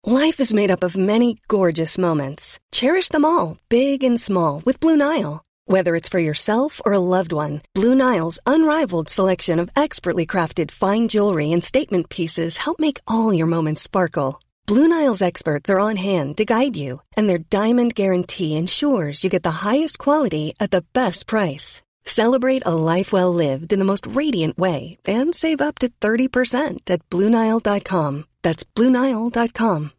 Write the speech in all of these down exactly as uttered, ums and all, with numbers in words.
Life is made up of many gorgeous moments. Cherish them all, big and small, with Blue Nile. Whether it's for yourself or a loved one, Blue Nile's unrivaled selection of expertly crafted fine jewelry and statement pieces help make all your moments sparkle. Blue Nile's experts are on hand to guide you, and their diamond guarantee ensures you get the highest quality at the best price. Celebrate a life well lived in the most radiant way and save up to thirty percent at Blue Nile dot com. That's Blue Nile dot com.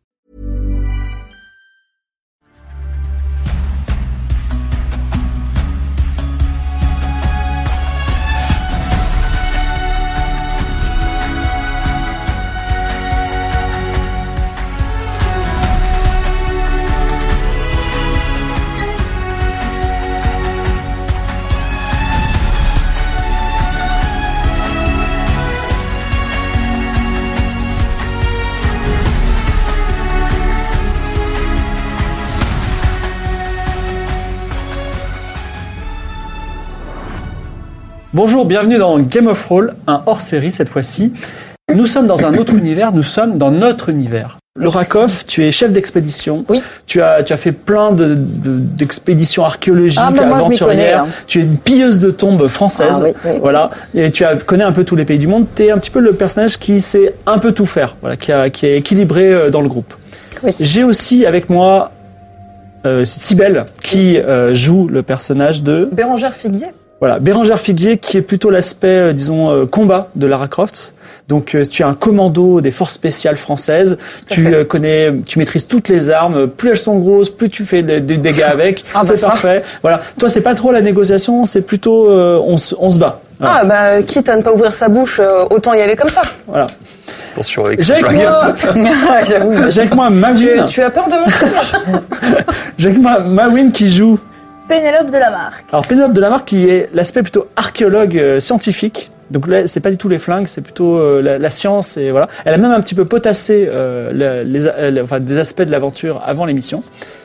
Bonjour, bienvenue dans Game of Roll, un hors-série cette fois-ci. Nous sommes dans un autre univers, nous sommes dans notre univers. Laura Koff, tu es chef d'expédition. Oui. Tu as, tu as fait plein de, de, d'expéditions archéologiques, ah, bah, moi, aventurières. Je m'y connais, hein. Tu es une pilleuse de tombes française. Ah, oui, oui. Voilà. Et tu as, connais un peu tous les pays du monde. Tu es un petit peu le personnage qui sait un peu tout faire. Voilà. Qui a, qui est équilibré dans le groupe. Oui. J'ai aussi avec moi, euh, Cybèle, qui, euh, joue le personnage de Bérengère Figuier. Voilà, Bérengère Figuier, qui est plutôt l'aspect, euh, disons, euh, combat de Lara Croft. Donc, euh, tu es un commando des forces spéciales françaises. Tu euh, connais, tu maîtrises toutes les armes. Plus elles sont grosses, plus tu fais des de dégâts avec. Ah, c'est bah parfait. Ça. Voilà. Toi, c'est pas trop la négociation, c'est plutôt euh, on, se, on se bat. Voilà. Ah bah, quitte à ne pas ouvrir sa bouche, euh, autant y aller comme ça. Voilà. Attention avec J'ai avec moi, j'ai avec moi Mawin. Tu, tu as peur de mon frère. J'ai avec moi Mawin qui joue Pénélope de la Marque. Alors Pénélope de la Marque qui est l'aspect plutôt archéologue euh, scientifique. Donc là, c'est pas du tout les flingues, c'est plutôt euh, la, la science et voilà. Elle a même un petit peu potassé euh, la, les, les, enfin, des aspects de l'aventure avant l'émission.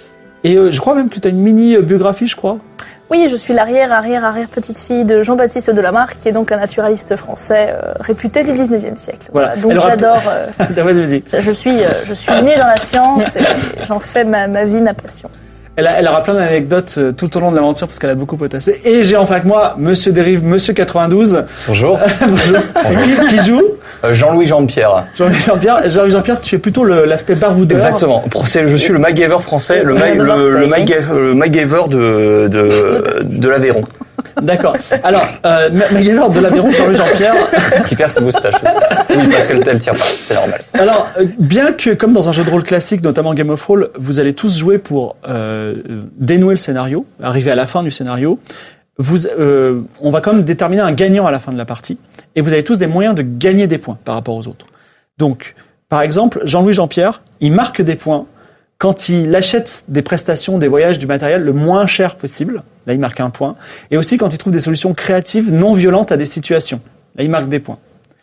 Et euh, je crois même que tu as une mini biographie, je crois. Oui, je suis l'arrière, arrière, arrière petite fille de Jean-Baptiste de la Marque, qui est donc un naturaliste français euh, réputé du dix-neuvième siècle. Voilà. Voilà. Donc Elle j'adore. Euh, vas-y, vas-y. Je suis, euh, je suis née dans la science et j'en fais ma, ma vie, ma passion. Elle, a, elle aura plein d'anecdotes euh, tout au long de l'aventure parce qu'elle a beaucoup potassé. Et j'ai enfin avec moi Monsieur Dérive, Monsieur quatre-vingt-douze. Bonjour. Bonjour. Qui, qui joue euh, Jean-Louis Jean-Pierre. Jean-Louis Jean-Pierre. Jean-Louis Jean-Pierre, tu es plutôt le, l'aspect baroudeur. Exactement. Je suis le MacGyver français, le, Ma, le, le, MacGyver, le MacGyver de, de, de l'Aveyron. D'accord. Alors, euh, MacGyver de l'Aveyron, Jean-Louis Jean-Pierre. Qui perd ses moustaches aussi. Oui, parce qu'elle ne tire pas, c'est normal. Alors, euh, bien que, comme dans un jeu de rôle classique, notamment Game of Roll, vous allez tous jouer pour euh, dénouer le scénario, arriver à la fin du scénario, vous, euh, on va quand même déterminer un gagnant à la fin de la partie, et vous avez tous des moyens de gagner des points par rapport aux autres. Donc, par exemple, Jean-Louis Jean-Pierre, il marque des points quand il achète des prestations, des voyages, du matériel le moins cher possible. Là, il marque un point. Et aussi quand il trouve des solutions créatives non violentes à des situations. Là, il marque des points.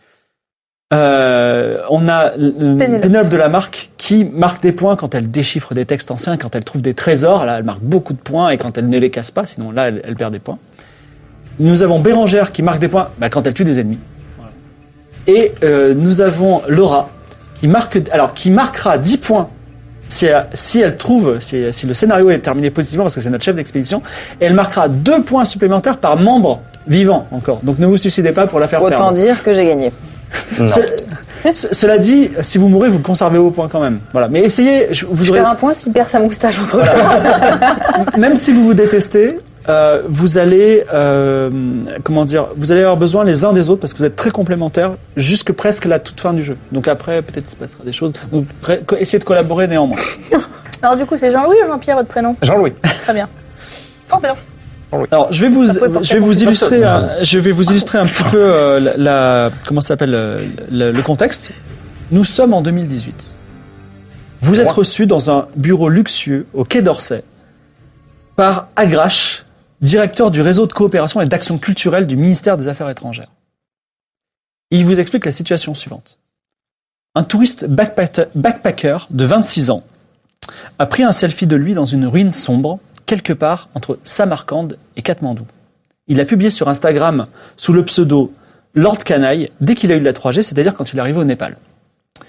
Euh, on a Pénélope de la Marque qui marque des points quand elle déchiffre des textes anciens, quand elle trouve des trésors. Là, elle marque beaucoup de points et quand elle ne les casse pas, sinon là, elle, elle perd des points. Nous avons Bérengère qui marque des points bah, quand elle tue des ennemis. Voilà. Et euh, nous avons Laura qui marque, alors qui marquera dix points si elle, si elle trouve, si, si le scénario est terminé positivement, parce que c'est notre chef d'expédition, et elle marquera deux points supplémentaires par membre vivant encore. Donc ne vous suicidez pas pour la faire Autant perdre. Autant dire que j'ai gagné. Ce, cela dit, si vous mourrez, vous conservez vos points quand même. Voilà. Mais essayez. Je, vous je aurez... perds un point s'il perd sa moustache entre voilà. temps. Même si vous vous détestez, euh, vous allez, euh, comment dire, vous allez avoir besoin les uns des autres parce que vous êtes très complémentaires jusque presque la toute fin du jeu. Donc après, peut-être il se passera des choses. Donc essayez de collaborer néanmoins. Alors du coup, c'est Jean-Louis ou Jean-Pierre votre prénom ? Jean-Louis. Très bien. Fort bien. Alors, je vais vous, je vais vous illustrer, un, je vais vous illustrer un petit peu euh, la, la, comment ça s'appelle, euh, le, le contexte. Nous sommes en deux mille dix-huit. Vous êtes reçu dans un bureau luxueux au Quai d'Orsay par Agrache, directeur du réseau de coopération et d'action culturelle du ministère des Affaires étrangères. Il vous explique la situation suivante. Un touriste backpacker de vingt-six ans a pris un selfie de lui dans une ruine sombre quelque part entre Samarcande et Katmandou. Il a publié sur Instagram sous le pseudo Lord Canaille dès qu'il a eu de la trois G, c'est-à-dire quand il est arrivé au Népal.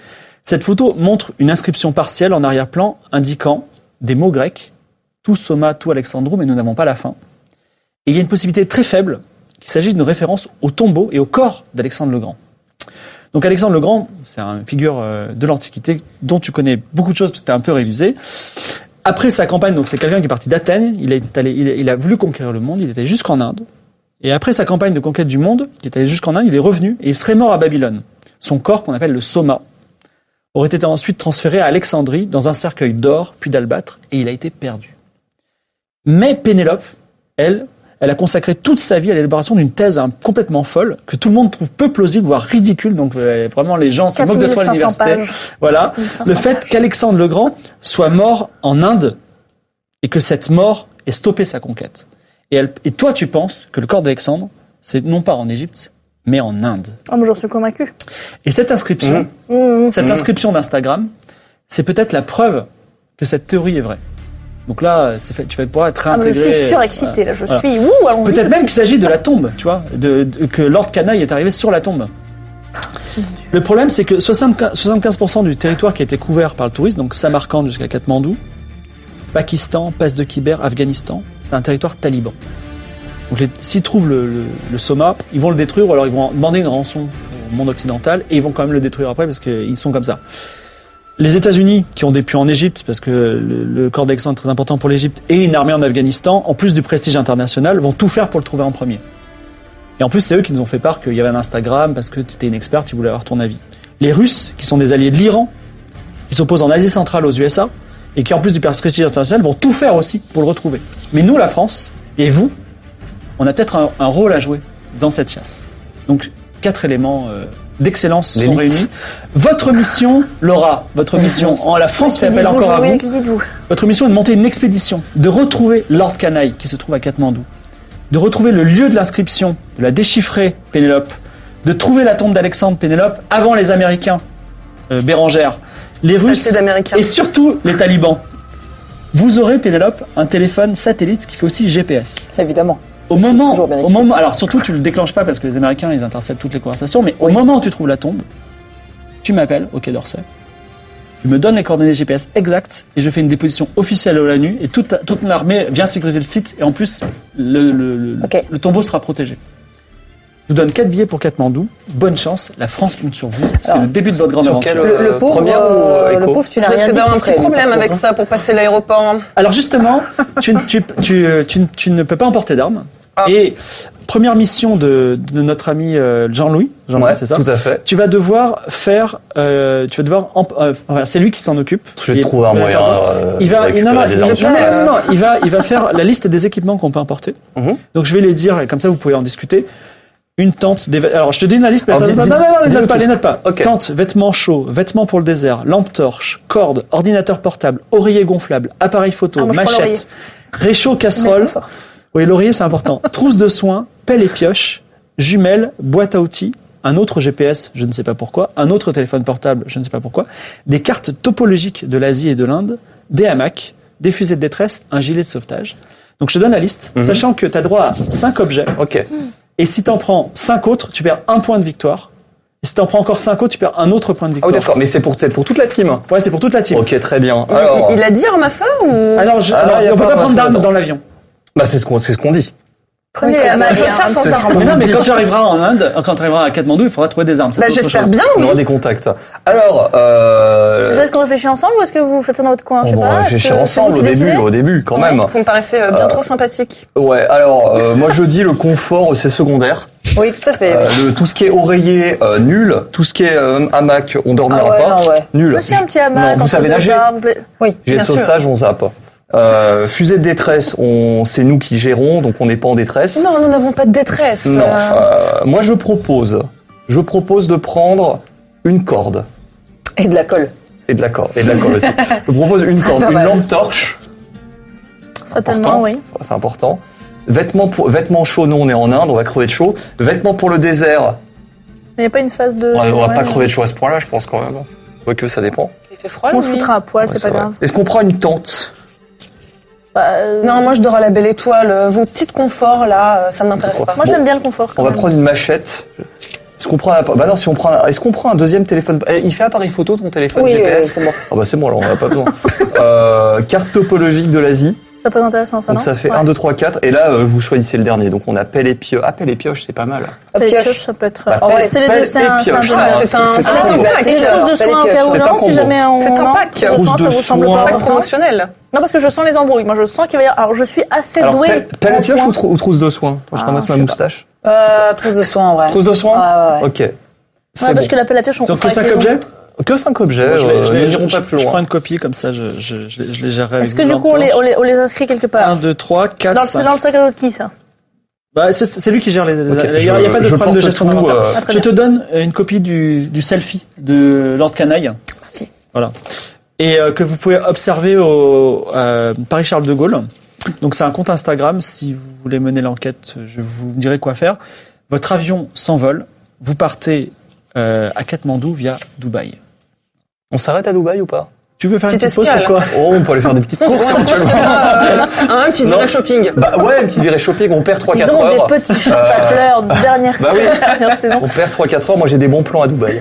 Cette photo montre une inscription partielle en arrière-plan indiquant des mots grecs, tout Soma, tout Alexandrou, mais nous n'avons pas la fin. Et il y a une possibilité très faible qu'il s'agisse d'une référence au tombeau et au corps d'Alexandre le Grand. Donc Alexandre le Grand, c'est une figure de l'Antiquité dont tu connais beaucoup de choses parce que tu as un peu révisé. Après sa campagne, donc c'est quelqu'un qui est parti d'Athènes, il, est allé, il, a, il a voulu conquérir le monde, il est allé jusqu'en Inde. Et après sa campagne de conquête du monde, qui est allé jusqu'en Inde, il est revenu et il serait mort à Babylone. Son corps, qu'on appelle le Soma, aurait été ensuite transféré à Alexandrie dans un cercueil d'or puis d'albâtre et il a été perdu. Mais Pénélope, elle, elle a consacré toute sa vie à l'élaboration d'une thèse hein, complètement folle, que tout le monde trouve peu plausible, voire ridicule. Donc euh, vraiment, les gens se moquent de toi à l'université. Pages. Voilà. Le fait qu'Alexandre le Grand soit mort en Inde et que cette mort ait stoppé sa conquête. Et, elle, et toi, tu penses que le corps d'Alexandre, c'est non pas en Égypte, mais en Inde. Ah, moi, j'en suis convaincu. Et cette inscription, mmh. Mmh. cette mmh. inscription d'Instagram, c'est peut-être la preuve que cette théorie est vraie. Donc là, c'est fait, tu vas pouvoir être réintégré. Ah, je suis surexcité, là, je voilà. suis. Ouh, allons peut-être même qu'il s'agit de la tombe, tu vois, de, de, que Lord Canaille est arrivé sur la tombe. Le problème, c'est que soixante-quinze pour cent du territoire qui a été couvert par le tourisme, donc Samarcande jusqu'à Katmandou, Pakistan, Pass de Kiber, Afghanistan, c'est un territoire taliban. Donc les, s'ils trouvent le, le, le Soma, ils vont le détruire ou alors ils vont demander une rançon au monde occidental et ils vont quand même le détruire après parce qu'ils sont comme ça. Les États-Unis, qui ont des puits en Égypte, parce que le, le corps d'Alexandre est très important pour l'Égypte, et une armée en Afghanistan, en plus du prestige international, vont tout faire pour le trouver en premier. Et en plus, c'est eux qui nous ont fait part qu'il y avait un Instagram, parce que tu étais une experte, ils voulaient avoir ton avis. Les Russes, qui sont des alliés de l'Iran, qui s'opposent en Asie centrale aux U S A, et qui en plus du prestige international, vont tout faire aussi pour le retrouver. Mais nous, la France, et vous, on a peut-être un, un rôle à jouer dans cette chasse. Donc, quatre éléments... Euh, d'excellence sont L'élite. réunis. Votre mission, Laura, votre mission, en la France fait appel encore à vous. Votre mission est de monter une expédition, de retrouver Lord Canaille, qui se trouve à Katmandou, de retrouver le lieu de l'inscription, de la déchiffrer, Pénélope, de trouver la tombe d'Alexandre, Pénélope, avant les Américains, euh, Bérangère, les Russes, et surtout les talibans. Vous aurez, Pénélope, un téléphone satellite qui fait aussi G P S. Évidemment. Au moment, au moment, alors surtout tu le déclenches pas parce que les Américains ils interceptent toutes les conversations, mais oui. Au moment où tu trouves la tombe, tu m'appelles au Quai d'Orsay, tu me donnes les coordonnées G P S exactes et je fais une déposition officielle à l'ONU et toute, toute l'armée vient sécuriser le site et en plus le, le, le, okay. le tombeau sera protégé. Je vous donne quatre billets pour Katmandou. Bonne chance, la France compte sur vous. C'est alors, le début de votre grande aventure. Le, le pauvre, euh, le pauvre, tu n'as rien dit. Je risque d'avoir un petit problème avec ça pour passer l'aéroport. Alors justement, tu, tu, tu, tu, tu ne peux pas emporter d'armes. Ah. Et première mission de, de notre ami euh, Jean-Louis, Jean-Louis, ouais, c'est ça. Tout à fait. Tu vas devoir faire, euh, tu vas devoir, euh, enfin, c'est lui qui s'en occupe. Je vais trouver un moyen. Euh, il va, non, non, non, non, non, non, il va, il va faire la liste des équipements qu'on peut emporter. Mm-hmm. Donc je vais les dire et comme ça vous pouvez en discuter. Une tente, des vêtements. Alors, je te dis une liste, mais attends, non, non, non, non, les note pas, les note pas. Okay. Tente, vêtements chauds, vêtements pour le désert, lampe torche, corde, ordinateur portable, oreiller gonflable, appareil photo, ah, machette, réchaud, casserole. Oui, l'oreiller, c'est important. Trousse de soins, pelle et pioche, jumelles, boîte à outils, un autre G P S, je ne sais pas pourquoi, un autre téléphone portable, je ne sais pas pourquoi, des cartes topologiques de l'Asie et de l'Inde, des hamacs, des fusées de détresse, un gilet de sauvetage. Donc, je te donne la liste, mm-hmm. sachant que tu as droit à cinq objets. Ok. Et si t'en prends cinq autres, tu perds un point de victoire. Et si t'en prends encore cinq autres, tu perds un autre point de victoire. Ah oui, d'accord. Mais c'est pour, pour toute la team. Ouais, c'est pour toute la team. Ok, très bien. Il, alors... il a dit arme à feu ou? Alors, je, alors, alors on peut pas prendre d'armes dans l'avion. Bah, c'est ce qu'on, c'est ce qu'on dit. Prenez oui, bah, ça sans armes. Mais non, mais quand tu arriveras en Inde, quand tu arriveras à Katmandou, il faudra trouver des armes. Ça, bah, j'espère bien, oui. On aura des contacts. Alors, euh... Déjà, est-ce qu'on réfléchit ensemble ou est-ce que vous faites ça dans votre coin? Je sais on pas. va réfléchir ensemble au début, au début, quand même. Vous me paraissez bien euh, trop sympathique. Ouais, alors, euh, moi, je dis le confort, c'est secondaire. Oui, tout à fait. Euh, le, tout ce qui est oreiller, euh, nul. Tout ce qui est euh, hamac, on dormira ah ouais, pas. Non, ouais. Nul. Aussi un petit hamac. Non, vous savez nager? Oui. J'ai le sauvetage, on zappe. Euh, fusée de détresse, on, c'est nous qui gérons, donc on n'est pas en détresse. Non, nous n'avons pas de détresse. Non. Euh, moi, je propose, je propose de prendre une corde. Et de la colle. Et de la corde. Et de la colle aussi. Je propose une ça corde, une lampe torche. Fatalement, oui. C'est important. Vêtements pour, vêtements chauds, nous on est en Inde, on va crever de chaud. Vêtements pour le désert. Mais il n'y a pas une phase de. On va ouais, pas ouais. crever de chaud à ce point-là, je pense quand même. Quoique ça dépend. Il fait froid. On se foutra à poil, ouais, c'est pas vrai. grave. Est-ce qu'on prend une tente? Bah, euh... Non, moi je dors à la belle étoile. Vos petits conforts là, ça ne m'intéresse pas. Moi bon, j'aime bien le confort. On va prendre une machette. Est-ce qu'on prend un... Bah non, si on prend un... Est-ce qu'on prend un deuxième téléphone? Il fait appareil photo ton téléphone Oui, G P S? oui, c'est bon. Ah bah c'est bon, alors on n'a pas besoin. euh, carte topologique de l'Asie. Ça peut être intéressant, ça, Donc non? ça fait Ouais. un, deux, trois, quatre. Et là, euh, vous choisissez le dernier. Donc on a pelle et pioche. Ah, pelle et pioche, c'est pas mal. Pelle et Pioche. pioche, ça peut être. Bah, Ouais, pelle- c'est les pelle deux, c'est et un, c'est un pioche. jeu de Ah, mots. c'est un- Ah, c'est un bah, combo. c'est Quelque ça, chose de pelle et soin au pioche. cas où, C'est un non? Si combo. jamais on. C'est un non, pack. trousse de Trousse soin, de ça vous semble soin. pas Pas important? promotionnel. Non, parce que je sens les embrouilles. Moi, je sens qu'il va y avoir. Alors, je suis assez Alors, douée. pelle, pelle en et pioche soin. ou, trou- ou trousse de soin? Attends, je Ah, ramasse je ma sais moustache. Euh, trousse de soin, en vrai. Trousse de soin? Ouais, ouais, ouais. Ok. C'est Ouais, parce bon. que la pelle à pioche, on Donc fera que cinq avec les objets. Que cinq objets, Moi, je, les- euh, je, les- ne je, irons je- pas plus je loin. prends une copie comme ça, je, je, je, les- je les gérerai. Est-ce que du coup, on les, on les, on les inscrit quelque part? un, deux, trois, quatre, Dans le, c'est cinq. dans le sac à dos de qui, ça? Bah, c'est, c'est lui qui gère les. Ok, Il n'y a, je- y a pas de je problème de porte gestion tout, d'inventaire. euh, Ah, très Je bien. te donne une copie du, du selfie de Lord Canaille. Merci. Voilà. Et euh, que vous pouvez observer au euh, Paris Charles de Gaulle. Donc c'est un compte Instagram. Si vous voulez mener l'enquête, je vous dirai quoi faire. Votre avion s'envole. Vous partez euh, à Katmandou via Dubaï. On s'arrête à Dubaï ou pas? Tu veux faire une Petite petite pause? escale. Pourquoi? Oh, on peut aller faire des petites courses. On se fera euh, un petit Non. virée shopping. Bah ouais, une petite virée shopping, on perd trois Ils quatre ont heures. des petits shops à fleurs, dernière, bah oui. dernière saison. On perd trois quatre heures, moi j'ai des bons plans à Dubaï.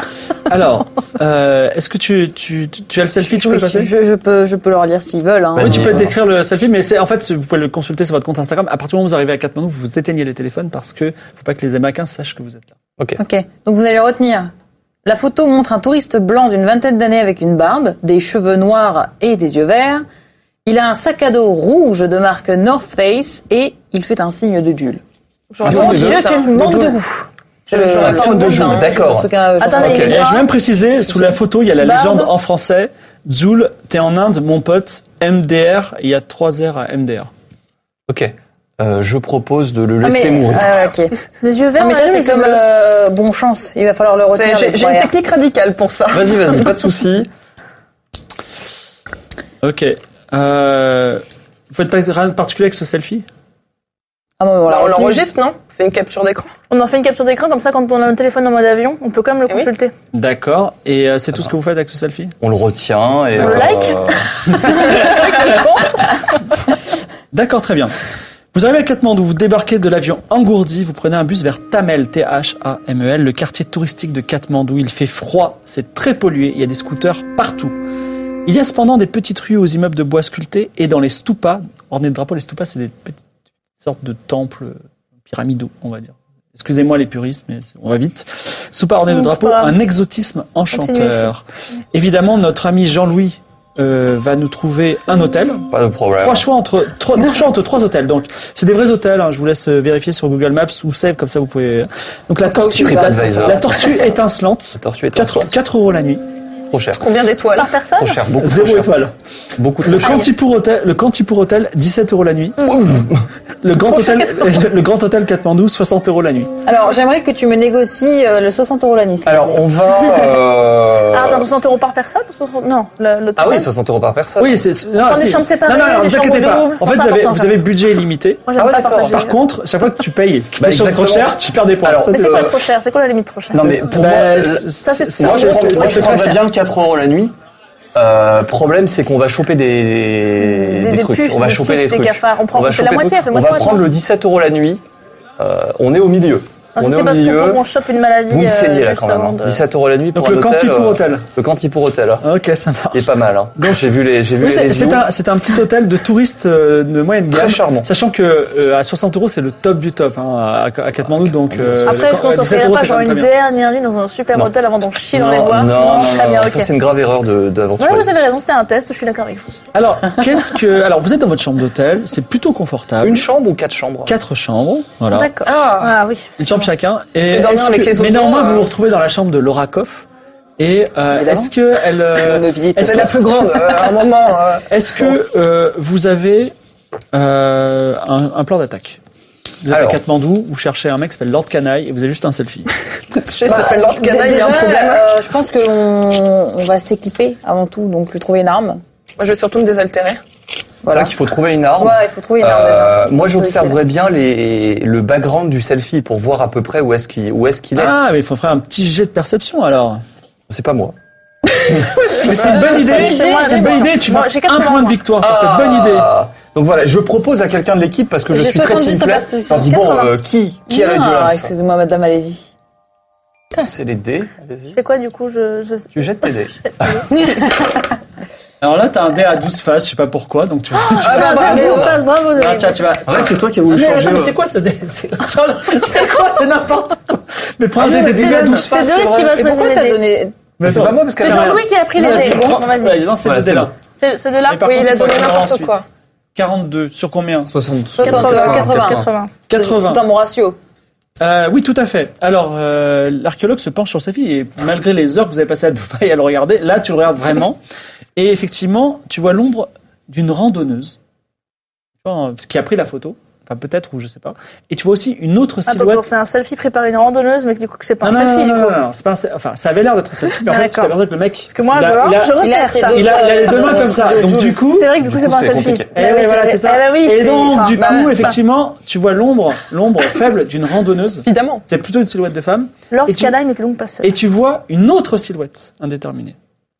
Alors, euh, est-ce que tu, tu, tu, tu as le selfie? Tu peux Oui, le passer? je, je peux, je peux leur lire s'ils veulent. Hein. Oui, tu Vas-y. peux décrire le selfie, mais c'est en fait, vous pouvez le consulter sur votre compte Instagram. À partir du moment où vous arrivez à Katmandou, vous éteignez les téléphones parce que faut pas que les Américains sachent que vous êtes là. Ok. Ok, donc vous allez retenir. La photo montre un touriste blanc d'une vingtaine d'années avec une barbe, des cheveux noirs et des yeux verts. Il a un sac à dos rouge de marque North Face et il fait un signe de Jules. J'aurais Ah, pas Mon c'est dit Dieu, deux, ça. quel manque de Jules. goût. Je- Euh, J'aurais signe pas de dit ça. Jules, hein. d'accord. En tout cas, j'en Attendez, parle. Ok. il Et va- j'ai même précisé, sous la photo, il y a la Barbe. légende en français. Zoul, t'es en Inde, mon pote, M D R, et il y a trois R à M D R. Ok. Euh, je propose de le Ah, laisser mais, mourir. ah, ok. Les yeux verts, Ah, mais ça, on a c'est les yeux comme bleus. euh, bon chance. Il va falloir le C'est- retenir. J'ai le j'ai une trois R. technique radicale pour ça. Vas-y, vas-y, pas de souci. Ok. Euh, vous faites pas rien de particulier avec ce selfie? Ah, bon, voilà. Alors, on l'enregistre, non? On fait une capture d'écran. On en fait une capture d'écran, comme ça, quand on a un téléphone en mode avion, on peut quand même le Eh oui. consulter. D'accord. Et euh, c'est tout ce que vous faites avec ce selfie? On le retient et. On le like D'accord, très bien. Vous arrivez à Katmandou, vous débarquez de l'avion engourdi, vous prenez un bus vers Thamel, T H A M E L, le quartier touristique de Katmandou. Il fait froid, c'est très pollué, il y a des scooters partout. Il y a cependant des petites rues aux immeubles de bois sculptés et dans les stupas, ornés de drapeaux, les stupas c'est des petites sortes de temples pyramidaux, on va dire. Excusez-moi les puristes, mais on va vite. Stupas ornés de Mmh, c'est drapeaux, pas grave. un exotisme enchanteur. Évidemment, notre ami Jean-Louis euh, va nous trouver un hôtel. Pas de problème. Trois choix entre trois, choix entre trois hôtels. Donc c'est des vrais hôtels. Hein. Je vous laisse euh, vérifier sur Google Maps ou Save, comme ça vous pouvez. Donc la tortue, la, TripAdvisor. la tortue étincelante. La tortue est quatre quatre euros la nuit. trop cher. Combien d'étoiles? Par personne? Trop cher, beaucoup trop Zéro cher. étoile. Beaucoup trop Le cher. Cantipour hôtel, le Cantipour hôtel, dix-sept euros la nuit. Le grand Trop cher, hôtel, le grand hôtel Katmandou, soixante euros la nuit. Alors, j'aimerais que tu me négocies euh, le soixante euros la nuit. s'il te Alors, plaît. on va. Euh... Ah, attends, soixante euros par personne? soixante Non, le, le total. Ah oui, soixante euros par personne. Oui, c'est. Non, Prendre des si. chambres séparées, Non, non, non, des vous inquiétez chambres pas. doubles. En fait, C'est vous avez, important, vous ça. avez budget illimité. Moi, j'aime Ah ouais, pas d'accord. partager. Par contre, chaque fois que tu payes Bah, des choses trop exactement. chères, tu perds des points. Alors, Ça, Mais c'est c'est- quoi trop cher? C'est quoi la limite trop cher? Non, mais pour Bah, moi. c'est- ça, c'est- c'est- moi, Moi, c'est- je c'est- prends- c'est je prendrais très cher. bien le quatre euros la nuit. Euh, problème, c'est qu'on va choper des, Des- des trucs. puces, on va des choper tiques, des des trucs. cafards. On prend- va on fait la choper moitié, des trucs. fait On va moitié, prendre moitié. le dix-sept euros la nuit. Euh, on est au milieu. Non, on si est c'est au parce milieu. qu'on on chope une maladie. Vous me euh, saignez là juste quand même. avant hein. de- dix-sept euros la nuit pour Donc un le hôtel. Cantipour euh, hôtel. Le Cantipour hôtel. Ok, ça marche. Il est pas mal. Hein. J'ai vu les, j'ai vu Oui, les c'est reviews. c'est un, c'est un petit hôtel de touristes euh, de moyenne gamme. Très charmant. Sachant que euh, à soixante euros, c'est le top du top hein, à, à Katmandou. Donc, euh, Après, est-ce qu'on le- s'offrirait dix-sept euros, pas c'est genre quand même une très bien. dernière nuit dans un super Non. hôtel avant d'en chier dans les Non, bois? non, non, très bien, non, ok. ça c'est une grave erreur de d'aventure. Ouais, vous avez raison, c'était un test, je suis d'accord avec vous. Alors, qu'est-ce que. Alors, vous êtes dans votre chambre d'hôtel, c'est plutôt confortable. Une chambre ou quatre chambres? Quatre chambres, voilà. D'accord. Ah oui. Une chambre chacun. Et peux dormir est-ce avec que- les mais oiseaux, néanmoins, euh. vous vous retrouvez dans la chambre de Laura Koff. Et euh, Évidemment. est-ce que elle, euh, On me visite. est-ce C'est que, la plus grande. euh, À un moment. euh, est-ce que euh, vous avez euh, un, un plan d'attaque? Vous êtes Alors. à Katmandou, vous cherchez un mec qui s'appelle Lord Canaille et vous avez juste un selfie. Je sais, ça s'appelle Lord Canaille, il y a un Déjà, problème. euh, je pense qu'on on va s'équiper avant tout, donc lui trouver une arme. Moi, je vais surtout me désaltérer. Voilà. Là, qu'il faut trouver une arme. Ouais, il faut trouver une arme Euh, déjà. moi, C'est un peu j'observerais bien les, le background du selfie pour voir à peu près où est-ce qu'il, où est-ce qu'il est. Ah, mais il faut faire un petit jet de perception alors. C'est pas moi. Mais c'est une bonne idée. c'est moi, C'est une c'est bonne moi. idée. Tu Moi, marques j'ai un quatre-vingts, point de moi. victoire pour cette bonne idée. Ah. Donc voilà, je propose à quelqu'un de l'équipe parce que je J'ai suis très soixante-dix team à play. perception. Je dis bon, quatre-vingts. euh, qui, qui a l'œil de Ah, l'âme excusez-moi, madame, allez-y. C'est les dés, Je allez-y. fais quoi du coup je, je... Tu jettes tes dés. Alors là, t'as un dé à douze faces, je sais pas pourquoi, donc tu tu- Ah, bah, bravo. bravo, se passe, bravo. Ah, David. tiens, tu vas. Ouais, c'est toi qui as voulu Mais changer. attends, mais euh, c'est quoi ce dé? C'est c'est quoi? C'est n'importe quoi. Mais prends un dé Ah, des mais c'est dizaines. douze C'est faces, Doris c'est qui va vrai. Et pourquoi choisir t'as les dés. donné... Mais C'est attends. pas moi parce C'est qu'elle a rien. Jean-Louis qui a pris les Vas-y, dés. Bon, prends- bon, vas-y. vas-y, lance ces Voilà, deux c'est dés-là. C'est ceux de là Mais par Oui, contre, il a il faut donné avoir n'importe ensuite. quoi. quarante-deux. Sur combien? soixante. soixante, quatre-vingts. quatre-vingts. quatre-vingts. C'est un bon ratio. Euh, oui, tout à fait. Alors, euh, l'archéologue se penche sur sa fille et malgré les heures que vous avez passées à Dubaï à le regarder, là, tu le regardes vraiment. Et effectivement, tu vois l'ombre d'une randonneuse, tu vois, ce qui a pris la photo. Enfin, peut-être, ou je sais pas. Et tu vois aussi une autre Attends, silhouette. attends, c'est un selfie préparé une randonneuse, mais du coup, c'est pas non, un non, selfie, non, du non, coup. non, non, c'est pas un, se- enfin, ça avait l'air d'être un selfie, mais en fait, tu D'accord. t'aperçois que le mec. Parce que moi, il a- je, il a- je Il a repère ses ça. deux- il a, il a les deux Euh, mains comme ça. de Donc, Jules. du coup. C'est vrai que du coup, Du c'est coup, pas un c'est selfie. compliqué. Eh oui, voilà, c'est ça. Eh ben oui, Et c'est- donc, enfin, du bah, coup, enfin, effectivement, tu vois l'ombre, l'ombre faible d'une randonneuse. Évidemment. C'est plutôt une silhouette de femme. Lord Et tu- Caline n'était donc pas seul. Et tu vois une autre silhouette indéterminée.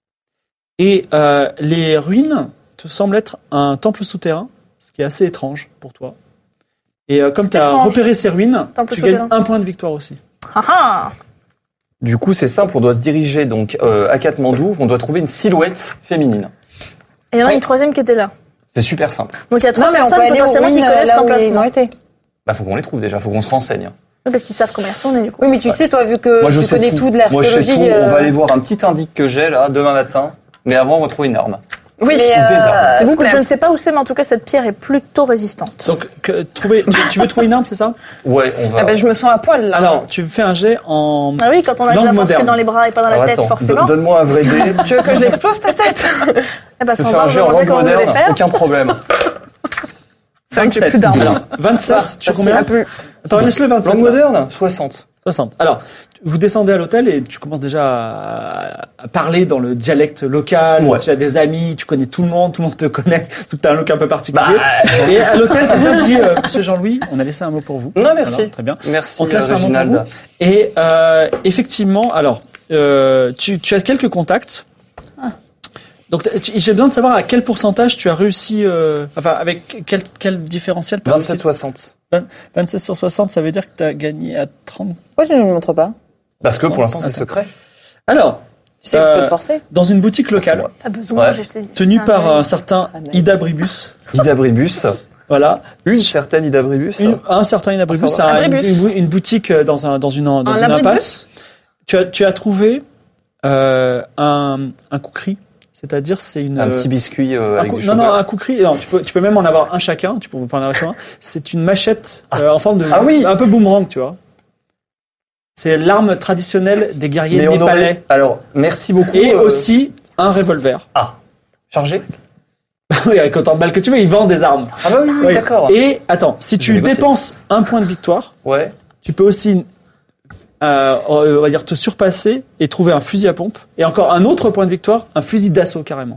Et euh, les ruines te semblent être un temple souterrain, ce qui est assez étrange pour toi. Et euh, comme C'est tu as étrange. repéré ces ruines, Temple tu souterrain. gagnes un point de victoire aussi. Ah ah. Du coup, c'est simple, on doit se diriger donc euh, à Katmandou, on doit trouver une silhouette féminine. Et il y en a Oui. une troisième qui était là. C'est super simple. Donc il y a trois Non, mais on peut personnes aller aux potentiellement qui ruines connaissent là où ils ont l'emplacement. été. Bah, faut qu'on les trouve déjà, faut qu'on se renseigne. Oui, parce qu'ils savent comment y retourner, du coup. Oui, mais tu sais, toi, vu que Moi, je tu sais connais tout de Moi, je sais l'archéologie... tout. On va euh, aller voir un petit indice que j'ai là demain matin. Mais avant, on va trouver une arme. Oui, Mais, euh, Des armes. s'il vous Écoute, plaît. je ne sais pas où c'est, mais en tout cas, cette pierre est plutôt résistante. Donc, que, trouver, tu, tu veux trouver une arme, c'est ça? Ouais, on va. Ah ben, je me sens à poil, là. Alors, tu fais un jet en. Ah oui, quand on a de Langue la force que moderne. dans les bras et pas dans la Alors, tête, attends, forcément. do- donne-moi un vrai dé. Tu veux que je l'explose, ta tête? Eh ben, Je sans fais un arme, je jet en demandais langue comment vous allez moderne, faire. aucun problème. C'est vrai que j'ai vingt-sept. plus d'armes. Alors, vingt-sept, tu as facile. combien? Attends, laisse-le vingt-sept. Langue là. moderne, soixante. soixante. Alors, vous descendez à l'hôtel et tu commences déjà à, à parler dans le dialecte local. Ouais. Tu as des amis, tu connais tout le monde, tout le monde te connaît, sauf que tu as un look un peu particulier. Bah, Et à l'hôtel, quelqu'un dit euh, Monsieur Jean-Louis, on a laissé un mot pour vous. Non, merci. Alors, très bien. Merci, On te laisse un mot pour vous. Reginald. Et euh, effectivement, alors, euh, tu, tu as quelques contacts. Donc, tu- j'ai besoin de savoir à quel pourcentage tu as réussi, euh, enfin, avec quel, quel différentiel tu as vingt-sept réussi. soixante. vingt-sept sur soixante, ça veut dire que tu as gagné à trente. Pourquoi tu ne me montres pas? Parce que pour l'instant, c'est secret. Alors, Tu sais que je peux Euh, te forcer. dans une boutique locale, Pas besoin, Ouais. j'ai acheté- tenue c'est par un- un certain Ah, nice. Ida Bribus, Ida Bribus. voilà, Une certaine Ida Bribus. une, un certain Ida Bribus, Ah, c'est ça va. un- Un une, Bribus. une- une boutique euh, dans, un, dans une, dans Un une abri de impasse. Tu as, tu as trouvé euh, un, un kukri, c'est-à-dire c'est une... Un euh, petit biscuit euh, un avec cou- du non, chocolat. non, un kukri, non, tu peux, tu peux même en avoir un chacun, tu peux en avoir chacun. C'est une machette euh, en forme de... Ah oui. Un peu boomerang, tu vois. C'est l'arme traditionnelle des guerriers Mais on népalais. aurait... Alors, merci beaucoup. Et euh, aussi un revolver. Ah, chargé. Oui, avec autant de balles que tu veux, ils vendent des armes. Ah bah oui, oui, Oui. d'accord. Et attends, si Je tu vais négocier. dépenses un point de victoire, Ouais. tu peux aussi, euh, on va dire, te surpasser et trouver un fusil à pompe. Et encore un autre point de victoire, un fusil d'assaut carrément.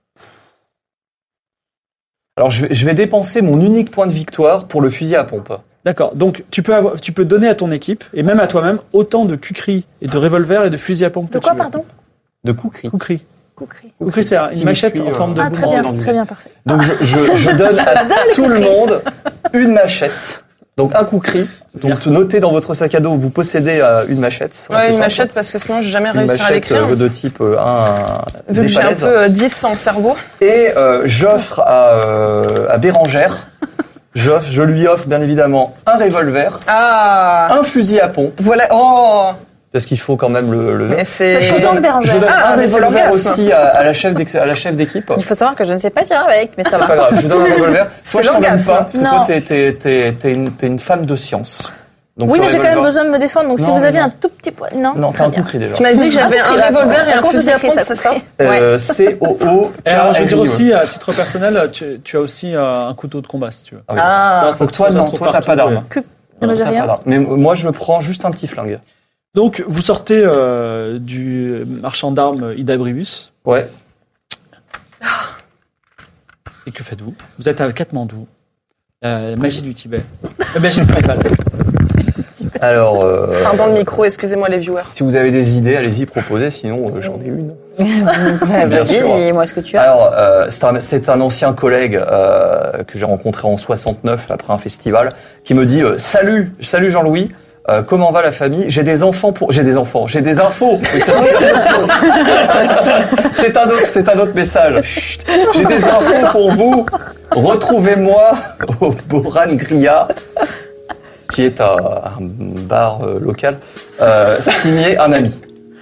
Alors, je vais, je vais dépenser mon unique point de victoire pour le fusil à pompe. D'accord. Donc tu peux avoir, tu peux donner à ton équipe et même à toi-même autant de kukri et de revolvers et de fusils à pompe De que quoi, tu veux. pardon De kukri. Kukri. Kukri. Kukri, c'est un- une Petit machette biscuit, en forme de Ah, très boomerang. bien, anglais. très bien, parfait. Donc, je, je, je donne à tout le monde une machette. Donc, un kukri. Donc, notez dans votre sac à dos, vous possédez euh, une machette. C'est un peu Ouais, une simple. machette, parce que sinon, j'ai jamais Une réussi à machette l'écrire. euh, de type euh, un Vu que j'ai un népalaise. peu euh, dix sans le cerveau. Et euh, j'offre à, euh, à Bérangère, j'offre, je lui offre bien évidemment un revolver, Ah, un fusil à pompe, voilà. Oh, parce qu'il faut quand même le... le mais c'est... je Content de donne, Bérangère. je donne Ah, un mais c'est revolver l'orgasme. aussi à, à la chef d'ex- à la chef d'équipe. Il faut savoir que je ne sais pas tirer avec, mais ça C'est va. pas grave, je donne un revolver. C'est Toi, je t'en donne l'orgasme. pas, parce que Non. toi, t'es, t'es, t'es, t'es, une, t'es une femme de science. Donc, Oui, le mais j'ai quand même revolver- besoin de me défendre, donc si Non, vous mais aviez non. un tout petit point. Non, Non, très t'as un bien. kukri déjà. Tu m'as dit que j'avais Ah, un ok, revolver et un comment ça fusil à s'écrit, pompe, ça, c'est ça? kukri Euh, C O O Et alors, je veux dire K R I E. aussi, à titre personnel, tu, tu as aussi euh, un couteau de combat, si tu veux. Ah, Ça, ça- Donc toi, ça se non, trouve toi, t'as partout, pas d'arme. ouais. Que... Non, Non, j'ai t'as rien. pas d'arme. Mais moi, je prends juste un petit flingue. Donc, vous sortez euh, du marchand d'armes Ida Bribus. Ouais. Et que faites-vous? Vous êtes à Katmandou, euh, la magie du Tibet, la magie du Népal. Alors, euh, Pardon le micro, excusez-moi les viewers. si vous avez des idées, allez-y, proposez, sinon euh, j'en ai une. Bah, Bien Vas-y, sûr. dis-moi ce que tu as. Alors, euh, c'est un, c'est un ancien collègue euh, que j'ai rencontré en soixante-neuf après un festival qui me dit euh, salut, salut Jean-Louis. Euh, comment va la famille? J'ai des enfants pour... J'ai des enfants, j'ai des infos. Mais ça, c'est, un autre, c'est un autre message. Chut. J'ai des infos pour vous. Retrouvez-moi au Boran Gria, qui est un, un bar euh, local, euh, signé un ami.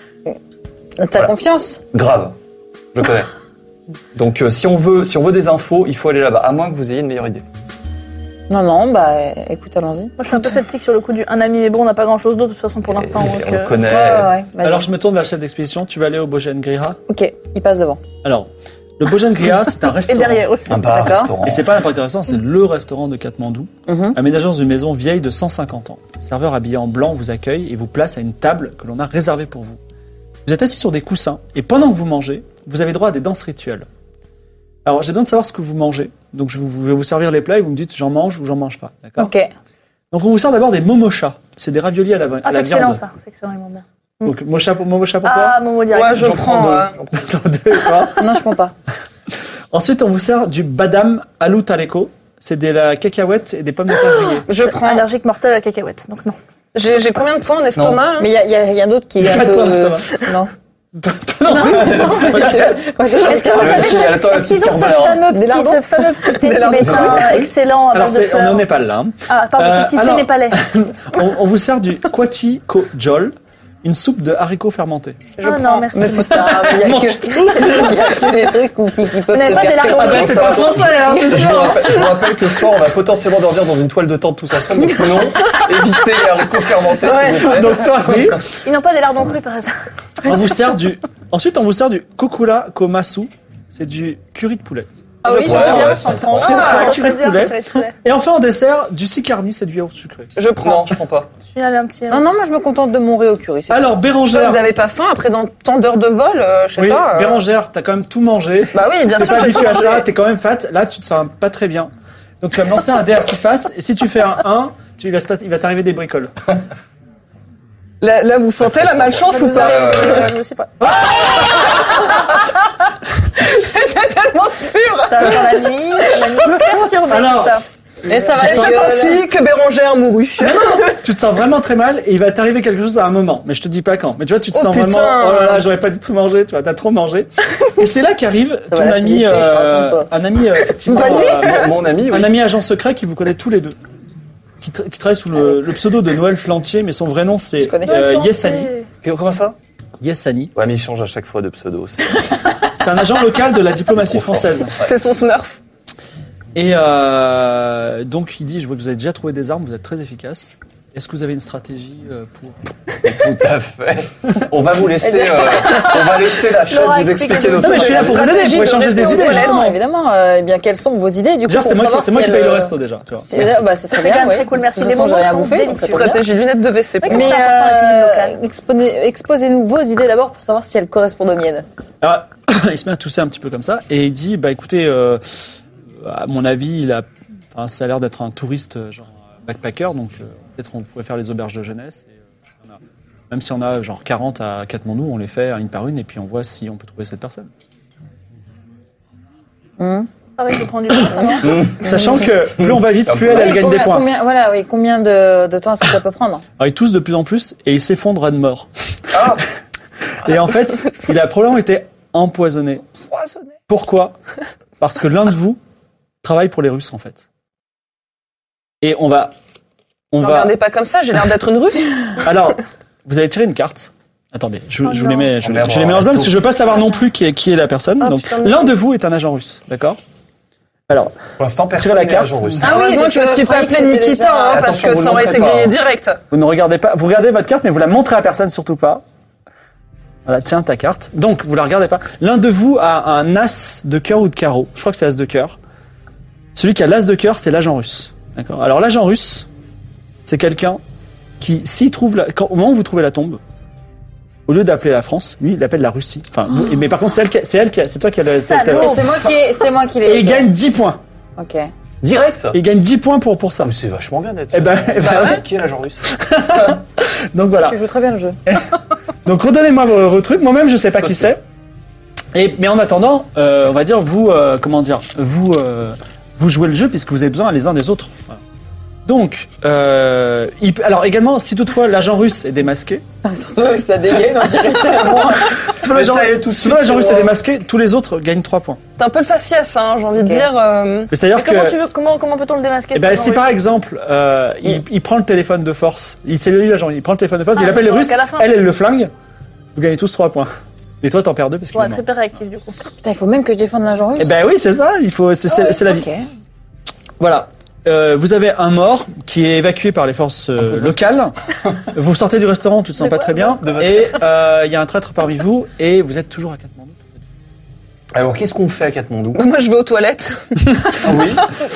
T'as Voilà. confiance? Grave, je le connais. Donc euh, si on veut, si on veut des infos, il faut aller là-bas, à moins que vous ayez une meilleure idée. Non, non, bah écoute, allons-y. Moi, je suis un peu sceptique sur le coup du un ami, mais bon, on n'a pas grand-chose d'autre de toute façon pour l'instant. Et, donc, on euh, connaît. Ouais, ouais, ouais, vas-y. Alors je me tourne vers le chef d'expédition, tu vas aller au Bojan Griha. Ok, il passe devant. Alors, le Bojan Griha, c'est un Et restaurant. derrière aussi. Un bar, D'accord. restaurant. Et c'est pas n'importe quel restaurant, c'est le restaurant de Katmandou, Mhm. aménagé dans une maison vieille de cent cinquante ans. Le serveur habillé en blanc vous accueille et vous place à une table que l'on a réservée pour vous. Vous êtes assis sur des coussins et pendant que vous mangez, vous avez droit à des danses rituelles. Alors j'ai besoin de savoir ce que vous mangez, donc je vous- vais vous servir les plats et vous me dites j'en mange ou j'en mange pas. D'accord. Ok. Donc on vous sert d'abord des momocha, c'est des raviolis à la, à Ah, c'est la excellent viande. ça. C'est excellent, bien. Donc mocha pour momocha pour Ah, Momo direct. Ouais, je J'en prends. prends deux. euh, J'en prends toi. Deux, toi. Non, je prends pas. Ensuite on vous sert du badam aloo taleko, c'est de la cacahuète et des pommes de terre grillées. Je prends. Allergique mortel à la cacahuète, donc non. J'ai j'ai combien de points en estomac là Mais il y a, y a rien d'autre qui est Pas un de peu... points, euh, ça non. Non. Non, moi, je- moi, je- Est-ce que vous Ah, savez, si, ce- attends, la est-ce qu'ils petite ont ce carbonara. fameux Des petit, lardons ce fameux petit thé Des lardons. tibétain excellent à Alors base de c'est, on est au fleurs? Népal là. hein. Ah, pardon, Euh, ce petit thé alors- népalais. On, on vous sert du kwati ko jol, une soupe de haricots fermentés. Je Ah prends. non, merci. Mais ça, il y a que, il y a que des trucs où- qui, qui peuvent Vous n'avez te pas des faire lardons peur. Ah, bah, c'est pas français, hein, c'est Je vous, rappelle, je vous rappelle que ce soir, on va potentiellement dormir dans une toile de tente tous ensemble. Donc non, évitez les haricots fermentés, s'il vous plaît. Donc toi, oui. Ils n'ont pas des lardons crus par hasard. On vous sert du. Ensuite, on vous sert du kokula komasu. C'est du curry de poulet. Ah oui, je Ouais, veux bien. ouais, ça prend. C'est Ah, un ça curry serait de bien, poulet. ça serait très- Et enfin, en dessert, du sicarni, c'est du yaourt sucré. Je prends. Non, je prends pas. Je suis allé un petit. Non, non, moi je me contente de mon riz au curry. c'est Alors, Bérangère. Vous avez pas faim après dans tant d'heures de vol, euh, je sais Oui, pas. euh, Bérangère, t'as quand même tout mangé. Bah oui, bien T'es sûr. pas j'ai habitué tout à ça, mangé. t'es quand même fat. Là, tu te sens pas très bien. Donc, tu vas me lancer un dé à six faces. Et si tu fais un un, tu, il va se pas- il va t'arriver des bricoles. Là, là, vous sentez la malchance ou Vous pas avez- euh, Je ne sais pas. J'étais tellement sûre. Ça sent la nuit, la nuit perturbée, Alors, tout ça. Et ça va Tu être sens C'est que- ainsi que Bérangère mourut. Tu te sens vraiment très mal et il va t'arriver quelque chose à un moment. Mais je te dis pas quand. Mais tu vois, tu te Oh, sens putain. vraiment, oh là là, j'aurais pas du tout mangé, tu vois, t'as trop mangé. Et c'est là qu'arrive Ça ton va lâcher ami, des pêches, je euh, raconte un ami, euh, effectivement, Bonne nuit. euh, Mon, mon ami, oui. un ami agent secret qui vous connaît tous les deux. Qui, tra- qui travaille sous le, le pseudo de Noël Flantier, mais son vrai nom c'est connais. euh, Yesani. Comment ça? Yesani. Ouais, mais il change à chaque fois de pseudo. c'est- C'est un agent local de la diplomatie Trop fort. française. Ouais. C'est son smurf. Et euh, donc il dit, je vois que vous avez déjà trouvé des armes, vous êtes très efficace. Est-ce que vous avez une stratégie euh, pour... Tout à fait. On va vous laisser, euh, on va laisser la chef Laura, vous expliquer expliquez-nous. notre Non mais je suis là pour vous aider, Stratégie pour de échanger rester des aux idées toilettes. justement. Non, évidemment. euh, eh bien, quelles sont vos idées du coup Déjà c'est pour moi, qui- savoir c'est moi si qui paye elle, le euh, resto déjà. Tu vois. si- bah, c'est très C'est bien, quand même ouais. très cool, merci. De toute Les façon, j'ai moments rien sont bouffé, donc délicieux. c'est très bien. Stratégie lunettes de V C. Oui, comme Mais c'est important, la cuisine euh, locale. exposez- exposez-nous vos idées d'abord pour savoir si elles correspondent aux miennes. Alors, il se met à tousser un petit peu comme ça et il dit bah écoutez, euh, à mon avis, il a, enfin, ça a l'air d'être un touriste euh, genre backpacker, donc euh, peut-être on pourrait faire les auberges de jeunesse. Et, euh, on a- même si on a genre quarante à Katmandou, on les fait une par une et puis on voit si on peut trouver cette personne. Hum. Ah ouais, il faut prendre du temps, ça va. Sachant que plus on va vite, plus elle, Oui, elle gagne combien, des points. combien- voilà, oui, combien de, de temps est-ce que ça peut prendre? Alors, il tousse de plus en plus et il s'effondre à de mort. Ah, Et en fait, il a probablement été empoisonné. poisonné. Pourquoi? Parce que l'un de vous travaille pour les Russes en fait. Et on va, on Ne va. regardez pas comme ça, j'ai l'air d'être une russe. Alors, vous allez tirer une carte. Attendez, je, Oh je vous les non. mets, je, Oh les- merde, je les on mélange va bien parce que je veux pas savoir non plus qui est, qui est la personne. Ah, Donc, putain de l'un merde. de vous est un agent russe, d'accord? Alors, Pour l'instant, personne Tirez la n'est carte. agent russe. Ah oui, Heureusement parce que je que suis je pas croyais que appelée c'était Nikita, déjà- hein, parce Attention, que vous ça aurait le été montrez grillé pas. direct. vous ne regardez pas, vous regardez votre carte, mais vous la montrez à personne surtout pas. Voilà, tiens ta carte. Donc, vous la regardez pas. L'un de vous a un as de cœur ou de carreau. Je crois que c'est as de cœur. Celui qui a l'as de cœur, c'est l'agent russe. D'accord. Alors, l'agent russe, c'est quelqu'un qui, s'il trouve la, quand, au moment où vous trouvez la tombe, au lieu d'appeler la France, lui, il appelle la Russie. Enfin, vous- mais par contre, c'est elle, qui- c'est elle, qui a- c'est toi qui a le. Salaud. Et c'est moi qui, ai- c'est moi qui l'ai. Et il gagne dix points. Ok. Direct, ça. Et il gagne dix points pour, pour ça. Ah, mais c'est vachement bien d'être. Eh ben, eh ben, Bah ouais. Qui est l'agent russe? donc voilà. Tu joues très bien le jeu. Donc redonnez-moi vos, vos trucs. Moi-même, je sais pas Toi qui aussi. c'est. Et mais en attendant, euh, on va dire vous, euh, comment dire, vous, euh, vous jouez le jeu puisque vous avez besoin les uns des autres. Voilà. Donc, euh, il, alors également, si toutefois l'agent russe est démasqué, Surtout avec sa dégaine, on dirait tellement. si toutefois l'agent, ça y est, tout de si suite, toutefois l'agent russe c'est est moi. démasqué, tous les autres gagnent trois points. T'es un peu le faciès, hein, j'ai envie Ok. de dire. euh, Mais c'est-à-dire Mais que, comment, tu veux, comment, comment peut-on le démasquer eh ben, cet si agent par russe exemple, euh, il, il prend le téléphone de force, il c'est lui l'agent, il prend le téléphone de force, Ah, il appelle les donc Russes, à la fin. elle, elle le flingue, vous gagnez tous trois points. Et toi, t'en perds deux parce qu'il Ouais, est mort. très très réactif du coup. Putain, il faut même que je défende l'agent russe. Eh ben oui, c'est ça, il faut, c'est, c'est, c'est la vie. Ok. Voilà. Euh, vous avez un mort qui est évacué par les forces euh, locales. Vous sortez du restaurant, tu te sens De pas quoi, très bien. de votre- Et euh, il y a un traître parmi vous et vous êtes toujours à Katmandou. Alors, qu'est-ce qu'on fait à Katmandou? Moi, je vais aux toilettes. Ah oui.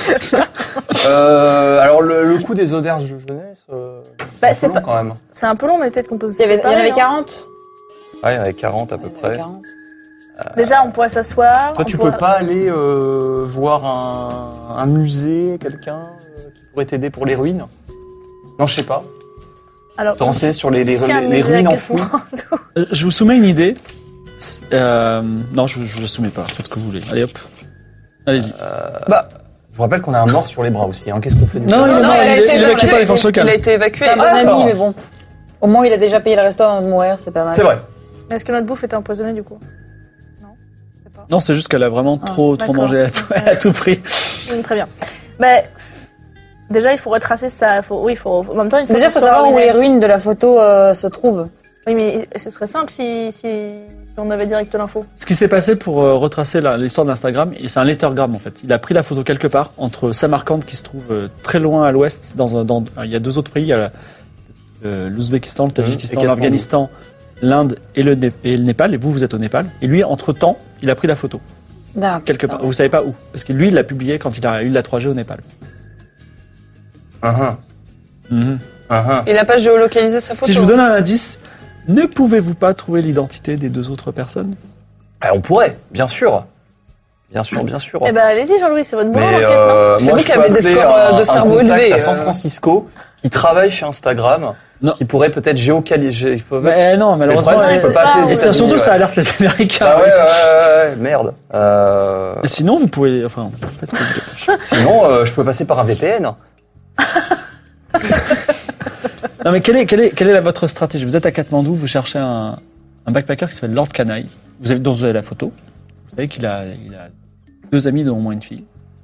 euh, alors, le, le coup des auberges de jeunesse, euh, Bah, un peu c'est long, pas- quand même. C'est un peu long, mais peut-être qu'on peut se Il y, avait, il y en séparer, avait hein. quarante. Ouais, avec quarante à peu Il y en avait près. quarante. Déjà, on pourrait s'asseoir. Toi, on tu pourrait- peux pas aller euh, voir un, un musée, quelqu'un euh, qui pourrait t'aider pour les ruines? Non, je sais pas. Alors, Te renseigner sur les, les, est-ce qu'il y a un les, les musée à ruines Katmandou enfouies. Euh, je vous soumets une idée. Euh, non, je, je vous la soumets pas. Faites ce que vous voulez. Allez hop. Allez-y. Bah, Je vous rappelle qu'on a un mort sur les bras aussi. Hein. Qu'est-ce qu'on fait du Non, coup il est non, mort, il a il est- été il est évacué évacué. par les forces Il locales. a été évacué. C'est un bon Ah, ami, d'accord. mais bon. Au moins, il a déjà payé le resto avant de mourir, c'est pas mal. C'est vrai. Est-ce que notre bouffe était empoisonnée du coup? Non, c'est juste qu'elle a vraiment trop, trop d'accord. mangé à tout, à tout prix. Hum, Très bien. Bah, déjà, il faut retracer ça. Faut, oui, il faut. En même temps, il faut. Déjà, il faut savoir où les ruines de la photo euh, se trouvent. Oui, mais ce serait simple si, si, si on avait direct l'info. Ce qui s'est passé pour euh, retracer la- l'histoire d'Instagram, et c'est un lettergram en fait. Il a pris la photo quelque part entre Samarkand qui se trouve euh, très loin à l'ouest. Dans, un- dans, il y a deux autres pays, il y a la- euh, l'Ouzbékistan, le Tadjikistan, et Katmandou. l'Afghanistan, l'Inde et le, Né- et le Népal. Et vous, vous êtes au Népal. Et lui, entre temps, il a pris la photo Ah, quelque putain. part. Vous savez pas où, parce que lui, il l'a publié quand il a eu la trois G au Népal. Uh-huh. Mhm. Uh-huh. Il n'a pas géolocalisé sa photo. Si je vous donne un indice, ne pouvez-vous pas trouver l'identité des deux autres personnes? Ah, on pourrait, bien sûr. Bien sûr, bien sûr. Eh ben, allez-y, Jean-Louis, c'est votre boulot, Mais l'enquête, non euh, C'est moi, vous je qui peux avez des appeler scores, un- euh, de un cerveau contact élevés, à San euh. Francisco qui travaille chez Instagram, Non. qui pourrait peut-être géocaliser. Mais non, malheureusement. Le problème, c'est que je peux pas appeler les et c'est États-Unis, surtout, ça ouais. alerte les Américains. Ah ouais, ouais, ouais, ouais, merde. Euh, Et sinon, vous pouvez. Enfin, faites ce que vous voulez. sinon, euh, je peux passer par un V P N. Non, mais quelle est, quelle est, quelle est la, votre stratégie? Vous êtes à Katmandou, vous cherchez un, un backpacker qui s'appelle Lord Canaille, vous avez, dont vous avez la photo. Vous savez qu'il a, il a deux amis, dont au moins une fille.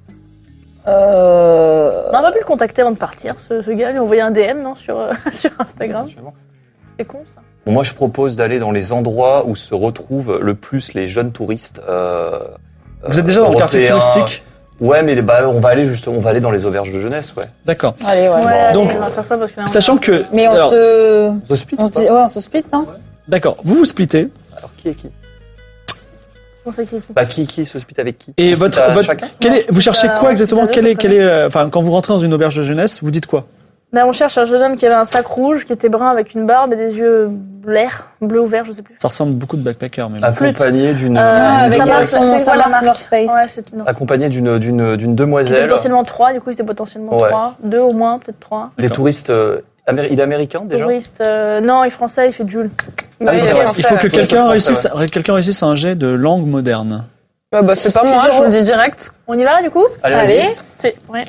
Euh... On n'a pas pu le contacter avant de partir, ce, ce gars. Lui envoyer un D M, non, sur, euh, sur Instagram. C'est con, ça. Bon, moi, je propose d'aller dans les endroits où se retrouvent le plus les jeunes touristes. Euh, Vous êtes déjà dans le quartier européens. touristique? Ouais, mais bah, on va aller justement, on va aller dans les auberges de jeunesse, ouais. D'accord. Allez, ouais. Ouais, allez, Donc, on va faire ça parce que là, on Sachant a- que. Mais on alors, se... The Spit, On ou se pas dit... Ouais, on se split, non? D'accord, vous vous splittez. Alors, qui est qui On sait qui est qui. Bah, qui, qui se split avec qui Et On se votre, split à votre chacun quel est, vous cherchez Euh, quoi on exactement? split à Quel deux, est, ça quel est, euh, enfin, quand vous rentrez dans une auberge de jeunesse, vous dites quoi? Là, on cherche un jeune homme qui avait un sac rouge, qui était brun avec une barbe et des yeux blairs, bleu ou vert, je sais plus. Ça ressemble beaucoup de backpackers, mais bon. Accompagné d'une, Euh, Ah, avec ça euh, marche, son, c'est sa quoi la marque marque North Face. Ouais, c'est non. accompagné d'une, d'une, d'une Qui était demoiselle. potentiellement trois, du coup, c'était potentiellement Ouais. trois. Deux au moins, peut-être trois. Des touristes. euh, améri- il est américain déjà? Touriste, euh, non, il est français, il fait Jules. Oui, oui, c'est il est vrai. français, Il faut que ouais. quelqu'un français, réussisse, quelqu'un réussisse un jet de langue moderne. Ouais, bah, c'est pas Je suis moi, je zéro. vous le dis direct. On y va, du coup? Allez, vas-y. Allez. C'est, ouais.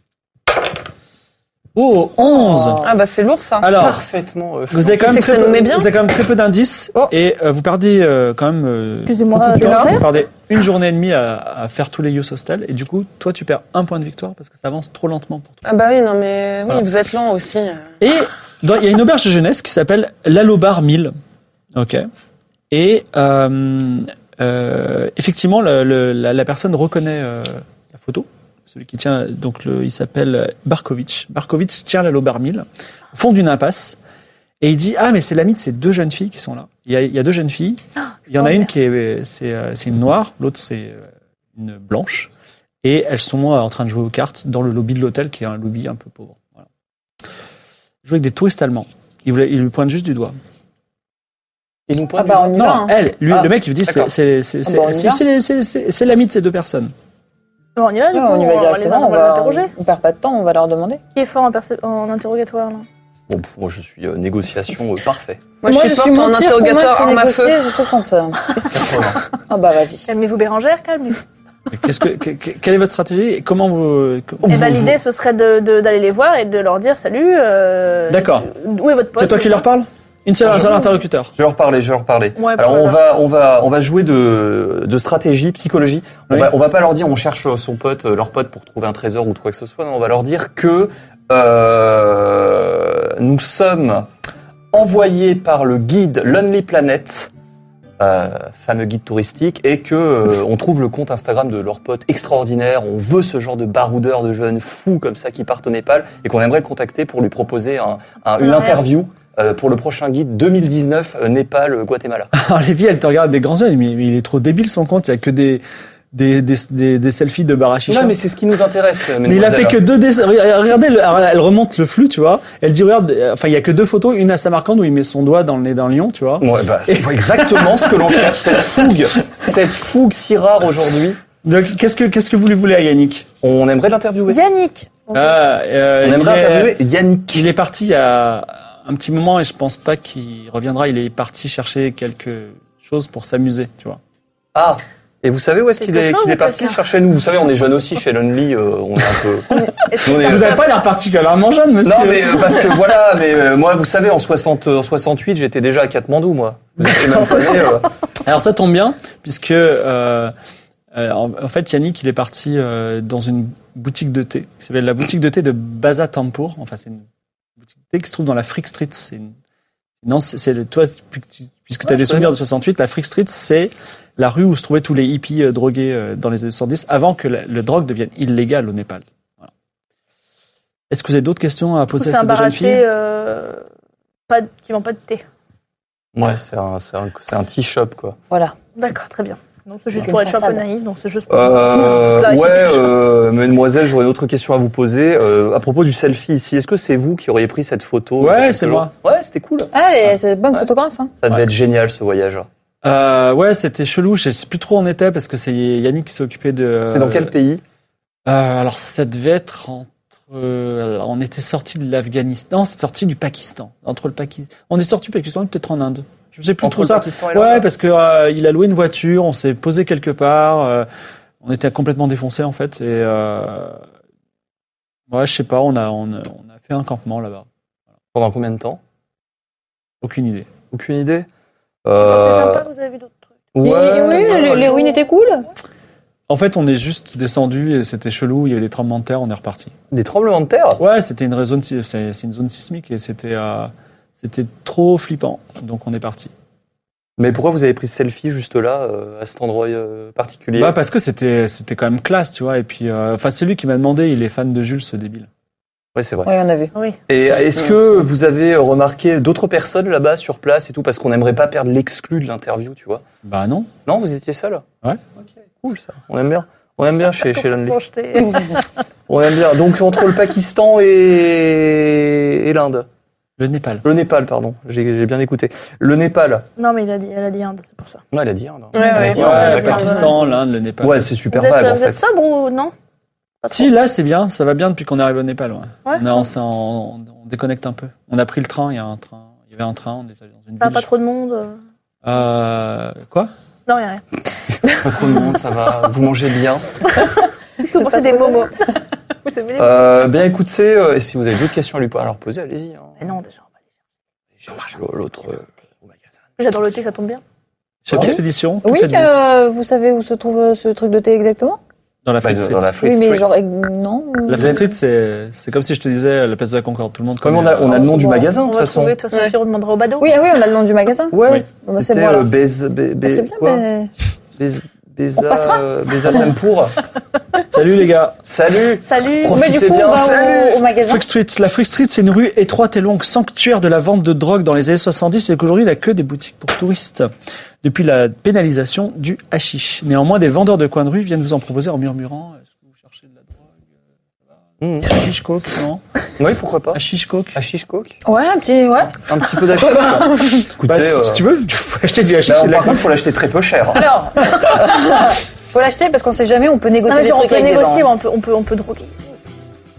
Oh, onze! Oh. Ah, bah, c'est lourd, ça. Alors, Parfaitement. euh, vous avez quand C'est même que très ça peu, nous met bien. vous avez quand même très peu d'indices Oh. et euh, vous perdez euh, quand même euh, Excusez-moi, beaucoup de temps. Bérangère. Vous perdez une journée et demie à, à faire tous les Youth Hostel et du coup, toi, tu perds un point de victoire parce que ça avance trop lentement pour toi. Ah, bah oui, non, mais oui, Voilà. vous êtes lent aussi. Et dans- il y a une auberge de jeunesse qui s'appelle l'Alobar mille. Ok. Et euh, euh, effectivement, le, le- la, la personne reconnaît euh, la photo. Celui qui tient, donc le, il s'appelle Barkovitch. Barkovitch tient l'Alobar mille au fond d'une impasse et il dit ah mais c'est l'ami de ces deux jeunes filles qui sont là. Il y a, il y a deux jeunes filles. Il y en a une qui est c'est euh, c'est une noire, l'autre c'est euh, une blanche et elles sont euh, en train de jouer aux cartes dans le lobby de l'hôtel qui est un lobby un peu pauvre. Voilà. Ils jouent avec des touristes allemands. Il, voulait, il lui pointe juste du doigt. Il nous pointe Ah bah, du on y doigt. va. Non, hein. elle, lui, Ah, le mec, il lui dit, c'est, d'accord. c'est, c'est, c'est, bah, on y c'est, va. c'est, c'est, c'est, c'est l'ami de ces deux personnes. Bon, on y va, du Ouais, coup. on y va les, directement, on on va les va... interroger. On perd pas de temps, on va leur demander. Qui est fort en, perce- en interrogatoire, là? Bon, pff, moi, je suis euh, négociation euh, parfait. Moi, je suis forte en interrogatoire arme à feu. J'ai soixante. quatre-vingts. Ah bah, vas-y. Calmez-vous, Bérangère, calmez-vous. Qu'est-ce que, que- que- quelle est votre stratégie et comment vous... comment Eh ben, vous- l'idée, ce serait de, de- d'aller les voir et de leur dire salut. Euh, D'accord. Où est votre pote C'est toi qui leur parle? Une seule, un seul interlocuteur. Je vais leur parler, je vais leur parler. Ouais, Alors on voilà. va, on va, on va jouer de, de stratégie, psychologie. On Oui. va, on va pas leur dire on cherche son pote, leur pote pour trouver un trésor ou quoi que ce soit. Non, on va leur dire que euh, nous sommes envoyés par le guide Lonely Planet, euh, fameux guide touristique, et que euh, on trouve le compte Instagram de leur pote extraordinaire. On veut ce genre de baroudeur, de jeunes fous comme ça qui partent au Népal, et qu'on aimerait le contacter pour lui proposer un, un- une Ouais. interview. Euh, pour le prochain guide deux mille dix-neuf, euh, Népal, Guatemala. Alors Lévi, elle te regarde des grands yeux, mais mais il est trop débile son compte, il y a que des, des, des, des, des selfies de bar à chicha. Non, mais c'est ce qui nous intéresse. Mais il a fait que deux dessins. Regardez, le- elle remonte le flux, tu vois. Elle dit, regarde, enfin, il y a que deux photos. Une à Samarcande où il met son doigt dans le nez d'un lion, tu vois. Ouais, bah, c'est exactement ce que l'on cherche, cette fougue, cette fougue si rare aujourd'hui. Donc, qu'est-ce que, qu'est-ce que vous lui voulez à Yannick? On aimerait l'interviewer. Yannick. Ah, euh, On il aimerait est- interviewer Yannick. Il est parti il y a un petit moment et je pense pas qu'il reviendra. Il est parti chercher quelque chose pour s'amuser, tu vois. Ah. Et vous savez où est-ce qu'il Quelque est, chose, qu'il est parti peut-être. chercher nous? Vous savez, on est jeunes aussi chez Lonely, euh, on est un peu. Est-ce que Nous, on est- ça Vous avez pas l'air particulièrement jeune, monsieur. Non, mais euh, parce que voilà, mais euh, moi, vous savez, en soixante, en soixante-huit, j'étais déjà à Katmandou, moi. Vous étiez même pas né, euh. Alors ça tombe bien, puisque euh, euh, en, en fait Yannick il est parti euh, dans une boutique de thé qui s'appelle la boutique de thé de Baza Tampour. Enfin c'est une boutique de thé qui se trouve dans la Frick Street. C'est une... non c'est, c'est toi puisque tu as Ouais, des je souvenirs connais. de soixante-huit, la Frick Street c'est la rue où se trouvaient tous les hippies euh, drogués euh, dans les années soixante-dix avant que la, le drogue devienne illégal au Népal. Voilà. Est-ce que vous avez d'autres questions à poser c'est à un ces deux bar à jeunes thé filles? euh, pas, qui vend pas de thé. Ouais, c'est un, c'est un, c'est un tea shop, quoi. Voilà. D'accord, très bien. Donc c'est juste Une pour être un peu façade. naïf, donc c'est juste pour Euh, clarifier ouais, quelque chose. euh, mademoiselle, j'aurais une autre question à vous poser. Euh, à propos du selfie ici, est-ce que c'est vous qui auriez pris cette photo? Ouais, il y a quelques c'est jours moi. Ouais, c'était cool. Allez, c'est bonne photographe. Hein. Ça devait être génial, ce voyage. Euh, ouais, c'était chelou. Je sais plus trop où on était parce que c'est Yannick qui s'est occupé de. C'est dans quel pays? Euh, alors ça devait être entre. euh, alors, on était sorti de l'Afghanistan, non, c'est sorti du Pakistan. Entre le Pakistan, on est sorti du Pakistan, peut-être en Inde. Je sais plus Entre trop le ça. Pakistan et Ouais, l'Inde. parce que euh, il a loué une voiture, on s'est posé quelque part, euh, on était complètement défoncé en fait et euh, ouais, je sais pas, on a on a, on a fait un campement là-bas. Pendant combien de temps? Aucune idée. Aucune idée. Donc, Euh, c'est sympa, vous avez vu d'autres trucs. Et- Ouais, oui, ouais, les, ouais. les ruines étaient cool. En fait, on est juste descendu et c'était chelou. Il y avait des tremblements de terre, on est reparti. Des tremblements de terre? Ouais, c'était une zone, c'est, c'est une zone sismique et c'était, euh, c'était trop flippant. Donc on est parti. Mais pourquoi vous avez pris ce selfie juste là, euh, à cet endroit euh, particulier? Bah parce que c'était, c'était quand même classe, tu vois. Et puis, euh, enfin, c'est lui qui m'a demandé. Il est fan de Jules, ce débile. Ouais, c'est vrai. Oui, on a vu. Oui. Et est-ce que vous avez remarqué d'autres personnes là-bas sur place et tout, parce qu'on n'aimerait pas perdre l'exclu de l'interview, tu vois? Bah non. Non, vous étiez seul? Ouais. Ok, cool ça. On aime bien. On aime bien chez, chez Lonely. Bon, je t'ai- On aime bien. Donc entre le Pakistan et, et l'Inde. Le Népal. Le Népal, pardon. J'ai j'ai bien écouté. Le Népal. Non, mais il a dit, elle a dit Inde, c'est pour ça. Non, elle a dit Inde. Ouais, ouais, Elle a Ouais, dit ouais, Inde, le ouais, d'accord. Pakistan, l'Inde, le Népal. Ouais, c'est super Vous êtes, vague en vous fait. êtes sobre ou non? Pas trop. Si, là, c'est bien. Ça va bien depuis qu'on est arrivé au Népal. Ouais. Ouais. On, a- on, s'est- on- on déconnecte un peu. On a pris le train. Il y a un train. Il y avait un train. On est allé dans une Pas, ville. pas trop de monde. euh. Euh, quoi? Non, il n'y a rien. Pas trop de monde, ça va. Vous mangez bien. Est-ce que vous pensez des momos? Vous aimez les momos? Euh, bien écoutez, euh, et si vous avez d'autres questions à lui à leur poser, allez-y. Hein. Mais non, déjà, on va les J'ai l'autre euh, au magasin. J'adore le thé, ça tombe bien. Chef Oui. d'expédition. que Oui, faites-vous euh, vous savez où se trouve euh, ce truc de thé exactement? Dans la Bah, Fleet Street. dans la Fleet Oui, mais Street. genre, euh, non. La Fleet Street, c'est, c'est comme si je te disais la place de la Concorde. Tout le monde Comme connaît. on a, on a Oh, le nom c'est du bon. magasin, de On toute va façon. trouver, de toute façon, Ouais. Pierre, on demandera au badaud. Oui, ah oui, on a le nom du magasin. Ouais. Oui. Bon, bah, c'est C'était bon, euh, alors. Bez, Bé- Bé- Bah, c'est bien, quoi mais... Bez- Béza, On passera. euh, Béza Tampour. Salut les gars. Salut. Salut. Mais du Profitez coup, bien. on va Salut. au, au magasin. Frick Street. La Frick Street, c'est une rue étroite et longue, sanctuaire de la vente de drogue dans les années soixante-dix et qu'aujourd'hui, il n'y a que des boutiques pour touristes. Depuis la pénalisation du hashish. Néanmoins, des vendeurs de coin de rue viennent vous en proposer en murmurant. Est-ce que vous cherchez de la drogue? Mmh. Hashish coke, non? Oui, pourquoi pas. Hashish coke? Hashish coke. Ouais, un petit, ouais. Un petit peu d'hashish. quoi. Écoutez, Bah, si, euh, si tu veux, tu peux acheter du hashish. là, et de la par contre, faut l'acheter très peu cher. hein. Alors, faut l'acheter parce qu'on sait jamais, on peut Non, négocier mais des genre, on trucs peut avec des négocier, gens. mais on peut, on peut, on peut droguer.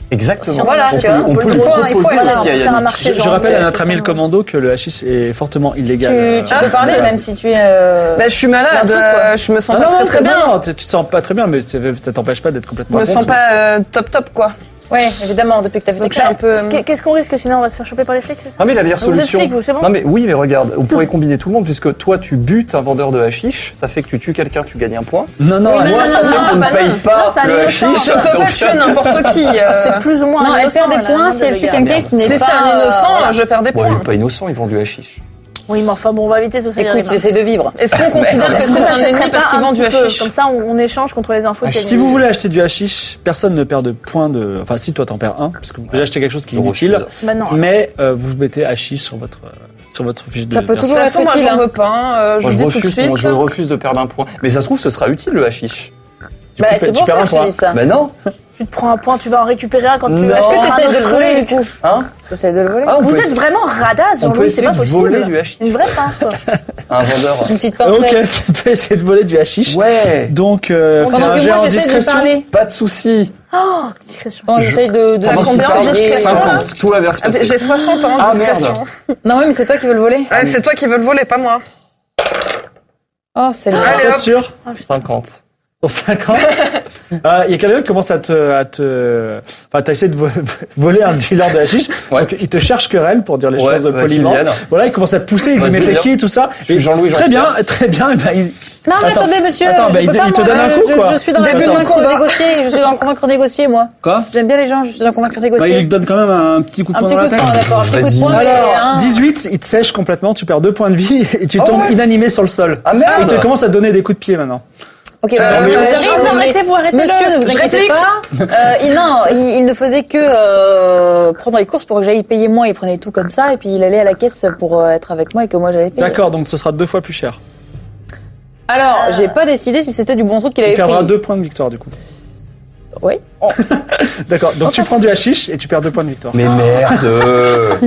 Exactement. Voilà, on tu peut, vois, on on peut peut le le faire, il faut proposer aller aussi à faire un Yannick. marché. Je, je genre, rappelle c'est- à notre ami le commando que le hashish est fortement illégal. Tu, euh, tu peux parler même si tu es. euh, Bah, je suis un malade, truc, quoi. euh, je me sens Ah pas non, très non, très bien. non, non, tu tu te sens pas très bien, mais ça t'empêche pas d'être Je complètement me sens contre. pas euh, top top quoi. Ouais, évidemment, depuis que t'as fait tes Donc je suis un classes. peu. Qu'est- Qu'est-ce qu'on risque sinon on va se faire choper par les flics, c'est ça? Non mais la meilleure Vous êtes solution. flic, vous, c'est bon? Non mais oui mais regarde, on pourrait combiner tout le monde puisque toi tu butes un vendeur de hashish, ça fait que tu tues quelqu'un, tu gagnes un point. Non, non, Oui, elle- non, Moi non, ça non, fait non, qu'on ne bah paye non. pas Non, c'est un le innocent. hashish. Je peux donc pas ça- tuer n'importe qui. euh. C'est plus ou moins Non, un elle innocent, perd des elle a points un si elle de tue dégâts. quelqu'un qui n'est Si pas. c'est un innocent, euh, je perds des Bon, il points. est pas innocent, ils vendent du hashish. Oui, mais enfin bon, on va éviter ce salaire. Écoute, j'essaie de vivre. Est-ce qu'on considère que Est-ce c'est qu'on un achèterait ennemi parce pas qu'il un vend du petit peu hashish? Comme ça, on, on échange contre les infos. Ah, qu'il y a si des- vous voulez acheter du hashish, personne ne perd de points de. Enfin, si toi t'en perds un, parce que vous pouvez acheter quelque chose qui est Je inutile, refuse. Bah non. mais euh, vous mettez hashish sur votre euh, sur votre fiche de. Ça peut perso. toujours De toute être façon, moi utile. j'en hein. veux pas. hein, euh, Je Moi vous je dis tout de refuse, suite. moi, je refuse de perdre un point. Mais ça se trouve ce sera utile le hashish. Du Bah, coup, c'est tu pour perds ça un que je te point. dis ça. Bah non. Tu te prends un point, tu vas en récupérer un quand tu. Non. Est-ce que auras tu un essaies de autre le voler truc. du coup Hein Tu essaies de le voler Ah, on Vous peut êtes essa- vraiment radasse, on peut Jean-Louis, c'est essayer pas de possible. voler du hashish. Une vraie pince. Un vendeur. Une petite Ok, pincette. tu peux essayer de voler du hashish. Ouais. Donc, euh, fais Pendant un que jet moi en j'essaie de discrétion. parler. Pas de soucis. Oh, discrétion. Bon, j'essaie de. de T'as de combien en parler. discrétion, là cinquante. Tout va bien se Ah, passer. J'ai soixante ans Ah, de discrétion. merde. Non, oui, mais c'est toi qui veux le voler. Ouais, c'est toi qui veux le voler, pas moi. Oh, c'est le. Allez, C'est hop. sûr. cinquante. Sur cinquante. Il y a quelqu'un qui commence à te, à te, enfin, t'as essayé de vo- voler un dealer de hashish. Ouais. Donc, il te cherche querelle pour dire les Ouais, choses ouais, poliment. qu'il vienne. Voilà, il commence à te pousser, il dit, Vas-y, mais t'es viens. qui et tout ça. Je suis Et Jean-Louis Très bien, Jean-Pierre. très bien, et ben, il- Non, mais Attends. attendez, monsieur. Attends, je bah, peux il te- pas, il te moi, donne un je- coup, je- quoi. Je suis dans la Début de convaincre combat. négocier. Je suis dans le convaincre négocier, moi. Quoi? J'aime bien les gens, je suis dans le convaincre Bah, il lui négocier. donne quand même un petit coup de Un poing petit dans coup la de tête. poing, d'accord. Un petit coup Vas-y. de poing, mais, Alors, hein. dix-huit, il te sèche complètement, tu perds deux points de vie et tu Oh tombes ouais. inanimé sur le sol. Ah merde. Et il te commence à te donner des coups de pied maintenant. Ok, Euh, bah, mais j'arrive, Jean- non, mais- arrêtez-vous, arrêtez-le. Monsieur, ne vous Je inquiétez réplique. pas. Euh, il, non, il, il ne faisait que euh, prendre les courses pour que j'aille payer moi. Il prenait tout comme ça et puis il allait à la caisse pour euh, être avec moi et que moi j'allais payer. D'accord, donc ce sera deux fois plus cher. Alors, j'ai pas décidé si c'était du bon truc qu'il Il avait perdra pris. deux points de victoire du coup. Oui. D'accord, donc Oh, tu ça, prends c'est- du hashish et tu perds deux points de victoire. Mais merde.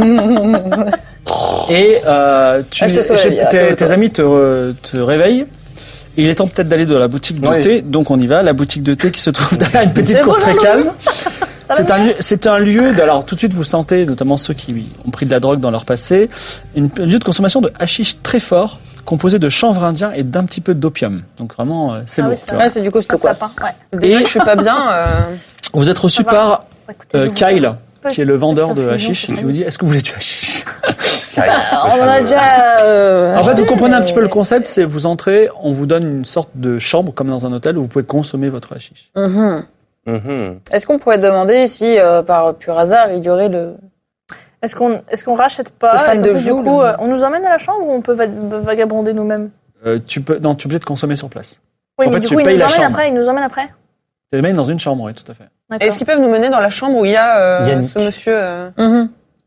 Et euh, tu, Ah, je te sauve la je- vie, là, tes, calme-toi. tes amis te, re- te réveillent. Il est temps peut-être d'aller dans la boutique de Oui. thé, donc on y va. La boutique de thé qui se trouve derrière une petite Mais cour très bonjour, calme. C'est un lieu, c'est un lieu. De, alors tout de suite vous sentez, notamment ceux qui ont pris de la drogue dans leur passé, une, un lieu de consommation de hashish très fort, composé de chanvre indien et d'un petit peu d'opium. Donc vraiment, euh, c'est Ah lourd. oui, ça tu va. vois. Ouais, c'est du costaud, Un quoi. tapin, ouais. Déjà que je suis pas bien. euh, Vous êtes reçu Ça va. par Écoutez, euh, je vous Kyle, fais- qui est le vendeur de Petite hashish, infusion, qui vous dit est-ce que vous voulez du hashish? Ah, on a déjà. euh, En fait, vous acheté, comprenez un mais- petit peu le concept, c'est vous entrez, on vous donne une sorte de chambre comme dans un hôtel où vous pouvez consommer votre hashish. Mhm. Mhm. Est-ce qu'on pourrait demander si, euh, par pur hasard, il y aurait le. Est-ce qu'on est-ce qu'on rachète C'est pas fan et de comme ça, du Joule. coup, euh, on nous emmène à la chambre ou on peut va- vagabonder nous-mêmes? Euh, tu peux, non, tu es obligé de consommer sur place. Oui, En mais fait, du tu coup, ils payes nous la emmènent chambre. après. Ils nous emmènent après. Tu les mets dans une chambre, oui, tout à fait. D'accord. Est-ce qu'ils peuvent nous mener dans la chambre où il y a euh, Yannick. ce monsieur euh, Mhm.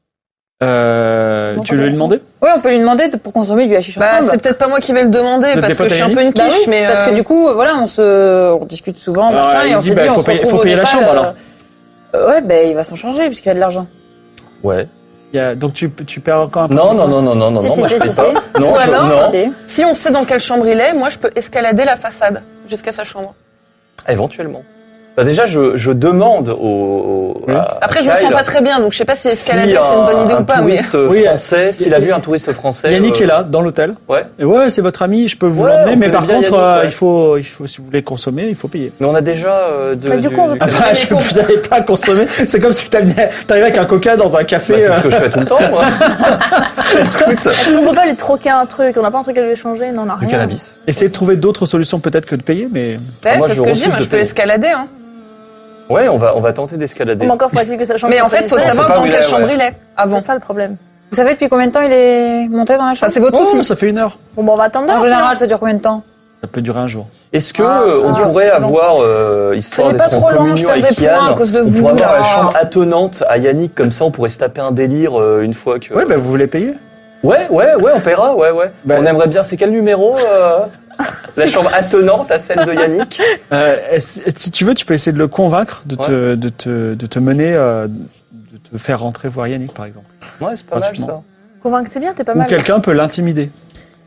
Euh, Non, tu pas veux lui forcément. demander? Oui, on peut lui demander de- pour consommer du hashish Bah, ensemble. c'est peut-être pas moi qui vais le demander Vous êtes parce des que je suis un potes peu une Bah quiche, oui, mais parce euh, que du coup, voilà, on se, on discute souvent, Alors, machin, il et on dit, s'est bah, dit, faut on se payer- retrouve faut au payer la Népal, chambre, euh, alors. euh, ouais, ben il va s'en changer puisqu'il a de l'argent. Ouais. Il y a, donc tu, tu perds encore un peu. Non, de non, temps. non, non, non, non, Si, non, si, moi si, je fais si, pas. Non, Ou je- alors, non. Si. si on sait dans quelle chambre il est, moi je peux escalader la façade jusqu'à sa chambre. Éventuellement. Bah déjà, je, je demande au. au- Oui. à Après, je me Kyle sens pas très bien, donc je sais pas si si escalader c'est une bonne idée un ou pas. Mais touriste Oui, français, s'il a vu un touriste français. Yannick euh, est là, dans l'hôtel. Ouais. Et ouais, c'est votre ami, je peux vous Ouais, l'emmener, on mais connaît par bien contre, Yannick, euh, ouais. il faut, il faut, si vous voulez consommer, il faut payer. Mais on a déjà euh, de. Mais du coup, on veut du- pas Ah Bah, bah, les je, pauvres. vous n'avez pas consommé. C'est comme si t'arrivais avec un coca dans un café. c'est euh. ce que je fais tout le temps, moi. Écoute, Est-ce qu'on peut pas lui troquer un truc? On n'a pas un truc à lui échanger? Non, on n'a du rien. cannabis. Essayez de trouver d'autres solutions peut-être que de payer, mais ouais, moi, c'est je ce que je dis, refuse moi de je peux payer. escalader. Hein. Ouais, on va, on va tenter d'escalader. Mais encore faut-il que ça change. Mais en fait, faut c'est savoir pas dans où il quelle est, chambre ouais. il est avant. C'est ça le problème. Vous savez depuis combien de temps il est monté dans la Ça chambre? c'est votre oh, souci. ça fait une heure. Bon, bon, on va attendre. En dehors, général, ça dure combien de temps? Ça peut durer un jour. Est-ce que Ah, euh, ça on va, pourrait c'est long. avoir, euh, histoire Soyez pas d'être en trop lent, je communion perds des avec points Yann, à cause de on vous, pourrait avoir là. la chambre attenante à Yannick, comme ça on pourrait se taper un délire euh, une fois que... Ouais, bah vous voulez payer? Ouais, ouais, ouais, on paiera, ouais, ouais. Bah, on aimerait bien, c'est quel numéro euh, la chambre attenante à celle de Yannick? Euh, est-ce- si tu veux, tu peux essayer de le convaincre de te, de te, de te mener, euh, de te faire rentrer voir Yannick, par exemple. Ouais, c'est pas mal Gratuitement. ça. Convaincre, c'est bien, t'es pas Ou mal. quelqu'un peut l'intimider.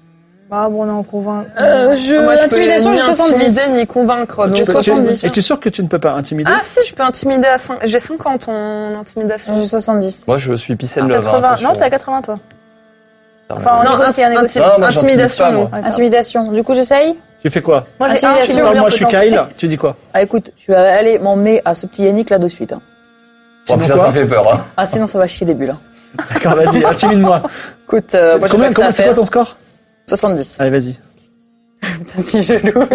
Ah bon, non, convainc. Euh, je... Moi, je peux Intimidation, ni j'ai soixante-dix. intimider, ni convaincre, Tu donc peux- tu- soixante-dix. Es-tu sûr que tu ne peux pas intimider? Ah si, je peux intimider à cinq. J'ai cinquante en intimidation. J'ai soixante-dix. Moi, je suis Picel Ah, Love. quatre-vingts. hein, Non, t'es à quatre-vingts, toi. Enfin, on Non, négocie, on int- négocie. Non, moi, j'intimide Intimidation, pas, non. moi. D'accord. Intimidation. Du coup, j'essaye. Tu fais quoi? Moi, j'ai un, je suis Intimidation. Attends, bien moi je suis potentiel. Kyle, tu dis quoi? Ah, écoute, tu vas aller m'emmener à ce petit Yannick là de suite. Hein. Oh, Sinon putain, quoi ça fait peur. Hein. Ah, sinon ça va chier des bulles. Hein. D'accord, vas-y, intimide-moi. Écoute, euh, moi, je Combien, sais pas que ça combien, à c'est quoi faire. ton score? soixante-dix. Allez, vas-y. Putain, si je l'ouvre.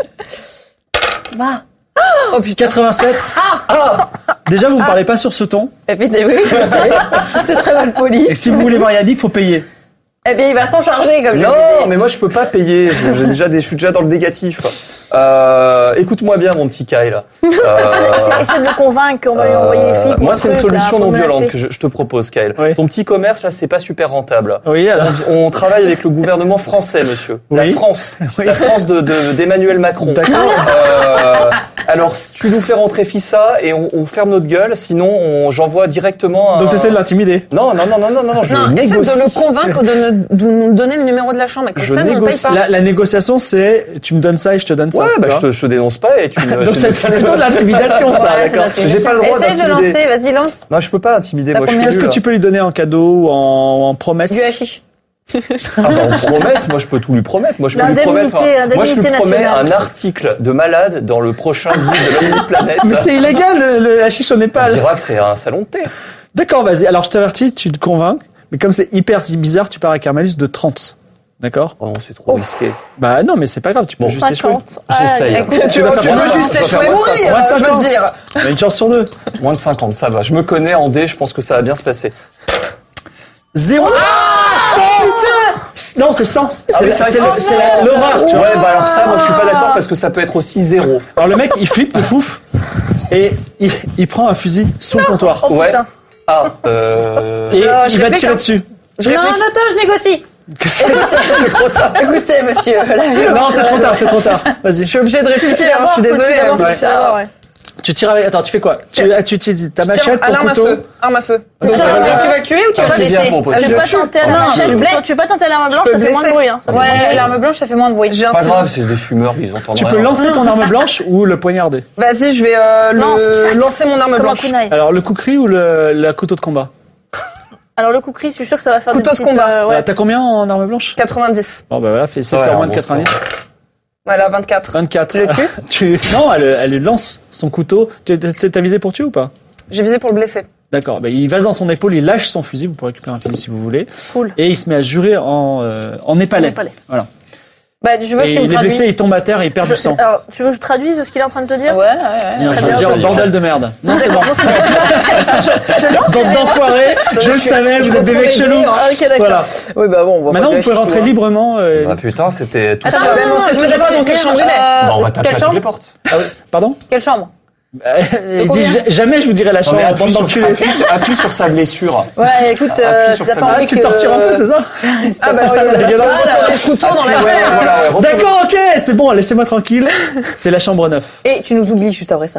Va. Oh putain. quatre-vingt-sept. Déjà, vous me parlez pas sur ce ton. Et puis, oui, je sais. C'est très mal poli. Et si vous voulez voir Yannick, faut payer. Eh bien, il va s'en charger, comme je Non, le disais. mais moi, je peux pas payer. Je, j'ai déjà des, je suis déjà dans le négatif. Euh, écoute-moi bien, mon petit Kyle. Euh, Essaye essaye de le convaincre qu'on va lui envoyer les euh, flics. ou Moi, un c'est une truc, là, solution pour non menacer. violente que je, je te propose, Kyle. Oui. Ton petit commerce, là, c'est pas super rentable. Oui, alors. On travaille avec le gouvernement français, monsieur. La Oui. France. Oui. La France de, de- d'Emmanuel Macron. D'accord. Euh, alors, si tu nous fais rentrer Fissa et on, on ferme notre gueule, sinon on, j'envoie directement un... Donc t'essaies de l'intimider. Non, non, non, non, non, non, je Non, essaie négocie. de le convaincre de, ne- de nous donner le numéro de la chambre. Et comme Je ça, nous, on paye négocie. pas. La, la négociation, c'est tu me donnes ça et je te donne ça. Ouais, bah tu je te, je te dénonce pas et tu me... vois. Donc je te c'est dis- c'est plutôt de l'intimidation, ça, Ouais, c'est d'accord. l'intimidation. J'ai pas le droit Essaye de d'intimider. lancer, vas-y, lance. Non, je peux pas intimider, T'as moi je suis combien Qu'est-ce nul. que tu peux lui donner en cadeau ou en, en promesse? Du hashish. Ah bah, en promesse, moi je peux tout lui promettre. Moi je peux lui L'indemnité, promettre. un- Moi je lui indemnité promets nationale. un article de malade dans le prochain guide de la planète. Mais c'est illégal, le, le hashish au On Népal. dira que c'est un salon de thé. D'accord, vas-y. Alors je t'avertis, tu te convaincs. Mais comme c'est hyper bizarre, tu pars avec un malus de trente. D'accord? Oh non, c'est trop risqué. Bah non, mais c'est pas grave, tu peux Bon, juste échouer. cinquante. J'essaye. Écoute, Tu vas faire Tu moins veux de juste je vais faire échouer et moins de mourir, Moins de je veux cinquante. dire. Il y a une chance sur deux. Moins de cinquante, ça va. Je me connais en dé, je pense que ça va bien se passer. Zéro. cent. Non, c'est cent. C'est oui, la- c'est vrai c'est que le- c'est c'est cent. l'horreur, tu vois. Ouais, bah alors ça, moi je suis pas d'accord parce que ça peut être aussi zéro. Alors le mec, il flippe de fouf et il, il prend un fusil sous le comptoir. Oh Ouais. putain. Ah, euh... Et Je- je il va te réplique, tirer hein. dessus. Je Non, non, réplique. attends, je négocie. Qu'est-ce que- Écoutez, écoutez, monsieur. la violence Non, c'est trop serait- tard, c'est trop tard. Vas-y. Je suis obligée de réfléchir, hein, je suis désolée. D'abord, Ouais. faut tuer d'abord, ouais. Tu tires avec. Attends, tu fais quoi? Tu, ah, tu utilises ta Tiens, machette, à ton l'arme à couteau. feu. Arme à feu. Donc, Tu euh, vas le tuer ou tu vas Un le fusil à laisser pompe Tu aussi. veux Je pas tue. tenter à la Non, machette, tu toi, blesses. tu veux pas tenter à l'arme blanche, peux ça fait moins de blesser. bruit. Hein. Ça fait moins de Ouais, bruit. l'arme blanche, ça fait moins de bruit. J'ai un Pas silence. grave, c'est des fumeurs, ils entendent Tu rien. peux lancer ton arme blanche ou le poignarder. Vas-y, je vais euh, Lance. le... lancer mon arme Comme un blanche. kunai. Alors le kukri ou le la couteau de combat. Alors le kukri, je suis sûr que ça va faire Couteau des de petites, combat. euh, Voilà, ouais. T'as combien en arme blanche? quatre-vingt-dix. Bon bah voilà, fais essayer de Ouais, faire un moins de bon quatre-vingt-dix. Voilà, vingt-quatre. vingt-quatre. Tu le tues Tu non, elle, elle lance son couteau. Tu- tu- T'as visé pour tuer ou pas? J'ai visé pour le blesser. D'accord. Bah, il va dans son épaule, il lâche son fusil. Vous pourrez récupérer un fusil si vous voulez. Cool. Et il se met à jurer en en, en népalais. En népalais. Voilà. Bah, je veux que Et tu me il est traduises. blessé, il tombe à terre et il perd du Je- sang. Alors, tu veux que je traduise ce qu'il est en train de te dire? Ouais, ouais, ouais. Non, très je veux bien, dire je- bordel de merde. Non, c'est bon. Je lance. Bande d'enfoirés. Je le savais, vous êtes des mecs chelous. Ah, ok, d'accord. Voilà. Oui, bah bon, on va Maintenant, pas vous pouvez gâcher rentrer tout, hein. librement. euh, Ah putain, c'était tout Attends, ça. non, mais non, on non, sait je veux toujours pas d'abord dans quelle dire, chambre il est. euh, Bah, on va taper Quelle à toutes les chambre portes. Ah oui, pardon? Quelle chambre Il dit combien jamais je vous dirai la Non, chambre. mais Bande appuie sur, d'enculés. appuie, sur, appuie sur sa blessure. Ouais, écoute, Appuie euh, sur t'as sa pas main. Ah, envie tu que... te tortures un peu, c'est ça? Ah bah, je pas vais la violence. retourner le couteau dans la Ouais, main. voilà, ouais, retourne- D'accord, ok, c'est bon, laissez-moi tranquille. C'est la chambre neuf. Et tu nous oublies juste après ça.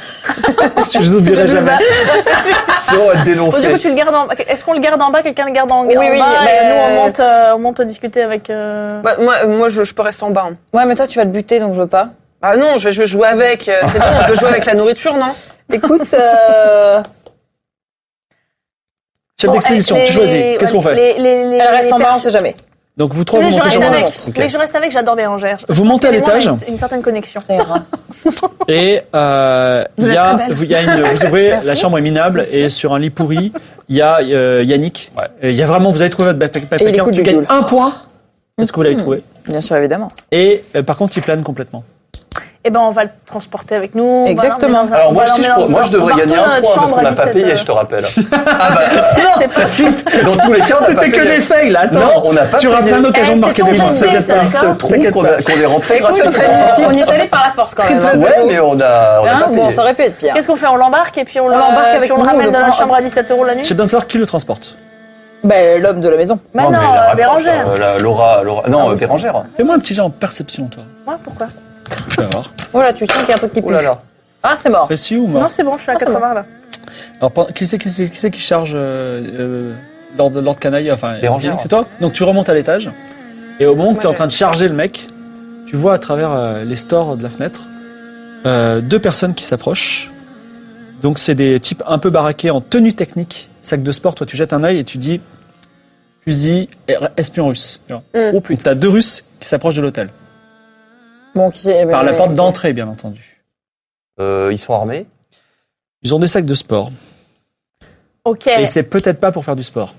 Je vous oublierai Tu veux jamais. Sinon, on va te Bon, du dénoncer. coup, tu le gardes en... Est-ce qu'on le garde en bas? Quelqu'un le garde en, Oui, en oui, bas mais- et nous, on monte, euh, on monte discuter avec... euh, Bah, moi, moi je, je peux rester en bas. hein. Ouais, mais toi, tu vas le buter, donc je veux pas. Ah non, je vais, je vais jouer avec. euh, C'est bon, on peut jouer avec la nourriture, non? Écoute, euh... Chef bon, d'expédition, les- tu choisis. Qu'est-ce qu'on fait? les- les- les- elle reste les en bas, on perso- sait jamais. Donc vous trois, Vous vous voulez que je montez reste sur avec? le Vous voulez que je reste avec? J'adore Bérangère. Vous montez à Parce qu'elle et moi, l'étage. on a une certaine connexion. Ça ira. Et euh, il Vous y êtes a, très belle. vous, il y a une, vous ouvrez, Merci. la chambre est minable et sur un lit pourri, il y a euh, Yannick. Ouais. Et il y a vraiment, vous avez trouvé votre backpack. Et il écoute Tu du gagnes Joule. un point. Est-ce que vous l'avez trouvé? Bien sûr, évidemment. Et euh, par contre, il plane complètement. Eh ben, on va le transporter avec nous. on va Exactement. l'emmener dans un- Alors on moi va aussi, je, l'emmener pour- dans moi un- je devrais on va gagner retourner un à notre point parce chambre qu'on à n'a pas dix-sept payé, heures. je te rappelle. C'est pas ça. Dans tous les cas, on n'a pas C'était que payé. des fails, là. Attends. Non, on n'a pas Tu auras payé. plein d'occasions Eh, de marquer c'est des ton points. jet de dés, T'inquiète ça, pas. Il se d'accord trouve T'inquiète qu'on pas. a- qu'on est rentré Écoute, grâce à euh, on y est allé par la force quand même. hein. Ouais, mais on a, on a Hein, pas bon, payé. ça aurait pu être pire. Qu'est-ce qu'on fait? On l'embarque et puis on, On le- l'embarque avec puis on le nous, on ramène le dans prend- notre chambre à dix-sept euros la nuit? J'ai besoin de savoir qui le transporte. Ben, l'homme de la maison. Bah mais non, la euh, réponse, Bérangère. euh, la- Laura, Laura, non, euh, Bérangère. Fais-moi un petit jet en perception, toi. Moi, pourquoi? Tu vas voir. Oh là, tu sens qu'il y a un truc qui pue. Oh là là. Ah, c'est mort. Précis ou mort? Non, c'est bon, je suis à Ah, c'est quatre-vingts là. Alors, pen- qui c'est qui, c'est- qui, c'est qui charge euh, euh, Lord, Lord Canaille, enfin, Bérangère. Yannick, c'est toi? Donc tu remontes à l'étage Et au moment où tu es en j'ai- train de charger le mec, tu vois à travers euh, les stores de la fenêtre euh, deux personnes qui s'approchent. Donc c'est des types un peu baraqués en tenue technique, sac de sport. Toi tu jettes un œil et tu dis fusil espion russe. Genre. Mm. Oh putain, t'as deux Russes qui s'approchent de l'hôtel. Bon, qui Par la mais- porte d'entrée bien entendu. Euh, ils sont armés. Ils ont des sacs de sport. Ok. Et c'est peut-être pas pour faire du sport.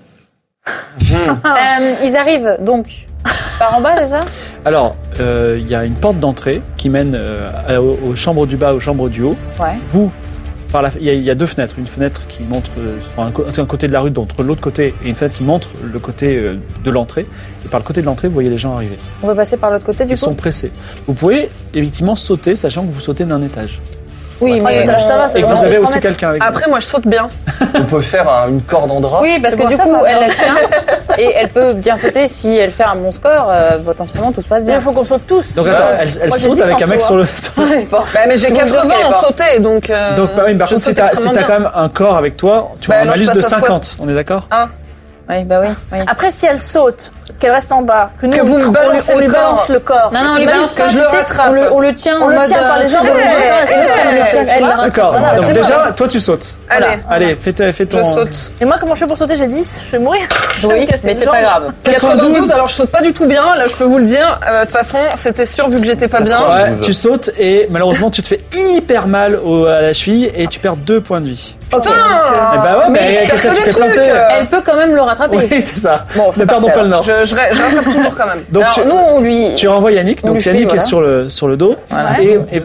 Euh, ils arrivent donc par en bas, c'est ça? Alors, euh, il y a une porte d'entrée qui mène euh, à- aux, aux chambres du bas, aux chambres du haut. Ouais. Vous, par la, il y, a- il y a deux fenêtres. Une fenêtre qui montre euh, sur un, co- un côté de la rue, entre l'autre côté, et une fenêtre qui montre le côté euh, de l'entrée. Et par le côté de l'entrée, vous voyez les gens arriver. On peut passer par l'autre côté du Ils coup? sont pressés. Vous pouvez effectivement sauter, sachant que vous sautez d'un étage. Oui, Un mais étage, ça va, on- c'est Et que vraiment vous avez des aussi cent mètres. quelqu'un avec vous. Après, moi, je saute bien. On peut faire un- une corde en drap. Oui, parce C'est que bon, du ça, coup, ça va. elle la tient et elle peut bien sauter si elle fait un bon score. euh, potentiellement, tout se passe Mais bien. il faut qu'on saute tous. Donc attends, elle, elle Moi, j'ai saute dit avec sans un mec saut, sur le... Ouais, bon. Bah, mais j'ai Je vous jure quatre-vingts qu'elle est en forte. sauté, donc. euh, Donc bah oui, par je contre, si saute t'as si extrêmement t'as bien. quand même un corps avec toi, tu Bah, as un alors, je malus de passe à cinquante. On est d'accord? Oui, bah oui. oui. Après, si elle saute, qu'elle reste en bas, que nous, Que on, vous lui- me on lui- balancez on lui le corps. balance le corps. Non, non, on Tu lui m'as balance dit pas, que je tu le sais, rattrape. On le, on le tient On en le mode. tient par les euh, jambes, tu on sais, le tient, et l'autre, elle le tient, elle le rattrape. D'accord. Voilà, Donc c'est déjà, voilà. toi tu sautes. Allez, Allez, fais, ta- fais ton... je saute. Et moi, comment je fais pour sauter? J'ai dix, je vais mourir. Je vais me Oui, casser mais une c'est jambe. pas grave. quatre-vingt-douze, alors je saute pas du tout bien, là je peux vous le dire. Euh, De toute façon, c'était sûr vu que j'étais pas bien. Ouais, tu sautes et malheureusement tu te fais hyper mal au- à la cheville et tu perds deux points de vie. Ok. Eh bah ouais, Mais mais elle qu'est-ce que fait tu des fais planter trucs, euh. Elle peut quand même le rattraper. Oui, c'est ça. Bon, c'est ne perdons parfait, pas le nord. Je, je, ré- je rattrape toujours quand même. Donc Alors, tu, nous, on lui. tu renvoies Yannick, on donc lui fait, Yannick voilà. est sur le, sur le dos. Voilà. Et, et,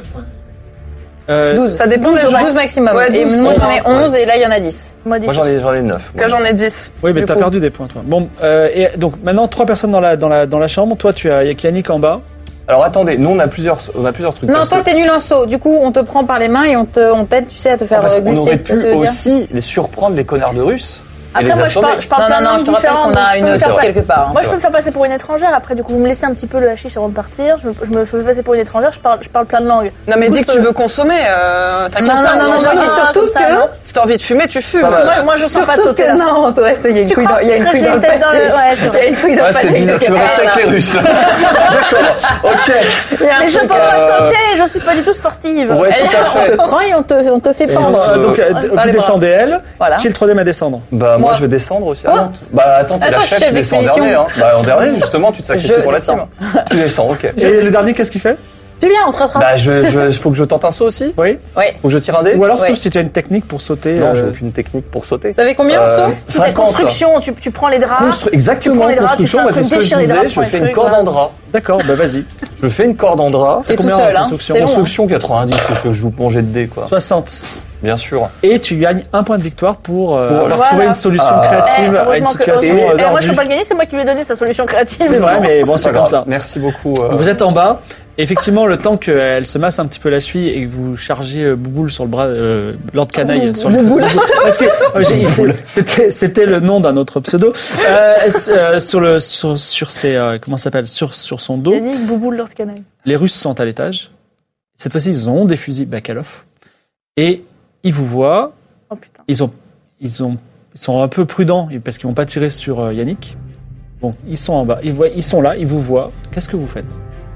euh, douze. Ça dépend des gens. douze maximum. Ouais, et douze, moi, onze. j'en ai onze et là, il y en a dix. Moi, dix. Moi, j'en ai, j'en ai neuf. Là j'en ai dix. Oui, mais Du t'as coup. perdu des points, toi. Bon, euh, et donc maintenant trois personnes dans la dans la dans la chambre. Toi, tu as Yannick en bas. Alors attendez, nous on a plusieurs, on a plusieurs trucs. Non, parce toi, que- t'es nul en saut. Du coup, on te prend par les mains et on te, on t'aide, tu sais, à te faire parce euh, qu'on glisser. aurait tu vois ce pu que je veux dire aussi les surprendre les connards de Russes et Après, les moi, je assommer. parle, je parle Non, plein non, de non, langues je te rappelle différentes. qu'on donc a je peux une me faire sœur pas- quelque part. hein. Moi, je peux me faire passer pour une étrangère. Après, du coup, vous me laissez un petit peu le hashish avant de partir. Je me, je me fais passer pour une étrangère. Je parle, je parle plein de langues. Non mais Du coup, dis je que tu peux- veux consommer, euh, t'as Non, qu'à non, faire, non, non, moi, moi, je je- dis surtout comme ça, que- non Si t'as envie de fumer, tu fumes. Moi, moi, je sens pas de Surtout sauter que là. non, toi, il y a une Tu couille crois dans, il y a une que couille j'ai dans le une tête dans pâté. le- ouais, c'est Il y a une couille dans Ah, le c'est pâté. bizarre, tu veux rester avec les Russes. D'accord, ok. Il y a un Mais je truc, peux pas euh, sauter. Je suis pas du tout sportive. Ouais, eh, tout à on fait. te prend et on te, on te fait Et pendre. euh, donc euh, Dans vous les bras. descendez elle. Voilà. Qui est le troisième à descendre? Bah moi Moi. je vais descendre aussi. Quoi Ah, non. Bah attends, t'es Attends, la je suis chef, chef tu descends en d'expédition. dernier. Hein. Bah en dernier justement, tu te sacrifies Je pour la descends. team. Tu descends, ok. Et le dernier, qu'est-ce qu'il fait? Tu viens, on te rattrape. Bah je, je, faut que je tente un saut aussi. Oui. Oui. Faut que je tire un dé. Ou alors Ouais. sauf si tu as une technique pour sauter. Non, j'ai euh, aucune technique pour sauter. T'avais combien en Euh, saut Si t'as cinquante. construction, tu, tu prends les draps. Constru- Tu Exactement, prends les draps, construction, tu moi fais un c'est ce que je truc, déchire les disais, draps, je prends fais les une trucs, corde voilà. en drap. D'accord, bah vas-y. Je fais une corde en drap. T'es tout Combien en seul, hein. construction C'est long. hein. Construction quatre-vingt-dix, c'est ce que je joue mon jet de dés quoi. soixante. Bien sûr. Et tu gagnes un point de victoire pour euh, Voilà. avoir Voilà. trouvé une solution Ah. Eh, créative à une heureusement que- situation heureusement- euh, Eh, moi, je tordue. peux pas le gagner, c'est moi qui lui ai donné sa solution créative. C'est vrai, mais bon, c'est Pas comme grave. ça. Merci beaucoup. euh, Vous êtes en bas. Effectivement, le temps qu'elle se masse un petit peu la cheville et que vous chargez euh, Bouboule sur le bras, euh, Lord Canaille sur le Bouboule. parce que euh, j'ai- c'est- c'était c'était le nom d'un autre pseudo euh, euh, sur le sur sur ses euh, comment ça s'appelle sur sur son dos. Yannick, Boubou, Lord Canaille. Les Russes sont à l'étage. Cette fois-ci, ils ont des fusils Bakalov et ils vous voient. Oh putain. Ils ont ils ont ils sont un peu prudents parce qu'ils vont pas tirer sur euh, Yannick. Bon, ils sont en bas. Ils voient, ils sont là. Ils vous voient. Qu'est-ce que vous faites?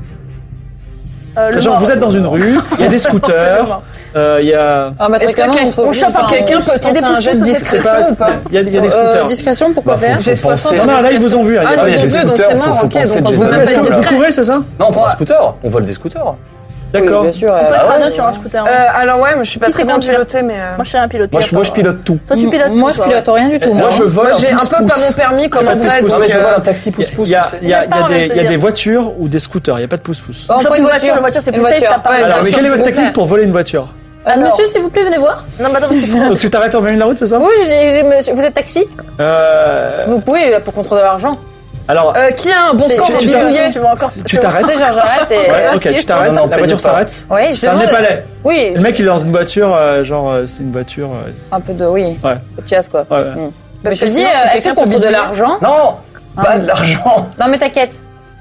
Euh, le Sachant mort. que vous êtes dans une rue, il y a des scooters, euh, il y a... Ah, bah, Est-ce très que clairement, quelqu'un- il faut on vite chope faire un- quelqu'un peut Il y a des tenter un pouces jet de pouces, c'est C'est discrétion pas, ou pas? il y a, il y a des Euh, scooters. discrétion, pourquoi Bah, faut- faire? faut J'ai soixante. Non, non, là, ils vous ont vu. hein, il y a- Ah, Ah, ils il y a ont des vu, donc scooters, c'est faut- mort, faut ok, penser donc on de veut jet. même Est-ce pas que être vous discret. courez, c'est ça? Non, on prend un Ouais. scooter. On vole des scooters. D'accord. Oui, bien sûr. On peut euh, être ah à ouais. deux sur un scooter. Euh, alors ouais, mais je suis pas Qui très sait bien conduire pilotée, mais... euh, Moi, je suis un pilote. Moi je, moi, je pilote tout. Toi, tu pilotes Moi, tout, je toi, pilote rien du tout. Moi je vole Moi j'ai un un peu pas mon permis comme Pas en de fait. pouce-pouce. Non, mais donc, je vole euh, un taxi Il pouce-pouce. y a, tu sais. il y a, il y a Même pas, des, on va te il y a dire. des voitures ou des scooters, il n'y a pas de pouce-pouce. Bon, on Chope prend une une voiture, voiture. la voiture, c'est Une plus safe, voiture. ça paraît. Ouais, Alors, mais voiture, quelle est votre s'il vous technique pour voler une voiture? Euh, Alors. Monsieur, s'il vous plaît, venez voir. Non, mais attends, parce que Donc tu t'arrêtes en plein milieu de la route, c'est ça? Oui, j'ai- j'ai- monsieur- vous êtes taxi? Euh, Vous pouvez, euh, pour contrôler l'argent. alors, Euh, qui a un bon C'est- score c'est- en tu bidouillé? tu vas encore. tu t'arrêtes? Tu sais, genre, j'arrête et... Ouais, ok, tu t'arrêtes, Non, non, la payez voiture pas. s'arrête. Oui, je C'est un demande- Népalais. Oui, Le mec, il est dans une voiture, euh, genre, euh, c'est une voiture... euh, un peu de... Oui, Ouais. de chiasse, quoi. ouais, ouais. Mm. Je me Parce suis que dit, sinon, euh, si est-ce quelqu'un que contre peut de bidouiller- l'argent... Non, Ah, pas oui. de l'argent. Non, mais t'inquiète.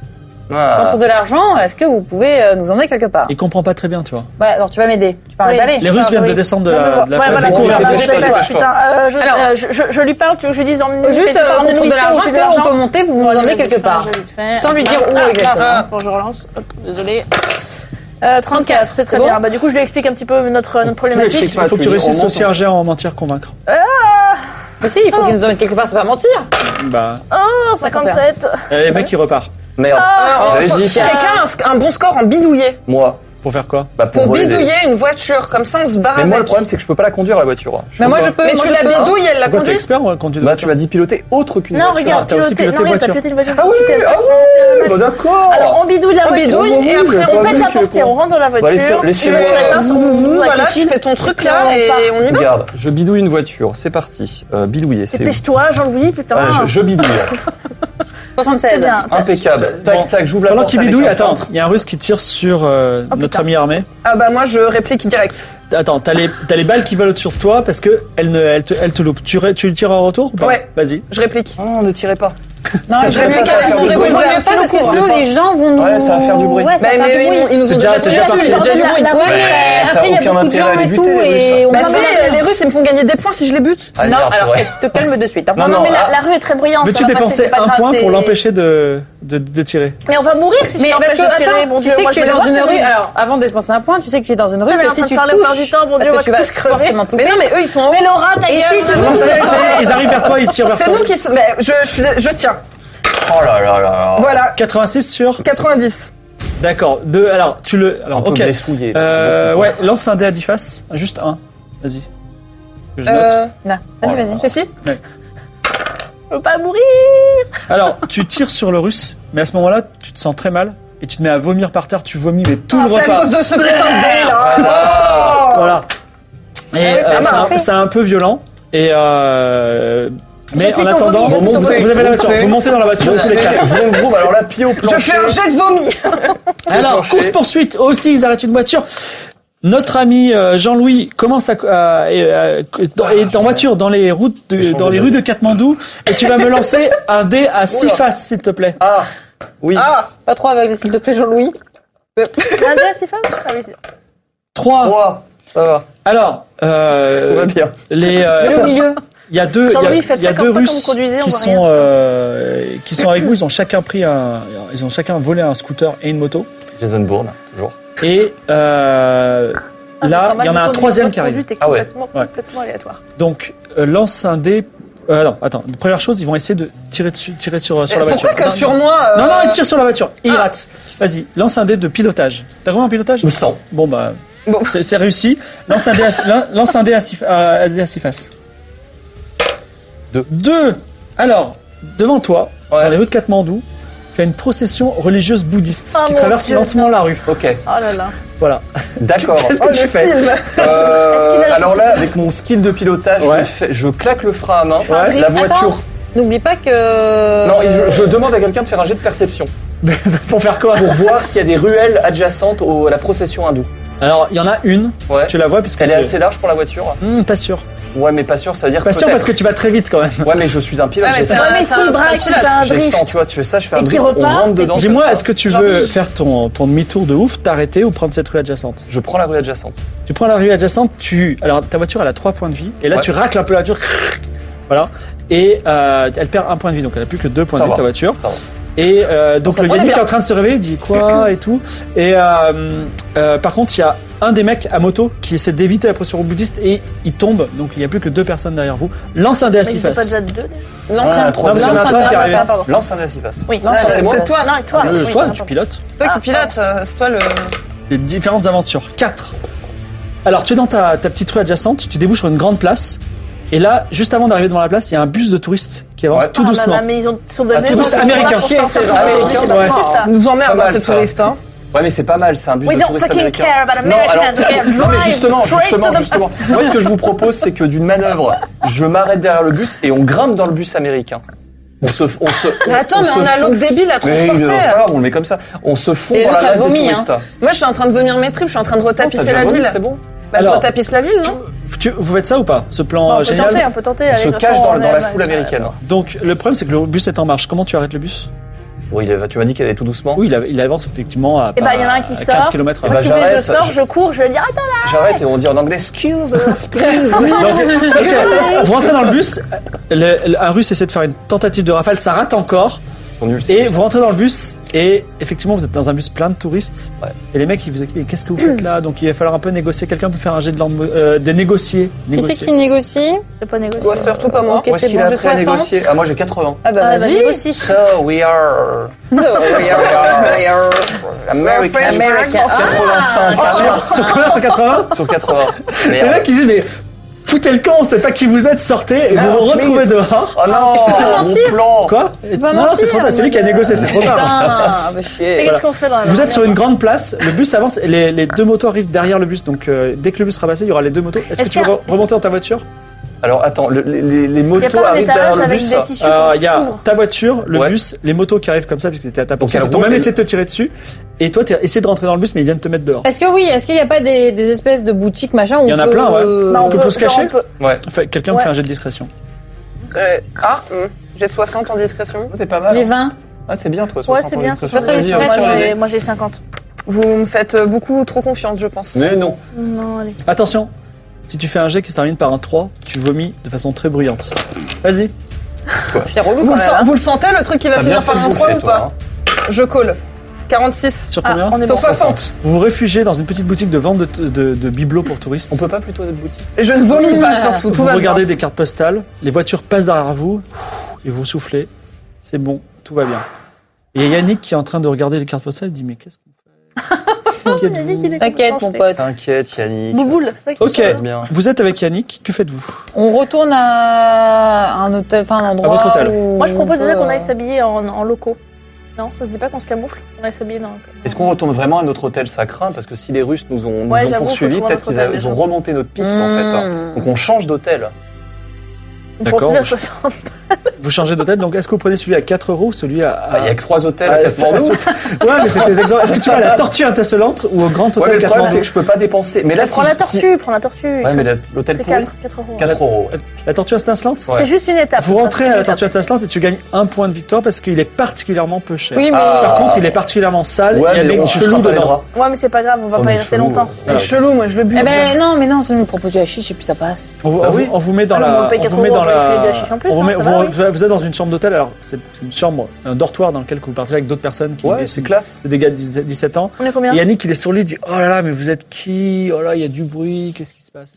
Ah. Contre de l'argent, est-ce que vous pouvez euh, nous emmener quelque part? Il comprend pas très bien, tu vois. Ouais, alors tu vas m'aider. Tu parles Oui. d'aller. Les Russes viennent de descendre de la, de la Ouais, fenêtre. voilà, Ils courent putain, vers je vous. dépêche, dépêche-toi. putain, euh, je, Alors. euh, je, je, je lui parle, tu veux que je lui dise emmener Juste euh, emmener contre de l'argent, est-ce qu'on peut l'argent monter, vous nous emmenez quelque part? Sans lui dire où Ah, exactement. mince, Bon, je relance. Hop, désolé. Euh, trente-quatre, c'est très c'est bon bien. Bah, du coup, je lui explique un petit peu notre, notre problématique. l'expliques Il faut que tu lui dis, réussisses on aussi monte. un jet en mentir convaincre. Mais si, il faut qu'il nous emmène quelque part, c'est pas mentir. Bah, Oh, cinquante-sept. euh, les mecs, il repart. Merde. Ah, J'avais oh, dit. chiasse. Quelqu'un a un, un bon score en bidouiller. Moi. Pour faire quoi? Bah, pour, Pour voler des- bidouiller une voiture, comme ça on se barre Mais avec. moi, le problème, c'est que je peux pas la conduire, la voiture. Mais moi, je peux. Mais moi, tu je la peux, hein. bidouilles, elle la Pourquoi t'es conduit. expert en conduite de Bah, voiture? tu m'as dit piloter autre qu'une Non, voiture. regarde, t'as aussi piloter. piloté Non, regarde, t'as voiture. piloté une voiture. Ah je oui, suis T F ah P, oui, c'est- bah d'accord. Alors, on bidouille la On voiture. bidouille et oui, après le On pauvre pète la mec, le portière, on pauvre. rentre dans la Bon, voiture. laissez- laissez-moi- sur l'éteint, Voilà, avec les tu fils. fais ton truc là On part. et on y va. Regarde, je bidouille une voiture, c'est parti. Euh, bidouiller, c'est où? Dépêche-toi, Jean-Louis, putain. Allez, je, je bidouille. soixante-seize. C'est bien. Impeccable. Bon. Tac, tac, j'ouvre la Pendant porte qu'il avec bidouille, un attends, cintre. il y a un russe qui tire sur euh, Oh, notre putain. ami armé. Ah bah moi je réplique direct. Attends, t'as les, t'as les balles qui volent sur toi parce que elle ne, elle te, elle te loupe. Tu, ré- tu le tires en retour ou pas? Ouais. Vas-y. Je réplique. Non, ne tirez pas. Non, Je je vaut mieux vais pas qu'elle faire fasse du du bruit. bruit. Vaut mieux pas parce que Je sinon vais pas. les gens vont nous. Ouais, ça va faire du bruit. Ouais, ça Bah, va mais faire du ils, bruit. ils nous C'est ont déjà- déjà c'est tués déjà dessus, parti. il y a déjà du bruit. La- la- Ouais, Ouais, mais t'as après il y a aucun beaucoup de intérêt à gens les et buter, tout les Russes. et on Bah va si, pas- les Russes ils me font gagner des points si je les bute. Ah, Non, merde, c'est alors vrai. tu te calmes de suite. hein. Non, Non, non, mais la, ah. la rue est très bruyante. Veux-tu ça va passer, dépenser c'est pas un grave, point c'est- pour l'empêcher de, de, de tirer? Mais on va mourir si Mais tu parce que l'empêches de tirer, attends, mon tu Dieu. sais Moi, que tu je es vais dans le une voir, rue. c'est Alors avant de dépenser un point, tu sais que tu es dans une rue. Ouais, mais Que en si train de tu parler au touches, peur du temps, mon parce Dieu, on que va tu vas tous crever. forcément toucher. Mais non mais eux ils sont en Mais haut. Laura, ta Et gueule. si, c'est Non, bon. ça y est, ça y est, ils arrivent vers toi, ils tirent vers C'est toi. nous qui se... Mais je, je, suis- je tiens. Oh là là là. Voilà. quatre-vingt-six sur. quatre-vingt-dix. D'accord. Deux. Alors, tu le. Alors, Un peu ok. blessouillé, là. Euh, ouais, lance un dé à dix faces. Juste un. Vas-y. Que je note. Euh, Non, vas-y, vas-y. c'est si. Je veux pas mourir. Alors, tu tires sur le russe, mais à ce moment-là, tu te sens très mal et tu te mets à vomir par terre. Tu vomis, mais tout le C'est à repas. cause de ce putain de dé là. Oh. Voilà. Et Ah oui, euh, c'est c'est parfait. un, c'est un peu violent. Et euh, mais J'appuie en ton attendant, vomi, vous, j'appuie ton avez vomi. la voiture. Vous montez dans la voiture tous les quatre. Vroom, vroom, alors là, pied au plancher. Je fais un jet de vomi. Alors, plancher. course poursuite aussi. Ils arrêtent une voiture. Notre ami euh, Jean-Louis commence à, à- à- dans- est en voiture dans les routes, de, Échange dans les de rues de données. Katmandou, et tu vas me lancer un dé à six Oula. faces, s'il te plaît. Ah, oui. Ah. Pas trop avec, s'il te plaît, Jean-Louis. Un dé à six faces. Ah oui, c'est Trois. Trois. Ça va. Alors, Tout va euh, bien. les, euh, Mets-le au milieu. il y a deux, il y a, Jean-Louis, faites il y a cinquante deux fois que vous Russes conduisez, on qui voit sont, rien. euh, qui sont avec vous. Ils ont chacun pris un, ils ont chacun volé un scooter et une moto. Jason Bourne, toujours. Et euh, Ah, là, ça sent mal il y en a de un conduire. troisième Votre qui arrive. conduite est Ah ouais. complètement, Ouais. complètement aléatoire. Donc, euh, lance un dé. Euh, non, attends. Première chose, ils vont essayer de tirer dessus, tirer sur, sur la voiture. Pourquoi que Non, sur non. moi euh, Non, non, il tire sur la voiture. Il rate. Vas-y, lance un dé de pilotage. T'as vraiment un pilotage? Ou cent. Bon, bah, Bon. c'est c'est réussi. Lance un dé à, lan- lance un dé à six, à, à dé à six faces. Deux. Deux. Alors, devant toi, Ouais. dans les rues de Katmandou, tu as une procession religieuse bouddhiste Oh qui mon traverse Dieu. lentement la rue. Ok, Oh là là. Voilà. d'accord. Qu'est-ce que tu fais? Euh, Est-ce qu'il a la alors là, possibilité avec mon skill de pilotage, Ouais. je, fais- je claque le frein à main. fais un Ouais. drift. La voiture. Attends. N'oublie pas que. Non, je, je demande à quelqu'un de faire un jet de perception Pour faire quoi? pour voir s'il y a des ruelles adjacentes au- à la procession hindoue. Alors, il y en a une. Ouais. Tu la vois puisque Elle est tu- assez large pour la voiture. Hmm, pas sûr. Ouais, mais pas sûr, ça veut dire Pas sûr peut-être. parce que tu vas très vite quand même. Ouais, mais je suis un pilote. Ah, mais j'ai c'est cent. Ouais, mais c'est s'il un braque, il pilote. fait un J'ai drift. cent, tu vois, tu fais ça, je fais un Et qu'il drift, on repart, rentre dedans. Dis-moi, comme ça. est-ce que tu Genre- veux faire ton, ton demi-tour de ouf, t'arrêter ou prendre cette rue adjacente? Je prends la rue adjacente. Tu prends la rue adjacente, tu. Alors, ta voiture, elle a trois points de vie, et là, Ouais. tu racles un peu la voiture. Voilà. Et euh, elle perd un point de vie, donc elle a plus que deux points Ça de vie, va. ta voiture. Ça va. Et euh, donc Ça le va, on est Yannick est bien. en train de se réveiller, il dit quoi et tout. Et euh, euh, par contre, il y a un des mecs à moto qui essaie d'éviter la pression bouddhiste et il tombe. Donc il n'y a plus que deux personnes derrière vous. Lance un dé à Mais six ils étaient pas faces. déjà deux. déjà L'ancien. Ouais, trois. Non, parce qu'il y en a un Lance un train dé qui à arrive. six faces. Lance un dé à six faces. Oui, Non, non, c'est moi. c'est toi. Non, et toi. Euh, oui, toi, non, tu pardon. pilotes. C'est toi Ah, qui pilote. euh, C'est toi le. C'est différentes aventures. Quatre. Alors tu es dans ta, ta petite rue adjacente, tu débouches sur une grande place. Et là, juste avant d'arriver devant la place, il y a un bus de touristes qui avance Ouais. tout Ah là doucement. là, mais ils ont sont donnés. Ah, touristes dans- américains. pour sortir Ces de gens la américains, rue, c'est ouais. pas possible, ça. Ils nous C'est emmerdent, pas hein, mal, ces ça. touristes. Hein. Ouais, mais c'est pas mal, c'est un bus We de don't touristes fucking américains. care about Non, alors, Americans. Okay, non, mais drive justement, straight justement, to the justement. bus. Moi, ce que je vous propose, c'est que d'une manœuvre, je m'arrête derrière le bus et on grimpe dans le bus américain. On se, on se. Mais attends, mais se on a fond- l'autre débile à Mais c'est transporter. pas grave, on le met comme ça. On se fond Et dans la l'autre a masse des vomi, touristes. Moi, je suis en train de vomir mes tripes. Je suis en train de T'as retapisser déjà la vomi, ville. c'est bon. Bah, je Alors, retapisse la ville, non? Tu- vous faites ça ou pas? Ce plan Bon, euh, on peut génial. tenter, on peut tenter. On allez, se de toute cache façon, dans, on dans est- la foule américaine. Donc le problème c'est que le bus est en marche. Comment tu arrêtes le bus? Oui, il va- tu m'as dit qu'elle allait tout doucement. Oui, il, il avance effectivement à, Eh ben, il y en a un qui à sort. quinze kilomètres Eh heure. ben, Si vous voulez, je j'arrête, sors, je- je cours, je vais dire attends là. J'arrête et on dit en anglais excuse us, please. Donc, ok, vous rentrez dans le bus, le- le- un russe essaie de faire une tentative de rafale, ça rate encore, Ils sont nuls, ces et Russes. vous rentrez dans le bus, et effectivement vous êtes dans un bus plein de touristes, Ouais. et les mecs ils vous expliquent qu'est-ce que vous faites là, donc il va falloir un peu négocier, quelqu'un peut faire un jet de, langue, euh, de négocier. Qui c'est négocier. qui négocie? Je vais pas négocier. Toi, surtout pas moi. Ok, Où est-ce c'est qu'il bon, a je appris à soixante. négocier Ah, moi j'ai quatre-vingts. Ah bah Ah, bah, vas-y. négocie. So we are No, we are, we are American. American. quatre-vingt-cinq Ah, Sur, sur combien Sur quatre-vingts sur quatre-vingts. Les Merde. mecs ils disent mais foutez le camp, on sait pas qui vous êtes, sortez, et vous vous retrouvez dehors. Oh non, Je peux pas mon mentir. plan. Quoi pas Non, mentir, c'est trop tard, c'est lui qui a mais- négocié, c'est trop tard. Putain, bah chier. Et qu'est-ce qu'on fait dans la Vous êtes dernière sur une fois grande place, le bus avance, et les, les deux motos arrivent derrière le bus, donc euh, dès que le bus sera passé, il y aura les deux motos. Est-ce que Est-ce tu veux qu'il y a- re- remonter dans ta voiture? Alors attends, le- les, les, les Il y a motos pas un arrivent derrière étalage le avec bus. des tissus Euh, qu'on Il y a couvre. ta voiture, le Ouais. bus, les motos qui arrivent comme ça, puisque c'était à ta portée. qu'elles Ils t'ont même roulent, essayé de te tirer dessus, et toi, tu essayé de rentrer dans le bus, mais ils viennent te mettre dehors. Est-ce que oui, est-ce qu'il n'y a pas des, des espèces de boutiques machin où Il y en a on peut, plein, ouais. euh, Bah, on Que peut- pour se genre, cacher on peut- Ouais, Fait- Quelqu'un me Ouais. fait un jet de discrétion. Euh, ah, hum, j'ai soixante en discrétion. c'est pas mal. J'ai hein. vingt. Ah, c'est bien toi, Ouais, soixante c'est en bien. discrétion. c'est pas très Vas-y, discret. on va Moi, sur j'ai- les- Moi j'ai cinquante. Vous me faites euh, beaucoup trop confiance, je pense. Mais non. Non, allez. Attention, si tu fais un jet qui se termine par un trois, tu vomis de façon très bruyante. Vas-y. C'est relou Vous quand le, même. sen- hein. vous le sentez, le truc qui va T'as bien finir fait par de un trois bouffer, ou toi. pas Je colle. quarante-six. Sur Ah, combien on est Sur bon. soixante. Vous vous réfugiez dans une petite boutique de vente de, de, de bibelots pour touristes. On peut pas plutôt notre boutique. Et je ne vomis pas, Ah. surtout. Tout Vous va regardez bien. des cartes postales, les voitures passent derrière vous, et vous soufflez. C'est bon, tout va bien. Et il y a Yannick qui est en train de regarder les cartes postales, il dit mais qu'est-ce qu'on fait Qui êtes-vous Yannick, il est T'inquiète, mon complètement jeté. pote. T'inquiète, Yannick. Bouboule, c'est ça qui Ok, se passe. bien. vous êtes avec Yannick, que faites-vous? On retourne à un hôtel, enfin un endroit. votre hôtel. où Moi je propose on déjà peut, qu'on aille euh, s'habiller en, en locaux. Non, ça se dit pas qu'on se camoufle? On aille s'habiller dans. Est-ce qu'on retourne vraiment à notre hôtel? Ça craint parce que si les Russes nous ont, nous Ouais, ont j'avoue, poursuivis, faut trouver peut-être notre qu'ils a- hôtel, ils ont déjà. remonté notre piste en fait. hein. hmm. Donc on change d'hôtel. On D'accord. poursuit à soixante. Vous changez d'hôtel, donc est-ce que vous prenez celui à quatre euros ou celui à... Ah, Il y a que trois hôtels à à- Katmandou. Ouais, mais c'est des exemples. Est-ce que tu vas à la Tortue Intersolente ou au Grand Ouais, mais Hôtel le problème c'est Katmandou? que je peux pas dépenser. Mais là, si Prends la si- tortue, prends la tortue. Ouais, mais la- l'hôtel C'est pourri, quatre euros. quatre euros. La Tortue Intersolente Ouais. C'est juste une étape. Vous rentrez C'est à la une Tortue étape. Intersolente et tu gagnes un point de victoire parce qu'il est particulièrement peu cher. Oui, mais. Ah. Par contre, il est particulièrement sale, Ouais, il y a mais des on mecs touchera chelous pas les dedans. bras. Ouais, mais c'est pas grave, on va On pas est y rester chelou. longtemps. Ouais. C'est chelou, moi, je le bute. Eh ben non, mais non, c'est une proposition à chiche et puis ça passe. On vous, Ah on vous- oui. on vous met dans Ah non, la, on paye on quatre vous met euros, dans on peut la, filer de la chiche en plus, on vous non, met- ça vous- va, oui. vous- vous êtes dans une chambre d'hôtel. Alors c'est c'est une chambre, un dortoir dans lequel vous partez avec d'autres personnes qui Ouais, et c'est classe. c'est des gars de dix-sept ans. On est combien? Et Yannick, il est sur lui, il dit oh là là, mais vous êtes qui? Oh là, il y a du bruit, qu'est-ce qui se passe?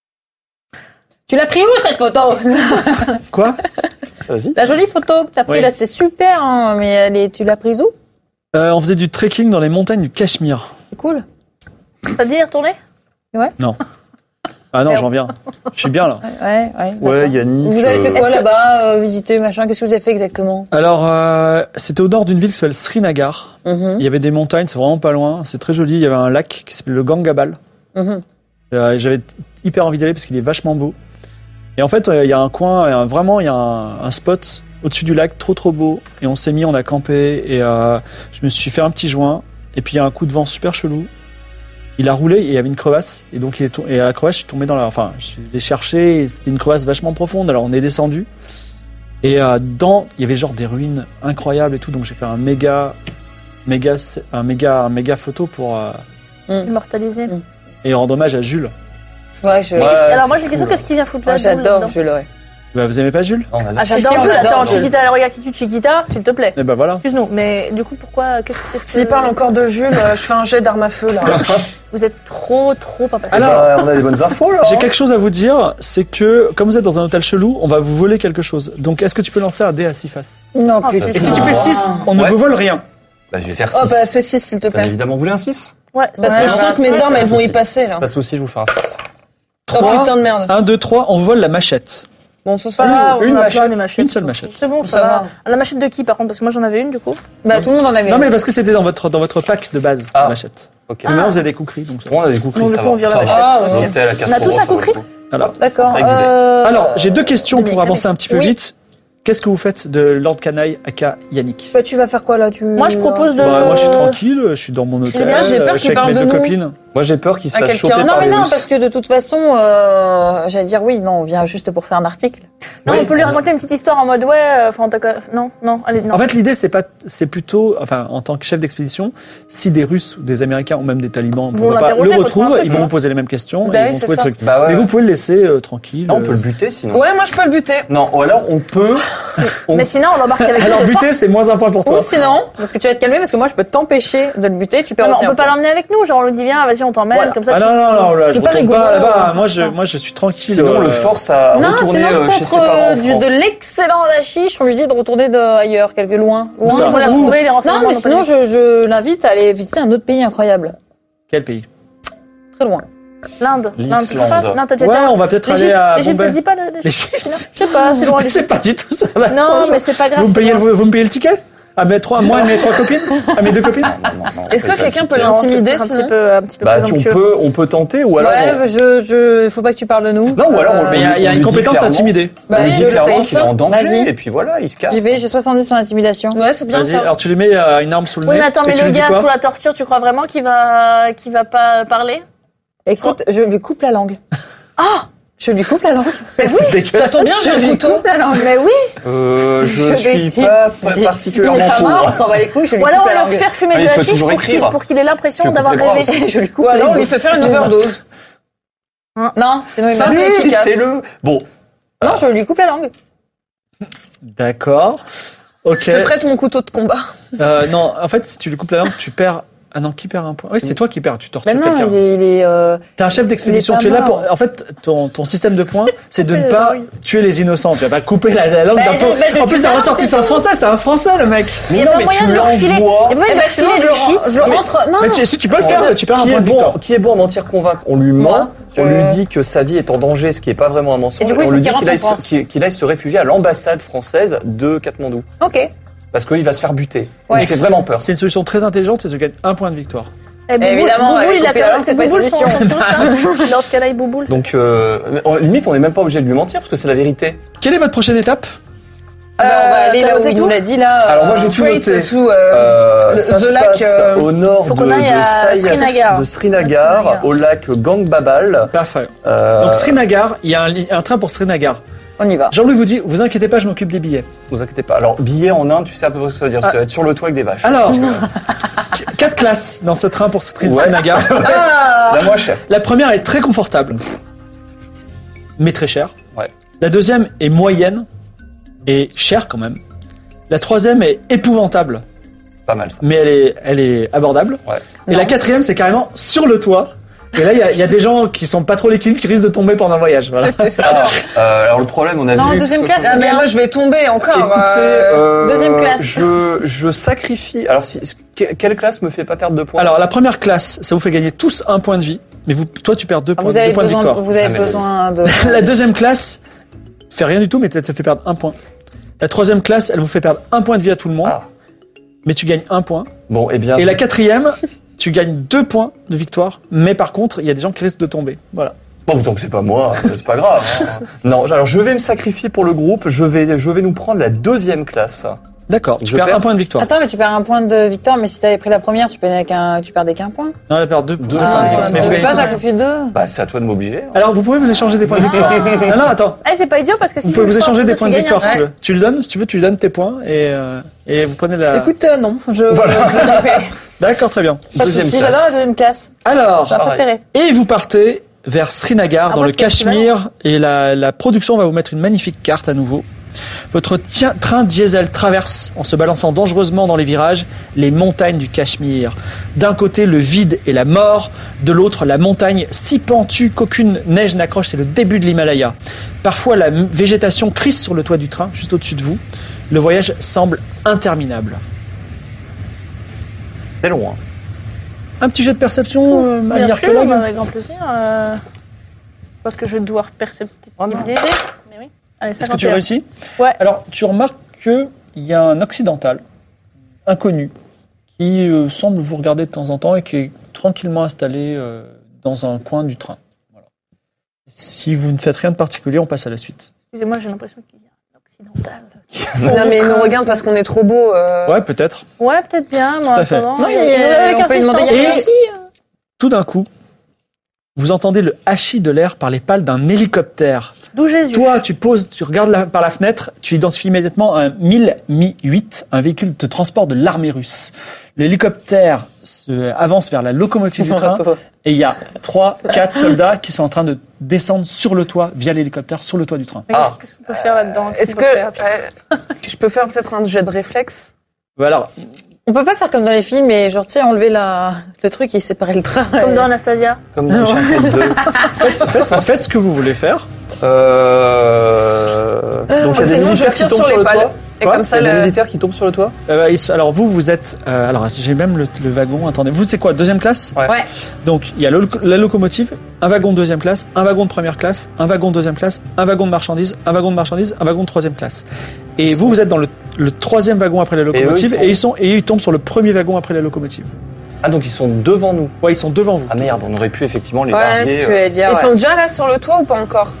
Tu l'as pris où cette photo? Quoi? Vas-y. La jolie photo que t'as prise Oui. là, c'est super, hein, mais elle est... tu l'as prise où? euh, On faisait du trekking dans les montagnes du Cachemire. C'est cool. T'as dit y retourner? Non. Ah non, j'en viens. Je suis bien là. Ouais, ouais. Ouais, d'accord. Yannick. Vous avez fait euh, quoi Est-ce que- là-bas? euh, Visiter, machin? Qu'est-ce que vous avez fait exactement? Alors, euh, c'était au nord d'une ville qui s'appelle Srinagar. Mhm, Il y avait des montagnes, c'est vraiment pas loin. C'est très joli. Il y avait un lac qui s'appelle le Gangabal. mhm. Euh, J'avais hyper envie d'aller parce qu'il est vachement beau. Et en fait, euh, il y a un coin, un- vraiment, il y a un, un spot au-dessus du lac, trop trop beau. Et on s'est mis, on a campé. Et euh, je me suis fait un petit joint. Et puis il y a un coup de vent super chelou. Il a roulé et il y avait une crevasse. Et donc, il est tom- et à la crevasse, je suis tombé dans la. Enfin, je l'ai cherché. et C'était une crevasse vachement profonde. Alors, on est descendu. Et euh, dans, il y avait genre des ruines incroyables et tout. Donc, j'ai fait un méga, méga, un méga, un méga photo pour euh, Immortalisé. Mm. et rendre hommage à Jules. Ouais, je... Ouais. Alors moi c'est j'ai une question, cool. qu'est-ce qu'il vient foutre là? Moi, j'adore Jules, ouais. Bah, vous aimez pas Jules? on a- Ah Si, j'adore on Jules. adore Attends, Jules. Chiquita, regarde qui tue Chiquita, s'il te plaît. Et ben voilà. Excuse-nous, mais du coup pourquoi, qu'est-ce qu'est-ce que... S'il parle encore de Jules, euh, je fais un jet d'arme à feu, là. Vous êtes trop, trop pas patient. Alors- Bah, on a des bonnes infos là. J'ai hein. quelque chose à vous dire, c'est que comme vous êtes dans un hôtel chelou, on va vous voler quelque chose. Donc est-ce que tu peux lancer un dé à six faces? Non, Oh, putain. Et si tu fais six, on ne Ouais. vous vole rien. Bah, je vais faire Oh, six. bah, fais six, s'il te Bien plaît. évidemment, vous voulez un six? Ouais, Parce ouais, que je ouais, sens que ouais, mes ouais, armes, ouais. elles vont y passer, là. Pas de soucis, je vous fais un six. Oh, Trois. putain de merde. un, deux, trois, on vous vole la machette. Bon, ce Pas grave, Une on a machette, plein des machettes. une seule machette. C'est bon, ça, Ça va. va. La machette de qui par contre? Parce que moi j'en avais une du coup. Bah, tout le monde en avait. Non mais parce que c'était dans votre dans votre pack de base, Ah. la machette. Ok. Mais maintenant vous avez des coucris, donc ça va. Bon, on a des coucris, Non, le ça coup, on va. vire la Ça machette. va. Ah, ouais. L'hôtel à quatre On a tous euros, un ça va coucri beaucoup. Alors, D'accord. Régulé. Euh... alors j'ai deux questions pour Dominique, avancer un petit peu oui. vite. Qu'est-ce que vous faites de Lord Canaille aka Yannick? Bah, tu vas faire quoi là tu... Moi, je propose de. Bah, moi, je suis tranquille, je suis dans mon hôtel. Moi, j'ai peur euh, qu'il je suis avec parle mes de deux nous. copines. Moi, j'ai peur qu'il se À fasse quelqu'un. choper Non par mais les non, Russes. parce que de toute façon, euh, j'allais dire oui, non, on vient juste pour faire un article. Non, Oui. on peut lui raconter une petite histoire en mode ouais. euh, Enfin, t'as quoi- non, non, allez, non. En fait, l'idée, c'est pas, c'est plutôt, enfin, en tant que chef d'expédition, si des Russes ou des Américains ou même des talibans Vont pourquoi pas, l'interroger, le faut retrouvent, trouver un truc, ils vont hein. vous poser les mêmes questions Bah et oui, ils vont c'est trouver le ça. truc. Bah ouais. Mais vous pouvez le laisser euh, tranquille. Non, on peut euh. le buter sinon. Ouais, moi je peux le buter. Non, ou alors on peut. on- Mais sinon, on l'embarque avec nous. Alors, de buter, force. c'est moins un point pour toi. Ou sinon, parce que tu vas te calmer, parce que moi je peux t'empêcher de le buter, tu perds Non, mais aussi on un peut pas point. l'emmener avec nous. Genre, on lui dit viens, vas-y, on t'emmène. Voilà. Comme ça, Ah tu- non, non, non, là, je C'est pas retourne pas rigolo. là-bas. Moi, je, moi, je suis tranquille. Sinon, on euh, le force à Non, retourner sinon euh, chez ses contre parents en euh, du- France. de l'excellent hashish, on lui dit de retourner de ailleurs, quelque loin. Où ça Loin, Voilà, voilà. trouver les renseignements. Non, mais dans sinon ta vie. je, je l'invite à aller visiter un autre pays incroyable. Quel pays? Très loin. L'Inde. L'Inde, c'est sympa. L'Islande. Non, t'as déjà Ouais, été- on va peut-être aller L'Égypte. à L'Égypte, ça Bombay. te dit pas le- l'Égypte? L'Égypte. Je sais pas, c'est loin C'est l'Égypte. pas du tout sur la Non, mais c'est pas grave. Vous me c'est payez, loin. le, vous me payez le ticket? À mes trois, moi et mes trois copines? À mes deux copines? Non, non, non, Est-ce c'est que pas quelqu'un peut super. Non, l'intimider c'est un sinon petit peu, un petit peu Bah, tu- on présomptueux. peut, on peut tenter ou alors. Ouais, on- je, je, faut pas que tu parles de nous. Non, ou alors on Euh, Mais il y a, il y a on une lui dit compétence à clairement- intimider. Bah on lui oui, dit je le clairement fais. qu'il est en danger Vas-y. et puis voilà, il se casse. J'y vais, j'ai soixante-dix sur l'intimidation. Ouais, c'est bien Vas-y, ça. alors tu lui mets euh, une arme sous le Oui, nez. mais attends, et mais tu le lui dis gars quoi? sous la torture, tu crois vraiment qu'il va, qu'il va pas parler? Écoute, je lui coupe la langue. Ah! Je lui coupe la langue. C'est Ça dégueulasse. tombe bien, j'ai Je un lui couteau. coupe la langue. Mais oui. Euh, je, vais suis essayer pas de- p- Il est particulièrement pas mort, on pour. s'en bat les couilles, je lui Ou alors coupe on la leur langue. faire fumer Ah, de il la peut chiche toujours pour qu'il, écrire. pour qu'il ait l'impression Tu coupes d'avoir les bras rêvé. aussi. Je lui coupe Ou les alors on doigts. lui fait faire une overdose. Non, sinon il Simple meurt. et efficace. C'est le. Bon. Non, je lui coupe la langue. D'accord. Ok. Je te prête mon couteau de combat. Euh, non, en fait, si tu lui coupes la langue, tu perds. Ah non, qui perd un point? Oui, c'est toi qui perds. Tu tortures Ben non, quelqu'un. il est, il est euh, T'es un chef d'expédition. il est Tu es pas là pour. mort. En fait, ton, ton système de points, c'est de ne Oui, pas oui. tuer les innocents. Tu vas pas couper la, la langue Bah, d'un je- pauvre. bah, je En tue plus, la t'as langue, ressortissant c'est tout. français. C'est un français, le mec. Il y a non, pas mais moyen tu de leur filer. l'envoies. Il y a pas Eh moyen de ben leur sinon, filer je du le, shit. je le Mais- rentre. Non, Mais tu, si tu peux le faire, tu perds un Qui point est, de bon, victoire. qui est bon à mentir convaincre? On lui Moi, ment, je- on lui dit que sa vie est en danger, ce qui est pas vraiment un mensonge. Et du coup, il on faut lui qu'il dit qu'il rentre en aille, se- France. qu'il- qu'il aille se réfugier à l'ambassade française de Katmandou. Ok. Parce qu'il va se faire buter. Ouais. Il fait vraiment peur. C'est une solution très intelligente et tu gagnes un point de victoire. Eh, Bouboule, Évidemment, Bouboule, ouais, il a couper la perdu. langue, c'est C'est pas une Bouboule son solution. son touche. Lord Canaille Bouboule. Donc, euh, en limite, on n'est même pas obligé de lui mentir parce que c'est la vérité. Quelle est votre prochaine étape? Ah bah, on va Euh, aller t'as là où noté il tout nous l'a dit là. Alors, moi, euh, j'ai tout Straight noté. to euh, Euh, le- ça the se lac, passe euh, au nord faut de, qu'on aille de à Sai- Srinagar. de Srinagar, Srinagar. au lac Gangbabal. Parfait. Euh, Donc Srinagar, il y a un, li- un train pour Srinagar. On y va. Jean-Louis vous dit, vous inquiétez pas, je m'occupe des billets. Ne vous inquiétez pas. Alors, billet en Inde, tu sais à peu près ce que ça veut dire. Ah. Ça va être sur le toit avec des vaches. Alors, qu- quatre classes dans ce train pour Sri- Ouais. Srinagar. Ah, La moins chère. La première est très confortable, mais très chère. Ouais. La deuxième est moyenne et chère quand même. La troisième est épouvantable, Pas mal ça. mais elle est, elle est abordable. Ouais. Et Non. la quatrième, c'est carrément sur le toit. Et là, il y a- il y, a des gens qui sont pas trop l'équilibre qui risquent de tomber pendant le voyage. Voilà. c'était ça. Alors, euh, alors le problème, on a Non, vu. deuxième que- classe, Ah, c'est mais bien. moi je vais tomber encore. Écoutez, euh, euh, Deuxième classe. Je, je sacrifie. Alors, si, que- quelle classe me fait pas perdre de points? Alors, la première classe, ça vous fait gagner tous un point de vie, mais vous, toi, tu perds deux Ah, points, Vous avez deux points de besoin, victoire. vous avez Jamais de besoin de. La deuxième classe fait rien du tout, mais peut-être ça fait perdre un point. La troisième classe, elle vous fait perdre un point de vie à tout le monde, Ah. mais tu gagnes un point. Bon, eh bien. Et la quatrième, tu gagnes deux points de victoire, mais par contre, il y a des gens qui risquent de tomber. Voilà. Bon, donc c'est pas moi, c'est pas grave. hein. Non, alors je vais me sacrifier pour le groupe. Je vais, je vais nous prendre la deuxième classe. D'accord, tu Je perds perds. un point de victoire. Attends, mais tu perds un point de victoire, mais si t'avais pris la première, tu perdais qu'un, tu perdais qu'un point. Non, elle perd deux, Deux deux points points de de victoire. victoire. Mais vous Tu gagnez passes à tous. profit deux. Bah, c'est à toi de m'obliger. hein. Alors, vous pouvez vous échanger des points de victoire. Non, non, attends. Ah, c'est pas idiot parce que si Vous tu pouvez le vous sors, échanger tu des points de gagnes victoire si après. tu veux. Tu le donnes, si tu veux, tu lui donnes tes points et, euh, et vous prenez la. Écoute, euh, non, je. je- D'accord, très bien. Pas de Deuxième souci, classe. j'adore la deuxième classe. Alors, C'est ma Pareil. préférée. et vous partez vers Srinagar, Ah, dans moi, le c'était Cachemire, et la, la production va vous mettre une magnifique carte à nouveau. Votre tien- train diesel traverse, en se balançant dangereusement dans les virages, les montagnes du Cachemire. D'un côté, le vide et la mort, de l'autre, la montagne si pentue qu'aucune neige n'accroche, c'est le début de l'Himalaya. Parfois, la m- végétation crisse sur le toit du train, juste au-dessus de vous. Le voyage semble interminable. C'est loin. Un petit jet de perception, euh, ma Bien meilleure sûr, collègue. bah, avec grand plaisir. euh, Parce que je vais devoir perceptibiliser. Mais oui. Allez, Est-ce que cinquante tu et un. réussis? Ouais. Alors, tu remarques qu'il y a un occidental, inconnu, qui euh, semble vous regarder de temps en temps et qui est tranquillement installé euh, dans un coin du train. Voilà. Si vous ne faites rien de particulier, on passe à la suite. Excusez-moi, j'ai l'impression qu'il y a un occidentale. Non, mais il nous regarde parce qu'on est trop beau. Euh... Ouais, peut-être. Ouais, peut-être bien, mais en Tout à fait. attendant, Non, il y a- il y a- il y a on aucun peut lui demander, suspense. il y a- aussi. Tout d'un coup, vous entendez le hachis de l'air par les pales d'un hélicoptère. D'où Jésus. Toi, tu poses, tu regardes la- par la fenêtre, tu identifies immédiatement un mille Mi huit, un véhicule de transport de l'armée russe. L'hélicoptère se avance vers la locomotive du train et il y a trois, quatre soldats qui sont en train de descendre sur le toit via l'hélicoptère sur le toit du train. Mais Ah. Qu'est-ce qu'on peut faire là-dedans? Est-ce Qu'est-ce qu'on peut faire que euh, je peux faire peut-être un jet de réflexe? Alors, On peut pas faire comme dans les films et genre, tu sais, enlever la, le truc et séparer le train. Comme dans Anastasia. Comme dans Uncharted deux. faites, faites, faites ce que vous voulez faire. Euh... Donc il y a des Sinon, je militaires qui tire tombent sur sur les le pales. toit. Et Quoi comme ça, Il y a des le... militaires qui tombent sur le toit. Euh, ils- alors vous, vous êtes. euh, alors j'ai même le, le wagon. Attendez, vous c'est quoi, deuxième classe? Ouais. Ouais. Donc il y a le- la locomotive, un wagon de deuxième classe, un wagon de première classe, un wagon de deuxième classe, un wagon de marchandises, un wagon de marchandises, un wagon de troisième classe. Et vous, vous êtes dans le, le troisième wagon après la locomotive, eux, ils sont- et ils sont et ils tombent sur le premier wagon après la locomotive. Ah donc ils sont devant nous. Ouais, ils sont devant vous. Ah merde, on aurait pu effectivement les Ouais, larguer. si tu euh, voulais dire. Ils ouais. sont déjà là sur le toit ou pas encore?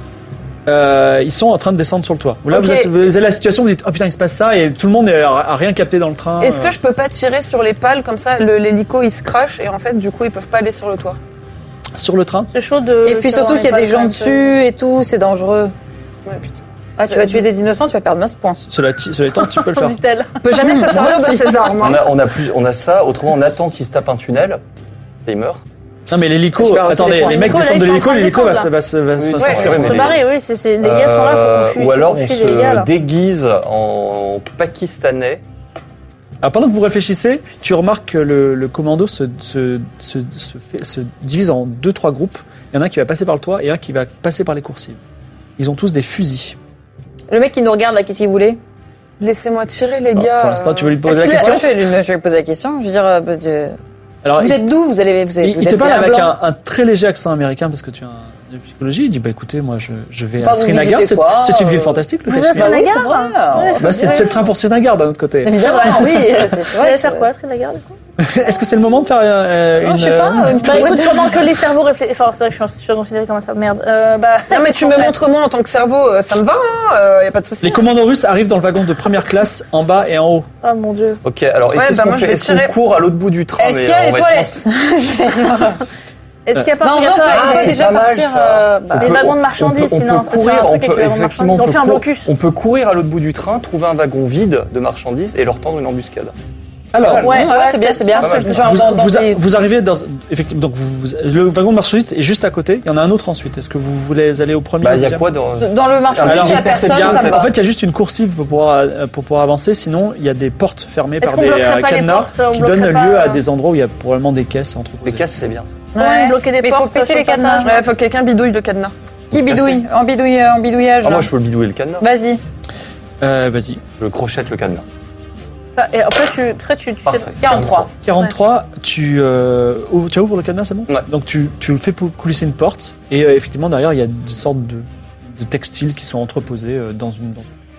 Euh, ils sont en train de descendre sur le toit. Là, Ok. vous, êtes, vous avez la situation, vous dites oh putain, il se passe ça, et tout le monde a, a rien capté dans le train. Est-ce euh. que je peux pas tirer sur les pales comme ça, le- l'hélico il se crache et en fait du coup ils peuvent pas aller sur le toit? Sur le train? C'est chaud de. Et puis surtout qu'il y a des gens dessus et tout, c'est dangereux. Ouais putain. Ah, tu vas tuer des innocents, tu vas perdre neuf points. Cela, ti- cela étant, tu peux le faire. Dit-elle. On peut jamais se servir de si. ses armes. On hein. a, on a plus, on a ça. Autrement, on attend qu'il se tape un tunnel et il meurt. Non mais l'hélico, Je perds aussi des attendez, points. les mecs L'hélico, descendent de là, ils l'hélico, sont en train de l'hélico va, se- descendre, va, se- va Oui, se- c'est s'enfuir. sûr, mais mais Se les- barrer, oui, c'est, c'est, les gars sont là, faut Euh, qu'on fuit. Ou alors faut on qu'on fuit les gars, là. se déguise en pakistanais. Alors pendant que vous réfléchissez, tu remarques que le, le commando se, se, se, se, fait- se divise en deux, trois groupes. Il y en a un qui va passer par le toit et un qui va passer par les coursives. Ils ont tous des fusils. Le mec qui nous regarde, là, qu'est-ce qu'il voulait? Laissez-moi tirer les Alors, gars. pour l'instant, tu veux lui Est-ce poser la qu'il a- question? Ouais, je vais, lui, je vais lui poser la question. Je veux dire, euh, bah, je- Alors, vous il, êtes d'où? Vous allez, vous, avez, il- vous il êtes te parle bien avec blanc. un, un très léger accent américain parce que tu as un, de psychologie. Il dit bah écoutez, moi je, je vais Bah, à vous Srinagar. visitez C'est, quoi, c'est une ville euh, fantastique. Le Vous Cachemire. êtes à Bah oui, Srinagar? c'est vrai. Ouais, Bah, c'est, c'est le train pour Srinagar d'un autre côté. Évidemment, oui. C'est Vous vrai. allez faire quoi, Srinagar, du coup? Est-ce que c'est le moment de faire euh, Non, une, je sais pas. euh, une Bah écoute, petite- pendant que les cerveaux réfléchissent. Enfin, c'est vrai que je suis, je suis considérée comme un cerveau. Merde. Euh, bah, Non mais tu me montres moi en tant que cerveau, euh, ça me va, hein, euh, y a pas de souci. Les commandos russes arrivent dans le wagon de première classe, en bas et en haut. Oh mon dieu. Ok, alors et Ouais, qu'est-ce bah, qu'on moi, je fait? vais Est-ce qu'on tirer. court à l'autre bout du train? Est-ce mais qu'il y a on des va être- toilettes? Est-ce qu'il y a pas un Non, truc non, à faire on avec peut les- déjà pas mal, partir. ça. euh, bah, On Les peut- wagons de on peut- marchandises, on sinon, peut on peut courir, faire un on truc avec peut les wagons de effectivement, marchandises. On on fait un peut- blocus. On peut courir à l'autre bout du train, trouver un wagon vide de marchandises et leur tendre une embuscade. Alors, Ouais, ouais, c'est bien, c'est bien. pas mal. Je vais en- vous, dans- dans vous- tes- vous arrivez dans effectivement donc vous, vous- le wagon de marchandise est juste à côté. Il y en a un autre ensuite. Est-ce que vous voulez aller au premier? Bah, ou au il y a deuxième quoi dans. Dans le marchandise, Alors, il y a personne, Il y a- ça me va. en fait, il y a juste une coursive pour pouvoir euh, pour pouvoir avancer. Sinon, il y a des portes fermées Est-ce par qu'on des bloquerait euh, pas les cadenas portes, on qui bloquerait donnent pas, lieu à euh, des endroits où il y a probablement des caisses entreposées. Les caisses, c'est bien. ça. Ouais, bloquer des Mais il faut portes péter sur les le passage. cadenas. Ouais, faut que quelqu'un bidouille le cadenas. Qui bidouille? En bidouille, en bidouillage. Ah, là. moi, je peux bidouiller le cadenas. Vas-y. Euh, vas-y. Je crochette le cadenas. Ça, Et après, tu, après, tu, tu sais. Parfait. quarante-trois. quarante-trois. Tu euh, ouvres, tu ouvres le cadenas, c'est bon? Ouais. Donc tu tu le fais pou- coulisser une porte et euh, effectivement derrière il y a des sortes de, de textiles qui sont entreposés euh, dans une. Dans...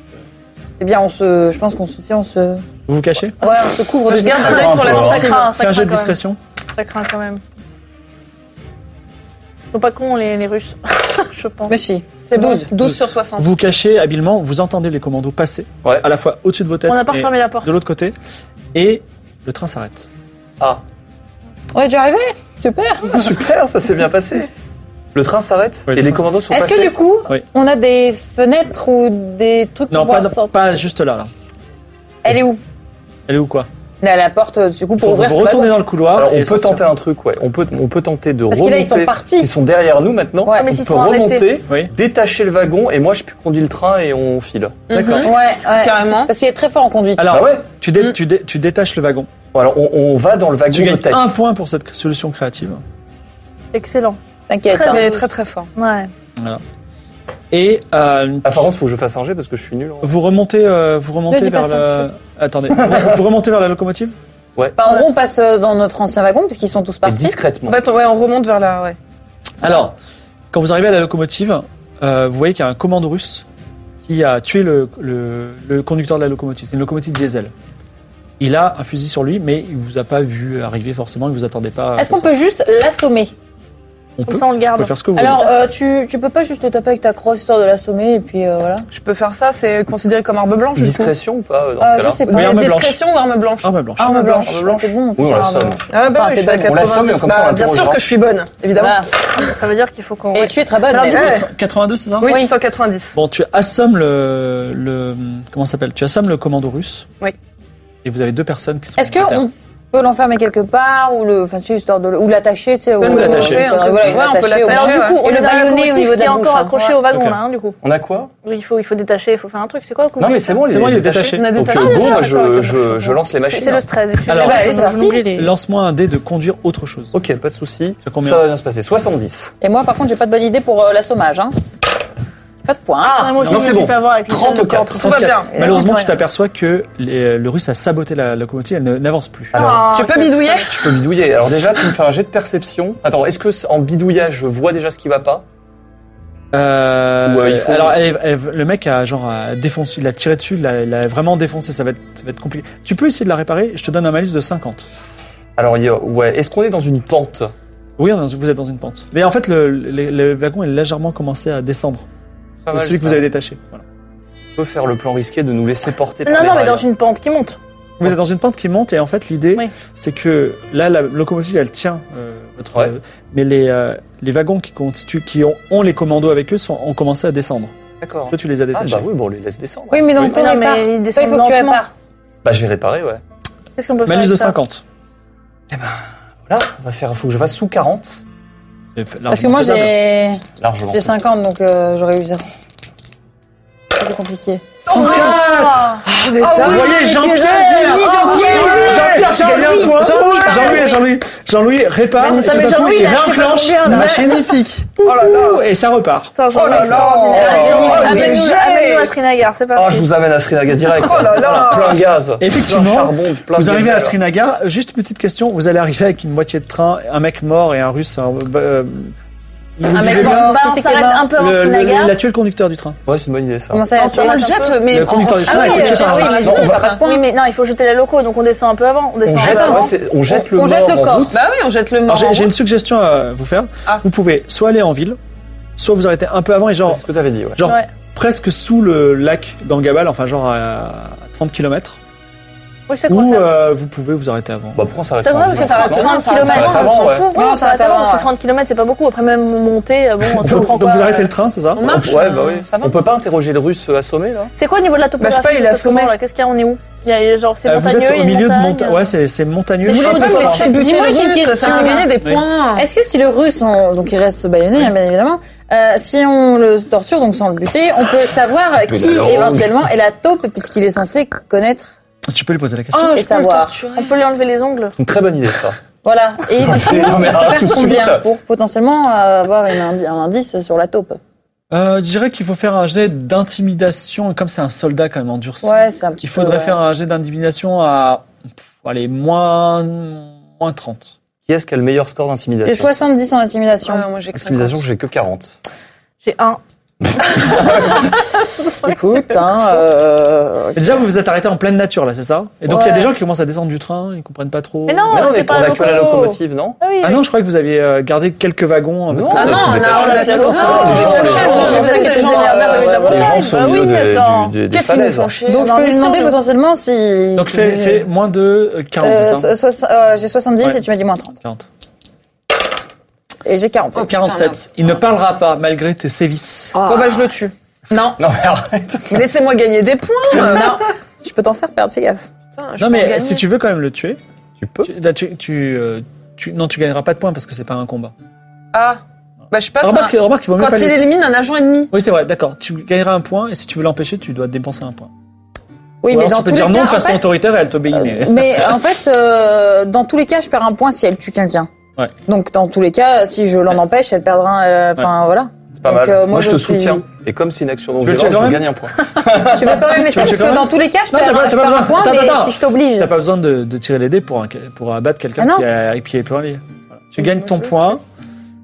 Eh bien, on se, je pense qu'on se tient, on se, ouais, Vous vous cachez? on se couvre de Je garde un textiles. œil sur la peu, hein. Ça coursive. craint, ça Fais un jet craint de quand même. discrétion. Ça craint quand même. Ils sont pas cons, les, les Russes. Je pense. Mais si. C'est bon. douze. douze sur soixante. Vous vous cachez habilement. Vous entendez les commandos passer Ouais. à la fois au-dessus de vos têtes On n'a pas et refermé la porte. de l'autre côté et le train s'arrête. Ah, On est déjà arrivé. Super. super, ça s'est bien passé. Le train s'arrête Oui, et le les train commandos sont Est-ce passés. que du coup, Oui. on a des fenêtres ou des trucs Non, pour pas, pouvoir sortir? pas juste là, là. Elle est où? Elle est où quoi? Là, la porte, du coup, pour Faut ouvrir vous ce retourner wagon. dans le couloir. Alors, on et peut sortir. tenter un truc, ouais. On peut, on peut tenter de Parce que remonter. là, ils sont partis. Ils sont derrière nous maintenant. Ouais. mais on s'ils peut sont arrêtés. remonter, Oui. détacher le wagon et moi je conduis le train et on file. D'accord. Ouais, ouais. Carrément. Parce qu'il est très fort en conduite. Alors, Ah ouais. tu, dé- tu, dé- tu détaches le wagon. Bon, alors on, on va dans le wagon Tu de gagnes tête. un point pour cette solution créative. Excellent. T'inquiète. Très hein. Il est très très fort. Ouais. Et euh, Ah, par contre, faut que je fasse un jet parce que je suis nul. hein. vous remontez, euh, vous Ne remontez dis pas vers ça, le. Attendez. vous, vous remontez vers la locomotive. Enfin, en gros, on passe euh, dans notre ancien wagon puisqu'ils sont tous Et partis. discrètement. En fait, ouais, on remonte vers la. Ouais. Alors, quand vous arrivez à la locomotive, euh, vous voyez qu'il y a un commando russe qui a tué le, le, le conducteur de la locomotive. C'est une locomotive diesel. Il a un fusil sur lui, mais il vous a pas vu arriver forcément. Il vous attendait pas. Est-ce comme qu'on peut juste l'assommer? On Comme peut, ça, on le garde. on peut faire ce que vous Alors, voulez. euh, tu, tu peux pas juste le taper avec ta crosse histoire de l'assommer et puis euh, voilà. Je peux faire ça, c'est considéré comme arme blanche, du coup. Discrétion ou pas dans Euh, ce je cas-là sais pas. Oui, Mais arme blanche. discrétion ou arme blanche Arme blanche. Arme blanche. Arme blanche. C'est bon. Oui, on faire la arme somme. blanche. Ah bah Enfin, oui, t'es je suis à bonne. On la somme, quatre-vingt-dix. comme ça, on Bah, bien sûr l'interrogera. que je suis bonne, évidemment. Voilà. Ça veut dire qu'il faut qu'on... Et tu es très bonne. Alors, mais- du coup, Ouais. quatre-vingt-deux, c'est ça Oui, Oui. cent quatre-vingt-dix. Bon, tu assommes le, le comment ça s'appelle? Tu assommes le commando russe. Oui. Et vous avez deux personnes qui sont. Est-ce à terre. qu'on peut l'enfermer quelque part ou le, enfin, tu sais, histoire de le- ou l'attacher, tu sais, peut au- l'attacher, euh, un truc. voilà, Ouais, on peut l'attacher au- l'attacher, Alors, du coup, on Et est le dans un baïonner au locomotive niveau de qui est la bouche. encore hein. accroché au wagon, Ok. là, hein, du coup. On a quoi? Il faut, il faut détacher, il faut faire un truc. C'est quoi que vous Non, mais faites c'est bon, C'est bon, il est détaché. On a Donc, détaché. euh, Ah, go, déjà, moi, d'accord, je, ok, je, je lance les C'est machines. c'est le stress. Alors, Eh ben, Je- c'est parti. j'oublie les- Lance-moi un dé de conduire autre chose. Ok, pas de souci. C'est combien Ça va bien se passer. soixante-dix. Et moi, par contre, j'ai pas de bonne idée pour euh, l'assommage. Hein. J'ai pas de points. Ah, Ah, moi aussi, non, je c'est me suis bon. fait avoir avec les chaînes de trente-quatre. corde. Tout va bien. trente-quatre. Malheureusement, Ouais. tu t'aperçois que les- le russe a saboté la locomotive, elle ne- n'avance plus. Alors, Ah, Tu peux quel bidouiller salaud. je peux bidouiller. Alors déjà, tu me fais un jet de perception. Attends, est-ce que c- en bidouillage, je vois déjà ce qui va pas? Euh, Ouais, il faut- Alors, elle- elle- le mec a genre a défoncé, il a tiré dessus, il a, il a vraiment défoncé. Ça va être, ça va être compliqué. Tu peux essayer de la réparer. Je te donne un malus de cinquante. Alors, il y a- ouais. Est-ce qu'on est dans une pente? Oui, on est- vous êtes dans une pente. Mais en fait, le, le, le wagon est légèrement commencé à descendre. Pas mal, Celui que ça. vous avez détaché. Voilà. On peut faire le plan risqué de nous laisser porter par Non, les non, mais rails. dans une pente qui monte. Vous êtes dans une pente qui monte et en fait l'idée Oui. c'est que là la locomotive elle tient euh, votre Ouais. euh, mais les euh, les wagons qui constituent qui ont, ont les commandos avec eux sont, ont commencé à descendre. D'accord. Toi tu les as Ah détachés. bah oui, bon, on les laisse descendre. oui, mais donc Oui. tu Non, répares. mais il Toi, descend il faut que tu lentement. répares. Bah, je vais réparer, ouais. Qu'est-ce qu'on peut faire Malus de avec ça cinquante. Voilà, on va faire. Faut que je fasse sous quarante. C'est Parce que moi, largement j'ai Largement. j'ai cinquante, donc euh, j'aurais eu zéro. C'est compliqué. Ah, Vous voyez Jean-Pierre Jean-Pierre, j'ai gagné un point. Jean-Louis, pardon. Jean-Louis, Jean-Louis, Jean-Louis répare. Mais et ça, tout mais d'un coup, Jean-Louis, il il a acheté réenclenche. pas combien, là Magnifique. Oh là là. Ouh, et ça repart. Attends, Oh là là. extraordinaire. Oh, Génie. oh, Amène-nous G. amène-nous à Srinagar, c'est Ah, parti. je vous amène à Srinagar direct. Oh là là. Plein gaz. Effectivement, Plein charbon, plein Vous de arrivez à gazelle. Srinagar. Juste une petite question. Vous allez arriver avec une moitié de train, un mec mort et un russe. un- euh, vous Un mec vivez- mort. Bah, Qui on c'est qui est s'arrête mort un peu avant Le- le- Srinagar. Il a tué le conducteur du train. Ouais, c'est une bonne idée ça. Comment ça, Non, il tu y a- vois, On jette, mais. Le conducteur du Ah train a oui, été tué euh, par un ah oui, russe. mais Non, on du coup, va- pas de points. Oui, mais non, il faut jeter les locaux, donc on descend un peu avant. On On descend jette, un peu ouais, avant. c'est- on jette le on jette mort le en corps. route. Bah oui, on jette le Alors, mort. j'ai en j'ai une route. suggestion à vous faire. Ah. Vous pouvez soit aller en ville, soit vous arrêter un peu avant et genre, C'est ce que t'avais dit, ouais. genre Ouais. presque sous le lac d'Angabal, enfin genre à trente kilomètres. Oui, je sais quoi Ou faire. euh, vous pouvez vous arrêter avant. Bah, pourquoi on s'arrête C'est pas vrai, en parce que ville ça va Non, trente ça s'arrête kilomètres. avant, On s'en ouais. fout. Oui, on s'arrête avant, avant, parce que ouais. trente kilomètres, c'est pas beaucoup. Après, même monter, bon, ça donc, prend donc quoi vous arrêtez euh, le train, c'est ça On marche. Ouais, bah oui. Ça va. On peut pas interroger le russe assommé, là? C'est quoi au niveau de la topographie? Bah, je sais pas, il est ça se passe assommé. comment, là Qu'est-ce qu'il y a? On est où? Il y a genre, c'est Euh, Vous montagneux, êtes il y a au une milieu de montagne. montagne. Ouais, c'est c'est montagneux. C'est Vous chaud, voulez de pas me faire. laisser buter Dis-moi, le j'ai une russe, ça question. fait gagner des points. Est-ce que si le russe, on- donc il reste baïonné, hein, bien évidemment, euh, si on le torture, donc sans le buter, on peut savoir qui la langue. éventuellement est la taupe, puisqu'il est censé connaître Tu peux lui poser la question. Oh, et je peux le savoir. torturer. On peut lui enlever les ongles. C'est une très bonne idée, ça. Voilà. Et du coup, Non, mais on alors, peut tout faire de combien suite. pour potentiellement euh, avoir une indi- un indice sur la taupe? Euh, je dirais qu'il faut faire un jet d'intimidation, comme c'est un soldat quand même endurci. Ouais, c'est un petit Il peu, faudrait ouais. faire un jet d'intimidation à, pff, allez, moins, moins trente. Qui est-ce qui a le meilleur score J'ai d'intimidation? soixante-dix en intimidation. Ouais, moi j'ai que Intimidation, cinquante. j'ai que quarante. J'ai un. Écoute, hein, euh, Et déjà, vous vous êtes arrêté en pleine nature, là, c'est ça? Et donc, il y a Ouais. des gens qui commencent à descendre du train, ils comprennent pas trop. Mais non, Mais non, on t'es est pas on un a que la loco. locomotive, non? Ah oui, Ah non, je croyais que vous aviez euh, gardé quelques wagons. hein, parce Non. que- Ah non, on a, on a tout Non, le temps. les On gens, est les cachés, gens, on les sait gens, que les c'est gens, des merdes euh, avec la voilà. Les gens montagne. sont Bah au milieu oui, des, attends. du- des, des Qu'est-ce qu'ils nous falaises. font chier? donc je Non, peux mais lui demander sans- potentiellement si. Donc, fais, fais moins de euh, quarante, Euh, c'est ça? so- soix- euh, j'ai soixante-dix Ouais. et tu m'as dit moins trente. quarante. Et j'ai quarante-sept. Oh, putain, quarante-sept. Il ne parlera pas, malgré tes sévices. Bon bah je le tue. Non, Non, mais arrête. Mais laissez-moi gagner des points. non. Je peux t'en faire perdre, fais gaffe. Putain, je Non, peux en mais gagner. si tu veux quand même le tuer, Tu peux? tu, là, tu, tu, euh, tu- non, tu gagneras pas de points parce que c'est pas un combat. Ah, bah je passe. Remarque, un- remarque qu'il vaut mieux Quand pas il les- élimine un agent ennemi. Oui, c'est vrai, d'accord. Tu gagneras un point et si tu veux l'empêcher, tu dois dépenser un point. Oui, Ou mais alors dans tu peux tous les dire cas, non de en façon fait, autoritaire et elle t'obéit. euh, mais... mais en fait, euh, dans tous les cas, je perds un point si elle tue quelqu'un. Ouais. Donc dans tous les cas, si je l'en empêche, elle perdra. euh, Enfin voilà. C'est pas Donc, mal. euh, moi, moi, je je te suis- soutiens. Et comme c'est une action non Tu veux le violente, tuer quand je même gagne un point. Tu veux quand même Tu essayer veux parce quand que même dans tous les cas, je Non, t'as perds, pas- un- t'as je pas perds un besoin. point, Attends, mais attends. si je t'oblige. T'as pas besoin de, de tirer les dés pour, un- pour abattre quelqu'un Ah non. qui a, et puis il est plus allié. Voilà. Tu Oui, gagnes moi, ton je point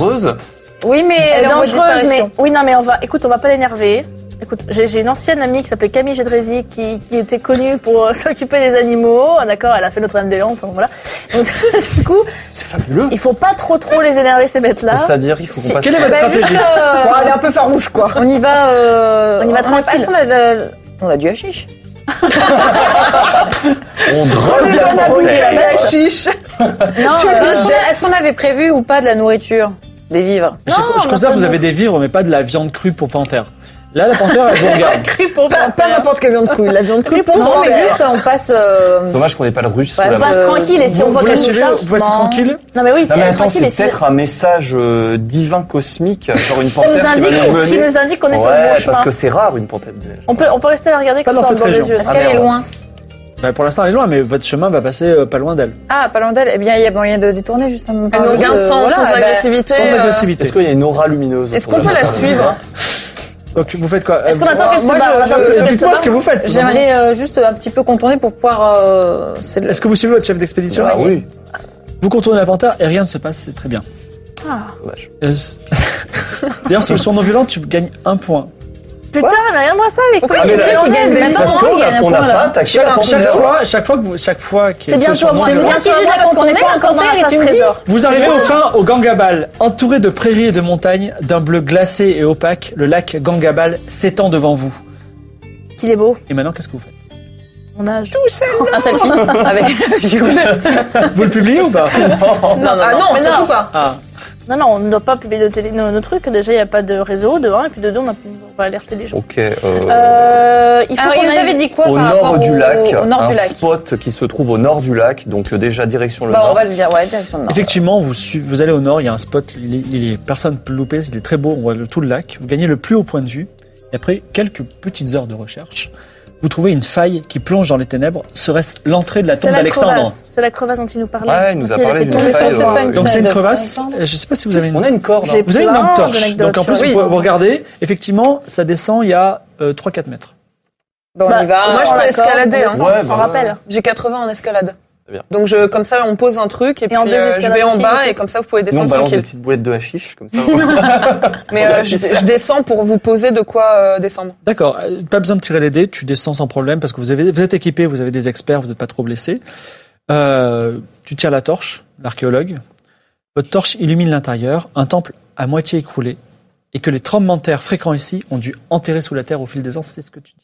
dangereuse. Oui, mais Elle elle est est en voie de dangereuse, mais disparition. oui, non, mais on va. Écoute, on va pas l'énerver. Écoute, j'ai, j'ai une ancienne amie qui s'appelait Camille Gédrézy qui, qui était connue pour euh, s'occuper des animaux. Ah, d'accord, elle a fait Notre-Dame-des-Landes, enfin voilà. Donc, du coup, C'est fabuleux. il faut pas trop trop les énerver ces bêtes-là. C'est-à-dire, il faut qu'on passe... Quelle est votre Bah, stratégie juste, euh, Bon, elle est un peu farouche, quoi. on y va. Euh, On y va a- tranquille. Est-ce qu'on a, de- on a du hashish? On drogue la bordel. La chiche. Non. euh, est-ce qu'on a- Est-ce qu'on avait prévu ou pas de la nourriture, des vivres? Je, Non, je on considère a que vous pas avez de- des vivres, mais pas de la viande crue pour panthère. Là, la panthère, elle vous regarde. Cru pour Pas, pas n'importe quelle viande couille. La viande couille pour Non, mais panthère. juste on passe. euh, Dommage qu'on n'ait pas le russe sous Ouais, la On main. passe Euh, tranquille et si vous, on voit vous la qu'elle nous suivez, chasse. vous passez non. tranquille. Non mais oui, si Non mais elle est attends, tranquille c'est et si peut-être un message euh, divin cosmique, genre une ça nous panthère qui va indique, nous mener. qui nous indique qu'on est sur le Ouais, bon parce chemin. que c'est rare une panthère. On peut, on peut rester à la regarder Pas comme dans ça en cette bord des région. yeux. Est-ce Ah, qu'elle est merde. loin? Bah, pour l'instant, elle est loin, mais votre chemin va passer euh, pas loin d'elle. Ah, pas loin d'elle. Eh bien, il y a moyen de détourner justement. Elle nous Enfin, regarde juste, sans, euh, sans voilà, bah, agressivité. Sans euh, agressivité. Est-ce qu'il y a une aura lumineuse Est-ce qu'on peut la suivre? Donc, vous faites quoi Est-ce qu'on Euh, attend qu'elle se moi, barre je- On attend je- qu'elle se je- Dites-moi barre ce que vous faites. J'aimerais euh, juste un petit peu contourner pour pouvoir. Euh, c'est le- Est-ce que vous suivez votre chef d'expédition Ah oui, Vous contournez la panthère et rien ne se passe, c'est très bien. Ah. dommage. Euh, D'ailleurs, sur le surnom violent, tu gagnes un point. Putain, mais regarde-moi ça, les Pourquoi couilles. il y a quelle quelqu'un qui ondelle. gagne des Maintenant, Parce on qu'on gagne un on point, n'a là. pas attaqué Chaque, la chaque panthère. fois, chaque fois que vous, chaque fois qu'il y a C'est une bientôt à moi. surnom C'est bien violent, qui dit la parce qu'on contourner, n'est pas la encore dans la panthère, et phase tu me dis- trésor. Vous arrivez enfin au Gangabal, entouré de prairies et de montagnes, d'un bleu glacé et opaque. Le lac Gangabal s'étend devant vous. Qu'il est beau, Et maintenant, qu'est-ce que vous faites mon âge. Un selfie avec. Vous le publiez ou pas Non, non, Ah non. non, mais non. surtout pas. Ah, Non, non, on ne doit pas publier nos, télé, nos, nos trucs. Déjà, il n'y a pas de réseau, de un, et puis de deux, on, a- on va alerter les gens. Ok. euh, Euh, il faut Alors, qu'on il nous aille- avait dit quoi Au par nord rapport du au- lac, Au nord un du lac. spot qui se trouve au nord du lac, donc euh, déjà direction le Bah, on nord. va le dire, ouais, direction le nord. effectivement, vous, su- vous allez au nord, il y a un spot, il est, il est personne ne peut le louper, il est très beau, on voit le- tout le lac. Vous gagnez le plus haut point de vue. Et après quelques petites heures de recherche, vous trouvez une faille qui plonge dans les ténèbres. Serait-ce l'entrée de la C'est tombe la d'Alexandre? crevasse. C'est la crevasse dont il nous parlait. Ouais, il nous a Ok, parlé fait d'une tomber faille, son euh, chemin. Donc c'est une de crevasse. Alexandre. Euh, Je sais pas si vous avez une... On a une corde. J'ai- hein. Vous avez une plein lampe torche. d'anecdotes Donc en plus, sur- vous, Oui. vous regardez, effectivement, ça descend, il y a euh, trois quatre mètres. Bon, on Bah, y va. moi, je on peux l'accorde, escalader, on hein. descend, Ouais, on bah, rappelle. J'ai quatre-vingts en escalade. Très bien. Donc je, comme ça, on pose un truc et, puis en euh, je désescalade vais en aussi, bas du coup. et comme ça, vous pouvez Sinon, on descendre balance des tranquille. petites boulettes de hashish, comme ça. Mais euh, je, je descends pour vous poser de quoi euh, descendre. D'accord, euh, pas besoin de tirer les dés, tu descends sans problème parce que vous, avez, vous êtes équipé, vous avez des experts, vous n'êtes pas trop blessé. Euh, tu tires la torche, l'archéologue. Votre torche illumine l'intérieur, un temple à moitié écroulé, et que les tremblements de terre fréquents ici ont dû enterrer sous la terre au fil des ans, c'est ce que tu dis.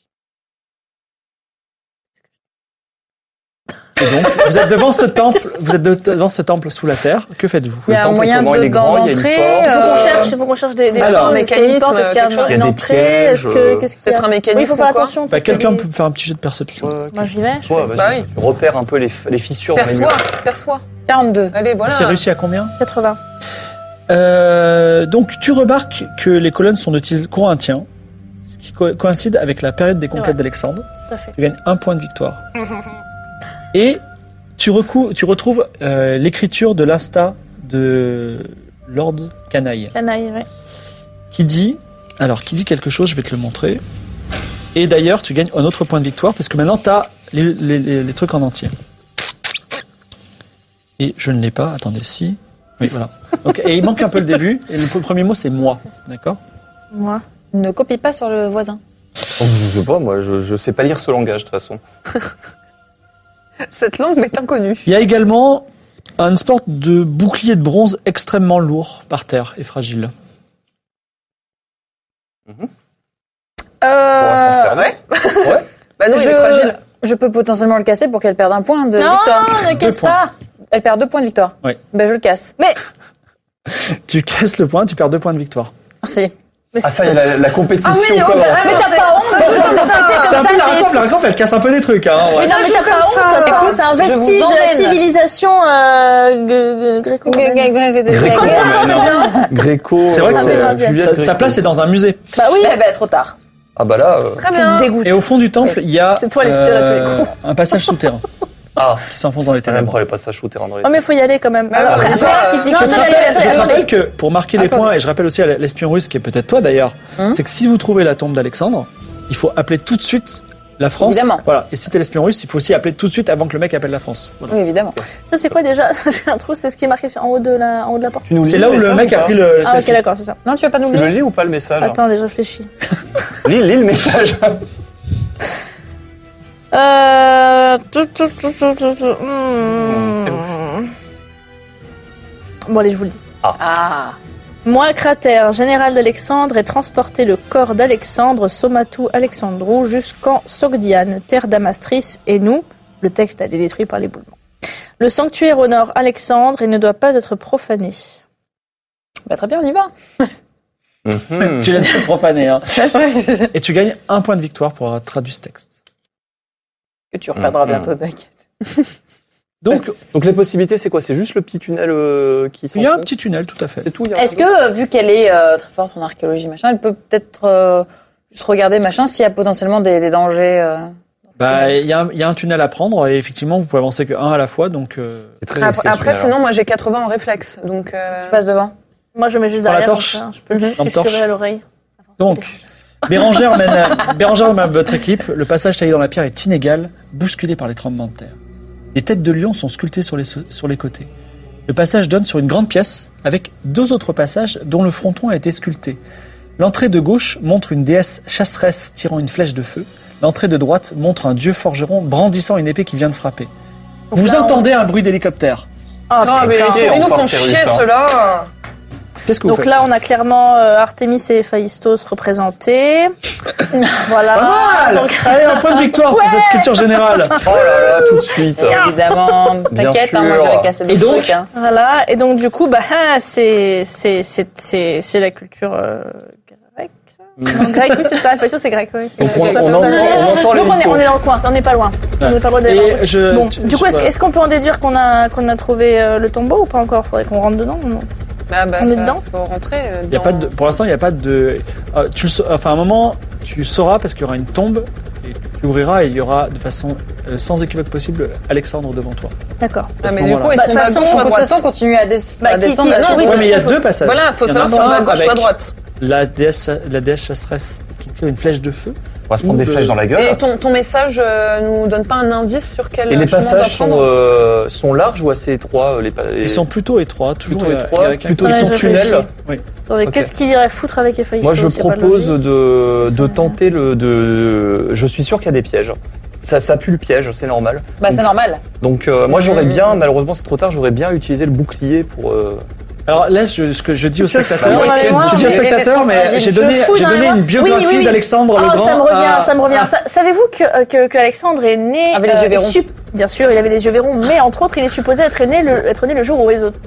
Et donc, vous êtes devant ce temple, vous êtes de- devant ce temple sous la terre. Que faites-vous Il y a un temple, moyen comment il de- est grand, il y a une d'entrer. porte. Il faut euh, qu'on cherche, il faut qu'on cherche des, des Alors, choses. Est-ce qu'il y a une porte, est-ce qu'il y a quelque chose. une Il y a des entrée, pièges, est-ce que, euh, qu'est-ce qu'il y a Peut-être un Oui, il mécanisme faut faire ou quoi attention. Bah, peut-être quelqu'un qu'il y peut faire un petit jet de perception. Ouais, Moi, j'y vais. je Ouais, fais vas-y. Bah oui. Repère un peu les, les fissures dans les Perçois, murs. perçois. quarante-deux. Allez, voilà. C'est réussi à combien quatre-vingts. Euh, donc tu remarques que les colonnes sont de style corinthien, ce qui co- coïncide avec la période des Ouais. conquêtes d'Alexandre. Tout à fait. Tu gagnes un point de victoire. Et tu, recou- tu retrouves euh, l'écriture de l'insta de Lord Canaille, Canaille, ouais. qui dit, alors qui dit quelque chose, je vais te le montrer. Et d'ailleurs, tu gagnes un autre point de victoire parce que maintenant tu as les, les- les- les trucs en entier. Et je ne l'ai pas. Attendez, si. Oui, voilà. Donc, et il manque un peu le début. Et le premier mot, c'est moi. D'accord? Moi. Ne copie pas sur le voisin. Oh, je sais pas, moi, je, je sais pas lire ce langage, de toute façon. Cette langue m'est inconnue. Il y a également un sorte de bouclier de bronze extrêmement lourd par terre et fragile. On Euh, va s'en servir. Ouais. Ouais. Bah non, il est je... fragile. je peux potentiellement le casser pour qu'elle perde un point de Non, victoire. ne casse points. pas. Elle perd deux points de victoire. Oui. Ben, je le casse. Mais, Tu casses le point, tu perds deux points de victoire. Merci. mais Ah, ça y est, la, la compétition Ah oui, on- commence. mais t'as pas honte ça, c'est comme ça. C'est un peu ça, la mais- Raconte, la Raconte, elle casse un peu des trucs. Hein, ouais. Mais non, mais t'as pas honte. ça. Écoute, c'est un Je vous vestige de la emmène. civilisation euh, g- g- gréco-romaine. Gréco, mais non. Gréco. C'est vrai que euh, c'est, Juliette sa, Juliette sa Gréco. place est dans un musée. Bah oui, Eh ben, trop tard. Ah bah là. euh, Très tu bien. me dégoûtes. Et au fond du temple, il y a C'est toi l'esprit à tous les coups. un passage souterrain Ah, qui s'enfonce dans les t'as même ténèbres. pas les passages souterrains dans les. Oh, mais faut y aller quand même. Bah, Alors, ouais, attends, ouais. qui dit non, que Je te attendez, rappelle, attendez, je te attendez. rappelle que pour marquer les Attendez. points, et je rappelle aussi à l'espion russe qui est peut-être toi d'ailleurs, Hum. c'est que si vous trouvez la tombe d'Alexandre, il faut appeler tout de suite La France, Évidemment. voilà. Et si t'es l'espion russe, il faut aussi appeler tout de suite avant que le mec appelle la France. Voilà. Oui, évidemment. Ça, c'est quoi déjà? J'ai un trou, c'est ce qui est marqué sur- en haut de la, en haut de la porte. Tu nous lis C'est là où le message mec ou a pas pris le. Ah, ok, selfie. d'accord, c'est ça. Non, tu vas pas nous Tu le lire lis ou pas le message? Attendez, je réfléchis. Lis, lis le message. Euh... tout, tout, tout, tout, tout, tout. Hmm. C'est Bon, allez, je vous le dis. Ah. Moi, Cratère, général d'Alexandre, ai transporté le corps d'Alexandre, Somatou Alexandrou, jusqu'en Sogdiane, terre d'Amastris, et nous, le texte a été détruit par l'éboulement. Le sanctuaire honore Alexandre et ne doit pas être profané. Bah, très bien, on y va. Mhm. Tu l'as déjà profané, hein. Ouais, c'est ça. Et tu gagnes un point de victoire pour avoir traduit ce texte. Que tu reperdras Mhm. bientôt, t'inquiète. Donc, Donc les possibilités, c'est quoi? C'est juste le petit tunnel euh, qui il y a un s'enfonce petit tunnel, tout à fait. C'est tout. il y a un Est-ce truc que, euh, vu qu'elle est euh, très forte en archéologie, machin, elle peut peut-être euh, juste regarder, machin, s'il y a potentiellement des, des dangers euh... Bah, il y, a un- il y a un tunnel à prendre et effectivement, vous pouvez avancer que un à la fois. Donc, euh, C'est très Après, risqué, après, celui-là. sinon, moi, j'ai quatre-vingts en réflexe. Donc, euh... Tu passes devant. Moi, je mets juste Prends la derrière. torche. comme ça, je peux le Mhm. Lampe torche. susurrer à l'oreille. donc Bérangère mène, Bérangère mène votre équipe. Le passage taillé dans la pierre est inégal, bousculé par les tremblements de terre. Des têtes de lions sont sculptées sur les, sur les côtés. Le passage donne sur une grande pièce avec deux autres passages dont le fronton a été sculpté. L'entrée de gauche montre une déesse chasseresse tirant une flèche de feu. L'entrée de droite montre un dieu forgeron brandissant une épée qui vient de frapper. Donc Vous là, on- entendez un bruit d'hélicoptère. Ah, Non, mais putain. ils, ils nous encore font ces chier, Russes, hein. ceux-là. Qu'est-ce que vous Donc faites là, on a clairement euh, Artemis et Héphaïstos représentés. Voilà. Pas mal. Donc- Allez, un point de victoire pour cette culture générale. Oh là là, tout de suite. Évidemment. Bien T'inquiète, hein, sûr. moi j'avais cassé le Et donc truc. Hein. Voilà. Et donc du coup, bah ah, c'est c'est c'est c'est c'est la culture euh, grecque. Ça non, grec, oui, c'est ça. Héphaïstos, c'est grec, oui. Donc C'est on, grec. on entend, on entend les Donc on est, échos. on est dans le coin, ça, on n'est pas loin. On n'est pas loin d'aller voir un Et truc. je, Bon, tu- du coup, je- est-ce, est-ce qu'on peut en déduire qu'on a qu'on a trouvé euh, le tombeau ou pas encore? Faudrait qu'on rentre dedans ou non? Bah, bah, On est faut- dedans faut rentrer. euh, Il y a dans- pas de, pour l'instant, il n'y a pas de. euh, tu le sa- enfin, à un moment, tu sauras parce qu'il y aura une tombe et tu ouvriras et il y aura de façon euh, sans équivoque possible Alexandre devant toi. D'accord. À Ah, ce mais du moment-là. coup, est-ce Bah, qu'on de va à toute gauche ou façon, à De toute droite? façon, continue à, des- Bah, à qui- descendre. qui- là, non, je- oui, Ouais, mais il y a faut- deux passages. Voilà, faut Il y en a savoir si on va à un gauche ou à avec droite. La déesse, la déesse chasseresse qui tire une flèche de feu. On va se prendre des Ou de- flèches dans la gueule. Et ton, ton message euh, nous donne pas un indice sur quel Et les chemin on va passages sont, prendre euh, sont larges ou assez étroits les, pa- les- Ils sont plutôt étroits, toujours plutôt il y a- étroits, avec un- plutôt ils Ouais, sont je tunnels. réfléchis. Oui. Attendez, Ok. qu'est-ce qu'il irait foutre avec Héphaïstos? Moi, je C'est pas propose logique. de, Ça, de ça- tenter le. De, je suis sûr qu'il y a des pièges. Ça, ça pue le piège, c'est normal. Bah, c'est Donc- normal. Donc, euh, moi, j'aurais Mhm. bien, malheureusement, c'est trop tard, j'aurais bien utilisé le bouclier pour. euh, Alors là, je, ce que je dis aux Je le fous spectateurs, dans la mémoire, je dis aux mais- spectateurs, mais j'ai Je donné, fous j'ai dans la donné mémoire. une biographie Oui, oui, oui. d'Alexandre le Oh, Grand. ça me revient, à- ça me revient. à- Sa- Savez-vous que, que, que Alexandre est né Avait les yeux verrons. sup- Bien sûr, il avait les yeux verrons, mais entre autres, il est supposé être né le, être né le jour où Éso...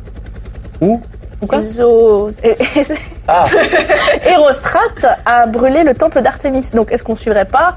Où Quoi Éso- é- é- Ah, Érostrate a brûlé le temple d'Artémis. Donc, est-ce qu'on suivrait pas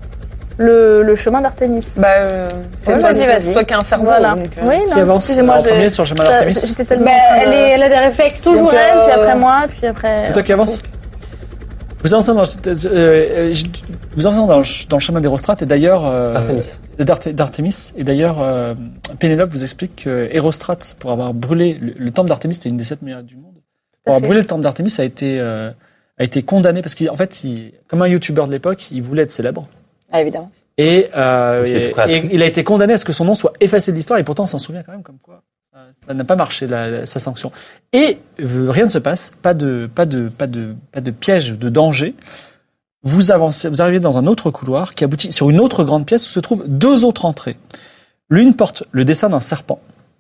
le, le chemin d'Artémis? Bah, euh, c'est Ouais, toi, vas-y, c'est- vas-y. c'est toi qui as un cerveau. Voilà. donc, euh, Oui, Qui non, avance excusez-moi, en j'ai- premier sur le chemin ça- d'Artémis. J'étais tellement Bah, en train elle, de- est, elle a des réflexes. Toujours donc, elle, puis euh, après moi, puis après... C'est toi qui avance. Vous avancez dans, euh, euh, je- vous avancez dans, le- dans le chemin d'Hérostrate et d'ailleurs euh, Artémis. d'Arte- d'Artémis et d'ailleurs euh, Pénélope vous explique que Hérostrate, pour avoir brûlé le, le temple d'Artémis, c'était une des sept meilleures du monde. Pour avoir fait. brûlé le temple d'Artémis, a été euh, a été condamné parce qu'en fait, il, comme un youtubeur de l'époque, il voulait être célèbre. Ah, évidemment. Et, euh, Donc, il était et- prêt à et tout. il a été condamné à ce que son nom soit effacé de l'histoire et pourtant on s'en souvient quand même comme quoi euh, ça n'a pas marché la, la- sa sanction. Et euh, rien ne se passe, pas de pas de pas de pas de piège, de danger. Vous avancez, vous arrivez dans un autre couloir qui aboutit sur une autre grande pièce où se trouvent deux autres entrées. L'une porte le dessin d'un serpent,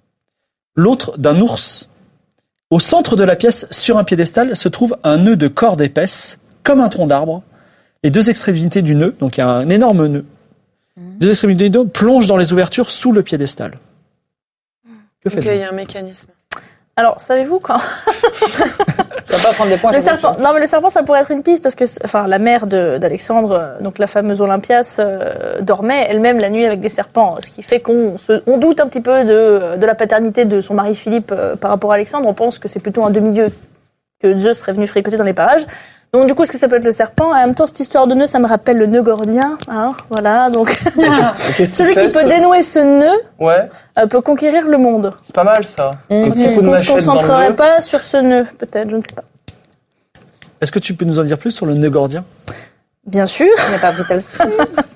l'autre d'un ours. Au centre de la pièce, sur un piédestal, se trouve un nœud de corde épaisse, comme un tronc d'arbre. Les deux extrémités du nœud, donc il y a un énorme nœud, deux extrémités du nœud plongent dans les ouvertures sous le piédestal. Que Ok, faites-vous il y a un mécanisme. Alors, savez-vous quand Tu vas pas prendre des points. le je sais serpent, pas. non mais le serpent, ça pourrait être une piste parce que, c'est- enfin, la mère de- d'Alexandre, euh, donc la fameuse Olympias, euh, dormait elle-même la nuit avec des serpents, ce qui fait qu'on se, on doute un petit peu de, de la paternité de son mari Philippe euh, par rapport à Alexandre. On pense que c'est plutôt un demi-dieu que Zeus serait venu fréquenter dans les parages. Donc du coup, est-ce que ça peut être le serpent? En même temps, cette histoire de nœud, ça me rappelle le nœud gordien, hein, voilà. Donc celui qui peut dénouer ce nœud ouais, euh, peut conquérir le monde. c'est pas mal ça. Un petit Est-ce coup de qu'on se machette dans le concentrerait nœud. pas sur ce nœud, peut-être, je ne sais pas. Est-ce que tu peux nous en dire plus sur le nœud gordien? Bien sûr. Il n'a pas pris tel son.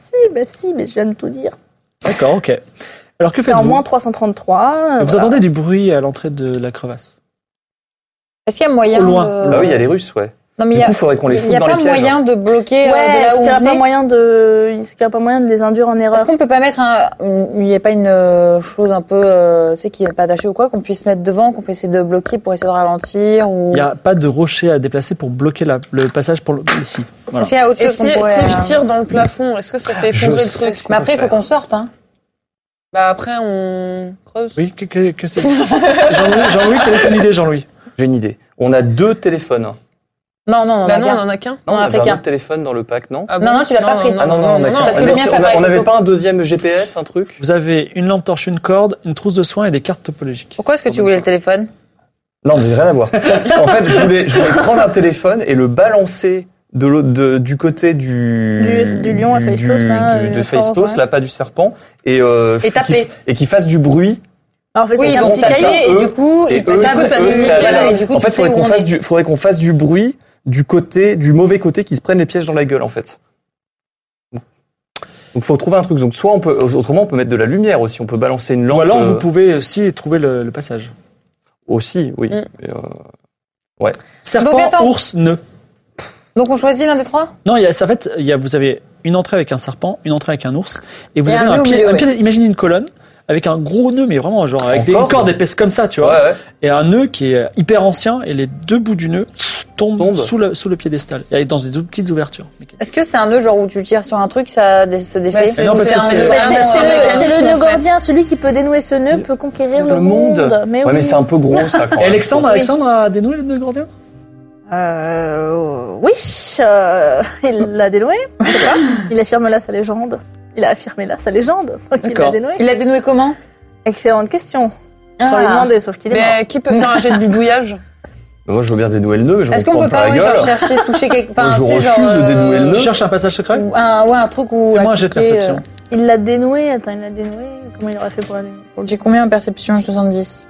Si, bah si, mais je viens de tout dire. D'accord, ok. Alors que C'est en faites-vous? moins trois cent trente-trois. Vous voilà. entendez du bruit à l'entrée de la crevasse. Est-ce qu'il y a moyen Au loin. de... Bah oui, il y a les Russes, ouais. Non, mais Du il y a, coup, faudrait qu'on les il foute y a dans pas les pièges. moyen de bloquer euh, Ouais, de là est-ce où qu'il n'y on a pas venait moyen de, est-ce qu'il y a pas moyen de les induire en erreur? Est-ce qu'on peut pas mettre un, il n'y a pas une euh, chose un peu, euh, tu sais, qui n'est pas attachée ou quoi, qu'on puisse mettre devant, qu'on puisse essayer de bloquer pour essayer de ralentir ou... Il n'y a pas de rocher à déplacer pour bloquer la- le passage pour le- ici. Voilà. Est-ce qu'il y a autre Et chose si, qu'on pourrait... si euh, je tire dans le plafond, est-ce que ça fait Je effondrer le sais truc ce qu'on Mais après, il peut faut faire. qu'on sorte, hein. Bah après, on creuse. Oui, que, que, que c'est Jean-Louis, Jean-Louis, quelle est ton idée, Jean-Louis? J'ai une idée. On a deux téléphones. Non, non, non, Bah on non, a on qu'un. en a qu'un. On Non, en a on avait pris un qu'un. autre téléphone dans le pack, non? Ah Non, non, tu l'as pas pris. Ah non, non, on a qu'un. Parce que le Mais mien si, fait on pas a- on avec n'avait le pas un deuxième G P S, un truc? Vous avez une lampe torche, une corde, une trousse de soins et des cartes topologiques. Pourquoi est-ce que tu voulais le téléphone? Non, mais rien à voir. En fait, je voulais, je voulais prendre un téléphone et le balancer de l'autre, de, du côté du Du- du lion à Phaistos, du- là, du- euh, de fort, Phaistos, ouais. là, pas du serpent, et euh, Et t'appeler. qu'il- et qu'il fasse du bruit. Alors, on fait ça Oui, avec ils un vont petit taper cahier. et eux, du coup, Et ils eux, peuvent ça, ça eux, nous c'est nickel, la- et du coup, en tu fait, sais faudrait où qu'on on fasse est. du, faudrait qu'on fasse du bruit du côté, du mauvais côté qui se prenne les pièges dans la gueule, en fait. Donc, faut trouver un truc. Donc, soit on peut, autrement, on peut mettre de la lumière aussi. On peut balancer une lampe. Ou alors, euh, vous pouvez aussi trouver le, le passage. aussi, oui. Mm. Et, euh, Serpent, Donc, attends. ours, nœud. Donc on choisit l'un des trois? Non, il y a, ça, en fait, il y a, vous avez une entrée avec un serpent, une entrée avec un ours, et vous Et avez un un, nœud au pied, milieu, un ouais. pied, imaginez une colonne, avec un gros nœud, mais vraiment, genre, avec des, une Encore, corde ouais. épaisse comme ça, tu ouais, vois. ouais. Et un nœud qui est hyper ancien, et les deux bouts du nœud tombent Tombe. sous le, sous le piédestal. Et dans des toutes petites ouvertures. Est-ce que c'est un nœud genre où tu tires sur un truc, ça dé- se défait? Bah, c'est- Non, parce c'est que un- c'est- C'est c'est un- c'est- un c'est le, mécanisme, c'est le nœud en fait. gordien, celui qui peut dénouer ce nœud peut conquérir le, Le monde. Mais Ouais, oui. mais c'est un peu gros, ça, quand Et même. Alexandre, Oui. Alexandre a dénoué le nœud gordien? Euh, oui, euh, il l'a dénoué, je sais pas. Il affirme là sa légende. Il a affirmé là sa légende, donc il l'a D'accord. dénoué. Il l'a dénoué comment? Excellente question. Ah. Faut lui demander, sauf qu'il est mort. Mais qui peut faire un jet de bidouillage? Moi, je veux bien dénouer le nœud, mais je Est-ce vais qu'on me peut prendre pas, plein ouais, la genre gueule. chercher, toucher quelque, enfin, Je tu sais, refuse genre, de dénouer le euh, nœud. Tu cherches un passage secret? ou un, ouais, un truc où. Fais-moi un jet de appliquer, perception. euh, Il l'a dénoué, attends, il l'a dénoué. Comment il aurait fait pour la dénouer? J'ai combien en perception? soixante-dix.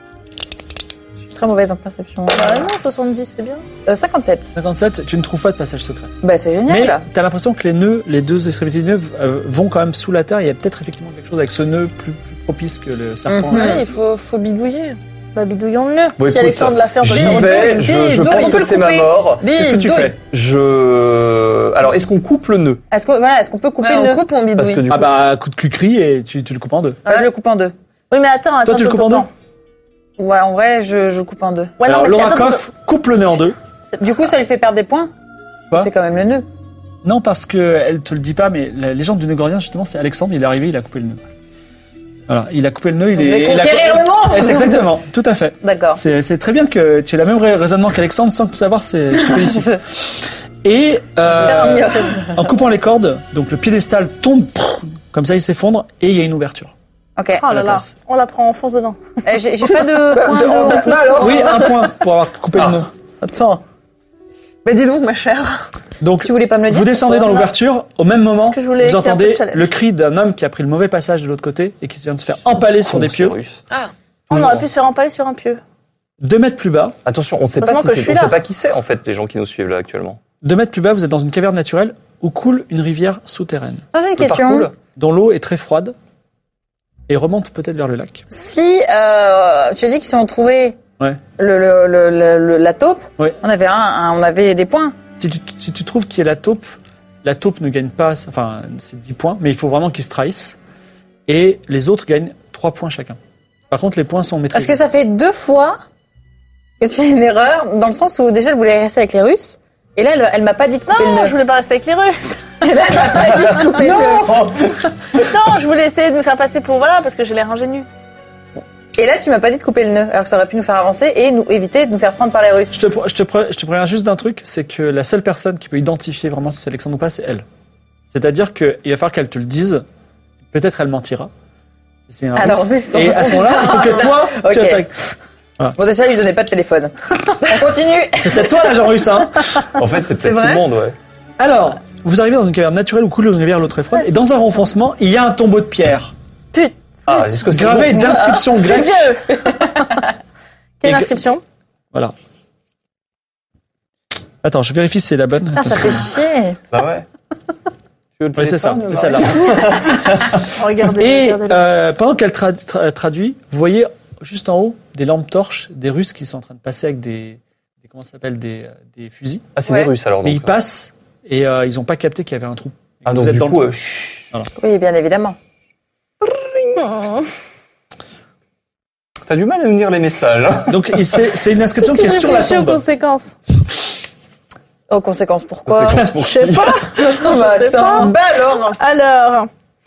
Je suis très mauvaise en perception. Bah non, soixante-dix, c'est bien. Euh, cinquante-sept. cinquante-sept, tu ne trouves pas de passage secret. Bah, c'est génial, Mais là. t'as l'impression que les nœuds, les deux extrémités de nœuds euh, vont quand même sous la terre. Il y a peut-être effectivement quelque chose avec ce nœud plus, plus propice que le serpent. Mhm. là. Ouais, il faut, faut bidouiller. Bah bidouillons le nœud. Bon, si écoute, Alexandre l'a fait, on peut le J'y faire aussi. vais, je, je Bidouille. pense Est-ce qu'on que peut le c'est ma couper mort. Qu'est-ce que tu Bidouille. fais? Je... Alors, est-ce qu'on coupe le nœud? Est-ce que, voilà, est-ce qu'on peut couper Ouais, le on nœud? coupe ou on bidouille? Parce que du coup... Ah bah, coup de cul-cri et tu, tu le coupes en deux. Bah, je le coupe en deux. Oui, mais attends, attends. Toi, tu le attends, coupes en deux? attends. Ouais, en vrai, je, je le coupe en deux. Ouais, non, Alors, mais c'est- Laura attends, Koff coupe le nœud en deux. Du coup, ça lui fait perdre des points? Quoi? C'est quand même le nœud. Non, parce que elle te le dit pas, mais la légende du nœud gordien, justement, c'est Alexandre, il est arrivé, il a coupé le nœud. Voilà, il a coupé le nœud, il Donc, est... je vais il a- conquérir le monde! Eh, c'est exactement, tout à fait. D'accord. C'est, c'est très bien que tu aies le même rai- raisonnement qu'Alexandre sans tout savoir, c'est, je te félicite. Et euh, Merci. en coupant les cordes, donc le piédestal tombe, pff, comme ça il s'effondre, et il y a une ouverture. Ok. Oh à la là là, place. on la prend, on fonce dedans. Eh, J'ai j'ai pas de points de, en plus. alors Oui, un point pour avoir coupé Ah. le nœud. Attends. Bah dis donc, ma chère. Donc, Tu voulais pas me le dire? vous descendez dans l'ouverture, au même moment, Parce que je voulais vous faire un peu entendez de challenge. le cri d'un homme qui a pris le mauvais passage de l'autre côté et qui vient de se faire empaler sur des pieux. Russe. On aurait pu se faire empaler sur un pieu. Deux mètres plus bas, Attention, on sait pas Heureusement si que je c'est, suis on là. sait pas qui c'est, en fait, les gens qui nous suivent là, actuellement. deux mètres plus bas, vous êtes dans une caverne naturelle où coule une rivière souterraine, Attends, j'ai une Le question. parcours, dont l'eau est très froide et remonte peut-être vers le lac. Si, euh, tu as dit que si on trouvait Ouais. le, le, le, le- le- la taupe, Ouais. on avait un, un- on avait des points. Si tu, si tu trouves qu'il y a la taupe, la taupe ne gagne pas, enfin, c'est dix points, mais il faut vraiment qu'ils se trahissent. Et les autres gagnent trois points chacun. Par contre, les points sont Parce maîtrisés. que ça fait deux fois que tu fais une erreur, dans le sens où déjà elle voulait rester avec les Russes, et là elle, elle m'a pas dit de couper Non, le je nœud. voulais pas rester avec les Russes. Et là elle m'a pas dit de couper le nœud. Non, je voulais essayer de me faire passer pour voilà, parce que j'ai l'air ingénu. Et là tu m'as pas dit de couper le nœud, alors que ça aurait pu nous faire avancer et nous éviter de nous faire prendre par les Russes. Je te, pre- je, te pre- je te préviens juste d'un truc, c'est que la seule personne qui peut identifier vraiment si c'est Alexandre ou pas, c'est elle. C'est-à-dire qu'il va falloir qu'elle te le dise. Peut-être elle mentira. Si c'est un Alors, russe. oui, Et à ce moment-là, il faut que toi, tu Ok. attaques. Bon déjà lui donnez pas de téléphone. On continue. C'est peut-être toi l'agent russe, hein. En fait, c'est C'est peut-être tout vrai le monde, ouais. Alors, vous arrivez dans une caverne naturelle où coule une rivière à l'eau très froide, et dans un renfoncement, il y a un tombeau de pierre, Putain, Ah, est-ce que c'est gravé bon d'inscriptions c'est grecques. vieux. Quelle Et que- inscription? Voilà. Attends, je vérifie si c'est la bonne. Putain, ça fait chier. Bah ouais. veux le Oui, c'est ça, téléphone, c'est là celle-là. Regardez, Et regardez. euh, pendant qu'elle tra- tra- traduit, vous voyez juste en haut des lampes torches, des Russes qui sont en train de passer avec des, des comment ça s'appelle, des, des fusils. Ah, c'est Ouais. des Russes alors. Mais donc. ils passent et euh, ils n'ont pas capté qu'il y avait un trou. Ah, Vous donc êtes du dans le coup, trou. euh, chut. Oui, bien évidemment. T'as du mal à nous lire les messages. hein. Donc il- c'est c'est une inscription Est-ce qui que est je sur la réfléchis aux tombe. conséquences? Aux conséquences, pourquoi Conséquences pour Je sais qui pas. Bah, Je sais attends. pas. Bah alors Alors,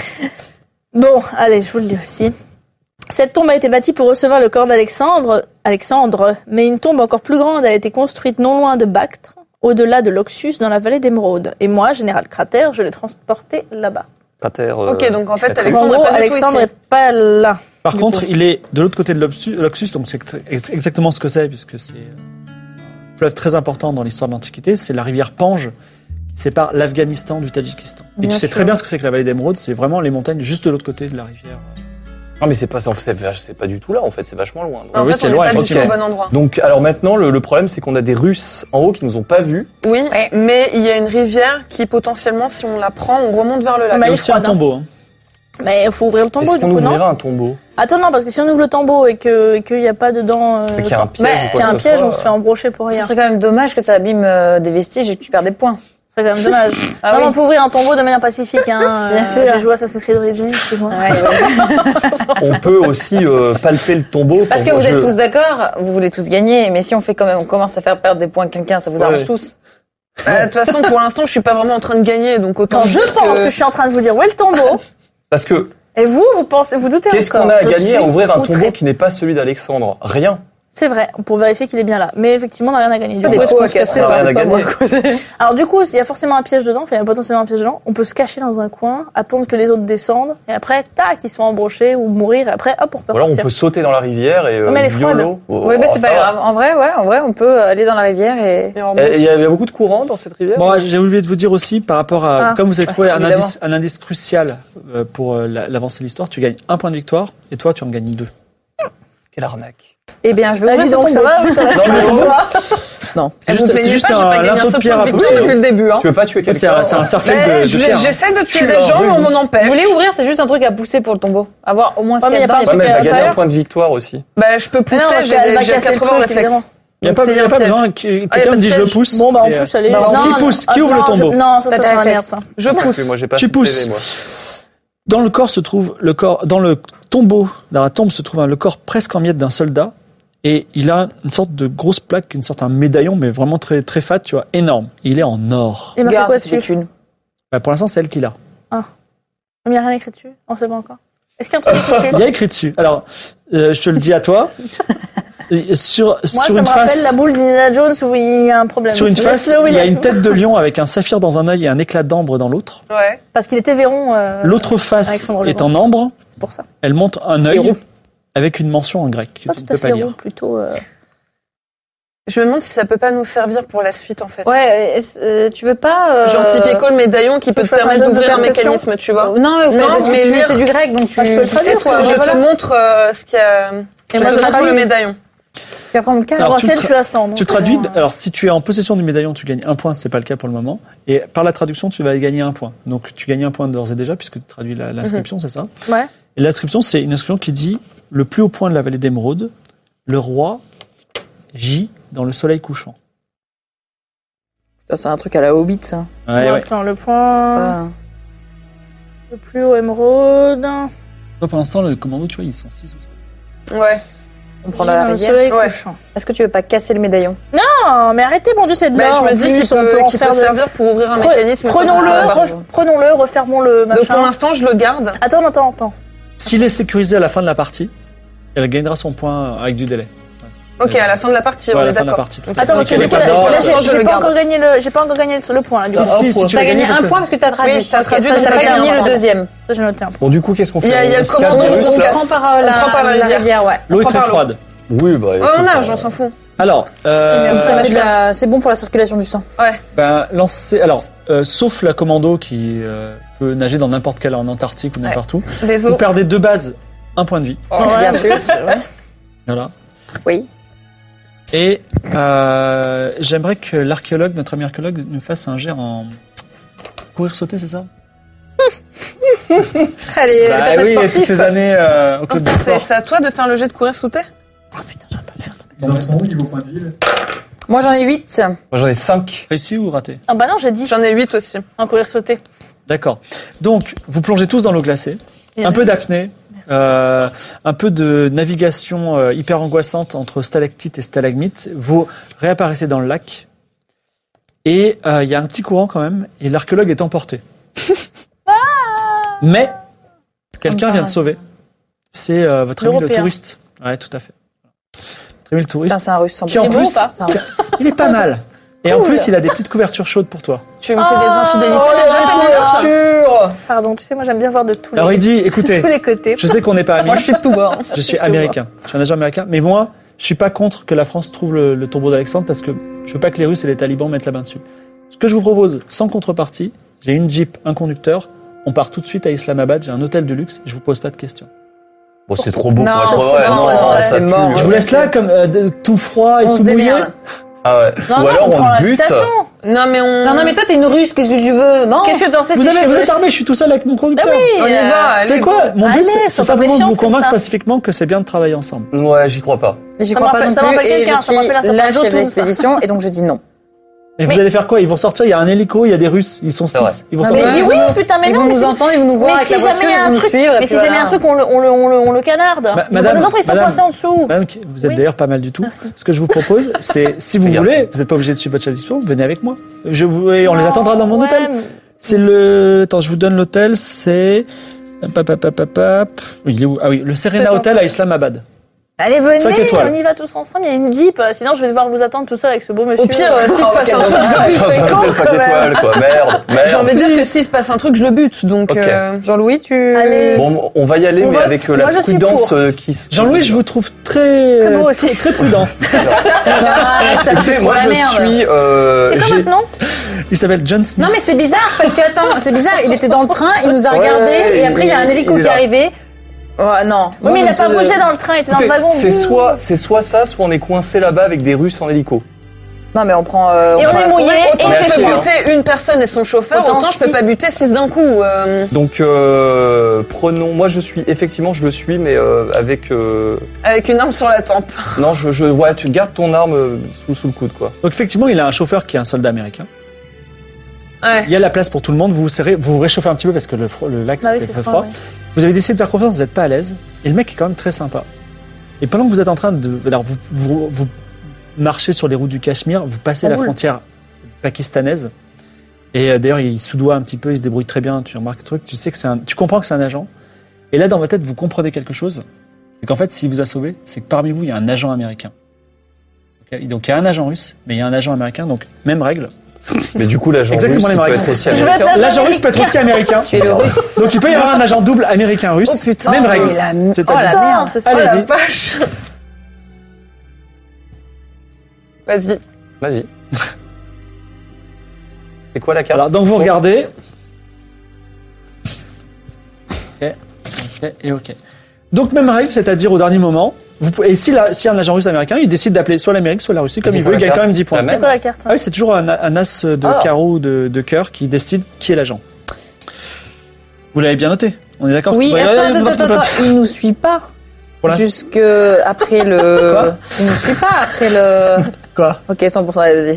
bon, allez, je vous le dis aussi. Cette tombe a été bâtie pour recevoir le corps d'Alexandre, Alexandre, mais une tombe encore plus grande a été construite non loin de Bactre, au-delà de l'Oxus, dans la vallée d'Émeraude. Et moi, général Cratère, je l'ai transporté là-bas. Cratère, euh, Ok, donc en fait, Cratère. En Alexandre gros, est pas du tout Alexandre ici. est pas là. Par Du contre, coup. il est de l'autre côté de l'Oxus, l'Oxus, donc c'est ex- exactement ce que c'est, puisque c'est un fleuve très important dans l'histoire de l'Antiquité. C'est la rivière Pange qui sépare l'Afghanistan du Tadjikistan. Et Bien tu sais sûr. très bien ce que c'est que la vallée d'Émeraude, c'est vraiment les montagnes juste de l'autre côté de la rivière. Non, mais c'est pas, c'est, c'est pas du tout là, en fait, c'est vachement loin. Donc, En oui, fait, c'est on loin, n'est pas du tout effectivement. au bon endroit. Donc, alors maintenant, le, le problème, c'est qu'on a des Russes en haut qui nous ont pas vus. Oui, Ouais. mais il y a une rivière qui potentiellement, si on la prend, on remonte vers le lac. Mais Il y a il aussi un froide, hein. tombeau. hein. Mais il faut ouvrir le tombeau, Est-ce du qu'on coup, non? ouvrira un tombeau? Attends, non, parce que si on ouvre le tombeau et que, et qu'il n'y a pas dedans, euh, Et qu'il y a un piège mais ou qu'il y quoi a un que ce piège, soit, on se fait embrocher pour Ce rien. serait quand même dommage que ça abîme euh, des vestiges et que tu perds des points. Ce serait quand même dommage. Ah non, oui. mais on peut ouvrir un tombeau de manière pacifique, hein. Bien Euh, sûr. J'ai joué à Assassin's Creed Origins, excuse-moi. Ouais, ouais. On peut aussi euh, palper le tombeau. Parce que pour- vous je- êtes tous d'accord, vous voulez tous gagner, mais si on fait quand même, on commence à faire perdre des points à quelqu'un, ça vous Ouais. arrange tous. Euh, De toute façon, pour l'instant, je suis pas vraiment en train de gagner, donc autant Non, je dire pense que... que... je suis en train de vous dire où est le tombeau. Parce que Et vous, vous pensez, vous doutez qu'est-ce encore. qu'on a à Je gagner suis à ouvrir un outrée. tombeau qui n'est pas celui d'Alexandre? Rien. C'est vrai, pour vérifier qu'il est bien là. Mais effectivement, on n'a rien à gagner. Du Des coup, est-ce pots qu'on à se casserait casser, pas rien à pas moi, gagner. quoi. Alors du coup, il y a forcément un piège dedans, enfin il y a potentiellement un piège dedans. On peut se cacher dans un coin, attendre que les autres descendent, et après, tac, ils se font embrocher ou mourir, et après, hop, on peut Ou alors on repartir. peut sauter dans la rivière et euh, Ouais, mais elle est froide. YOLO. Oh, Oui, mais oh, c'est ça pas va. grave. En vrai, ouais, en vrai, on peut aller dans la rivière et. Et on Et remonte. Il y avait beaucoup de courant dans cette rivière. Bon, j'ai oublié de vous dire aussi, par rapport à, Ah. comme vous avez trouvé un Évidemment. indice, un indice crucial euh, pour euh, la- l'avancée de l'histoire, tu gagnes un point de victoire, et toi, tu en gagnes deux. Quelle arnaque. Eh bien, je vais Ah, ouvrir dis ce donc, ça tombeau. va, ça reste Non, mais pour tombeau. toi. Non. Et C'est vous juste- plaignez c'est juste pas, j'ai un pas gagné linteau un de seul pierre point à de victoire pousser. depuis le début. Hein. Tu veux pas tuer En fait, quelqu'un? c'est un, c'est un cercueil Mais de, de je- pierre. hein. j'essaie de tuer Tu des l'as gens, mais on remis. m'en empêche. Vous voulez ouvrir, c'est juste un truc à pousser pour le tombeau. Avoir au moins ce Ouais, mais qu'il y a y a pas dedans. un Ouais, mais truc elle à va gagner un l'intérieur. point de victoire aussi. Bah, je peux Mais pousser, non, parce j'ai qu'elle va j'ai casser le quatre-vingts truc, réflexes. évidemment. Il n'y a Donc, pas, s'il y a pas piège. besoin que Ah, y a quelqu'un pas me de dise je piège. pousse. Bon, bah, en et, euh, plus, allez. Bah, non, qui non, pousse ah, Qui ouvre non, le tombeau je- Non, ça, T'as ça des sert à réflexes. merde, ça. Je Parce pousse. que moi j'ai pas Tu assez de pousses. P V, moi. Dans le corps se trouve le corps, dans le tombeau, dans la tombe se trouve un- le corps presque en miettes d'un soldat, et il a une sorte de grosse plaque, une sorte un médaillon, mais vraiment très très fat, tu vois, énorme. Et il est en or. Il m'a fait Regarde, quoi ça fait des dessus? thunes. Bah, pour l'instant, c'est elle qui l'a. Il n'y a rien écrit dessus? On sait pas encore. Est-ce qu'il y a un truc écrit Il dessus? y a écrit dessus. Alors, euh, je te le dis à toi. Et sur Moi, sur ça une me rappelle face, la boule d'Indiana Jones où il y a un problème. sur une face, Laisse-le où il y a est. une tête de lion avec un saphir dans un œil et un éclat d'ambre dans l'autre. Ouais. Parce qu'il était Véron. euh, L'autre face Alexandre est Legrand. en ambre. c'est pour ça. Elle montre un œil Héros. avec une mention en grec que Pas tu ne tout à peux pas fait lire. Véron, plutôt. euh, Je me demande si ça peut pas nous servir pour la suite, en fait. Ouais, est-ce- euh, tu veux pas. euh, Genre typico le médaillon qui peut je te fasse un permettre geste de d'ouvrir un perception mécanisme, tu vois. euh, Non, mais, Non, tu- mais tu- lire- c'est du grec, donc tu, Bah, je peux le tu traduire, sais, quoi. quoi. Je Voilà. te montre euh, ce qu'il y a. Et Je moi, te je montre traduis. le médaillon. Tu vas prendre le cas. Alors, Alors, tu ciel, tra- je suis à cent. donc, Tu traduis, euh, alors si tu es en possession du médaillon, tu gagnes un point, c'est pas le cas pour le moment. Et par la traduction, tu vas gagner un point. Donc tu gagnes un point d'ores et déjà, puisque tu traduis la- l'inscription, c'est ça. Ouais. Et l'inscription, c'est une inscription qui dit « Le plus haut point de la vallée d'Émeraude, le roi gît dans le soleil couchant Ça, c'est un truc à la Hobbit, ça. ». Ouais, Bon, ouais. Attends, le point Ça. le plus haut émeraude. Toi, pour l'instant, le commando, tu vois, ils sont six ou sept. Ouais. On prend Dans la le rivière. soleil Ouais. couchant. Est-ce que tu veux pas casser le médaillon? Non, mais arrêtez, mon Dieu, c'est de Bah, l'or. je me En dis plus, qu'il on peut, peut en qu'il faire peut de- servir pour ouvrir un Pre- mécanisme. Prenons-le, comme ça. re- prenons-le, refermons-le, Donc pour machin. l'instant, je le garde. Attends, attends, attends. S'il est sécurisé à la fin de la partie, elle gagnera son point avec du délai. Ok, à la fin de la partie, Ouais, on à la est fin de la d'accord. partie. Ok. Attends, parce Ok, que du mais coup, pas là, d'or, là, euh, j'ai je le j'ai pas garde. encore gagné le, j'ai pas encore gagné le, le point, là, du Si, coup. si, si tu T'as as gagné gagné un parce que- point parce que t'as traduit. Oui, t'as Ok, traduit, ça, donc t'as t'as pas gagné gagné un le point. deuxième. Ça, j'ai noté un point. Bon, du coup, qu'est-ce qu'on fait Il y a- il y a On le se casse commando, des on Russes, se On là casse. prend par euh, On la, prend par la la rivière. rivière, ouais. L'eau est prend très par l'eau. froide. Oui, bah. Oh, écoute, on nage, euh, on s'en fout. Alors, euh, Il s'en Euh, met de la- C'est bon pour la circulation du sang. ben, lancer, alors, euh, sauf la commando qui euh, peut nager dans n'importe quel, en Antarctique ou n'importe où, Des vous os. perdez deux bases, un point de vie. Oh, Bien Ouais, sûr. c'est vrai. Voilà. Oui. Et euh, j'aimerais que l'archéologue, notre ami archéologue, nous fasse un jet en courir sauter, c'est ça? Allez, Bah le oui, papa toutes sportif. ces années euh, au club de C'est sport. c'est à toi de faire le jet de courir sous terre. Ils en sont où niveau point de vie? Moi, j'en ai huit. Moi, j'en ai cinq. Réussi ou raté? Ah bah non, j'ai dix. J'en ai huit aussi. Un courir sauter. D'accord. Donc, vous plongez tous dans l'eau glacée. Et Un oui. peu d'apnée. Euh, un peu de navigation euh, hyper angoissante entre stalactites et stalagmites. Vous réapparaissez dans le lac. Et euh, il y a un petit courant quand même. Et l'archéologue est emporté. Mais, quelqu'un vient de sauver. C'est euh, votre ami le L'Européen. touriste. Ouais, tout à fait. Votre ami le touriste. Putain, c'est un russe sans Qui en petit plus, mot ou pas C'est un russe. il est pas mal. Et en plus, il a des petites couvertures chaudes pour toi. Tu me fais des infidélités oh là déjà, là. Pénélope. Pardon, tu sais, moi j'aime bien voir de tous Alors les, il dit, écoutez, tous les côtés. je sais qu'on n'est pas amis. Moi, je suis de tout bord. Je suis américain. Je suis un agent américain. Mais moi, je suis pas contre que la France trouve le, le tombeau d'Alexandre parce que je veux pas que les Russes et les talibans mettent la main dessus. Ce que je vous propose, sans contrepartie, j'ai une Jeep, un conducteur. On part tout de suite à Islamabad. J'ai un hôtel de luxe. Et je vous pose pas de questions. Bon, c'est trop beau Non, pour être c'est vrai. non, non, ça c'est pue. mort. Je vous laisse là comme euh, de- tout froid et On tout se mouillé. démerde. Ah ouais. Non, Ou non, alors on prend on le bute. l'invitation. Non, mais on. Non, non, mais toi, t'es une russe. Qu'est-ce que tu veux? Non. Qu'est-ce que dans ces Vous, avez, vous cheveux êtes armé, je suis tout seul avec mon conducteur. Bah oui, On y euh, va, C'est allez. quoi? Mon but, Allez, c'est- sois c'est pas simplement de vous méfiante comme convaincre ça. pacifiquement que c'est bien de travailler ensemble. Ouais, j'y crois pas. J'y Ça crois me pas rappelle- non ça me plus. rappelle Et je quelqu'un, ça me suis rappelle un certain la chef Jotun, ça. d'expédition. Et donc, je dis non. Et Oui. vous allez faire quoi? Ils vont sortir, il y a un hélico, il y a des Russes. Ils sont C'est vrai. six. Ils vont Non, sortir. Mais Ouais, dis ils oui, vont nous- putain, mais Ils non. vont mais nous c'est- entendre, ils vont nous voir Mais avec si la jamais voiture, il y a ils un vont nous truc, suivre. et mais puis si jamais il y a un voilà. truc, on le, on le, on le, on le canarde. Ma- Donc, madame, les autres, ils sont madame. coincés en dessous. Madame, vous êtes Oui. d'ailleurs pas mal du tout. Merci. Ce que je vous propose, c'est, si vous Regarde. voulez, vous n'êtes pas obligé de suivre votre chef d'expédition, venez avec moi. Je vous, et on les Non, attendra dans mon ouais, hôtel. mais- C'est le, attends, je vous donne l'hôtel, c'est, Pap, pap, pap, pap, pap. Oui, il est où? Ah oui, le Serena Peut-être Hotel à Islamabad. Allez, venez, Cinq étoiles. on y va tous ensemble. Il y a une Jeep. Sinon, je vais devoir vous attendre tout seul avec ce beau monsieur. Au pire, euh, s'il se Oh, passe quel un truc, je le bute. Ça, C'est ça con, me fait cinq quand même. étoiles, quoi. Merde, merde. J'ai envie de dire que s'il se passe un truc, je le bute. Donc, Ok. euh, Jean-Louis, tu. Allez. Bon, on va y aller, On mais vote. avec euh, la Moi, je suis prudence pour. euh, qui se... Jean-Louis, je vous trouve très, C'est beau aussi. très, très prudent. Non, arrête, ça Écoutez, fait trop moi, la je merde. suis... euh, C'est quoi j'ai- votre nom? Il s'appelle John Smith. Non, mais c'est bizarre parce que, attends, c'est bizarre. Il était dans le train, il nous a Ouais, regardé ouais, et après, il y a un il- hélico il est qui est là. arrivé. Ouais, non. Oui, Moi, mais il je a pas te- bougé dans le train, il était dans le Écoutez, wagon. c'est soit, c'est soit ça, soit on est coincé là-bas avec des Russes en hélico. Non, mais on prend. euh, Et on prend est la mouillé, forêt. autant Mais je peux assez, hein. buter une personne et son chauffeur, Autant autant, je peux six. pas buter six d'un coup. euh, Donc, euh, prenons... Moi, je suis... Effectivement, je le suis, mais euh, avec... euh, avec une arme sur la tempe. Non, je, je... Ouais, tu gardes ton arme euh, sous, sous le coude, quoi. Donc effectivement, il a un chauffeur qui est un soldat américain. Ouais. Il y a la place pour tout le monde. Vous vous serrez, vous vous réchauffez un petit peu parce que le, fro- le lac Bah oui, c'était c'est très froid, froid. ouais. Vous avez décidé de faire confiance, vous n'êtes pas à l'aise. Et le mec est quand même très sympa. Et pendant que vous êtes en train de, alors vous, vous, vous marchez sur les routes du Cachemire, vous passez On la roule. frontière pakistanaise. Et euh, d'ailleurs, il soudoie un petit peu, il se débrouille très bien. Tu remarques le truc, tu sais que c'est un, tu comprends que c'est un agent. Et là, dans votre tête, vous comprenez quelque chose. C'est qu'en fait, s'il vous a sauvé, c'est que parmi vous, il y a un agent américain. Ok, donc il y a un agent russe, mais il y a un agent américain. Donc même règle. Mais du coup, l'agent russe, Exactement il les peut Américains. être aussi Je vais américain. être L'agent russe peut être aussi américain. Tu es le russe. Donc il peut y avoir un agent double américain-russe. Oh putain. Même Oh, règle. mais la- C'est-à-dire- oh, la merde. C'est ça. Allez-y. Oh la vache. Vas-y. Vas-y. C'est quoi la carte? Alors, donc vous regardez. Ok, ok et ok. Donc même règle, c'est-à-dire au dernier moment. Vous pouvez, et si, la, si un agent russe américain, il décide d'appeler soit l'Amérique, soit la Russie, comme C'est il quoi veut, il la gagne quand carte? même dix C'est points. la C'est même quoi la carte? Ah oui, c'est toujours un, un as de Ah. carreau ou de, de cœur qui décide qui est l'agent. Vous l'avez bien noté. On est d'accord? Oui, Vous- attends, vous- attends, attends, attends. Il nous suit pas. Pour l'instant. Jusque après le. Quoi Il nous suit pas après le. Quoi? Ok, cent pour cent, vas-y.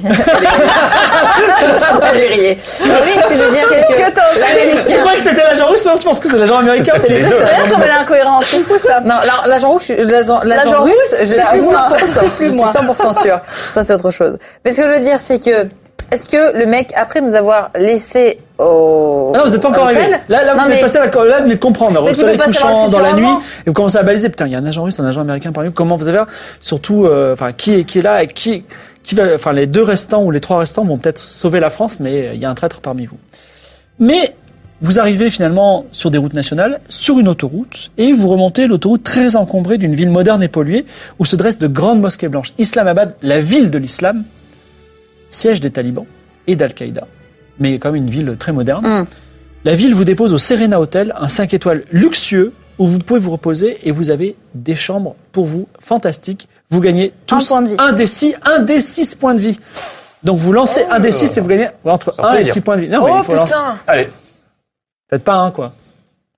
Allez, riez. Non, oui, ce que je veux dire, c'est que, Tu l'américain. crois que c'était l'agent russe, non? Tu penses que c'est l'agent américain? C'est les deux, c'est Regarde comme elle est incohérente, c'est fou ça. Non, la- l'agent rouge, je- l'agent l'agent L'agent russe, russe, je c'est suis moi. cent pour cent, C'est plus je suis moi. cent pour cent sûre. Ça, c'est autre chose. Mais ce que je veux dire, c'est que, est-ce que le mec, après nous avoir laissé au. Ah non, vous n'êtes pas encore à l'hôtel- arrivé. Là, là, vous Non, venez de mais- passer à la, là, vous venez de comprendre. Mais Le tu soleil peux pas savoir couchant le dans la futur nuit, avant. et vous commencez à baliser. Putain, il y a un agent russe, un agent américain parmi vous. Comment vous allez faire? Surtout, euh, enfin, qui est, qui est là et qui, qui va, enfin, les deux restants ou les trois restants vont peut-être sauver la France, mais il y a un traître parmi vous. Mais, vous arrivez finalement sur des routes nationales, sur une autoroute, et vous remontez l'autoroute très encombrée d'une ville moderne et polluée, où se dressent de grandes mosquées blanches. Islamabad, la ville de l'islam, siège des talibans et d'Al-Qaïda, mais quand même une ville très moderne. Mm. La ville vous dépose au Serena Hotel, un cinq étoiles luxueux, où vous pouvez vous reposer, et vous avez des chambres pour vous fantastiques. Vous gagnez tous point de vie. un des six, un des six points de vie. Donc vous lancez un des six et vous gagnez entre Ça fait un et plaisir. six points de vie. Non, mais Oh il faut lancer. putain. Allez. Peut-être pas un, quoi.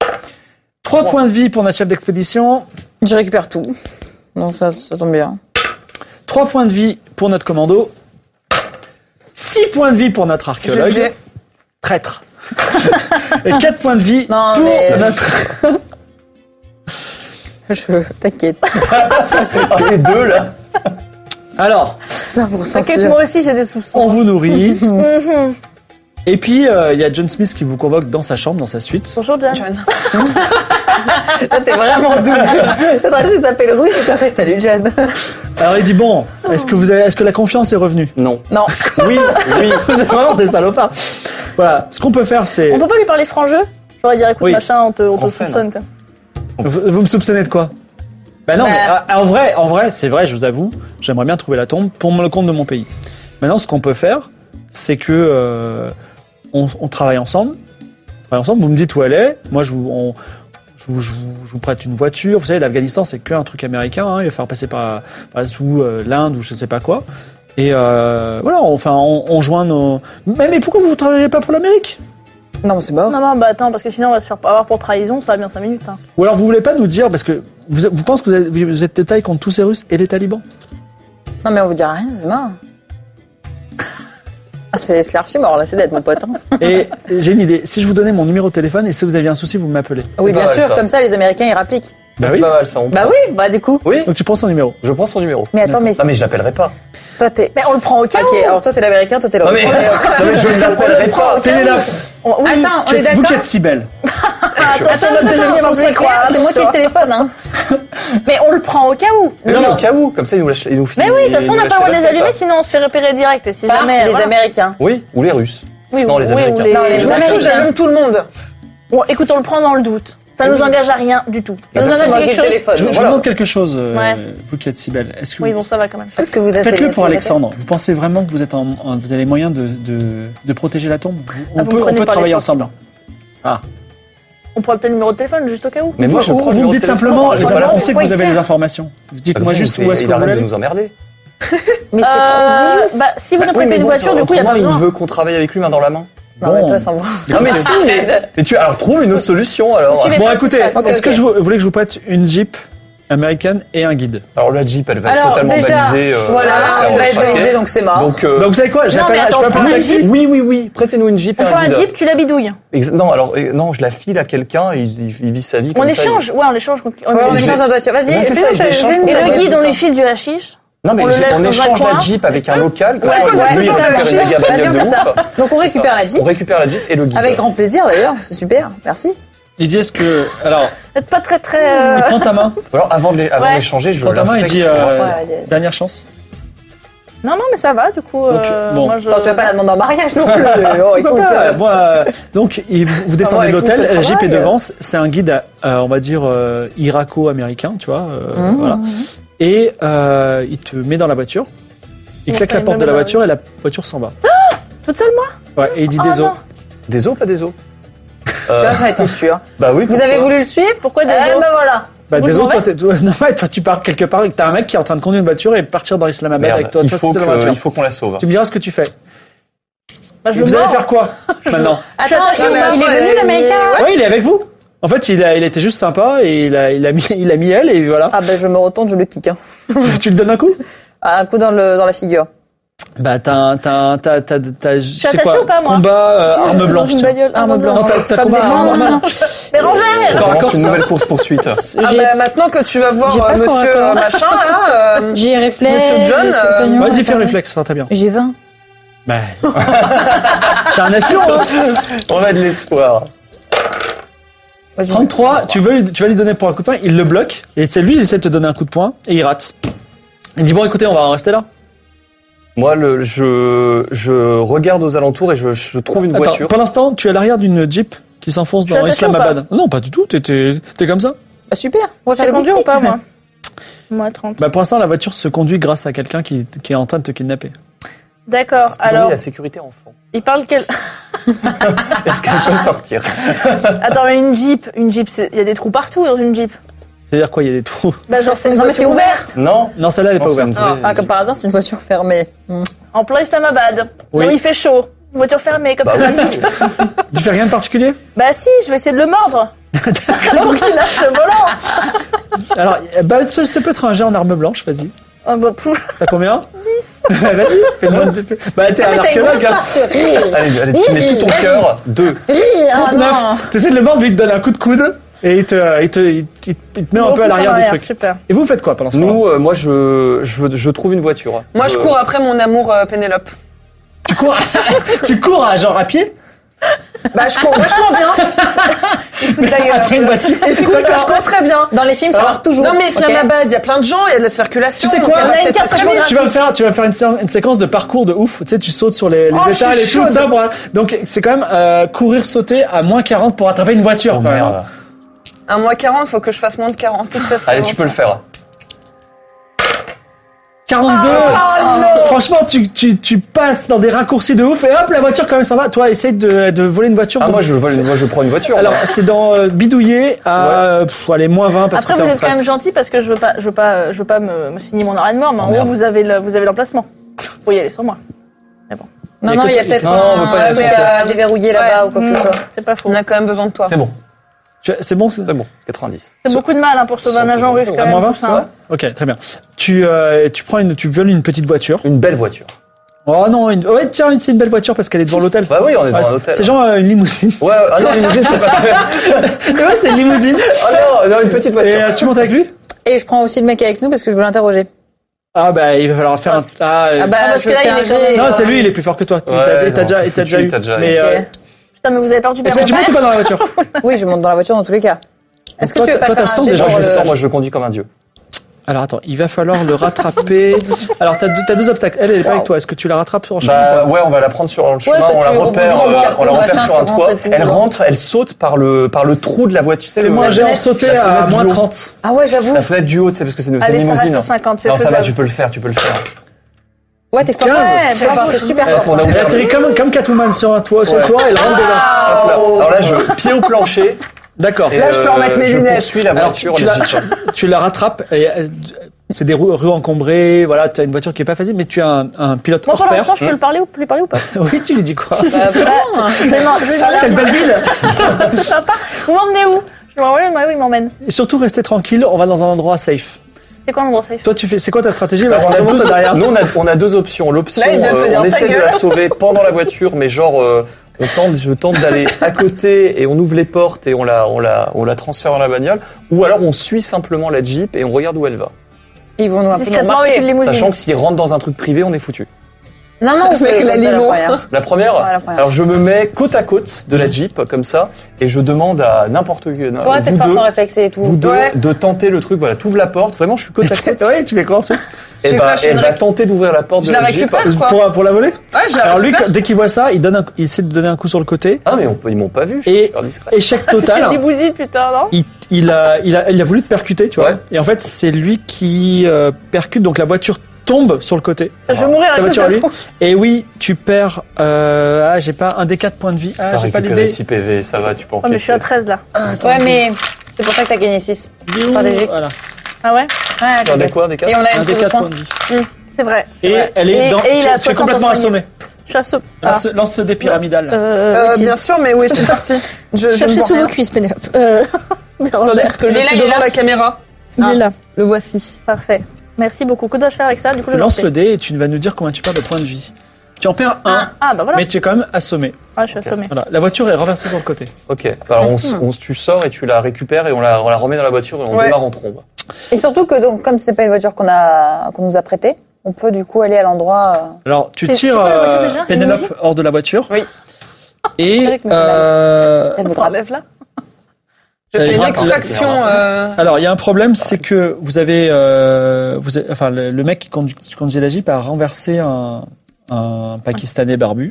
Trois points de vie pour notre chef d'expédition. Je récupère tout. Donc ça, ça tombe bien. Trois points de vie pour notre commando. Six points de vie pour notre archéologue. G G. Traître. Et quatre points de vie Non, pour mais- notre... Je t'inquiète. Ah, les deux, là. Alors, cent pour cent T'inquiète, sûr. moi aussi j'ai des soupçons. on vous nourrit. Et puis, il euh, y a John Smith qui vous convoque dans sa chambre, dans sa suite. Bonjour John. John. Toi, t'es vraiment double. T'as traversé de t'appeler russe et t'as fait salut, John. Alors il dit, bon, est-ce que, vous avez, est-ce que la confiance est revenue? Non. Non. Oui, oui, vous êtes vraiment des salopards. Voilà, ce qu'on peut faire, c'est... On peut pas lui parler franc jeu? J'aurais dit écoute Oui. machin, on te, on te Français, soupçonne. quoi. Vous, vous me soupçonnez de quoi? Ben non, Bah. mais ah, en vrai, en vrai, c'est vrai, je vous avoue, j'aimerais bien trouver la tombe pour le compte de mon pays. Maintenant, ce qu'on peut faire, c'est que euh, on, on travaille ensemble. On travaille ensemble. Vous me dites où elle est. Moi, je vous, on- je vous, je vous, je vous prête une voiture. Vous savez, l'Afghanistan, c'est qu'un truc américain. Hein, il va falloir passer par, par sous euh, l'Inde ou je sais pas quoi. Et euh, voilà, on- enfin, on, on joint nos. Mais, mais pourquoi vous ne travaillez pas pour l'Amérique? Non, c'est mort. Non, non, bah attends, parce que sinon on va se faire avoir pour trahison, ça va bien cinq minutes. Hein. Ou alors vous voulez pas nous dire parce que vous, vous pensez que vous êtes, vous êtes de taille contre tous ces Russes et les talibans? Non, mais on vous dit rien, c'est mort. Ah, c'est c'est archi mort, là, c'est d'être mon pote. Hein. Et j'ai une idée. Si je vous donnais mon numéro de téléphone et si vous aviez un souci, vous m'appelez. Oui, pas bien mal, sûr, ça. comme ça, les Américains, ils rappliquent. Bah c'est oui. pas mal, ça. on- Bah oui, bah du coup. Oui, Donc tu prends son numéro. je prends son numéro. Mais attends, mais, Non, mais je l'appellerai pas. toi, t'es. Mais on le prend au cas Ok, où. alors toi, t'es l'Américain, toi, t'es le Non, Russe. mais, non, mais je ne l'appellerai pas. Tenez là. On- oui. Attends, on Qui est êtes- vous d'accord. qui êtes si belle. Attention, Attends, parce que je attends, viens qu'on pas soit plus croire. clair, c'est moi qui ai le téléphone, hein. Mais on le prend au cas où. Non, mais au cas où, comme ça, il nous lâche. il nous Mais file- oui, de il toute façon, on nous n'a lâche pas le droit de la les skate, allumer, là. sinon on se fait repérer direct. Et si Par jamais. les voilà. Américains. Oui, ou les Russes. Oui, Non, ou- les oui, ou Américains. les- Non, les les Je Américains. m'en fous, j'allume tout le monde. Bon, écoute, on le prend dans le doute. Ça nous engage à rien du tout. Ça nous C'est engage moi à qui ai quelque le chose. téléphone. Je, je vous Voilà. demande quelque chose, euh, Ouais. vous qui êtes si belle. Est-ce que Oui, vous- bon, ça va quand même. Est-ce que vous êtes Faites-le pour célibataire Alexandre. Vous pensez vraiment que vous êtes en, en- vous avez les moyens de, de, de protéger la tombe? On Ah, vous peut, me on prenez peut par les travailler sentiments. ensemble. Ah. On prend peut-être le numéro de téléphone juste au cas où. Mais moi, je Ou- prends ou le vous me numéro dites de téléphone. simplement, Je les sais pas infos- là. on sait que pourquoi vous il avez sert. les informations. Vous dites-moi juste où est-ce que il vous arrête voulez de aller. nous emmerder. Mais c'est Euh, trop juste. Bah, si vous nous Oui, prêtez mais une bon, voiture, du coup, il n'y a pas autrement, besoin. il veut qu'on travaille avec lui main dans la main. Non, mais Bon. toi, ça me va. Non, mais si. Mais tu, alors, trouve une autre solution, alors. suivez Bon, pas ce écoutez, qui se passe. est-ce Ok, que ok. je vous, vous voulez que je vous prête une Jeep américaine et un guide? Alors, la Jeep, elle va être Alors, totalement déjà, balisée. euh, voilà, parce elle qu'elle va être traquée. balisée, donc c'est mort. Donc, euh, Donc vous savez quoi? J'appelle mais un- je attends, peux appeler un prends un taxi? Jeep. oui, oui, oui. Prêtez-nous une Jeep et On un prend un guide. Jeep, tu la bidouilles. Exa- Non, alors, euh, non, je la file à quelqu'un et il, il- il vit sa vie On comme ça. échange, ouais, on échange. on- Ouais, on je échange vais- en voiture. Vas-y, Ouais, c'est ça, fais-nous je ta- l'échange fais-nous pour Et ta la le Jeep, guide, c'est on ça. lui file du hashish. Non, mais On le j'ai- laisse on dans un échange coin. la Jeep avec un local. comme Ouais, ça, ouais, lui, il ouais, va ouais, faire une ouais. méga Vas-y, bagnole on de fait ça. ouf. Donc on récupère la Jeep. On récupère la Jeep et le guide. Avec grand plaisir d'ailleurs, c'est super, merci. Il dit est-ce que alors Faites pas très très. euh, il prend ta main, Alors, avant de les- avant Ouais. d'échanger, je prend ta main et l'inspecte. dit euh, Ouais, vas-y. dernière chance. Non, non, mais ça va, du coup. Donc, euh, bon. moi, je... Attends, tu vas pas la demander en mariage non plus. Oh, Pourquoi écoute, pas euh, Moi, euh, donc il- vous, vous descendez Ah de ouais, écoute, l'hôtel, c'est la Jeep est travail. devant, c'est un guide, euh, on va dire euh, iraco-américain, tu vois, euh, Mmh. voilà. Et euh, il te met dans la voiture, il Bon, claque ça, la il porte me de la met dans- voiture et la voiture s'en va. Toute seule, moi Ouais, et il dit Ah, désolé. non. Des os, pas des os tu vois, j'en étais sûr. Bah oui. Vous pourquoi avez voulu le suivre? Pourquoi des Eh os ben voilà. Bah Vous, désolé, je toi, m'en t'es- toi, non, ouais, toi tu pars quelque part et que t'as un mec qui est en train de conduire une voiture et partir dans l'Islamabad Merde, avec toi. il toi, faut tu es dans la que- voiture. il faut qu'on la sauve. Tu me diras ce que tu fais. Bah, je Et le vous allez mords. faire quoi maintenant? suis Attends, attachée, il, mais il est attends, venu il- l'américain là? Oui, il est avec vous. En fait, il a, il était juste sympa et il a, il a mis, il a mis elle et voilà. Ah ben je me retourne, je le kick. Hein. Tu le donnes un coup? Un coup dans, le, dans la figure. Bah t'as, un- t'as, un- t'as, t'as, t'as, je sais attachée quoi, ou pas, moi combat euh, Si, je arme suis dans blanche. une tiens. bagnole, Arme arme blanche. Non, blanche. t'as, c'est t'as pas combat me arme défendre. non, non. Mais Rangère On D'accord, commence une ça. nouvelle course poursuite. Ah J'ai- bah, maintenant que tu vas voir J'ai pas euh, le corps à monsieur corps. euh, machin, là, euh, J'ai réflexe. Monsieur John, j'ai euh, soignon, Vas-y, fais attends. réflexe, ça sera très bien. J'ai vingt. Bah, c'est un espion, hein. On a de l'espoir. Moi, je- trente-trois, tu veux, lui- tu vas lui donner pour un coup de poing, il le bloque, et c'est lui, il essaie de te donner un coup de poing, et il rate. Il dit, bon, écoutez, on va en rester là. Moi, le, je, je regarde aux alentours et je, je trouve une Attends, voiture. pour l'instant, tu es à l'arrière d'une Jeep qui s'enfonce Je suis dans attachée Islamabad. Non, pas du tout, t'es, t'es, t'es comme ça. Bah, super. On va faire J'ai le conduit ou pique-nique. pas, moi Moi, trente. Bah, pour l'instant, la voiture se conduit grâce à quelqu'un qui, qui est en train de te kidnapper. D'accord, Ils ont mis alors, la sécurité enfant. il parle quel... Est-ce qu'elle peut sortir? Attends, mais une Jeep, une Jeep, c'est- il y a des trous partout dans une Jeep. C'est-à-dire quoi, il y a des trous? Bah, genre, c'est une Non mais voiture c'est ouverte. Non. Non, celle-là, elle est pas Non, ouverte. c'est une- Ah, comme par hasard, c'est une voiture fermée. Hmm. En plein Islamabad. Oui. Là où il fait chaud. Une voiture fermée, comme Bah ça. oui. Tu fais rien de particulier? Bah si, je vais essayer de le mordre. Donc il lâche le volant. Alors, bah, ça, ça peut être un jet en arme blanche, vas-y. Ah bah, pouf. T'as combien? dix. Vas-y, fais-moi une... Bah, t'es un Mais t'as une archéologue, grosse hein. marche de rire. Allez, allez, tu mets tout ton cœur. Deux. Rire, oh non. neuf. T'essaies de le mordre, lui, il te donne un coup de coude, et il te, il te, il te, il te met un peu à l'arrière du truc. Super. Et vous faites quoi pendant ce temps? Nous, euh, moi, je, je, veux- je trouve une voiture. Moi, je Euh, cours après mon amour euh, Pénélope. Tu cours, tu cours à, genre à pied? Bah, je cours vachement bien. D'ailleurs, Après une voiture? Je cours, je cours très bien. dans les films, ça Alors, marche toujours. Non, mais ok. Islamabad, il y a plein de gens, il y a de la circulation. Tu sais donc quoi elle va On a une peut-être carte pas très vite. Tu vas me faire, tu vas me faire une, sé- une séquence de parcours de ouf. Tu sais, tu sautes sur les, les Oh, je étals et suis tout chaude. ça. Pour, donc, c'est quand même euh, courir, sauter à moins quarante pour attraper une voiture, Oh quand même. merde. Un mois quarante, faut que je fasse moins de quarante. Allez, tu peux le faire. quarante-deux. Oh, Franchement, tu, tu, tu passes dans des raccourcis de ouf et hop, la voiture quand même s'en va. Toi, essaye de, de voler une voiture. Ah, Donc, moi, je, vole- moi, je prends une voiture. alors, c'est dans euh, bidouiller à euh, pff, allez, moins vingt parce Après, que vous t'es en êtes quand stress. même gentil parce que je veux pas, je veux pas, je veux pas me, me signer mon arrêt de mort, mais en Oh, gros, merde. vous avez le, vous avez l'emplacement. Vous pouvez y aller sans moi. Non, non, il y a Écoute, peut-être non, on veut un pas y aller truc tout à déverrouiller là-bas ou quoi que ce Mmh, soit. c'est pas faux. On a quand même besoin de toi. C'est bon. Tu- C'est bon, c'est C'est bon. quatre-vingt-dix. C'est beaucoup de mal hein, pour sauver un agent russe quand à même. moins vingt, tout c'est ça. vrai? Ok, très bien. Tu, euh, tu prends une, tu violes une petite voiture. Une belle voiture. Oh non, une, ouais, tiens, une- c'est une belle voiture parce qu'elle est devant l'hôtel. Bah oui, on est dans Ouais, un hôtel. C'est genre euh, une limousine. Ouais, ah non, limousine, c'est pas très. C'est vrai, c'est une limousine. Ah non, non, une petite Et voiture. euh, tu montes avec lui? Et je prends aussi le mec avec nous parce que je veux l'interroger. Ah bah il va falloir faire un. Ah, euh, Ah bah, parce je que là, fais il un est quand jet. même- non, c'est lui, il est plus fort que toi. Tu Ouais, t'as non, t'as déjà, c'est t'as déjà foutu, eu. t'as déjà eu. Mais Ok. euh, Putain, mais vous avez perdu est-ce que tu Bernard montes ou pas dans la voiture? Oui, je monte dans la voiture dans tous les cas. Est-ce que Toi, tu veux toi, pas t'as faire cent un jet déjà, Moi, pour je le- sors, moi, je conduis comme un dieu. Alors attends, il va falloir le rattraper. Alors t'as deux, t'as deux obstacles. Elle, elle est pas avec toi. Est-ce que tu la rattrapes sur le chemin Bah ou pas? ouais, on va la prendre sur le chemin, toi, on la tu repère, rebondis euh, sur on la le repère machin, sur un tu toit. rentres et tout. Elle rentre, elle saute par le par le trou de la voiture. C'est Fais-moi un le- jet en fenêtre- sauter la à fenêtre moins du haut. trente. Ah ouais, j'avoue. La fenêtre du haut, tu sais, parce que c'est une c'est une Allez, ça limousine. reste cinquante, c'est Non, ça va, faisable. tu peux le faire, tu peux le faire. Ouais, t'es fort. quinze. Ouais, c'est bravo, c'est super Eh, fort. on a Elle ouvert- atterrit comme, comme Catwoman sur un toit, sur le Ouais. toit, elle rentre dedans. Hop là. Alors là, je pied au plancher. D'accord. Et Là, je peux euh, remettre mes je lunettes. poursuis la Alors, tu, voiture. tu le la, Jeep. tu la rattrapes. Et, euh, c'est des rues, rues encombrées. Voilà, tu as une voiture qui est pas facile, mais tu as un, un pilote Moi, hors pour pair. l'instant, je peux le parler ou lui parler ou pas? Oui, tu lui dis quoi? Bah, vraiment. Je vais m'en- je vais Ça, quelle m'en- belle ville! C'est sympa. Vous m'emmenez où? Je m'en oui, il m'emmène. Et surtout, restez tranquille. On va dans un endroit safe. C'est quoi l'endroit safe? Toi, tu fais. C'est quoi ta stratégie? Alors, on, a Remonte deux, derrière. nous, on a, on a deux options. L'option, Là, il vient de te euh, dire on ta essaie de gueule. la sauver pendant la voiture, mais genre, euh, on tente, je tente d'aller à côté et on ouvre les portes et on la, on la, on la transfère dans la bagnole. Ou alors, on suit simplement la Jeep et on regarde où elle va. Ils vont nous un peu nous Discrètement avec une remarquer. limousine. Sachant que s'il rentre dans un truc privé, on est foutu. Non, non, vous Avec pouvez la monter à limo. première. La première, Ouais, la première. alors je me mets côte à côte de la Jeep, comme ça, et je demande à n'importe qui, Toi, t'es vous fort deux, en réflexer et tout. vous deux, Ouais. de tenter le truc. Voilà, t'ouvres la porte, vraiment, je suis côte à côte. Oui, tu fais quoi ensuite? Et fais bah, quoi, je fais elle une va réc- tenter d'ouvrir la porte Je de la la Jeep. récupère, quoi. Pour, pour la voler? Ouais, je la Alors lui, récupère. dès qu'il voit ça, il donne un, il essaie de donner un coup sur le côté. Ah, mais on peut, ils m'ont pas vu, je suis Et super discret. échec C'est une total. limousine, putain, non? Il, il a, il a, il a voulu te percuter, tu vois. Ouais. Et en fait, c'est lui qui euh, percute, donc la voiture tombe sur le côté. Je vais mourir Sa à voiture à lui. cause Et oui, tu perds. Euh, ah, j'ai pas un des quatre points de vie. Ah, T'as j'ai pas récupéré l'idée. six P V, ça va, tu peux Oh, mais je suis à treize là. Ouais, mais c'est pour ça que t'as gagné six. Il est où Stratégique. Voilà. Ah ouais? Ouais, Un des t'inquiète. quoi, des quatre Et on a Un une des prise de quatre soin. points de vie. C'est vrai. c'est Et vrai. elle est Et- dans. et il tu, a tu es complètement soixante assommé. Je suis assommé. Lance, lance ce dé pyramidal. Euh, Euh, Mathilde. bien sûr, mais où es-tu parti? Je, je ne Cherchez vois sous rien. vos cuisses, Pénélope. Euh, Attendez, Bérangère. parce que je Il est là, suis il est devant là. la caméra. Il Ah. est là. Le voici. Parfait. Merci beaucoup. Que dois-je faire avec ça? Du coup, Tu je lances lance le dé et tu vas nous dire combien tu perds de points de vie. Tu en perds un, Ah, bah voilà. mais tu es quand même assommé. Ah, je suis assommé. Voilà. La voiture est renversée sur le côté. Ok. Alors, on, s- on, s- tu sors et tu la récupères et on la, on la remet dans la voiture et on Ouais. démarre en trombe. Et surtout que donc, comme c'est pas une voiture qu'on a, qu'on nous a prêtée, on peut du coup aller à l'endroit. euh, Alors, tu C'est- c'est tires quoi la voiture euh, déjà? Pénélope Limousine hors de la voiture. Oui. Et vrai que me fait euh, elle me On gratte. enlève là? Je fais Elle une gratte. extraction. euh, alors, il y a un problème, c'est que vous avez, euh, vous avez- enfin, le, le mec qui conduit, qui conduisait la Jeep a renversé un, un Pakistanais barbu.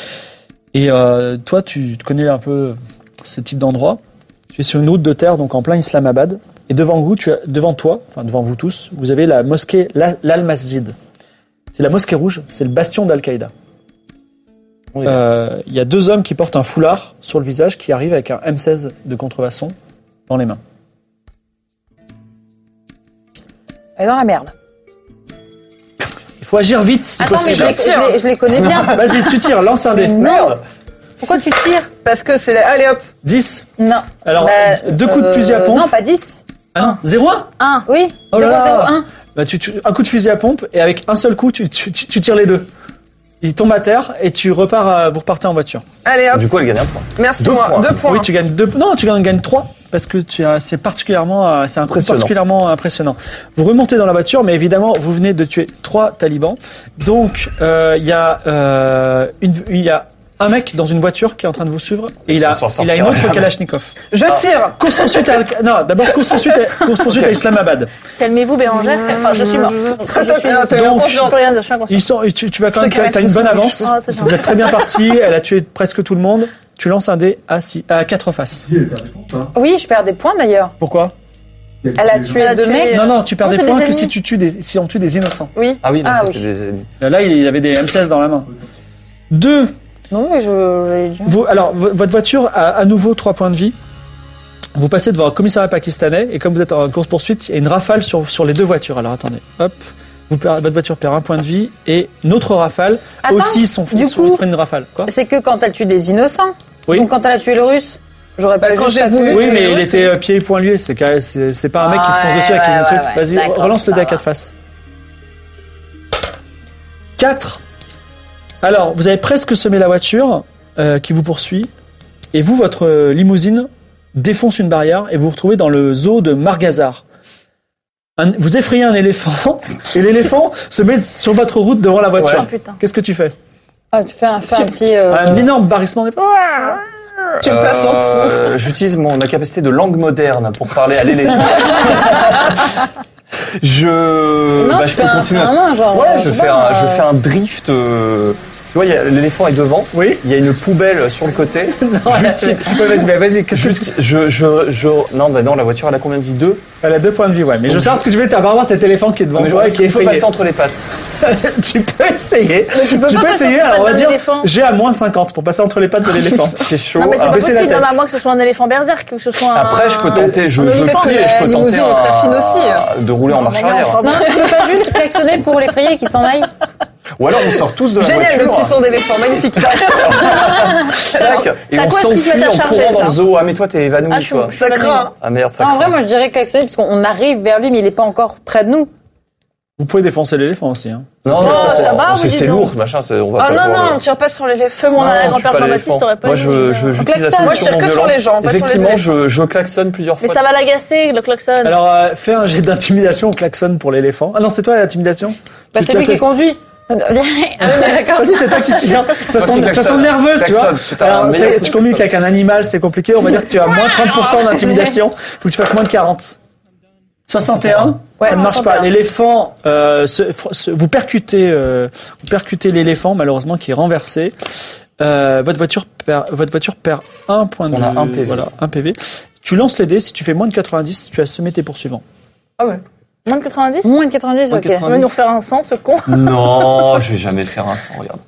Et euh, toi, tu connais un peu ce type d'endroit. Tu es sur une route de terre, donc en plein Islamabad. Et devant vous, tu as, devant toi, enfin devant vous tous, vous avez la mosquée La- l'Al-Masjid. C'est la mosquée rouge, c'est le bastion d'Al-Qaïda. Oui. Euh, Il y a deux hommes qui portent un foulard sur le visage qui arrivent avec un M seize de contrefaçon dans les mains. Elle est dans la merde. Il faut agir vite si Attends, mais je possible. les, je les- je les connais bien. Vas-y, tu tires, lance un dé. Non. Pourquoi tu tires? Parce que c'est... Allez hop. dix. Non. Alors, Bah, deux coups de fusil à euh, pompe. Non, pas dix. Ah non, zéro un. un. Oui, Oh là zéro, là. zéro, un. Bah, tu, tu- un coup de fusil à pompe et avec un seul coup, tu, tu, tu- tu tires les deux. Il tombe à terre et tu repars, à- vous repartez en voiture. Allez hop. Du coup, elle gagne un point. Merci Deux moi. points. Deux points. Oui, tu gagnes deux. Non, tu gagnes, gagnes trois parce que tu as, c'est particulièrement, euh, c'est un coup Impressionnant. particulièrement impressionnant. Vous remontez dans la voiture, mais évidemment, vous venez de tuer trois talibans. Donc, euh, il y a, euh, une, il y a un mec dans une voiture qui est en train de vous suivre et il a, On s'en il a une sortira autre jamais. Kalachnikov. Je tire. Course poursuite à, Al- non, d'abord course poursuite, à, course poursuite à Islamabad. Calmez-vous, Bérangère. Enfin, je suis mort. Attends, attends, t'es Donc, Je inconsciente. peux rien dire, je suis inconsciente. Ils sont, tu, tu vas quand même, Je te t'as t'as une bonne avance. Ah, c'est Vous êtes très bien parti. Elle a tué presque tout le monde. Tu lances un dé à six, à quatre faces. Oui, je perds des points d'ailleurs. Pourquoi? Elle a tué Elle a deux tué- mecs. Non, non, tu perds Non, des c'est points des que si ennemis. tu tues des, si on tue des innocents. Oui. Ah oui, là, Ah, c'était oui. des ennemis. Là, il avait des M seize dans la main. Deux. Non, mais je, j'ai dit. Vous, alors, v- votre voiture a à nouveau trois points de vie. Vous passez devant un commissariat pakistanais et comme vous êtes en course poursuite, il y a une rafale sur sur les deux voitures. Alors attendez, hop, vous per- votre voiture perd un point de vie et une autre rafale Attends, aussi sont du sont- coup- ils prennent une rafale. Quoi? C'est que quand elle tue des innocents. Oui. Donc quand elle a tué le russe, j'aurais Bah, pas quand juste j'ai pas voulu- pu- Oui, tuer mais les il Russes, était euh, pieds et poings liés. C'est quand- c'est c'est pas un mec qui te fonce Ouais, dessus avec ouais, une ouais, truc. ouais, Vas-y, d'accord, relance le ça dé à va. quatre faces. quatre. Alors, vous avez presque semé la voiture euh, qui vous poursuit. Et vous, votre euh, limousine défonce une barrière et vous vous retrouvez dans le zoo de Margazar. Un- vous effrayez un éléphant et l'éléphant se met sur votre route devant la voiture. Oh putain. Qu'est-ce que tu fais? Ah, tu fais un, fais un petit. euh, Un énorme barrissement d'éléphant. Tu me passes en dessous. Euh, J'utilise mon ma capacité de langue moderne pour parler à l'éléphant. je, Non, bah, je je fais peux un, continuer. un main, genre. Ouais, euh, je sais fais pas, un, je euh, fais un drift. euh, Tu vois, il y a- l'éléphant est devant. Oui. Il y a une poubelle sur le côté. Non, tu peux- vas-y, mais vas-y. Qu'est-ce que Je, tu... je, je, je, non, bah non, la voiture elle a combien de vie? Deux. Elle a deux points de vie, ouais. Mais je veux savoir ce que tu veux. T'as apparemment cet éléphant qui est devant Mais toi et est-ce qui est qu'il faut effrayé. passer entre les pattes. Tu peux essayer. tu peux tu pas peux passer essayer. entre les Alors on va pattes dire, d'un éléphant. j'ai à moins cinquante pour passer entre les pattes de l'éléphant. C'est chaud. Non, mais c'est Alors, pas baissez la possible, tête. non, mais à moins que ce soit un éléphant berserk, ou que ce soit un... après, je peux tenter, je, un je éléphant, crie mais et je peux la tenter limousine est très fine aussi. un- de rouler en marche mais non, arrière. faut- Non, tu peux pas juste klaxonner pour l'effrayer et qu'il s'en aille. Ou alors on sort tous de la Génial, voiture. le petit son d'éléphant, magnifique. Tac, et C'est à on quoi ce qui s'enfuit va en t'acharger, courant dans le ça zoo. Ah mais toi t'es évanoui Ah, je suis- toi. je suis Ça pas craint. nulle. Ah merde, ça Non, en craint. vrai, moi je dirais klaxonner parce qu'on arrive vers lui, mais il est pas encore près de nous. Vous pouvez défoncer l'éléphant aussi. Hein. Non, Oh, non, ça non, va, c'est oui, dis c'est donc. lourd, machin. c'est- On va Ah pas non, pouvoir non, le- on tire pas sur l'éléphant. Feu mon Non, grand tu père pas Jean-Baptiste, l'éléphant. t'aurais pas Moi, eu, je, euh, je, j'utilise klaxonne. la Moi, je tire solution que sur violente. les gens, pas sur les Effectivement, éléphants. je, je klaxonne plusieurs Mais fois. ça va l'agacer, le klaxon. Alors euh, fais un jet d'intimidation au klaxon pour l'éléphant. Ah non, c'est toi l'intimidation. Bah, Tu- c'est tu- lui tu- qui conduit. Ah oui, mais d'accord. Vas-y, c'est toi qui tire. De toute façon, qui de toute façon klaxonne. nerveuse, tu vois. Klaxonne, c'est un Alors, meilleur c'est- coup tu de communiques klaxon. avec un animal, c'est compliqué. On va dire que tu as moins trente pour cent d'intimidation. Faut que tu fasses moins de quarante. soixante et un. Ouais, Ça ne marche pas. soixante et un. L'éléphant, euh, se- se- vous percutez, euh, vous percutez l'éléphant malheureusement qui est renversé. Euh, votre voiture perd, votre voiture perd un point de On a un P V. Voilà, un P V. Tu lances les dés. Si tu fais moins de quatre-vingt-dix, tu as semé tes poursuivants. Ah ouais. Moins de quatre-vingt-dix Moins de quatre-vingt-dix, Moins de ok. Il va nous refaire un cent, ce con. Non, je vais jamais faire un sang, regarde.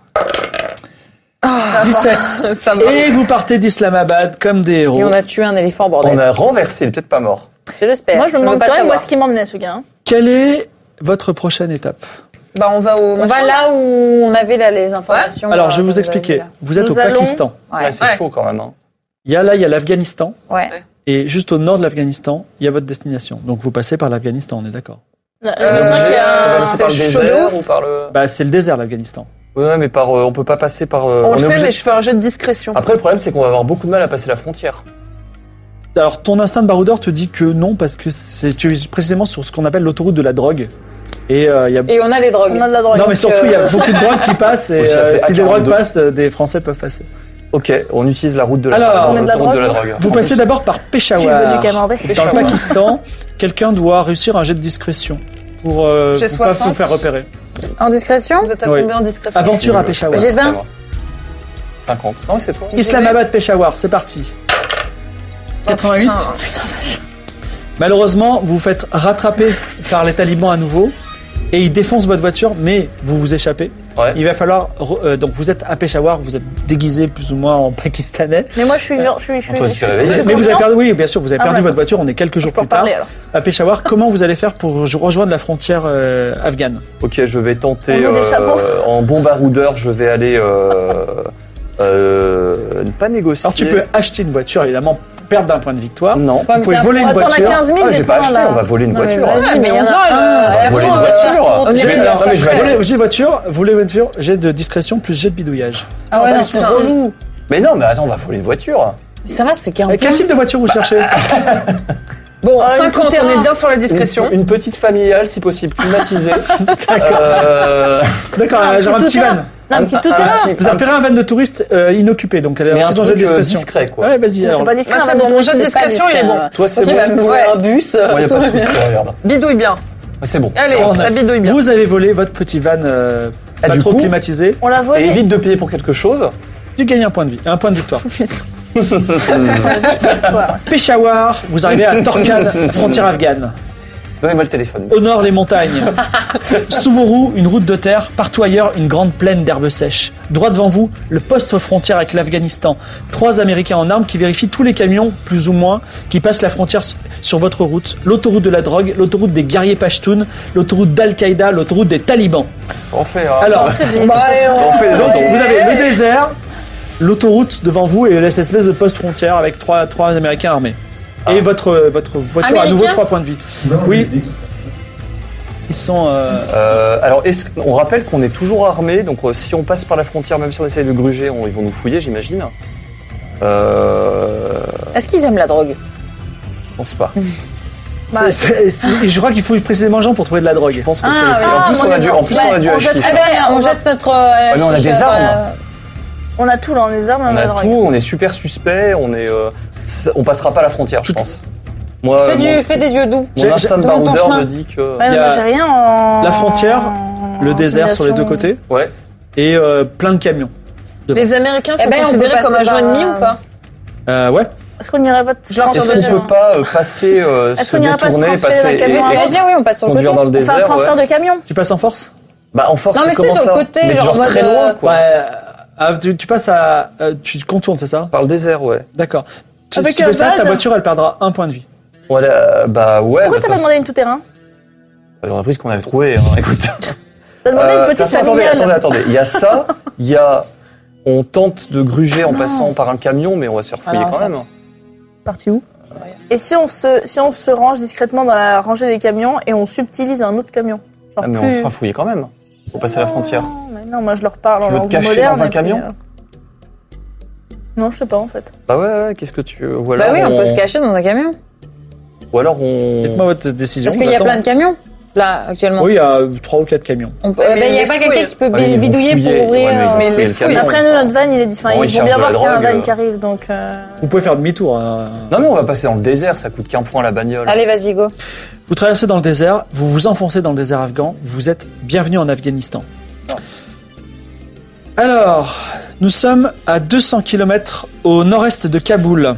dix-sept. Ça marche. Et vous partez d'Islamabad comme des héros. Et on a tué un éléphant, bordel. On a renversé, il est peut-être pas mort. Je l'espère. Moi, je me veux demande pas quand même où savoir. est-ce qu'il m'emmenait, ce gars. hein. Quelle est votre prochaine étape? Bah, on va au. On va là où on avait là les informations. Alors, je vais euh, vous que expliquer. avez Vous êtes Nous au allons- Pakistan. là. Ouais, Ouais. c'est Ouais. chaud quand même. Hein. Il y a là, il y a l'Afghanistan. Ouais. Et juste au nord de l'Afghanistan, il y a votre destination. Donc vous passez par l'Afghanistan, on est d'accord. Le Euh, médecin qui j'ai a- un- On va passer par le c'est chaud de désert ouf. ou par le. Bah c'est le désert l'Afghanistan. Ouais, mais par, euh, on peut pas passer par. euh, On le est fait, obligé- mais je fais un jet de discrétion. Après, le problème, c'est qu'on va avoir beaucoup de mal à passer la frontière. Alors ton instinct de baroudeur te dit que non parce que c'est tu es précisément sur ce qu'on appelle l'autoroute de la drogue. Et euh, il y a Et on a des drogues. On a de la drogue. non mais surtout euh, il y a beaucoup de drogues qui passent et Aussi euh, appelé si les A drogues quarante-deux. passent, euh, des Français peuvent passer. Ok, on utilise la route de la Alors, drogue. on met de la l'autoroute de la drogue. drogue. Vous En passez plus, d'abord par Tu veux Peshawar. du camembert? Dans le Pakistan, quelqu'un doit réussir un jet de discrétion pour euh, J'ai pour pas soixante. vous faire repérer. En discrétion. Vous êtes à Oui. combien en discrétion? Aventure à je- Peshawar. J'ai vingt. cinquante. Non, c'est toi. Islamabad Peshawar, c'est parti. quatre-vingt-huit. Oh, putain. Malheureusement, vous vous faites rattraper par les talibans à nouveau et ils défoncent votre voiture, mais vous vous échappez. Ouais. Il va falloir re- euh, donc vous êtes à Peshawar, vous êtes déguisé plus ou moins en pakistanais. Mais moi, je suis, je suis, je suis, Antoine, je tu suis, l'as je réveillé. suis Mais vous avez confiante. perdu, oui, bien sûr, vous avez Ah, perdu d'accord. votre voiture. On est quelques jours Je peux plus tard parler, alors. à Peshawar. Comment vous allez faire pour re- rejoindre la frontière euh, afghane? Ok, je vais tenter En mot des chapeaux. euh, en bon baroudeur, je vais aller euh, euh, ne pas négocier. Alors tu peux acheter une voiture, évidemment, perdre d'un point de victoire. Non. Ouais, mais Vous pouvez ça- voler une Attends, on a voiture. quinze mille Ah, des j'ai pas points, acheté, là. on va voler une Non, mais voiture. vas-y, mais il y en on a va, un. là, C'est voler bon, une on va se faire voiture. tourner On autour est Je vais, du alors, cul. non, mais je vais après. voler j'ai une voiture, voler une voiture, j'ai de discrétion plus jet de bidouillage. Ah ouais, bah, non, c'est putain. relou. Mais non, mais attends, on va voler une voiture. Mais ça va, c'est qu'un Et quel type de voiture vous cherchez Bon, Ah, une cinquante, tout-terrain. on est bien sur la discrétion. Une, une petite familiale, si possible, climatisée. euh, D'accord, Ah, genre un petit tout-terrain. van. Non, un petit tout un terrain. petit- Vous un repérez un van de touristes euh, inoccupé, donc elle Mais a un aussi son jet de truc, euh, discrétion. discret, quoi. Ouais, vas-y. C'est alors. pas discret, Ah, un c'est van bon, de mon touristes, jeu de c'est pas discrétion, il est discret, bon. hein. Toi, c'est Ok, bon. bah, me louer Ouais. un bus. Moi, y a tout pas de va bien. souci, regarde. Bidouille bien. Ouais, c'est bon. Allez, On a- ça bidouille bien. Vous avez volé votre petit van euh, Ah, pas du trop coup climatisé. On l'a Et volé. évite de payer pour quelque chose. Tu gagnes un point de vie, un point de victoire. Voilà. Peshawar, vous arrivez à Torkhan, frontière afghane. Donnez-moi le téléphone. Au nord, les montagnes. Sous vos roues, une route de terre. Partout ailleurs, une grande plaine d'herbes sèches. Droit devant vous, le poste frontière avec l'Afghanistan. Trois Américains en armes qui vérifient tous les camions, plus ou moins, qui passent la frontière s- sur votre route. L'autoroute de la drogue, l'autoroute des guerriers pashtuns, l'autoroute d'Al-Qaïda, l'autoroute des talibans. On fait. hein. Alors, C'est des- Bah, allez, on- on fait. donc, vous avez le désert, l'autoroute devant vous et cette espèce de poste frontière avec trois, trois Américains armés. Et votre, votre voiture à nouveau Américains trois points de vie. Oui. Ils sont... euh, Euh, alors, est-ce que- on rappelle qu'on est toujours armé, donc euh, si on passe par la frontière, même si on essaye de gruger, on- ils vont nous fouiller, j'imagine. Euh, Est-ce qu'ils aiment la drogue? je pense pas. Bah, c'est- c'est- c'est- je crois qu'il faut précisément les gens pour trouver de la Je drogue. pense que Ah, c'est. oui. en plus, Ah, on a moi, dû, je en pense plus, pas. on a dû On acheter. jette- Eh ben, on jette notre. euh, mais on a des chiche, armes. euh, On a tout là, on a des armes, On on a a la tout, drogue. on est super suspect, on est. euh, ça- on passera pas la frontière, je Tout- pense. Moi, Fais, mon, du, fais des yeux doux. J'ai- mon instinct de demande ton baroudeur chemin. me dit que. Ouais, Il y a moi j'ai rien en. la frontière, le en désert sur les deux intimidation. côtés Ouais. et euh, plein de camions. Les Américains Eh sont ben, on considérés peut comme passer agents par, ennemis euh, ou pas? Euh, ouais. Est-ce qu'on n'irait pas Je leur tire Est-ce dessus. qu'on peut pas euh, passer, euh, Est-ce se qu'on irait pas se détourner, transférer passer d'un camion et- à C'est un à autre dire, oui, on passe sur le côté. conduire dans le On fait un désert, transfert ouais. de camion. Tu passes en force? Bah en force, Non, mais c'est tu sais, comment sur le ça côté, Mais genre genre en mode, très loin, euh, quoi. Ouais. ah, tu, tu passes à... euh, tu contournes, c'est ça? Par le désert, ouais. D'accord. Tu- Avec si tu un fais ça, ta bad. voiture, elle perdra un point de vie. Ouais, euh, bah ouais. Pourquoi bah, t'as pas de demandé une tout-terrain toute façon, on a pris ce qu'on avait trouvé, hein, écoute. T'as demandé Euh, une petite attends, attendez, familiale. attendez, attendez. Il y a ça, il y a... On tente de gruger en passant par un camion, mais on va se faire fouiller Ah non, quand ça- même. Parti où Et si on se si on se range discrètement dans la rangée des camions et on subtilise un autre camion genre Ah, mais plus... on se fera fouiller quand même. Faut passer la frontière. Non, mais non, moi je leur parle Tu en veux te langue cacher moderne. dans un et puis, camion euh, Non, je sais pas en fait. Bah ouais, ouais, qu'est-ce que tu... Ou alors Bah oui, on peut se cacher dans un camion. Ou alors on... Dites-moi votre décision. Parce qu'il y a j'attends. plein de camions, là, actuellement. Oui, il y a trois ou quatre camions. On peut- Ouais, eh mais ben, il n'y a les pas fouilles. quelqu'un qui peut Ouais, ils vont bidouiller fouiller. pour ouvrir. Ouais, mais ils vont euh, Mais fouiller les le fouilles, camion. Après nous notre van il est enfin Bon, ils ils vont bien cherchent voir de la qu'il y a un drogue, van euh. qui arrive donc. euh, Vous pouvez faire demi-tour. hein. Non mais on va passer dans le désert, ça coûte qu'un point la bagnole. Allez, vas-y, go. Vous traversez dans le désert, vous vous enfoncez dans le désert afghan, vous êtes bienvenue en Afghanistan. Alors, nous sommes à deux cents kilomètres au nord-est de Kaboul.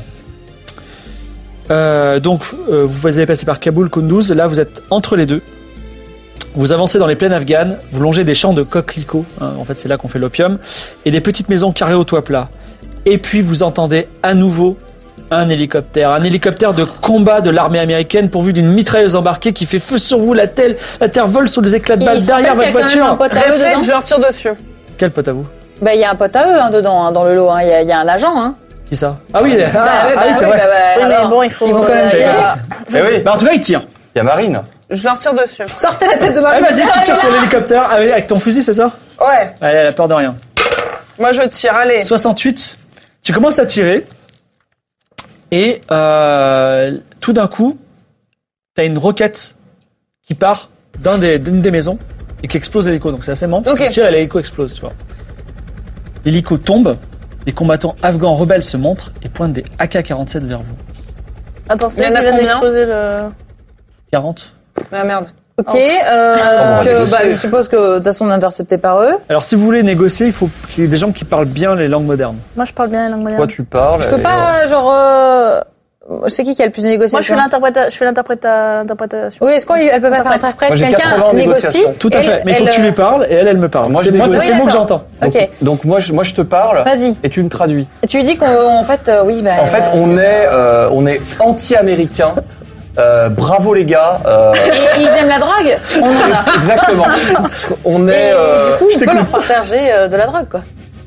Euh, donc, euh, vous avez passé par Kaboul, Kunduz, là vous êtes entre les deux. Vous avancez dans les plaines afghanes, vous longez des champs de coquelicots, hein, en fait c'est là qu'on fait l'opium, et des petites maisons carrées au toit plat. Et puis vous entendez à nouveau un hélicoptère, un hélicoptère de combat de l'armée américaine pourvu d'une mitrailleuse embarquée qui fait feu sur vous, la, telle, la terre vole sous les éclats de Il balles se derrière rappelle votre qu'il y a quand même un voiture. pote à eux Réflexe, dedans. je leur tire dessus. Quel pote à vous? Bah, il y a un pote à eux hein, dedans, hein, dans le lot. hein. Il y, a- il y a un agent. Hein. Qui ça? Ah oui, ah, Bah, ouais, ah bah, oui, c'est oui, vrai. bah, bah, Oui, mais alors, bon, il faut- Ils vont quand même euh, tirer. Eh oui, Bah, en tout cas, il tire. il y a Marine. Je leur tire dessus. Sortez la tête de ma Allez, vas-y, tu tires sur l'hélicoptère avec avec ton fusil, c'est ça? Ouais, Allez, elle a peur de rien. moi je tire, allez. soixante-huit. Tu commences à tirer. Et euh, tout d'un coup, t'as une roquette qui part d'un des, d'une des maisons et qui explose l'hélico. Donc c'est assez marrant. Ok. Tu tires et l'hélico explose, tu vois. L'hélico tombe. Les combattants afghans rebelles se montrent et pointent des A K quarante-sept vers vous. Attends, Il c'est y en eux a qui viennent combien d'exploser le. quarante. Ah merde. Ok, euh, va que, négocier. bah, je suppose que de toute façon on est intercepté par eux. Alors si vous voulez négocier, il faut qu'il y ait des gens qui parlent bien les langues modernes. Moi je parle bien la langue moderne. Toi tu parles. Je peux et- pas, genre, euh, c'est qui qui a le plus de négociations? Moi je fais l'interpréta- je fais l'interpréta- l'interprétation. Oui, est-ce qu'elle peut pas faire Interprète. interprète? Moi, j'ai Quelqu'un quatre-vingts en négocie. négociation. Tout à elle- fait. Mais il faut elle, que tu euh, lui parles et elle, elle me parle. Moi, je c'est moi, négocie. c'est ces Oui, mots que d'accord. j'entends. Donc, Ok, donc moi, je, moi je te parle vas-y. et tu me traduis. Et tu lui dis qu'en fait, euh, oui, bah. En fait, euh, on est, euh, on est anti-américain. Euh, bravo les gars. Euh, Et ils aiment la drogue? On en a. exactement. On Et est. euh, du coup, je on peut leur t'écoute. partager euh, de la drogue, quoi.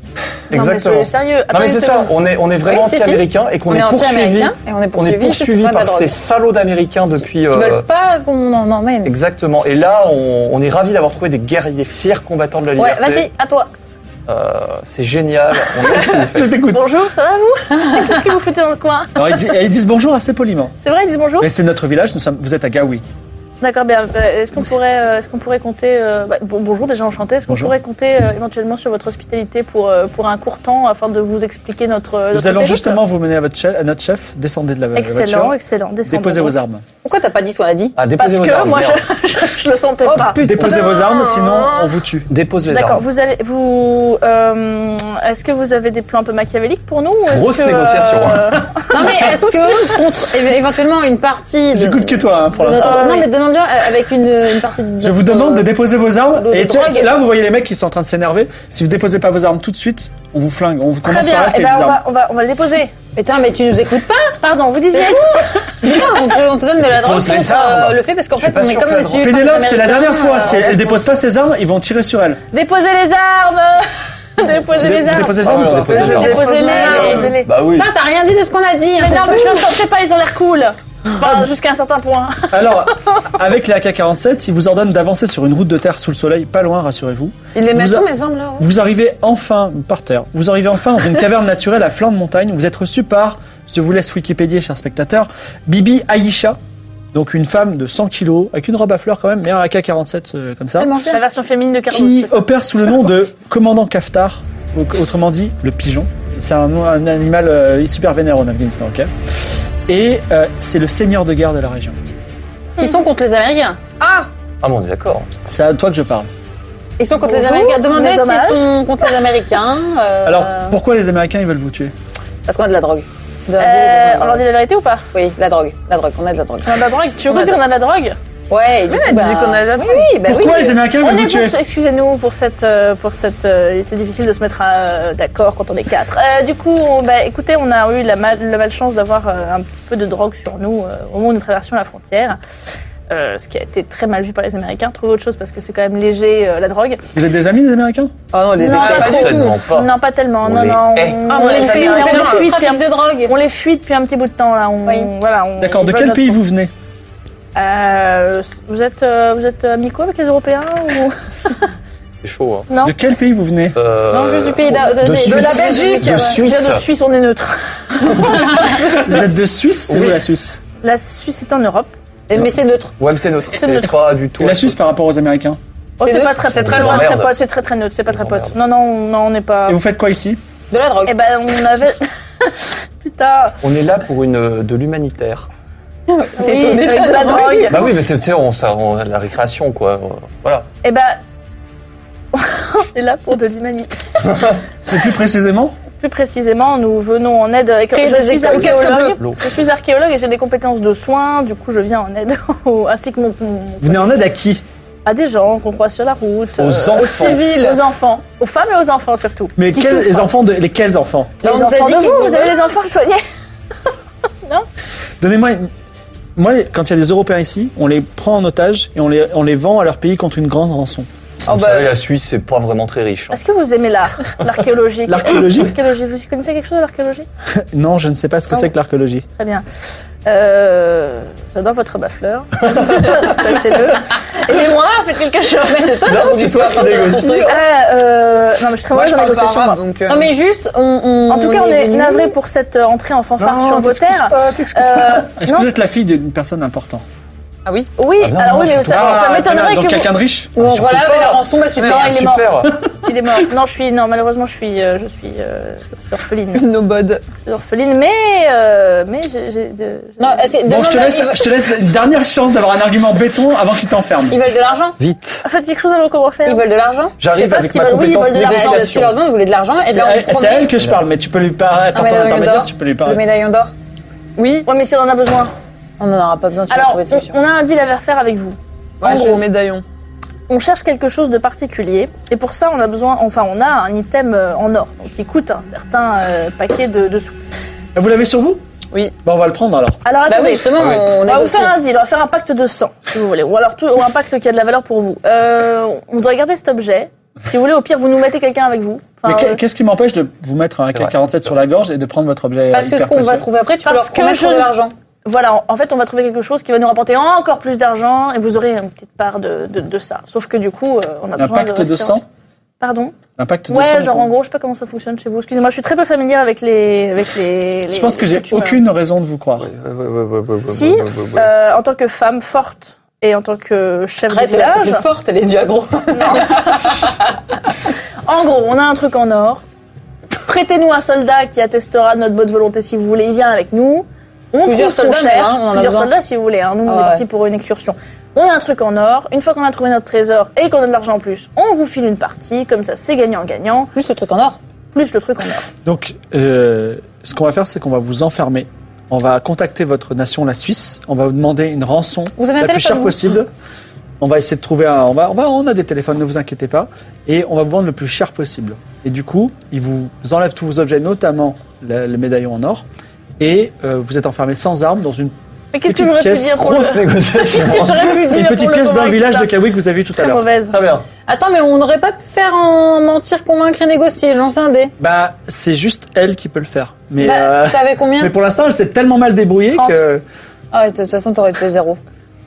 Exactement. Non, mais sérieux. Non mais Attendez, c'est c'est ça, bon. on est, on est vraiment Oui, si, si. anti-américains et qu'on On est, est poursuivi. anti-américains et on est On est poursuivi poursuivi sur par la drogue. ces salauds d'Américains depuis. Ils euh, veulent pas qu'on en emmène. Exactement. Et là, on, on est ravis d'avoir trouvé des guerriers, fiers combattants de la Ouais, liberté. vas-y, à toi. Euh, c'est génial. On aime ce que vous Je faites. t'écoute. Bonjour, ça va vous? Qu'est-ce que vous foutez dans le coin? Alors, ils, disent, ils disent bonjour assez poliment. C'est vrai, ils disent bonjour? Mais c'est notre village, nous sommes, vous êtes à Gaoui. D'accord, bien. Bah, Est-ce qu'on pourrait, euh, est-ce qu'on pourrait compter, euh, bah, bon, bonjour déjà enchanté. Est-ce qu'on Bonjour. pourrait compter euh, éventuellement sur votre hospitalité pour euh, pour un court temps afin de vous expliquer notre. Nous notre allons périple justement vous mener à, votre chef, à notre chef. Descendez de la, la Excellent, voiture. excellent. Descendons Déposez donc. vos armes. Pourquoi t'as pas dit ce qu'on a dit? Ah, Parce déposez vos que armes. moi, merde. je, je, je le sentais pas. Déposez vos armes, sinon on vous tue. Dépose les D'accord, armes. vous allez, vous, euh, est-ce que vous avez des plans un peu machiavéliques pour nous ou est-ce Grosse que, négociation. euh, Non mais est-ce que contre é- éventuellement une partie de, J'écoute que toi hein, pour de l'instant. notre... Ah, Non oui. mais demande-leur euh, avec une, une partie de Je vous notre- demande de déposer vos armes. de- de Et tiens, drogue. là, vous voyez les mecs qui sont en train de s'énerver. Si vous déposez pas vos armes tout de suite, on vous flingue. On vous Très commence bien, par eh acheter ben, des on armes. va, on va, on va le déposer. Putain mais tu nous écoutes pas? Pardon, vous disiez. Non, on te, on te donne de la drogue Dépose les contre armes. euh, le fait parce qu'en Je suis fait pas on est sûr comme que la le drogue- suivi par les Pénélope, c'est la Américains, dernière fois. euh, Si elle, elle dépose pas ses armes, ils vont tirer sur elle. Déposez les armes. Déposez les Vous armes. déposez les Ah armes ouais, ou on pas dépose les armes. Déposez-les. Déposez-les. Bah oui. Putain, t'as rien dit de ce qu'on a dit. hein, Mais non, c'est mais je fou. ne sentais pas, ils ont l'air cool. Enfin, jusqu'à un certain point. Alors, avec les A K quarante-sept, ils vous ordonnent d'avancer sur une route de terre sous le soleil, pas loin, rassurez-vous. Il les met Vous où, a- mes armes, là? Vous arrivez enfin par terre. Vous arrivez enfin dans une caverne naturelle à flanc de montagne. Vous êtes reçu par, je vous laisse Wikipédier, chers spectateurs, Bibi Aïcha. Donc une femme de cent kilos, avec une robe à fleurs quand même, mais un A K quarante-sept euh, comme ça, Tellement fier. La version féminine de Carlos. qui c'est ça opère sous le nom de commandant Kaftar, au- autrement dit le pigeon. C'est un, un animal euh, super vénère en Afghanistan, ok. Et euh, c'est le seigneur de guerre de la région. Qui sont contre les Américains. Ah! Ah bon, on est d'accord. C'est à toi que je parle. Ils sont contre les Bonjour, Américains. Demandez mes hommages. s'ils sont contre les Américains. euh, Alors, pourquoi les Américains ils veulent vous tuer? Parce qu'on a de la drogue. De la- Euh, de la- on leur dit la vérité ou pas? Oui, la drogue. La drogue. On a de la drogue. On a de la drogue. Tu veux On a dire de- qu'on a de la drogue? Ouais, et du Oui, coup, elle bah, dit qu'on a de la drogue. Oui, oui, bah Pourquoi oui. les Américains On veulent vous est tuer? pour, excusez-nous pour cette, euh, pour cette, euh, c'est difficile de se mettre euh, d'accord quand on est quatre. Euh, du coup, on- bah, écoutez, on a eu la, mal, la malchance d'avoir euh, un petit peu de drogue sur nous euh, au moment où nous traversions la frontière. Euh, ce qui a été très mal vu par les Américains. Trouver autre chose parce que c'est quand même léger euh, la drogue. Vous êtes des amis des Américains? Oh non, les Non, détails. pas du tout. Tellement pas. Non, pas tellement. On non, les non. hait. Ah, on, on les les fait, fuit, on on fait les le fuit depuis un, trafic de drogue. on les fuit depuis un petit bout de temps là. On, Oui. voilà. On, D'accord, ils de veulent quel notre- pays vous venez? Euh, vous êtes, euh, vous êtes amicaux avec les Européens ou C'est chaud, hein. non? De quel pays vous venez? Euh, Non, juste du pays d'a- de, de de- Suisse. de la Belgique. De ouais. Suisse. Je viens de Suisse, on est neutre. Vous êtes de Suisse? C'est Oui. où la Suisse? La Suisse est en Europe. Et- Mais c'est neutre. Ouais, mais c'est neutre. C'est C'est neutre. pas du tout. Et la Suisse par rapport aux Américains? Oh, C'est c'est pas neutre, très, c'est très très loin, loin. très pote, c'est très très neutre, c'est pas très Ils pote. emmerdent. Non, non, non, on n'est pas. Et vous faites quoi ici? De la drogue. Eh ben, on avait. Putain. On est là pour une de l'humanitaire. Oui, étonné. avec de la drogue. Bah oui, mais c'est tu sais, on, ça, on- la récréation, quoi. Euh, Voilà. Eh ben. On est là pour de l'humanité. C'est plus précisément? Plus précisément, nous venons en aide. et que Créer Je des suis écoles. Au casque archéologue. bleu. Je suis archéologue et j'ai des compétences de soins. Du coup, je viens en aide au- ainsi que mon, mon- Vous venez en aide à qui? à des gens qu'on croise sur la route. Aux euh, enfants. Aux civils. Aux enfants. Aux femmes et aux enfants surtout. Mais Qui quels, souffrent. les enfants de, les quels enfants? Les On nous a enfants dit de qu'ils vous, vous pouvaient- avez des enfants soignés. Donnez-moi une... Moi, les- quand il y a des Européens ici, on les prend en otage et on les, on les vend à leur pays contre une grande rançon. Oh, Vous bah, savez, la Suisse, c'est pas vraiment très riche. hein. Est-ce que vous aimez l'art, l'archéologie L'archéologie? L'archéologie. Vous y connaissez quelque chose de l'archéologie? Non, je ne sais pas ce que Ah c'est bon. que l'archéologie. Très bien. Euh, j'adore votre bafleur. Sachez-le. Aidez-moi, faites quelque chose. mais c'est toi Non, qui c'est peux toi qui apporter négocie. ton truc. Ah, euh, non, mais je suis très Moi, mauvaise je en parle pas négociation. arabe, moi. donc... euh, Non mais juste, on, on En tout cas, on est venus- navré pour cette euh, entrée en fanfare Non, sur vos t'excuses terres. pas, t'excuses Euh, Est-ce non, que vous êtes la fille d'une personne importante? Ah oui? oui, Ah non, alors non, oui, mais surtout ça, Ah, ça très bien. m'étonnerait Donc que vous... quelqu'un de riche? Bon, surtout voilà, pas. mais la rançon, bah super. Non, Ah, il est mort. super. Il est mort. Non, je suis, non, malheureusement, je suis, euh, je suis, euh, je suis orpheline. Une nobode. Je suis orpheline, mais, euh, mais j'ai, j'ai de... Non, est-ce que- Bon, demande je te à- laisse, ils veulent- je te laisse une dernière chance d'avoir un argument béton avant qu'il t'enferme. Ils veulent de l'argent. Vite. Faites quelque chose avant comment faire. Ils veulent de l'argent. Je sais J'arrive pas avec ce qu'ils ma veulent. Oui, ils compétence veulent de l'argent. Tu négociation. leur demandes, vous voulez de l'argent, et C'est bien on à, te c'est à elle promet que je parle, mais tu peux lui parler, par un ton médaillon intermédiaire, d'or. tu peux lui Le parler. médaillon d'or. Oui. Ouais, mais si on en a besoin. On n'en aura pas besoin, tu vas Alors, trouver de solution. on, on a un deal à faire avec vous. Ouais, En j'ai gros. le médaillon. On cherche quelque chose de particulier et pour ça on a besoin, enfin on a un item euh, en or donc qui coûte un certain euh, paquet de, de sous. Vous l'avez sur vous? Oui. Bon, on va le prendre alors. Alors Bah attendez, oui, justement, Ah oui. on on va vous négocie. faire un deal, on va faire un pacte de sang si vous voulez, ou alors tout, ou un pacte qui a de la valeur pour vous. Euh, on doit garder cet objet Si vous voulez, au pire, vous nous mettez quelqu'un avec vous. Mais Enfin, qu'est- euh, qu'est-ce qui m'empêche de vous mettre un A K vrai. quarante-sept sur la gorge et de prendre votre objet Parce que ce hyper qu'on va précieux trouver après, tu peux Parce leur que promettre je- de l'argent. Voilà, en fait, on va trouver quelque chose qui va nous rapporter encore plus d'argent et vous aurez une petite part de, de, de ça. Sauf que du coup, euh, on a Un besoin de pacte de rester en- sang Pardon Un pacte de sang Ouais, genre pour- en gros, je sais pas comment ça fonctionne chez vous. Excusez-moi, je suis très peu familière avec les, avec les. Je les- pense que les j'ai coutumes. aucune raison de vous croire. Ouais, ouais, ouais, ouais, ouais, ouais, Si, ouais, ouais, ouais, ouais. euh, en tant que femme forte et en tant que chef Arrête, de elle est village, plus forte, elle est du agro. en gros, on a un truc en or. Prêtez-nous un soldat qui attestera de notre bonne volonté si vous voulez. Il vient avec nous. On Plusieurs trouve ce qu'on soldats même, cherche. hein, on en a Plusieurs besoin. soldats si vous voulez. Hein. Nous, on Ah est ouais. partis pour une excursion. On a un truc en or. Une fois qu'on a trouvé notre trésor et qu'on a de l'argent en plus, on vous file une partie. Comme ça, c'est gagnant-gagnant. Plus le truc en or. Plus le truc en or. Donc, euh, ce qu'on va faire, c'est qu'on va vous enfermer. On va contacter votre nation, la Suisse. On va vous demander une rançon Vous avez un la plus téléphone, chère vous possible. On va essayer de trouver un. On va, on va, on a des téléphones, ne vous inquiétez pas. Et on va vous vendre le plus cher possible. Et du coup, ils vous enlèvent tous vos objets, notamment le, le médaillon en or. Et euh, vous êtes enfermé sans armes dans une Mais qu'est-ce que Petite j'aurais pu pièce, dire pour le... Grosse négociation. Qu'est-ce que j'aurais pu dire Une petite pour pièce le dans le convaincre, village de putain. Kawi que vous avez vu tout à Très l'heure. mauvaise. Très bien. Attends, mais on n'aurait pas pu faire en mentir, convaincre et négocier. Lance un dé. Bah, c'est juste elle qui peut le faire. Mais, Bah, euh, t'avais combien mais pour l'instant, elle s'est tellement mal débrouillée trente. que. Ah ouais, de toute façon, t'aurais été zéro.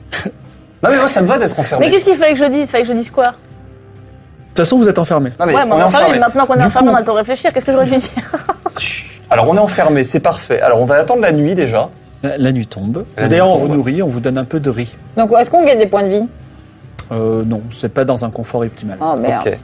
Non, mais moi, ça me va d'être enfermé. Mais qu'est-ce qu'il fallait que je dise? Il fallait que je dise quoi? De toute façon, vous êtes enfermé. Non, mais Ouais, mais on on est est enfermé. enfermé. Maintenant qu'on est Du enfermé, coup- on a le temps de réfléchir. Qu'est-ce que j'aurais dû dire? Alors, on est enfermé, c'est parfait. Alors, on va attendre la nuit déjà. La, la nuit tombe. La D'ailleurs, nuit on vous tombe. nourrit, on vous donne un peu de riz. Donc, est-ce qu'on gagne des points de vie? Euh, non, c'est pas dans un confort optimal. Oh merde. Ok.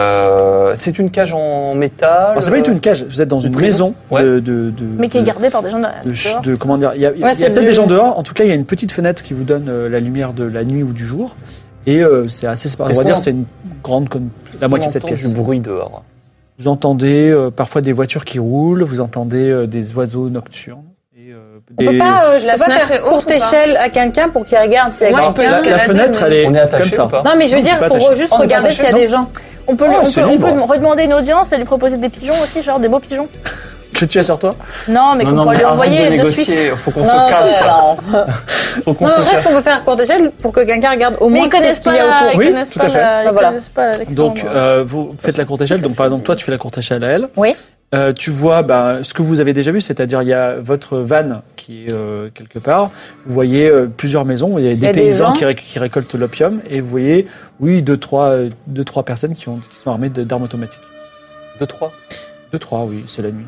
Euh, c'est une cage en métal. Alors, c'est pas du tout une cage. Vous êtes dans une prison. maison Ouais. de, de, de, Mais qui est de- gardé par des gens de, de, ch- dehors. de- comment dire. Il y a, il y a Ouais, c'est peut-être du- des gens dehors. En tout cas, il y a une petite fenêtre qui vous donne euh, la lumière de la nuit ou du jour. Et euh, c'est assez séparé. Est-ce On va dire qu'on- c'est une grande comme la moitié de cette On entend pièce. du bruit dehors. Vous entendez euh, parfois des voitures qui roulent. Vous entendez euh, des oiseaux nocturnes. Et, euh, On des- peut pas, euh, je La peux pas fenêtre faire est haute courte ou pas échelle à quelqu'un pour qu'il regarde s'il y a Moi, je peux quelqu'un. la, la escalader, fenêtre, mais- elle est, On est attaché comme ça. ou pas Non, mais je veux Non, dire, c'est pas pour attaché. juste Oh, on est regarder attaché, s'il y a non des gens. On peut, lui- Oh, on c'est peut, on libre. peut redemander une audience et lui proposer des pigeons aussi, genre des beaux pigeons. Que tu as sur toi. Non, mais Non, qu'on non, pourrait mais lui arrête envoyer de de négocier. Suisse. Faut qu'on Non, se calme. c'est- ça. non. Faut qu'on Non, se reste calme. qu'on peut faire courte échelle pour que quelqu'un regarde au Mais moins ils connaissent qu'est-ce qu'il pas, y a la- autour. ils Oui, connaissent tout pas à fait. la- Ah, ils voilà. connaissent pas Alexandre. Donc, euh, vous faites la courte échelle. Donc, par exemple, toi, tu fais la courte échelle à elle. Oui. Euh, tu vois ben, ce que vous avez déjà vu, c'est-à-dire il y a votre van qui est euh, quelque part. Vous voyez euh, plusieurs maisons, il y a des y a des paysans gens. qui, réc- qui récoltent l'opium, et vous voyez, oui, deux trois, euh, deux trois personnes qui, ont, qui sont armées de- d'armes automatiques. Deux, trois. Deux trois, oui, c'est la nuit.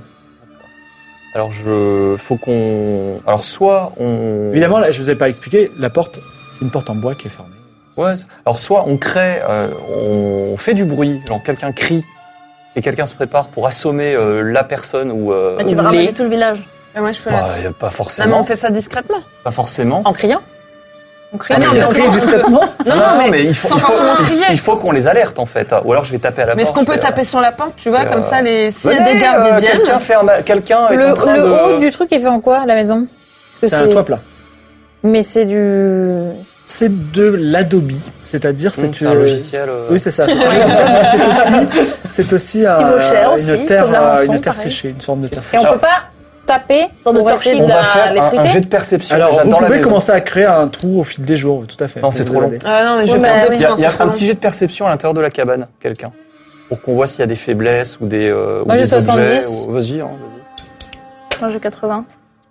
Alors, je. Faut qu'on. Alors, soit on. Évidemment, là, je vous ai pas expliqué, la porte, c'est une porte en bois qui est fermée. Ouais. c'est- Alors, soit on crée. euh, on fait du bruit, genre quelqu'un crie et quelqu'un se prépare pour assommer euh, la personne ou. euh, Bah, tu vas Ou ramener les- tout le village. Et moi, je peux bah, la... y a pas Non, mais forcément. on fait ça discrètement. Pas forcément. En criant? On crie. Ah non, Il mais a on pris peut- discrètement. Non, non, mais, il faut, sans il faut- forcément il- crier. Il faut qu'on les alerte en fait. Ou alors je vais taper à la Mais est-ce porte. qu'on peut je vais, taper sur la porte, tu vois, euh, comme ça, les... s'il y a venez, des gardes, euh, ils viennent. Quelqu'un fait un ma- quelqu'un est Le, en train le de. haut du truc est fait en quoi, la maison? Parce que C'est un toit plat. Mais c'est du. C'est de l'adobe, c'est-à-dire Mmh, c'est c'est un euh, logiciel, euh. Oui, c'est ça. C'est c'est aussi, c'est aussi un, Il vaut cher une aussi, terre, comme la euh, rançon, une terre pareil. séchée, une forme de terre Et séchée. on Alors- peut pas taper Sorte de pour essayer de On va la, faire les un, un friter? jet de perception. Alors, déjà vous dans la pouvez maison. commencer à créer un trou au fil des jours, tout à fait. Non, c'est Vous trop long. regardez. Ah non, mais je Ouais, vais mais perdre oui. des Il y a, points. il y a c'est trop un long. petit jet de perception à l'intérieur de la cabane, quelqu'un, pour qu'on voit s'il y a des faiblesses ou des, euh, ou Moi, j'ai des objets. soixante-dix. ou- Vas-y, hein, vas-y. Moi, j'ai quatre-vingts.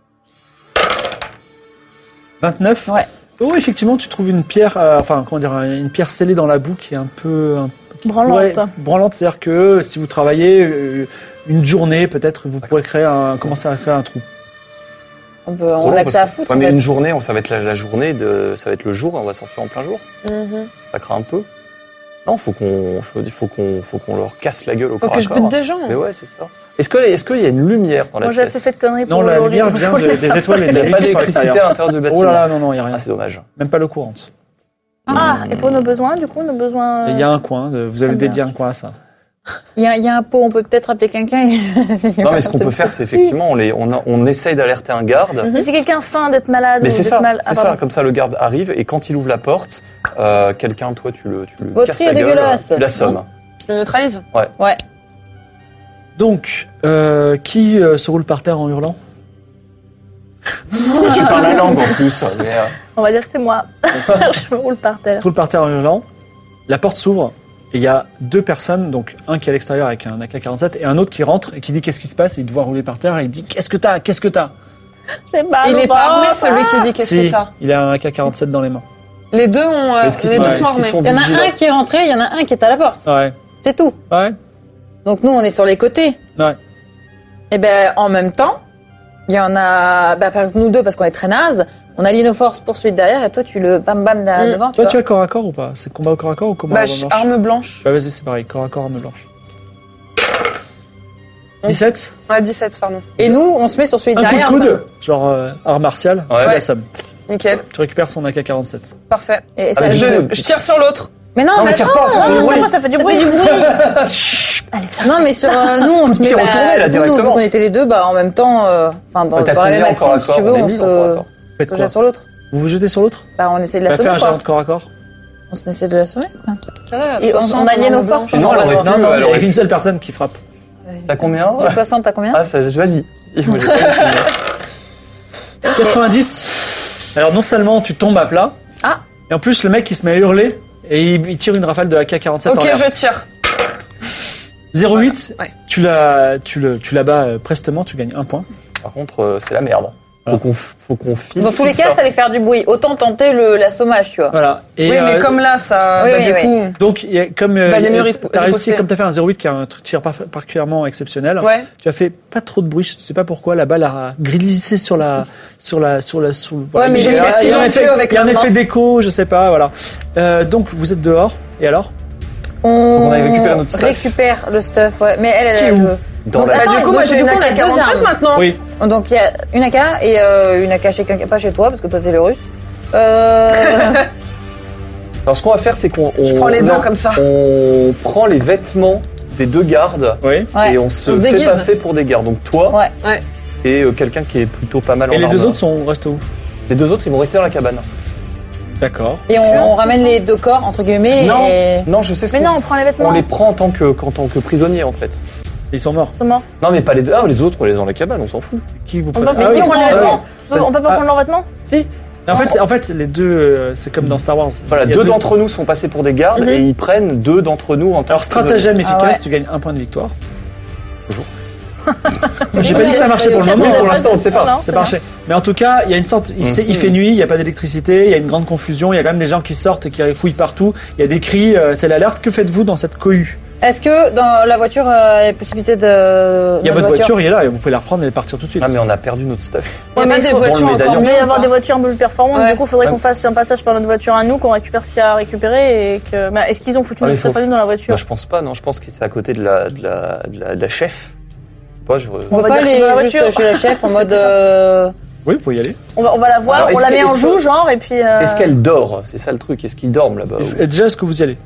vingt-neuf. Ouais. Oh, effectivement, tu trouves une pierre, euh, enfin, comment dire, une pierre scellée dans la boue qui est un peu, un, Branlante. ouais, branlante, c'est-à-dire que si vous travaillez euh, une journée, peut-être, vous pourrez créer un, commencer à créer un trou. On peut, Trop on long, a que ça à parce que- foutre. Ouais, en mais fait. une journée, on- ça va être la, la journée de, ça va être le jour, on va s'en faire en plein jour. Mhm. Ça craint un peu. Non, faut qu'on, je dis, faut qu'on, faut qu'on leur casse la gueule au Faut corps que à je corps. bute des gens. Mais ouais, c'est ça. Est-ce que, est-ce qu'il y a une lumière dans la Moi, j'ai pièce? assez fait de conneries pour Non, la aujourd'hui. lumière vient Faut de- laisser des ça étoiles et après. de Il la n'y a pas lumière sur d'électricité l'extérieur. à l'intérieur du bâtiment. Oh là là, non, non, il n'y a rien. Ah, c'est dommage. Même pas l'eau courante. Ah, et pour nos besoins, du coup, nos besoins. Et il y a un coin, euh, vous avez Ah, dédié bien un coin à ça. Il y, a, il y a un pot, on peut peut-être appeler quelqu'un. et- Non, mais ce qu'on peut faire, c'est effectivement, on, les, on, a- on essaye d'alerter un garde. Mais si quelqu'un feint d'être malade Mais ou c'est d'être ça, mal. c'est Ah, ça. pardon. Comme ça, le garde arrive et quand il ouvre la porte, euh, quelqu'un, toi, tu le, tu le Votre casses cri la est gueule, dégueulasse. tu l'assommes. Je le neutralise. Ouais. Donc, euh, qui euh, se roule par terre en hurlant? tu parles la langue en plus. Mais, euh, On va dire que c'est moi. Je me roule par terre. Se roule par terre en hurlant. La porte s'ouvre Et il y a deux personnes, donc un qui est à l'extérieur avec un A K quarante-sept et un autre qui rentre et qui dit qu'est-ce qui se passe. Et il doit rouler par terre et il dit qu'est-ce que t'as, qu'est-ce que t'as. J'ai mal Il au est pas armé, ventre. celui qui dit qu'est-ce Si, que t'as. il a un A K quarante-sept dans les mains. Les deux ont, euh, Est-ce qu'ils les sont- deux est-ce sont qu'ils armés. sont Il y en a vigilants un qui est rentré, il y en a un qui est à la porte. Ouais, C'est tout. ouais, Donc nous, on est sur les côtés. ouais. Et ben en même temps, il y en a, bah, par exemple, nous deux, parce qu'on est très nazes, on a l'Inoforce poursuite derrière et toi, tu le bam bam derrière Mm. devant. Tu Toi, vois. tu as corps à corps ou pas? C'est combat au corps à corps ou combat Bah, à je- arme blanche? arme blanche. Bah, vas-y, c'est pareil, corps à corps, arme blanche. dix-sept. Ouais, dix-sept, pardon. Et nous, on se met sur celui de Un coup de derrière. coude, genre euh, art martial, Ouais. tu Ouais. l'assommes. Nickel. Tu récupères son A K quarante-sept. Parfait. Et ça, Avec je- du Je, coup, je tire sur l'autre. Mais non, Non, mais mais tire attends, pas, ça fait du non, bruit. ça fait du bruit. Allez, ça. Non, mais sur euh, nous, on Coup se de met pied bah, retourné, là, nous, directement. Vu qu'on était les deux, bah en même temps, euh, enfin dans, T'as dans la combien même en corps action, à si corps? tu veux, On est on mis en corps à se, corps. Faites se quoi? jette sur l'autre. Vous vous jetez sur l'autre? Bah on essaie de Bah, fais l'assommer un géant quoi. de corps à corps. On essaie de l'assommer quoi. Ah, Et on, on allie nos forces. Sinon, on elle va aurait voir. pu- Non, non, il alors- y a qu'une seule personne qui frappe. T'as combien? J'ai soixante, t'as combien? Ah, ça, vas-y. Moi, j'ai pas eu combien. quatre-vingt-dix. Alors non seulement tu tombes à plat, Ah. et en plus le mec il se met à hurler et il, il tire une rafale de A K quarante-sept en Ok, l'air. je tire. zéro huit, Ouais. tu la, tu le, tu la bats euh, prestement, tu gagnes un point. Par contre, euh, c'est la merde. Faut qu'on, faut qu'on file. Dans tous les cas, ça allait faire du bruit. Autant tenter le l'assommage, tu vois. Voilà. Et Oui, mais euh, comme là, ça, Oui, bah, oui, du oui. coup, donc il y a- comme euh, Bah, les il y a- murs, ils- t'as ils réussi, postaient. comme t'as fait un zéro huit qui est un truc tir par- particulièrement exceptionnel, ouais. tu as fait pas trop de bruit, je sais pas pourquoi, la balle a glissé sur la, sur la, sur la, sous, Ouais, mais il y a- j'ai il y a- fait il y a un silencieux effet, avec il y a un ma main. effet d'écho, je sais pas, voilà. Euh, donc vous êtes dehors, et alors? On, qu'on aille récupérer notre stuff. récupère le stuff, ouais. Mais elle, elle, Qui est elle où veut. Dans Donc, la... Bah, attends, du coup, donc, moi, du j'ai une coup, on a A K deux quarante-sept armes. maintenant. Oui. Donc il y a une A K et euh, une A K chez quelqu'un, pas chez toi, parce que toi t'es le russe. Euh... Alors, ce qu'on va faire, c'est qu'on. Je on- prends les deux non, comme ça. On prend les vêtements des deux gardes Oui. ouais. et on se, On se fait déguise. passer pour des gardes. Donc toi Ouais. Ouais. et euh, quelqu'un qui est plutôt pas mal en Et les deux armure. autres sont, restent où? Les deux autres, ils vont rester dans la cabane. D'accord. Et on, on ramène les deux corps, entre guillemets. Non. Et... Non, je sais ce Mais qu'on. non, on prend les vêtements. On les prend en tant que, en tant que prisonniers, en fait. Ils sont morts. Ils sont morts. Non, mais pas les deux. Ah, les autres, on les a dans la cabane, on s'en fout. Qui vous On peut prenez? pas Ah oui. prendre les ah oui. vêtements. On peut- On peut pas Ah. prendre leurs vêtements. Si. En fait, c'est- en fait, les deux, euh, c'est comme dans Star Wars. Voilà, Il y a deux d'entre nous se font passer pour des gardes Mhm. et ils prennent deux d'entre nous en tant Alors, que prisonniers. stratagème Ah efficace, ouais. tu gagnes un point de victoire. Toujours. J'ai pas dit que ça marchait pour le C'est moment, bon, pour ouais. l'instant, on ne sait pas. Non, C'est c'est pas marché. Mais en tout cas, il y a une sorte, il, sait- il fait nuit, il n'y a pas d'électricité, il y a une grande confusion, il y a quand même des gens qui sortent et qui fouillent partout, il y a des cris, euh, c'est l'alerte. Que faites-vous dans cette cohue? Est-ce que dans la voiture, euh, il y a possibilité de. Il y a de votre voiture, il est là, et vous pouvez la reprendre et partir tout de suite. Ah, mais on a perdu notre stuff. Il y a mais pas il des faut- voitures Bon, le encore médaillon. Il doit y mieux. avoir des voitures un peu plus performantes. Ouais. Du coup, il faudrait Ouais. qu'on fasse un passage par notre voiture à nous, qu'on récupère ce qu'il y a à récupérer et que. Bah, est-ce qu'ils ont foutu Ah, mais notre stuff faut- à nous dans la voiture Bah, je pense pas, non. Je pense que c'est à côté de la, de la, de la, de la chef. Moi, je... On On peut va pas dire que c'est aller dans la juste voiture. chez la chef en C'est mode. plus simple. euh, Oui, vous pouvez y aller. on va, on va la voir, Alors, on est-ce la que- met en est-ce joue, que- genre, et puis. euh, Est-ce qu'elle dort? C'est ça le truc. Est-ce qu'ils dorment là-bas? ou- Et déjà, est-ce que vous y allez?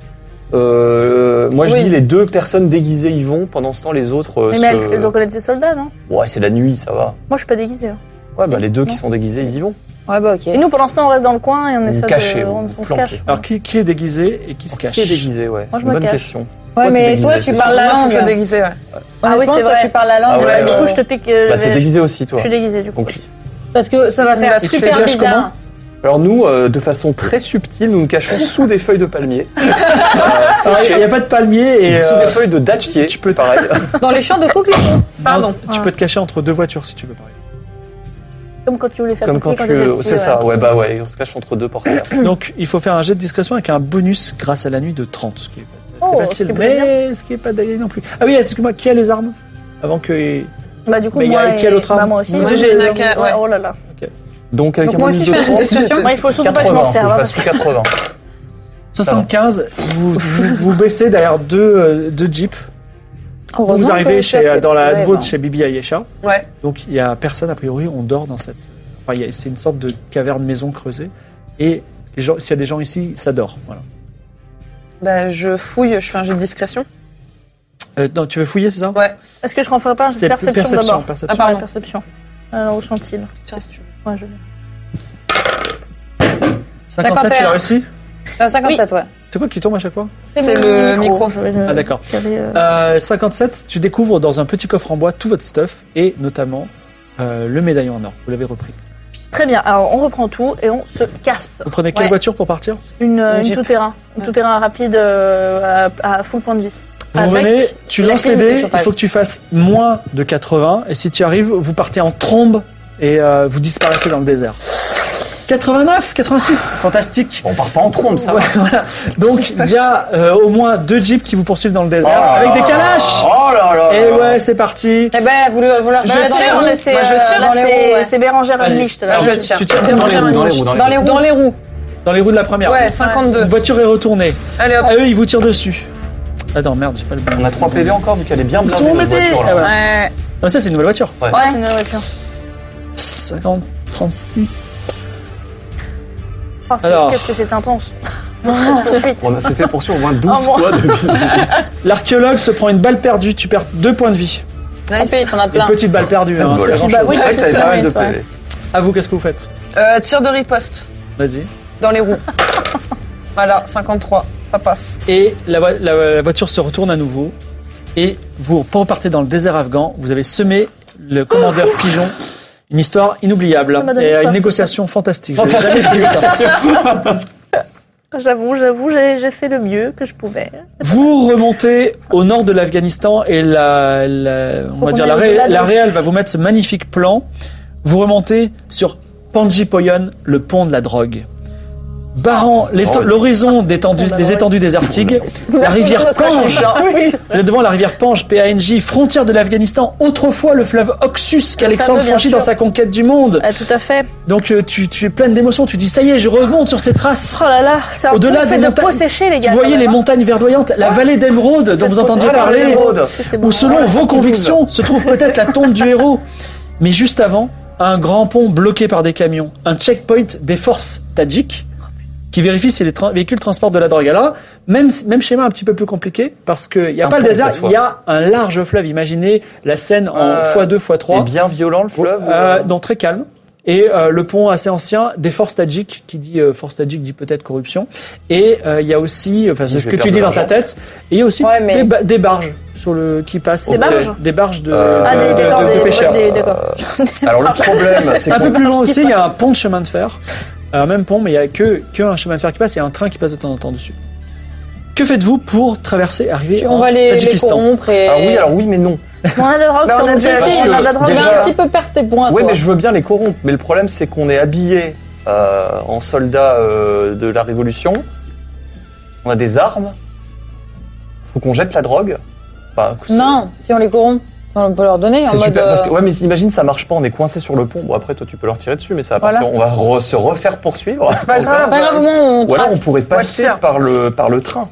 Euh, moi, je Oui. dis les deux personnes déguisées y vont. Pendant ce temps, les autres. euh, Mais, mais elle, se- elle doit connaître ses soldats, non? Ouais, c'est la nuit, ça va. Moi, je suis pas déguisée. hein. Ouais, bah les deux qui Non. sont déguisés, ils y vont. Ouais, bah ok. Et nous, pour l'instant, on reste dans le coin et on Ou essaie cachés, de. ou On, on se planqués. cache. Alors, qui, qui est déguisé et qui se cache? Qui est déguisé, ouais. Moi, C'est je une me bonne Ouais, question. Ouais, Toi, t'es mais déguisé, toi, c'est tu sûr. parles la Moi, faut langue. que je déguisé, ouais. Ah oui, Honnêtement, c'est toi, vrai. tu parles la langue. Ah de ouais, la Du ouais. coup, je te pique. euh, Bah, le t'es village. déguisé aussi, toi. Je suis déguisée, du coup. Donc, aussi. Parce que ça va faire Et tu te super caches bizarre. Alors nous, euh, de façon très subtile, nous nous cachons sous des feuilles de palmier. Euh, Alors, Il n'y a pas de palmier et sous euh, des feuilles de dattier. tu peux- pareil. Dans les champs de coquelicots. Pardon. non, tu peux te cacher entre deux voitures si tu veux, pareil. Comme quand tu voulais faire Comme quand pipi quand t'étais tu... petit, C'est ça, ouais. ouais, bah ouais, on se cache entre deux portières. Donc, il faut faire un jet de discrétion avec un bonus grâce à la nuit de trente, ce qui est Oh, c'est facile, ce qui est mais ce qui est pas gagné non plus. Ah oui, excuse-moi, qui a les armes? Avant que... Bah, du coup, Mais il y a- moi. quelle et- autre arme? bah, moi aussi. Moi, du j'ai coup, une je- A K, ouais. Oh là là. Donc avec Donc un moi bonus aussi, de je fais une trente, discrétion. Ouais, il faut surtout pas que je quatre-vingts, m'en serve. faut que hein, je parce fasse que- quatre-vingts. soixante-quinze, vous, vous, vous baissez derrière deux, euh, deux jeeps. Vous Heureusement arrivez que chez, tu as fait, dans parce la que, nouveau ouais, de chez Bibi Ayesha. Ouais. Donc il y a personne, a priori, on dort dans cette... Enfin, il y a- c'est une sorte de caverne maison creusée. Et les gens- s'il y a des gens ici, ça dort. Voilà. Bah, je fouille, je fais un jet de discrétion. Euh, non, tu veux fouiller, c'est ça? Ouais. Est-ce que je referais pas un jeu de C'est perception, perception, d'abord? perception. Ah, pardon. Ouais, perception. Alors, où sont-ils? Tiens, si tu veux. Ouais, je l'ai. cinquante-sept, tu cinquante et un. l'as réussi? Euh, cinquante-sept, ouais. C'est quoi qui tombe à chaque fois? C'est le micro. Je vais le Ah d'accord. caler, euh, Euh, cinquante-sept, tu découvres dans un petit coffre en bois tout votre stuff et notamment euh, le médaillon en or. Vous l'avez repris. Très bien, alors on reprend tout et on se casse. Vous prenez quelle Ouais. voiture pour partir? Une, une Jeep. tout-terrain. Une tout-terrain rapide euh, à, à full point de vie. Vous Avec revenez, tu la lances les clim de dés, il chauffage. faut que tu fasses moins de quatre-vingts, et si tu y arrives, vous partez en trombe et euh, vous disparaissez dans le désert. quatre-vingt-neuf, quatre-vingt-six, fantastique. On part pas en trombe, ça. Ouais, voilà. Donc il y a euh, au moins deux jeeps qui vous poursuivent dans le désert Oh avec là des là. calaches. Oh là là. Et là là. ouais, c'est parti. Eh ben, vous, le- vous leur Je dans les tire, roues. on essaie- Moi, je tire. dans les roues, c'est ouais. c'est Bérangère Allez. Unleashed là. Ah, je tu- tire. tu tires Dans les Bérangère roues, dans les Unleashed. roues, Dans les roues. Dans les roues. Dans les roues de la première. Ouais, Une cinquante-deux. voiture est retournée. Allez hop. À eux, ils vous tirent dessus. Attends, merde, j'ai pas le bon. On a trois P V encore, vu qu'elle est bien Ils blindée. sont notre embêtés. voiture, là. Ah ouais. Ouais. Non, ça c'est une nouvelle voiture. Ouais. Ouais. C'est une voiture. cinquante, trente-six. Oh, c'est- Alors. Qu'est-ce que c'est intense. C'est une poursuite. On s'est fait poursuivre au moins douze Oh, bon. fois depuis. L'archéologue se prend une balle perdue, tu perds deux points de vie. Tant pis, t'en as Une plein. petite balle perdue, hein, Voilà. c'est pas Bah grand-chose. oui, C'est vrai que c'est ça ça, avait pas mal de oui, c'est vrai. P V. À vous, qu'est-ce que vous faites? Euh, tir de riposte. Vas-y. Dans les roues. Voilà, cinquante-trois. Ça passe. Et la, vo- la- la voiture se retourne à nouveau. Et vous repartez dans le désert afghan. Vous avez semé le commandeur Pigeon. Une histoire inoubliable. Ça m'a donné Et soif, une tout négociation fantastique. J'avais Fantastique. jamais vu ça. J'avoue, j'avoue, j'ai j'ai fait le mieux que je pouvais. Vous remontez au nord de l'Afghanistan et la, la- on Faut va qu'on dire la, aille ré- au-delà de la la- réelle va vous mettre ce magnifique plan. Vous remontez sur Panjipoyon, le pont de la drogue. Barrant l'éto- Oh. l'horizon des, tendu- des étendues désertiques, la rivière Pange. Vous êtes devant la rivière Pange, P A N J, frontière de l'Afghanistan, autrefois le fleuve Oxus qu'Alexandre fameux, bien franchit sûr. dans sa conquête du monde. Ah, tout à fait. Donc euh, tu, tu es pleine d'émotions, tu dis ça y est, je remonte sur ces traces. Oh là là, c'est un Au-delà peu des fait de montagnes, peau séchée, les Tu gars. voyais quand les même, hein. montagnes verdoyantes, la vallée d'Émeraude dont vous entendiez Ah, la parler, vallée d'Émeraude. Émeraude. Est-ce que c'est bon où selon Ah, vos c'est convictions se trouve peut-être la tombe du héros. Mais juste avant, un grand pont bloqué par des camions, un checkpoint des forces tadjiques qui vérifie si les tra- véhicules transportent de la drogue. Alors, même, même schéma un petit peu plus compliqué, parce qu'il n'y a un pas le pont, désert, cette fois. il y a un large fleuve. Imaginez la scène en Euh, fois deux, fois Et trois. bien violent le fleuve. ou- Euh, donc très calme. Et euh, le pont assez ancien des forces tadjiques, qui dit euh, force tadjique dit peut-être corruption. Et euh, il y a aussi, enfin c'est Ils ce fait que tu perdre dis de dans ta l'argent. tête. Et il y a aussi Ouais, mais- des, ba- des barges sur le qui passent. Des Ok. barges Des barges de, Euh, Ah, des, de- d'accord, de- de des, pêcheurs. des, d'accord. Alors le problème, c'est Un peu qu'on plus loin aussi, il y a un pont de chemin de fer. Un même pont, mais il y a que, que un chemin de fer qui passe et un train qui passe de temps en temps dessus. Que faites-vous pour traverser, arriver On en va les, les Tadjikistan? corrompre et... Ah oui, alors oui, mais non. On a de la drogue Mais sur on a notre déjà- dossier, parce on a de la que drogue. Tu déjà- vas un petit peu perdre tes points, Oui, toi. mais je veux bien les corrompre. Mais le problème, c'est qu'on est habillé euh, en soldats euh, de la Révolution. On a des armes. Faut qu'on jette la drogue. Enfin, que ce- Non, si on les corrompt, on peut leur donner en C'est mode... super. Parce que, euh, ouais, mais imagine, ça marche pas. On est coincé sur le pont. Bon, après, toi, tu peux leur tirer dessus, mais ça va Voilà. partir. On va re- se refaire poursuivre. C'est pas grave. C'est pas grave, au moins on Ou alors, on trace. pourrait passer tiens. par le par le train.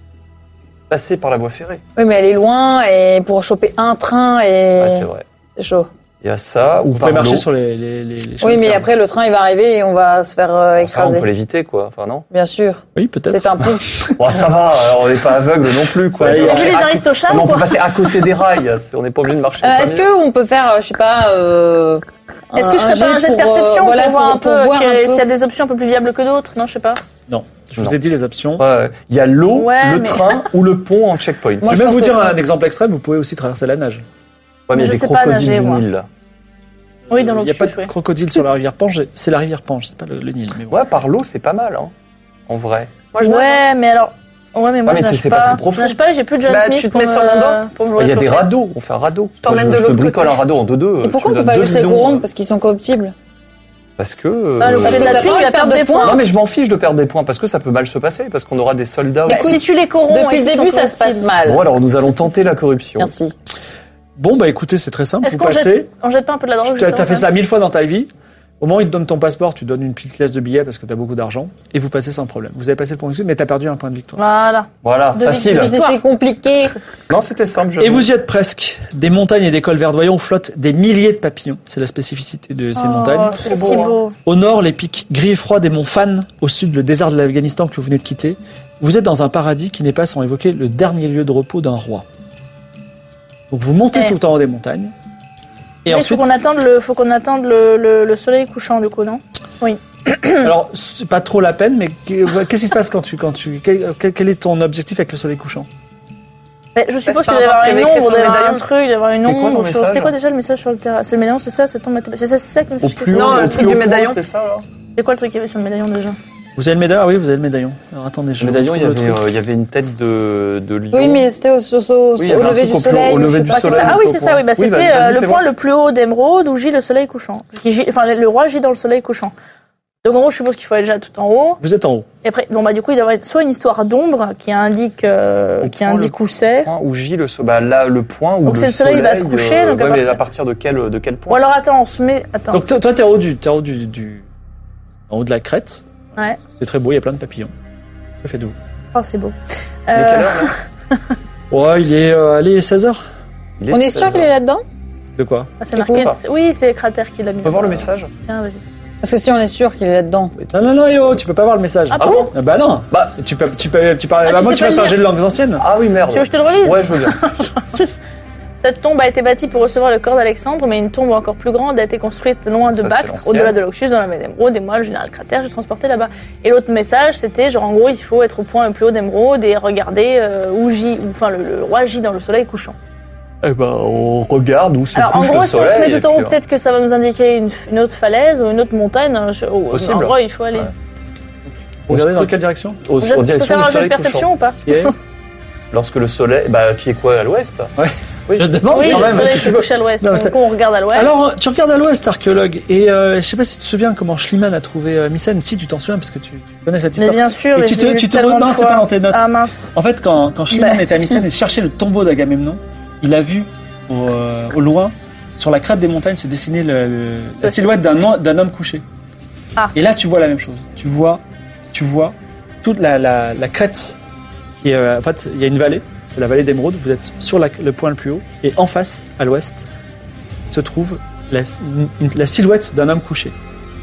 Passer par la voie ferrée. Oui, mais elle est loin et pour choper un train et... Ouais, c'est vrai. c'est chaud. Il y a ça. Ou Vous par pouvez marcher l'eau. sur les, les, les, les chemins Oui, de mais fer. après le train il va arriver et on va se faire euh, Ça, on écraser. peut l'éviter, quoi. Enfin, non. Bien sûr, Oui, peut-être. c'est un pont. Bon, ça va. alors, on n'est pas aveugle non plus, quoi. Ouais, C'est- il y a T'as vu les à- aristochats Non, mais ou on peut quoi passer à côté des rails. C'est- On n'est pas obligé de marcher. Euh, au Est-ce plein que on peut faire, euh, je sais pas... Euh, Est-ce que je ferais pas un jet de pour, euh, perception voilà, pour voir un pour peu voir que- un peu. s'il y a des options un peu plus viables que d'autres? Non, je sais pas. Non, je vous Non. ai dit les options. milieu. Ouais, il y a l'eau, Ouais, le mais- train ou le pont en checkpoint. Moi, je je vais même pense vous que dire le un train. exemple extrême, vous pouvez aussi traverser la nage. Ouais, mais il y Je a des sais pas crocodiles nager, du moi. Nil. là. Oui, dans Il l'eau. n'y a pas de crocodile sur la rivière Pange, c'est la rivière Pange, c'est pas le, le Nil. Mais bon. Ouais, par l'eau, c'est pas mal, hein. En vrai. Moi, je nage, hein. Ouais, mais alors. Ouais, mais moi, Ah, mais je c'est- nage c'est pas pas. très profond. Je nage pas et j'ai plus de John Bah, Smith tu te pour mets me- sur mon dos. pour me Il y a des réchauffer. radeaux, on fait un radeau. t'emmènes Moi, de je, je te l'autre bricole côté. un radeau en deux-deux. Et pourquoi on tu peut me pas donnes juste deux les bidons, corrompre euh, parce qu'ils sont corruptibles? Parce que. Ah, le euh, parce que T'as là-dessus, pas il va envie de perdre des perdre points. Non, mais je m'en fiche de perdre des points parce que ça peut mal se passer, parce qu'on aura des soldats. Bah, aussi. si tu les corromps Depuis et le qu'ils début, sont ça se passe corruptibles. mal. Bon, alors nous allons tenter la corruption. Merci. Bon, bah écoutez, c'est très simple, Est-ce vous qu'on passez. jette, on jette pas un peu de la drogue? Tu as justement, fait quand ça mille fois dans ta vie. Au moment où ils te donnent ton passeport, tu donnes une petite pièce de billets parce que tu as beaucoup d'argent et vous passez sans problème. Vous avez passé le point de vue, mais tu as perdu un point de victoire. Voilà. Voilà, De facile. victoire. C'est compliqué. Non, c'était simple. Et vous y êtes presque. Des montagnes et des cols verdoyants où flottent des milliers de papillons. C'est la spécificité de ces Oh, montagnes. c'est si beau. Au nord, les pics gris et froids des monts Fan. Au sud, le désert de l'Afghanistan que vous venez de quitter. Vous êtes dans un paradis qui n'est pas sans évoquer le dernier lieu de repos d'un roi. Donc vous montez Eh. tout en haut des montagnes. Et Il faut ensuite, qu'on attende le, faut qu'on attende le, le, le soleil couchant, du coup, non? alors c'est pas trop la peine, mais qu'est-ce qui se passe quand tu, quand tu, quel, quel- quel est ton objectif avec le soleil couchant? Mais je suppose c'est qu'il doit y par avoir rapport à une ce qu'il y avait écrit ombre, il sur doit y le avoir un médaillon. truc, il doit y avoir une C'était quoi ton ombre. sur- C'était message quoi déjà le message sur le terrain? C'est le médaillon, c'est ça, c'est ton médaillon. C'est ça, c'est ça que le Au message plus que- haut, Non, au le plus truc haut du point, médaillon. c'est ça, là. C'est quoi le truc qu'il y avait sur le médaillon déjà? Vous avez le médaillon? Ah oui, vous avez le médaillon. Alors attendez, je Le médaillon, il y, retrouve le avait, truc. euh, il y avait une tête de, de lion. Oui, mais c'était au, au, au, Oui, il y au avait un lever truc du au plus haut- soleil. au ou je lever sais du pas. Ah, c'est soleil. ça. Ah oui, c'est ça, oui. Bah, Oui, bah, c'était vas-y, euh, le fais point voir. le plus haut d'émeraude où gît le soleil couchant. Qui gît- Enfin, le roi gît dans le soleil couchant. Donc, en gros, je suppose qu'il faut aller déjà tout en haut. Vous êtes en haut. Et après, bon, bah, du coup, il doit y avoir soit une histoire d'ombre qui indique, euh, Au qui point, indique le où c'est. Point où gît le soleil. Bah, là, le point où Donc, le c'est le soleil, il va se soleil, coucher, euh, donc à ouais, mais partir- à partir de quel, de quel Ou point? alors, attends, on se met, attends. Donc toi, toi, t'es en haut du, t'es en haut du, du, en haut de la crête. Ouais. C'est très beau, il y a plein de papillons. Que faites-vous? Oh, c'est beau. Il est Euh, quelle heure, là Ouais, il est, euh, allez, seize heures. Il est On est seize sûr qu'il est heures. là-dedans? De quoi? ah, c'est Du coup, marqué. pas. c'est- Oui, c'est Cratère qui l'a mis. On peut voir le là-bas. message? Tiens, vas-y. Parce que si on est sûr qu'il est là-dedans. Non, non, non, yo, tu peux pas voir le message. Ah, pardon. Ah bah non. Bah. Tu peux, tu peux, tu parles. Ah, à tu moins sais que tu pas fasses un lire. jet de langues anciennes. Ah oui, merde. Tu veux que je te le relise? Ouais, je veux bien. Cette tombe a été bâtie pour recevoir le corps d'Alexandre, mais une tombe encore plus grande a été construite loin de Ça, c'était Bactre, l'ancienne. au-delà de l'Oxus, dans la baie d'Émeraude, et moi, le général Cratère, j'ai transporté là-bas. Et l'autre message, c'était genre, en gros, il faut être au point le plus haut d'Émeraude et regarder euh, où gît, ou, enfin, le, le roi gît dans le soleil couchant. Eh ben, on regarde où se Alors, en couche gros, le si on soleil. se met et tout en haut, puis, euh, peut-être que ça va nous indiquer une, une autre falaise ou une autre montagne. hein, je- oh, Possible. En gros, il faut aller. Ouais. Vous regardez se dans couche quelle direction? Au, Déjà, en tu peux direction faire du un jeu de soleil perception couchant. ou pas? Qui est Lorsque le soleil, bah, qui est quoi à l'ouest? Oui, je demande Oui, quand le même. soleil si se tu veux. couche à l'ouest. Non, mais Donc, c'est- on regarde à l'ouest. Alors, tu regardes à l'ouest, archéologue, et euh, je sais pas si tu te souviens comment Schliemann a trouvé euh, Mycène. Si, tu t'en souviens parce que tu, tu connais cette mais histoire. bien sûr, Et mais tu je te- l'ai tu lu te tellement re- non, de c'est fois. pas dans tes notes. Ah mince. En fait, quand, quand Schliemann Bah. était à Mycène et cherchait le tombeau d'Agamemnon, il a vu au, euh, au loin, sur la crête des montagnes, se dessiner le- le- la Ouais, silhouette c'est d'un homme- d'un homme couché. Ah. Et là, tu vois la même chose. Tu vois, tu vois toute la, la, la crête. Qui est, euh, en fait, il y a une vallée, c'est la vallée d'Émeraude. Vous êtes sur la- le point le plus haut, et en face, à l'ouest, se trouve la, une- la silhouette d'un homme couché.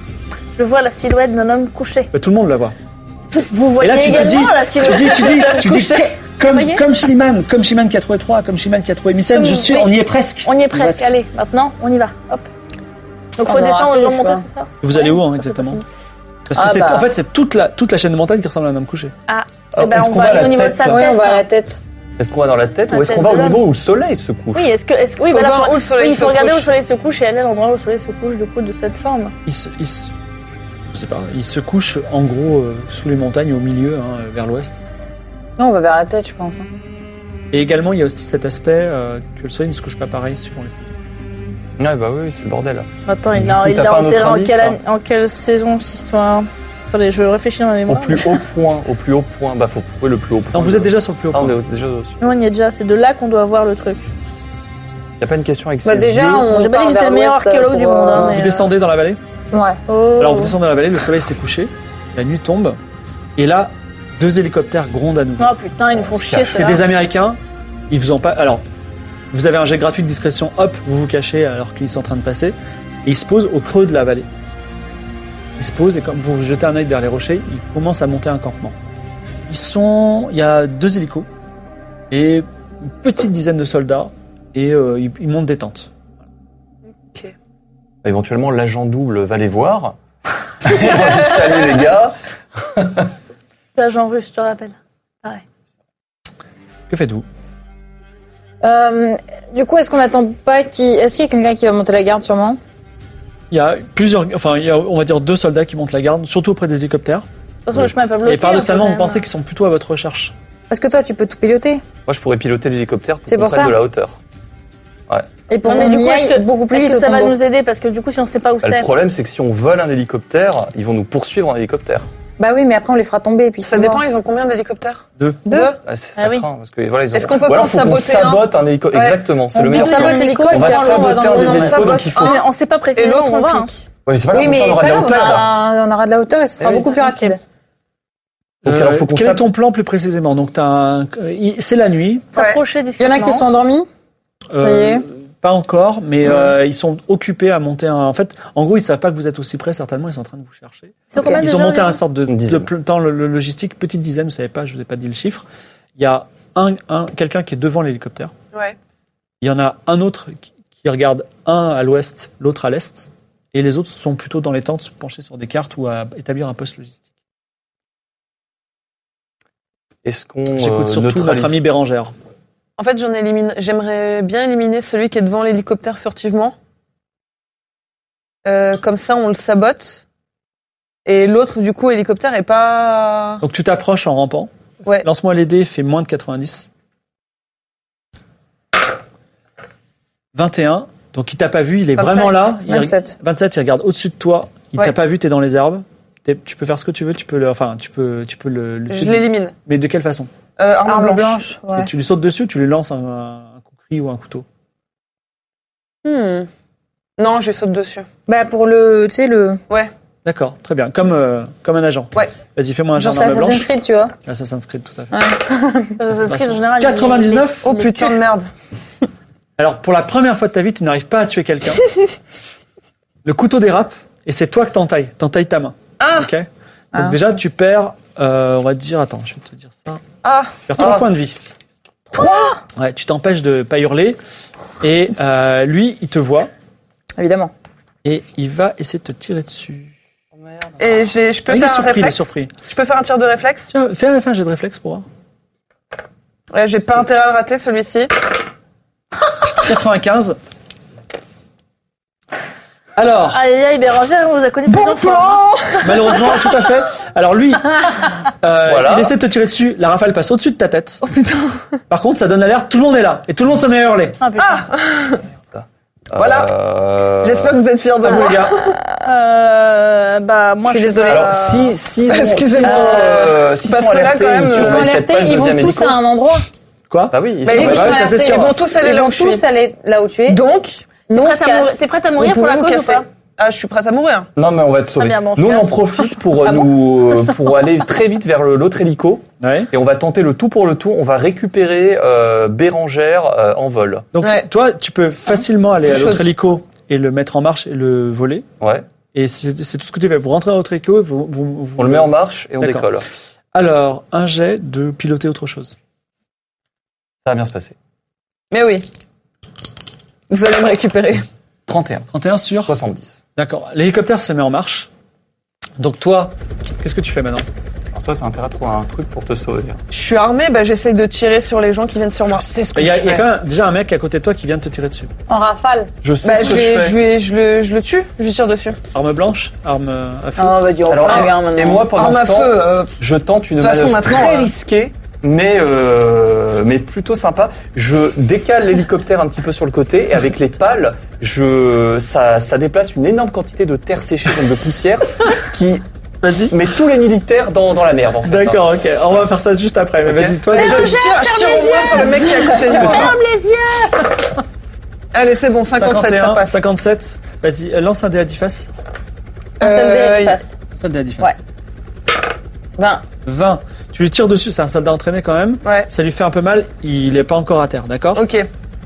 Je vois la silhouette d'un homme couché. Bah, tout le monde la voit. Vous voyez Et là, tu te également dis, la tu silhouette dis, tu dis, d'un homme tu dis, couché. comme, voyez comme Schliemann, comme Schliemann qui a trouvé trois, comme Schliemann qui a trouvé Mycène, Comme- je suis, oui. on y est presque. On y est presque. Allez, maintenant, on y va. Hop. Donc, On faut aura descendre fait et le remonter, choix. c'est ça? Vous allez où, hein, Ouais, exactement? c'est pas Parce que Ah c'est, bah. en fait, c'est toute la, toute la chaîne de montagne qui ressemble à un homme couché. Ah, Alors, eh ben, est-ce on qu'on va va à aller la au niveau de tête sa Oui, tête. on va à hein. la tête. Est-ce qu'on va dans la tête La ou est-ce tête qu'on va de au l'homme. niveau où le soleil se couche? Oui, est-ce que, est-ce, oui, Faut bah là, voir faut- où le soleil oui, il se faut regarder où couche. le soleil se couche et aller à l'endroit où le soleil se couche, du coup, de cette forme. Il se, il se, je sais pas, il se couche en gros euh, sous les montagnes au milieu, hein, vers l'ouest. Non, on va vers la tête, je pense. hein. Et également, il y a aussi cet aspect euh, que le soleil ne se couche pas pareil suivant les saisons. Ouais, bah oui, c'est le bordel. Attends, il Du l'a coup, il t'as l'a pas un autre enterré en indice, quelle, hein année- en quelle saison, cette histoire? Attendez, je réfléchis dans la Au mémoire. plus haut point, au plus haut point. Bah, faut trouver le plus haut point. Non, vous êtes déjà sur le plus haut Ah, point. on est déjà dessus. Nous, on y est déjà. C'est de là qu'on doit voir le truc. Y a pas une question avec Bah, ses déjà, yeux on J'ai pas part dit que j'étais vers le meilleur l'ouest archéologue pour, du monde, hein, euh, mais- Vous descendez dans la vallée. Ouais. Oh. Alors, vous descendez dans la vallée, le soleil s'est couché, la nuit tombe, et là, deux hélicoptères grondent à nouveau. Oh putain, ils nous font chier, C'est ça. des Américains, ils vous ont pas. Alors, vous avez un jet gratuit de discrétion, hop, vous vous cachez alors qu'ils sont en train de passer, et ils se posent au creux de la vallée. Ils se posent et comme vous jetez un œil vers les rochers, ils commencent à monter un campement. Ils sont, il y a deux hélicos et une petite dizaine de soldats et euh, ils, ils montent des tentes. Éventuellement, l'agent double va les voir. Salut les gars. Je suis agent russe, je te rappelle. Pareil. Que faites-vous? Euh, du coup, est-ce qu'on n'attend pas qui Est-ce qu'il y a quelqu'un qui va monter la garde, sûrement? Il y a plusieurs, enfin, il y a, on va dire deux soldats qui montent la garde, surtout auprès des hélicoptères. De toute façon, le chemin est pas bloqué. Et paradoxalement, hein, vous quand même. pensez qu'ils sont plutôt à votre recherche. Parce que toi, tu peux tout piloter. Moi, je pourrais piloter l'hélicoptère pour C'est qu'on pour prenne ça. de la hauteur. Et pour Non, mais qu'on du y coup, est-ce aille que, beaucoup plus est-ce vite que au ça va tombeau. nous aider? Parce que du coup, si on sait pas où Bah, le c'est. problème, c'est que si on vole un hélicoptère, ils vont nous poursuivre en hélicoptère. Bah oui, mais après, on les fera tomber et puis Ça c'est dépend, mort. ils ont combien d'hélicoptères? Deux. Deux. Ah, c'est Ah ça oui. craint, parce que voilà, ils ont... Est-ce qu'on peut Ou alors, pas faut qu'on saboter un sabote un hélicoptère. Ouais. Exactement, c'est On le peut meilleur. On sabote l'hélico et On puis va on l'envoie saboter dans un le des nom. hélicos, sabote. donc il faut. Oui, mais on sait pas Et précisément l'autre, où on on va. hein. pique. Ouais, mais c'est pas grave, Oui, comme ça, mais on aura c'est de pas la grave, on hauteur. aura, on aura de la hauteur et ce sera Eh oui. beaucoup plus rapide. Donc, alors, faut qu'on quel est sape- ton plan plus précisément? Donc, t'as un- euh, il- c'est la nuit. S'approcher Il y en discrètement. a qui sont endormis. Euh, Ça y est. Pas encore, mais euh, ils sont occupés à monter un. En fait, en gros, ils savent pas que vous êtes aussi près. Certainement, ils sont en train de vous chercher. C'est combien Ils ont déjà, monté les- un sorte de, Une de dizaine. plan le, le logistique, petite dizaine. Vous savez pas, je vous ai pas dit le chiffre. Il y a un, un quelqu'un qui est devant l'hélicoptère. Ouais. Il y en a un autre qui, qui regarde un à l'ouest, l'autre à l'est, et les autres sont plutôt dans les tentes, penchés sur des cartes ou à établir un poste logistique. Est-ce qu'on J'écoute euh, surtout neutralise- notre ami Bérangère. En fait, j'en élimine. J'aimerais bien éliminer celui qui est devant l'hélicoptère furtivement. Euh, comme ça, on le sabote. Et l'autre, du coup, hélicoptère est pas... Donc tu t'approches en rampant. Ouais. Lance-moi les dés, fait moins de quatre-vingt-dix. vingt et un. Donc il t'a pas vu, il est vingt-sept. vraiment là. Il vingt-sept. vingt-sept, il regarde au-dessus de toi. Il Ouais. t'a pas vu, t'es dans les herbes. T'es- tu peux faire ce que tu veux, tu peux le, enfin, tu peux, tu peux le, le Je l'élimine. Mais de quelle façon? Euh, arme, Arme blanche. blanche. Ouais. Et tu lui sautes dessus ou tu lui lances un, un kukri ou un couteau? Hmm. Non, je lui saute dessus. Bah pour le, tu sais le. Ouais. D'accord, très bien. Comme, euh, comme un agent. Ouais. Vas-y, fais-moi un Genre genre c'est d'arme Assassin's blanche. Creed, tu vois. Assassin's Creed, tout à fait. Ouais. Ça s'inscrit en général. quatre-vingt-dix-neuf. Oh putain de merde. Alors, pour la première fois de ta vie, tu n'arrives pas à tuer quelqu'un. Le couteau dérape et c'est toi que t'entailles. T'entailles ta main. Ah. Ok. Donc Ah. déjà, tu perds, euh, on va te dire, attends, je vais te dire ça. Ah. Tu perds trois Ah. points de vie. Trois. Ouais, tu t'empêches de pas hurler. Et euh, lui, il te voit Évidemment. et il va essayer de te tirer dessus. Et j'ai, je peux Ah, il est faire un surpris, il est réflexe. surpris. Je peux faire un tir de réflexe. Tiens, fais un, fais un jet de réflexe pour voir. Ouais, j'ai pas intérêt à le rater celui-ci. quatre-vingt-quinze. Alors, Aïe, aïe, aïe, Bérangère, on vous a connu Bon plusieurs plan. fois. malheureusement, tout à fait. Alors lui, euh, Voilà. il essaie de te tirer dessus. La rafale passe au-dessus de ta tête. Oh putain. Par contre, ça donne l'alerte. Tout le monde est là et tout le monde se met à hurler. Ah, putain. Voilà. Euh... J'espère que vous êtes fiers de À vous moi. les gars. Euh, bah, moi, Je suis sais désolée. pas. Alors, si, si, Excusez-moi. s'ils sont, euh, s'ils Parce sont que là, alertés, quand même, ils ils Ils surveillent sont peut-être alertés, pas le ils vont deuxième tous hélico. à un endroit. Quoi? Bah oui, ils Bah, sont ils Oui, vont ouais, ils sont ça, c'est alertés. sûr. Ils vont tous aller Ils là vont où je suis. tous aller là où tu es. Donc, Nous, on se Prête à mourir- casse. T'es prête à vous mourir pour pouvez la vous cause ou casser. pas? Ah, je suis prête à mourir. Non, mais on va te sauver. Ah bien, bon, on se Nous, on en casse. profite pour, euh, Ah bon nous, euh, pour aller très vite vers le- l'autre hélico. Ouais. Et on va tenter le tout pour le tout. On va récupérer euh, Bérangère euh, en vol. Donc Ouais. toi, tu peux facilement aller à Chose. l'autre hélico et le mettre en marche et le voler. Ouais. Et c'est c'est tout ce que tu fais. Vous rentrez dans l'autre hélico, vous, vous, vous- On le met en marche et on D'accord. décolle. Alors, un jet de piloter autre chose. Ça va bien se passer. Mais oui. Vous allez me récupérer. trente et un. trente et un sur. soixante-dix. D'accord. L'hélicoptère se met en marche. Donc toi, qu'est-ce que tu fais maintenant? Alors toi, t'as intérêt à trouver un truc pour te sauver. Je suis armée, bah j'essaye de tirer sur les gens qui viennent sur moi. sais ce Il y, a, il y a quand même déjà un mec à côté de toi qui vient de te tirer dessus. En rafale. Je sais Bah ce je, que vais- je fais. je, vais- je le, je le tue, je lui tire dessus. Arme blanche, arme euh, à feu. Ah, bah, dis, on Alors, flingue, et- hein, maintenant. et moi, pendant Arme à ce temps, feu. euh, je tente une De toute façon, manœuvre maintenant, très euh, risquée, mais euh, mais plutôt sympa. Je décale l'hélicoptère un petit peu sur le côté et avec les pales, je ça ça déplace une énorme quantité de terre séchée, donc de poussière, ce qui Vas-y. met tous les militaires dans dans la merde. En fait, D'accord, ok. On va faire ça juste après. Mais Ok. vas-y, toi. je essaie. tire, je tire au moins sur le mec qui est à côté de moi. Ferme les yeux. Allez, c'est bon, cinquante-sept, ça passe. cinquante-sept. Vas-y, euh, lance un dé à dix faces. Un seul dé à Euh, dix faces. Un seul dé à dix faces. Ouais. vingt. vingt. Tu lui tires dessus, c'est un soldat entraîné quand même. Ouais. Ça lui fait un peu mal. Il est pas encore à terre, d'accord? Ok.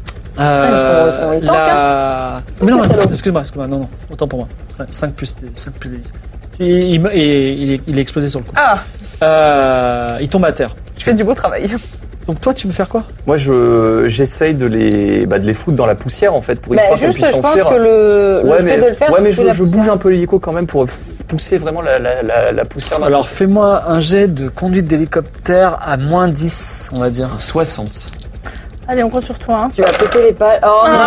Euh, ils sont- ils tankent, la... Mais non, Les salauds. excuse-moi, excuse-moi, non, non, autant pour moi. cinq plus, cinq plus dix. Il, il, il, il est, il est explosé sur le coup. Ah, Euh, il tombe à terre. tu fais du beau travail. Donc toi, tu veux faire quoi? Moi, je j'essaye de les bah, de les foutre dans la poussière en fait pour Bah, histoire qu'elles juste, puissent je pense s'enfuir. que le, ouais, le mais, fait de le faire, ouais, mais tu je, la je bouge poussière. un peu l'hélico quand même pour pousser vraiment la, la, la, la poussière. dans Alors fais-moi un jet de conduite d'hélicoptère à moins dix, on va dire. soixante. Allez, on compte sur toi. Hein. Tu vas péter les pales. Oh, Ah,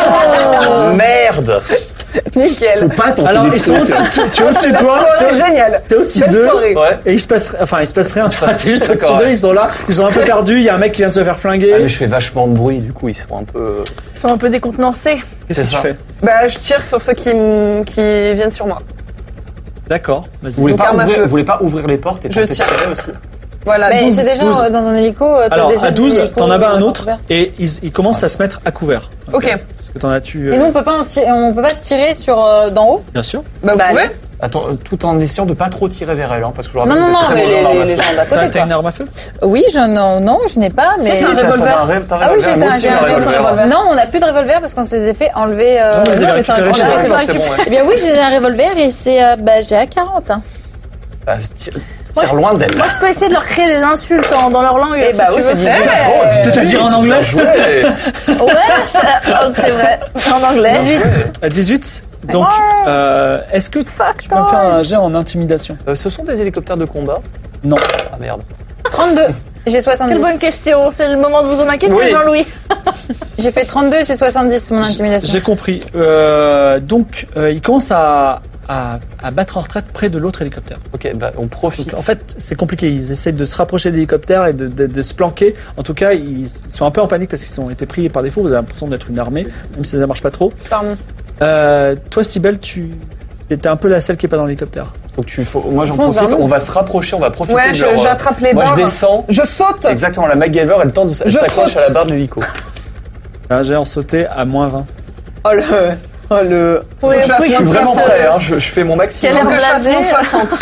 mon Dieu. Merde. Nickel. Pas tenter Alors des ils sont trucs. au-dessus de toi, tu es au-dessus de La toi, soirée t'es- géniale. t'es au-dessus Belle d'eux. soirée. Ouais. Et il se passe, enfin il se passe rien, tu vois, t'es juste au-dessus D'accord, d'eux, ouais. ils sont là, ils sont un peu perdus, il y a un mec qui vient de se faire flinguer. Ah, mais je fais vachement de bruit, du coup ils sont un peu. Ils sont un peu décontenancés. Qu'est-ce que c'est tu ça. fais? Bah, je tire sur ceux qui, m- qui viennent sur moi. D'accord, vas-y. Vous voulez, Donc, pas arme à ouvrir, feu. vous voulez pas ouvrir les portes et Je tenter de tire. tirer aussi? Voilà, Mais douze. c'est déjà douze. euh, dans un hélico, euh, t'as Alors déjà à des douze, hélicos, t'en as euh, pas un dans autre ton verre. et ils, ils commencent à se mettre à couvert. Ok. Parce que t'en as tu. Et nous, on peut pas en tirer, on peut pas tirer sur euh, d'en haut. Bien sûr. Bah, vous Bah, pouvez. allez. Attends, euh, tout en essayant de pas trop tirer vers elle, hein, parce que je vous Non, rappelle, non, vous non, êtes très mais mauvais en les, arme à les feu. gens d'à T'as côté, t'as une quoi. arme à feu? Oui, je, non, non, je n'ai pas, mais. c'est un T'as- t'as revolver. un rêve, t'as un Ah oui, revolver, j'ai moi un, aussi, j'ai j'ai un, un j'ai un revolver. revolver. Non, on n'a plus de revolver parce qu'on se les a fait enlever. Euh... Non, vous les avez mais c'est un récupérés grand chez Ah, eux. c'est bon, vrai. c'est bon, ouais. Eh bien oui, j'ai un revolver et c'est, euh, bah, j'ai à quarante. Hein. Bah, tire Moi, tire loin d'elle. Moi, je peux essayer de leur créer des insultes en- dans leur langue. Eh si bah tu oui, veux. c'est du Eh, C'est-à-dire en anglais? Bien joué. Ouais, c'est oh, c'est vrai. En anglais. dix-huit. À dix-huit. Donc, euh, est-ce que tu Fuck peux me faire un toys. jet en intimidation? Euh, ce sont des hélicoptères de combat? Non. Ah merde. trente-deux. J'ai soixante-dix. Quelle bonne question. C'est le moment de vous en inquiéter, Oui. Jean-Louis. J'ai fait trente-deux, c'est soixante-dix mon intimidation. J'ai compris. Euh, donc, euh, il commence à, à, à battre en retraite près de l'autre hélicoptère. Ok, bah on profite. Donc, en fait, c'est compliqué. Ils essayent de se rapprocher de l'hélicoptère et de, de, de se planquer. En tout cas, ils sont un peu en panique parce qu'ils ont été pris par défaut. Vous avez l'impression d'être une armée, même si ça ne marche pas trop. Pardon. Euh, toi, Cybèle, tu étais un peu la seule qui est pas dans l'hélicoptère. Faut que tu, faut, moi j'en Fonce profite, vers nous. on va se rapprocher, on va profiter Ouais, de je- leur, euh, j'attrape les Moi barres. je descends, Je saute. exactement, la MacGyver, elle tente de s- elle Je s'accroche saute. à la barre de l'hélico. Un jet en sauté à moins vingt. Oh le... Oh le... Faut que je fasse Je suis moins de vraiment soixante. prêt, hein, je, je fais mon Quelle maximum. heure Faut que je fasse blasé. moins de soixante.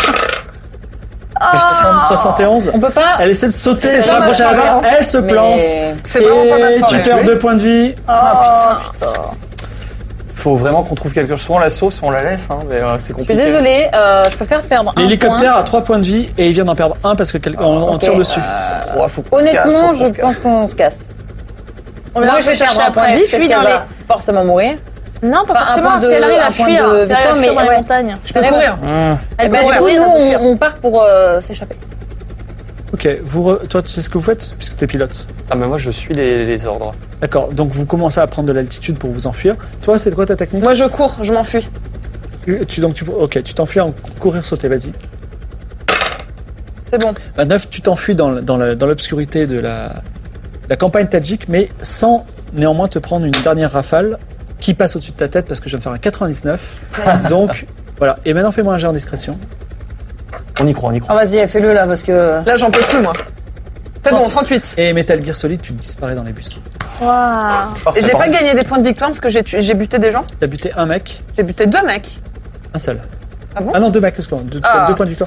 soixante et onze. On peut pas... Elle essaie de sauter, C'est elle se pas rapproche à la ma barre, elle se Mais- plante. C'est vraiment pas ma Et tu soirée. perds deux points de vie. Ah putain. Faut vraiment qu'on trouve quelque chose. Soit on la sauve, soit on la laisse, hein, mais euh, c'est Je suis compliqué. désolée, euh, je préfère perdre un L'hélicoptère a trois points de vie et il vient d'en perdre un parce que quel- on, on Ok, tire dessus. euh, Oh, faut qu'on se Honnêtement, casse, faut qu'on je se casse. pense qu'on se casse. On Moi, verra je vais chercher perdre un point de après. vie parce Fuis qu'elle dans va forcément mourir. les- Non, pas Enfin, un forcément. point de- Si elle arrive à un point fuir, de si elle arrive à victoire, fuir mais dans les ouais. montagnes. Je peux Ouais. courir. Mmh. Elle Et bah, peut du courir, coup, elle nous, peut fuir. on, on part pour euh, s'échapper. Ok, vous re- toi tu sais ce que vous faites puisque tu es pilote. Ah mais moi je suis les, les ordres. D'accord, donc vous commencez à prendre de l'altitude pour vous enfuir. Toi, c'est quoi ta technique? Moi, je cours, je m'enfuis. Tu, tu- donc tu, ok, tu t'enfuis en courir sauter, vas-y. C'est bon. vingt-neuf, tu t'enfuis dans, le- dans, le- dans l'obscurité de la, la campagne tadjik, mais sans néanmoins te prendre une dernière rafale qui passe au-dessus de ta tête parce que je viens de faire un quatre-vingt-dix-neuf. Donc voilà, et maintenant fais-moi un jet en discrétion. On y croit, on y Ah, croit. vas-y, fais-le là, parce que... Là, j'en peux plus, moi. C'est bon, trente-huit. Et Metal Gear Solid, tu disparais dans les bus. Waouh. Parfait, Et j'ai pas parfait. gagné des points de victoire parce que j'ai tué- j'ai buté des gens. T'as buté un mec, J'ai buté deux mecs. un seul. Ah bon Ah non, deux mecs, excuse-moi, deux, Ah. deux points de victoire.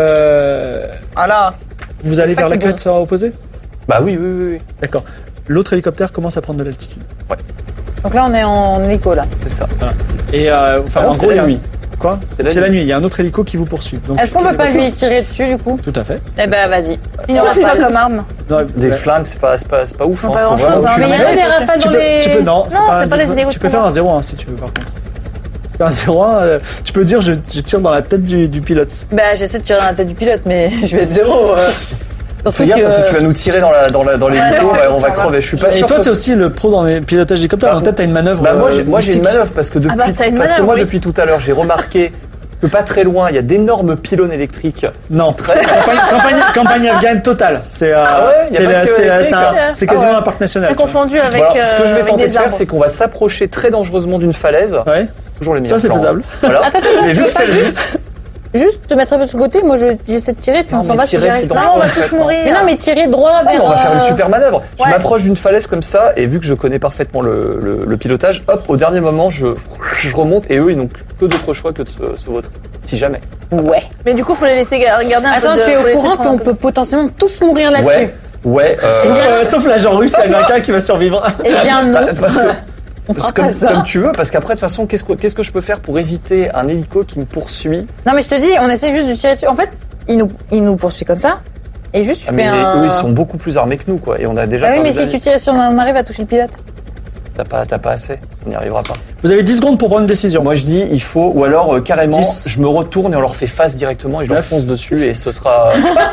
Euh, Ah là. vous allez ça vers qui la est bon. crête opposée? Bah oui, oui, oui, oui. D'accord. L'autre hélicoptère commence à prendre de l'altitude. Donc là, on est en hélico, là. C'est ça. Et euh, enfin, Ah non, en c'est gros, la il y a un- nuit. Quoi? C'est la C'est la nuit. nuit. Il y a un autre hélico qui vous poursuit. Donc, Est-ce qu'on peut pas lui tirer dessus, du coup? Tout à fait. Eh ben, vas-y. Il n'y aura pas comme arme. Non, Des ouais. flingues, c'est pas, c'est pas, c'est pas ouf. Non, hein, pas faut grand-chose, vraiment- hein. Mais il y a pas des rafales tu dans peux, les... tu peux, non, c'est Non, pas, c'est un- pas les hélicos tu de peux faire combat. un zéro un si tu veux, par contre. Tu peux faire un zéro un, euh, tu peux dire je, je tire dans la tête du, du pilote. Bah, j'essaie de tirer dans la tête du pilote, mais je vais être zéro. Euh... Fais Surtout gaffe parce que que... tu vas nous tirer dans la, dans la, dans l'hélico, Ouais, ouais, on va ça va. crever. Je suis pas Et sûr. toi, que- t'es aussi le pro dans les pilotages d'hélicoptère. Bah, En tête, t'as une manœuvre. Bah moi, euh, j'ai, moi j'ai une mystique. manœuvre parce que depuis, bah, t'as une parce que manœuvre, moi oui. depuis tout à l'heure j'ai remarqué que pas très loin il y a d'énormes pylônes électriques. Non, campagne, campagne, campagne afghane totale. C'est, euh, Ah ouais, y a c'est, pas la- que c'est, électrique, c'est un- hein. c'est quasiment Ah ouais. un parc national. C'est tu vois. confondu avec, Voilà, ce que je euh, vais avec tenter de des faire, arbres. c'est qu'on va s'approcher très dangereusement d'une falaise. Ouais. Toujours le Ça, meilleur c'est plan, faisable. hein. Voilà. Attends, attends, Mais tu vu veux que pas c'est le juste... Juste te mettre un peu sur le côté, moi je- j'essaie de tirer, puis Non, on s'en mais va si tirer, j'y arrive c'est pas. dangereux. Non, on va concrètement. tous mourir. Mais non, mais tirer droit Ah, vers... on va faire une euh, super manœuvre. Je Ouais. m'approche d'une falaise comme ça, et vu que je connais parfaitement le, le, le pilotage, hop, au dernier moment, je, je remonte, et eux, ils n'ont que d'autre choix que de se, se vautrer. Si jamais. Ouais. Mais du coup, faut les laisser ga- garder un peu Attends, de... tu es faut au les laisser courant prendre un qu'on peu peut potentiellement tous mourir là-dessus? Ouais, ouais. euh, C'est Sauf, bien. euh, sauf l'agent russe américain qui va survivre. Eh bien non. bah, parce que- On parce fera que pas comme, ça. comme tu veux, parce qu'après, de toute façon, qu'est-ce que, qu'est-ce que je peux faire pour éviter un hélico qui me poursuit? Non mais je te dis, on essaie juste de tirer dessus. En fait, il nous, il nous poursuit comme ça. Et juste tu Ah, fais mais un... eux, ils sont beaucoup plus armés que nous, quoi. Et on a déjà. Ah oui, perdu mais si la tu vie. tires, si on arrive à toucher le pilote. T'as pas, t'as pas assez. On n'y arrivera pas. Vous avez dix secondes pour prendre une décision. Moi, je dis, il faut, ou alors euh, carrément, dix. je me retourne et on leur fait face directement et je leur neuf. fonce dessus et ce sera.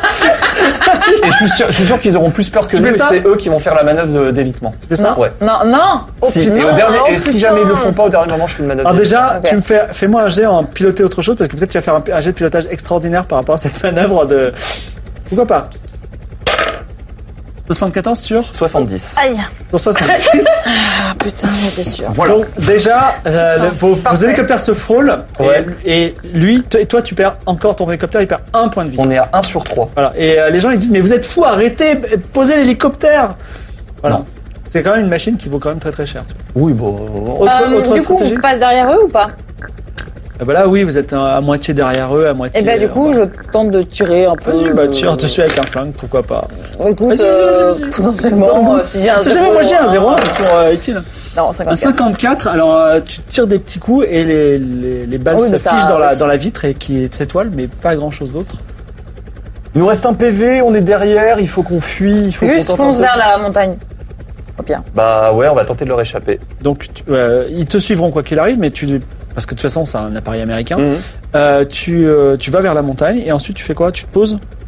Et je suis sûr, je suis sûr qu'ils auront plus peur que Tu nous. fais Et ça c'est eux qui vont faire la manœuvre de- d'évitement. Tu fais ça? Non, Ouais. non, non. Oh, Si, putain. et au dernier, oh, et si putain. jamais ils le font pas au dernier moment, je fais une manœuvre. Alors d'évitement. déjà, Ok. tu me fais, fais-moi un jet en piloter autre chose parce que peut-être tu vas faire un, un jet de pilotage extraordinaire par rapport à cette manœuvre de. Pourquoi pas? soixante-quatorze sur soixante-dix. Aïe. sur soixante-dix. Ah putain, j'étais sûr. Voilà. Donc déjà, euh, le- vos, vos hélicoptères se frôlent Ouais. et, et lui, t- et toi, tu perds encore ton hélicoptère, il perd un point de vie. On est à un sur trois. Voilà. Et euh, les gens ils disent mais vous êtes fous, arrêtez, b- posez l'hélicoptère. Voilà. Non. C'est quand même une machine qui vaut quand même très très cher. tu vois. Oui, bon. Autre, Euh, autre du coup, stratégie on passe derrière eux ou pas? Ah bah là oui, vous êtes à, à moitié derrière eux, à moitié. Eh ben du euh, coup, je tente de tirer un peu. Vas-y, bah tire dessus avec un flingue, pourquoi pas. Écoute, Vas-y, vas-y, euh, vas-y, vas-y. potentiellement, euh, si j'ai un C'est jamais moi j'ai un zéro, un- c'est toujours euh, utile. Non, Un cinquante-quatre. cinquante-quatre, alors euh, tu tires des petits coups et les, les, les balles Oui, mais s'affichent ça- dans, la, oui. dans la vitre et qui s'étoile, mais pas grand chose d'autre. Il nous reste un P V, on est derrière, il faut qu'on fuit, il faut Juste qu'on tente fonce un truc. vers la montagne. Au pire. Bah ouais, on va tenter de leur échapper. Donc tu- euh, ils te suivront quoi qu'il arrive, mais tu parce que de toute façon c'est un appareil américain. Mhm. Euh, tu, euh, tu vas vers la montagne et ensuite tu fais quoi? Tu te poses?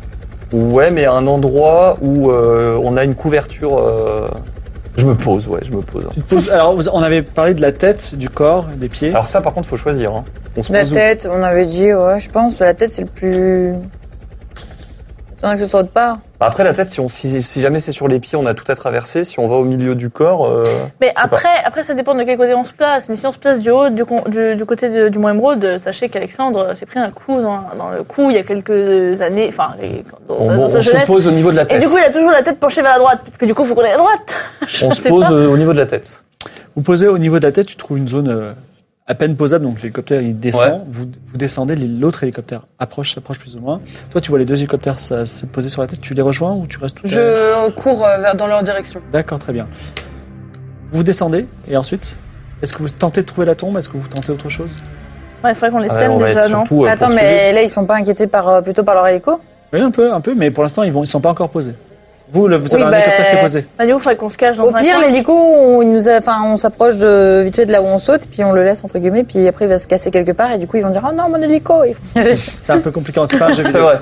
Ouais, mais à un endroit où euh, on a une couverture. Euh... Je me pose, ouais, je me pose. Tu te poses- alors, vous- on avait parlé de la tête, du corps, des pieds. Alors ça, par contre, faut choisir. Hein. On se La pose où tête, on avait dit, ouais, je pense, la tête c'est le plus. C'est vrai que ce soit de part. Bah, après, la tête, si, on, si, si jamais c'est sur les pieds, on a tout à traverser. Si on va au milieu du corps. Euh... Mais après, après, ça dépend de quel côté on se place. Mais si on se place du haut, du, con- du, du côté de- du Mont Émeraude, sachez qu'Alexandre s'est pris un coup dans, dans le cou il y a quelques années, enfin, les- dans, On, sa, bon, dans sa on se jeunesse. pose au niveau de la Et tête. du coup, il a toujours la tête penchée vers la droite. Peut-être que du coup, il faut qu'on aille à droite. on se sais pose pas. euh, au niveau de la tête. Vous posez au niveau de la tête, tu trouves une zone euh, à peine posable, donc l'hélicoptère il descend, Ouais. vous, vous descendez, l'autre hélicoptère approche, s'approche plus ou moins. Toi, tu vois les deux hélicoptères ça, se poser sur la tête, tu les rejoins ou tu restes tout à- Je cours euh, vers, dans leur direction. D'accord, très bien. Vous descendez et ensuite, est-ce que vous tentez de trouver la tombe? Est-ce que vous tentez autre chose? Ouais, il faudrait qu'on les Ah ouais, sème on va déjà, être non? surtout, euh, Attends, poursuivis. mais là ils sont pas inquiétés par, euh, plutôt par leur hélico? Oui, un peu, un peu, mais pour l'instant ils vont, ils sont pas encore posés. Vous, le- vous avez Oui, un bah, hélicoptère qui est posé. Bah, du coup, il faudrait qu'on se cache dans Au un pire, coin. l'hélico, on, il nous a, enfin, on s'approche de, vite fait de là où on saute, puis on le laisse entre guillemets, puis après il va se casser quelque part, et du coup ils vont dire, oh non, mon hélico! Il faut y aller. C'est un peu compliqué, c'est pas un jeu C'est vidéo. vrai.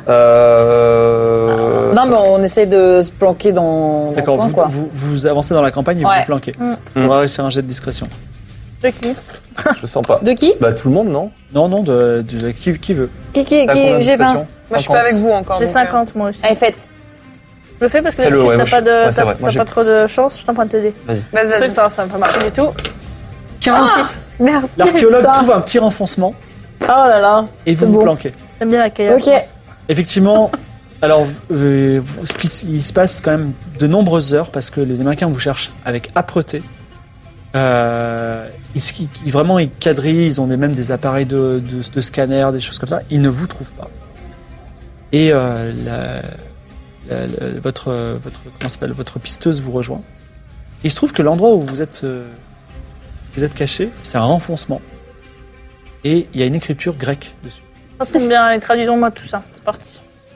Euh... Non, mais on essaie de se planquer dans, dans le D'accord, coin, vous, quoi. vous, vous avancez dans la campagne et vous Ouais. vous planquez. Mm. Il faudra réussir un jet de discrétion. De qui? Je sens pas. De qui? Bah tout le monde, non? Non, non, de, de, qui, qui veut. Qui, qui, T'as combien de qui, j'ai vingt. discrétion Moi, je suis pas avec vous encore. J'ai donc, euh, cinquante, moi aussi. Allez, faites. Je le fais parce que Fais-le, ouais, d'habitude, moi, t'as pas, je- de, ouais, c'est t'as- vrai, moi, t'as j'ai- pas trop de chance, je t'emprunte t'aider. Vas-y. Vas-y, C'est vas-y. que ça, ça va pas marcher du tout. quinze. Merci. L'archéologue putain. trouve un petit renfoncement Oh là là, et vous C'est vous beau. planquez. j'aime bien la caillasse. Ok. Effectivement, alors euh, ce qui s- il se passe quand même de nombreuses heures parce que les Américains vous cherchent avec âpreté. Euh, ils, ils- ils- vraiment ils quadrillent, ils ont des, même des appareils de, de, de scanner, des choses comme ça. Ils ne vous trouvent pas. Et euh, la, la- la- votre votre comment ça s'appelle, votre pisteuse vous rejoint. Et il se trouve que l'endroit où vous êtes euh, vous êtes caché, c'est un renfoncement. Et il y a une écriture grecque dessus. Ça tombe bien, allez, traduisons-moi tout ça. C'est parti.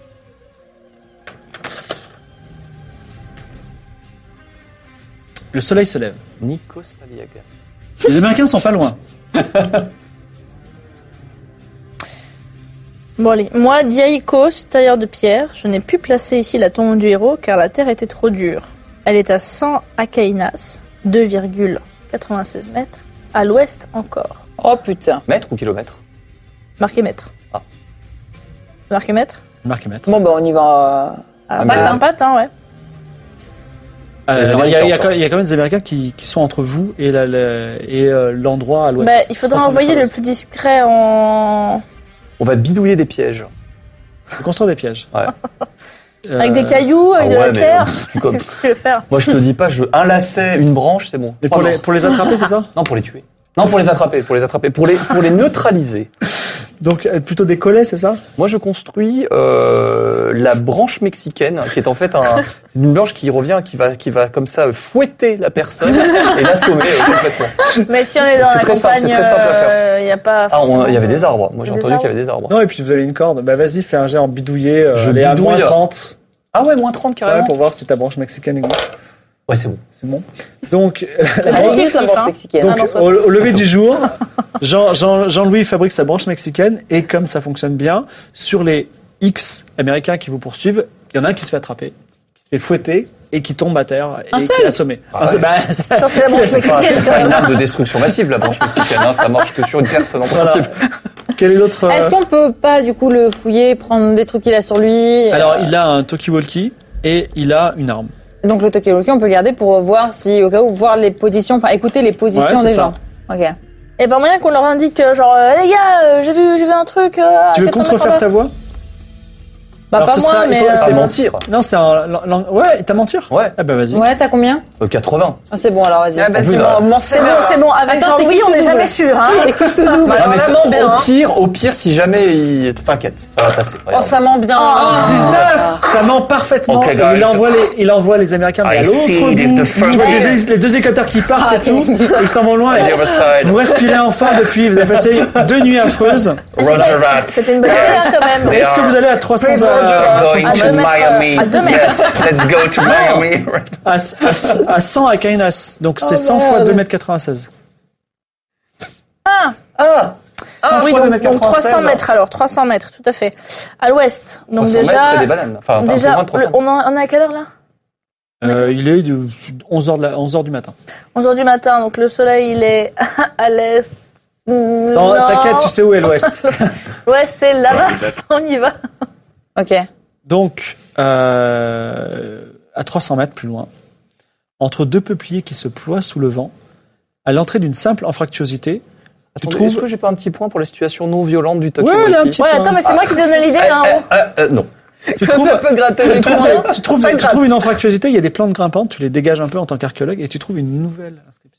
Le soleil se lève. Nikos Aliagas. Les Américains sont pas loin. Bon allez, moi, Diaïkos, tailleur de pierre, je n'ai pu placer ici la tombe du héros car la terre était trop dure. Elle est à cent Achaïnas, deux virgule quatre-vingt-seize mètres, à l'ouest encore. Oh putain. Mètre ou kilomètre? Marqué mètre. Ah. Marqué mètre? Marque et maître. Bon, bah, on y va. Euh... Ah, Ah, patin, mais- un patin, ouais. Euh, Les alors, il y, a- il y a Américains, quand- il y a quand même des Américains qui, qui sont entre vous et la- la- et euh, l'endroit à l'ouest. Bah, il faudra trois cents envoyer mètres à le l'ouest. plus discret en... On va bidouiller des pièges. Faut construire des pièges. Ouais. Euh, Avec des cailloux, avec ah de ouais, la mais, terre. euh, tu comme- Qu'est-ce que tu veux faire? Moi, je te dis pas, je veux un lacet, une branche, c'est bon. Mais Trois pour les, morts. pour les attraper, c'est ça? Non, pour les tuer. Non, pour les attraper, pour les attraper, pour les, pour les neutraliser. Donc euh, plutôt des collets, c'est ça? Moi, je construis euh, la branche mexicaine, qui est en fait un, c'est une branche qui revient, qui va, qui va comme ça fouetter la personne et l'assommer euh, complètement. Mais si on est dans C'est la très simple, campagne, c'est très simple à faire. euh, il n'y a pas Ah, on- forcément il y avait de- des arbres. Moi, j'ai des entendu qu'il y arbres. avait des arbres. Non, et puis vous avez une corde. Bah vas-y, fais un jet en bidouillé. Euh, Je allez, à bidouille. moins trente. Ah ouais, moins trente Ouais, carrément. pour voir si ta branche mexicaine existe. Ouais, c'est bon. C'est bon. Donc, C'est Elle bon, existe, la kiff, branche hein. mexicaine. donc Ah non, au, soixante. au lever du jour, Jean, Jean, Jean-Louis fabrique sa branche mexicaine et comme ça fonctionne bien, sur les X américains qui vous poursuivent, il y en a un qui se fait attraper, qui se fait fouetter et qui tombe à terre et Un qui seul est assommé. Ah Un seul- ouais. bah, c'est- Attends, c'est la branche C'est pas, mexicaine c'est quand pas une même. arme de destruction massive, la branche mexicaine. Hein, ça marche que sur une personne en Voilà. principe. Quel est l'autre euh, Est-ce qu'on peut pas, du coup, le fouiller, prendre des trucs qu'il a sur lui? Alors, euh, il a un talkie-walkie et il a une arme. Donc, le talkie-walkie, on peut le garder pour voir si, au cas où, voir les positions, enfin, écouter les positions Ouais, c'est des ça. gens. Ok. Et ben moyen qu'on leur indique, euh, genre, euh, les gars, euh, j'ai vu, j'ai vu un truc. Euh, à Tu veux quatre cents mètres contrefaire en ta voix? Bah, Alors, pas ce moi, sera- il mais. faut- euh, À c'est bon. mentir. Non, c'est un... lan- lan- Ouais, t'as mentir? Ouais. Ah bah vas-y. Ouais, t'as combien? Euh, quatre-vingts. Ah, c'est bon, alors vas-y. Ah bah En c'est plus, là- bon, m'en C'est bon, c'est bon. Avec Attends, c'est Jean-Louis, qui on tout n'est double jamais sûr, hein. C'est qui tout double? Bah, Non, mais c'est- vraiment bien, au hein. pire, au pire, si jamais il t'inquiète, ça va passer. Oh, ça ment bien. Ah. dix-neuf! Ça ment parfaitement. Ok, Et guys. il envoie les, il envoie les Américains mais à I l'autre see bout. it is the first Tu vois one. les, les deux hélicoptères qui partent Ah, et tout. Et ils s'en vont loin. On the Et other side. vous respirez enfin depuis. Vous avez passé deux nuits affreuses. Roger that. C'était une bonne idée, hein, quand même. Est-ce que vous allez à trois cents We're à, going à deux to mètres, Miami. à deux mètres. Yes, let's go to Miami. à, à, à cent à Kainas. Donc c'est Oh, cent fois merde. deux mètres quatre-vingt-seize. Ah, Ah, cent oui, fois deux donc, mètres donc quatre-vingt-seize. trois cents mètres alors, trois cents mètres, tout à fait. À l'ouest. Donc trois cents déjà, mètres, c'est des bananes. Enfin, un peu déjà, moins de trois cents. le- on, en- on est à quelle heure là Euh, il est de onze heures, de la, onze heures du matin. onze heures du matin, donc le soleil il est à l'est. Non, t'inquiète, tu sais où est l'ouest. Ouais, c'est là-bas. On y va. Ok. Donc, euh, à trois cents mètres plus loin, entre deux peupliers qui se ploient sous le vent, à l'entrée d'une simple anfractuosité, tu Attendez, trouves... Est-ce que j'ai pas un petit point pour les situations non violentes du Tokyo Ouais, là, un Ici petit Ouais, point. attends, mais c'est moi qui donne l'idée Eh, là en eh, haut. eh, eh, Non. Tu Ça trouves, peut gratter tu les trouves, points. des- tu trouves, Ça tu gratte. trouves une anfractuosité, il y a des plantes grimpantes, tu les dégages un peu en tant qu'archéologue et tu trouves une nouvelle inscription.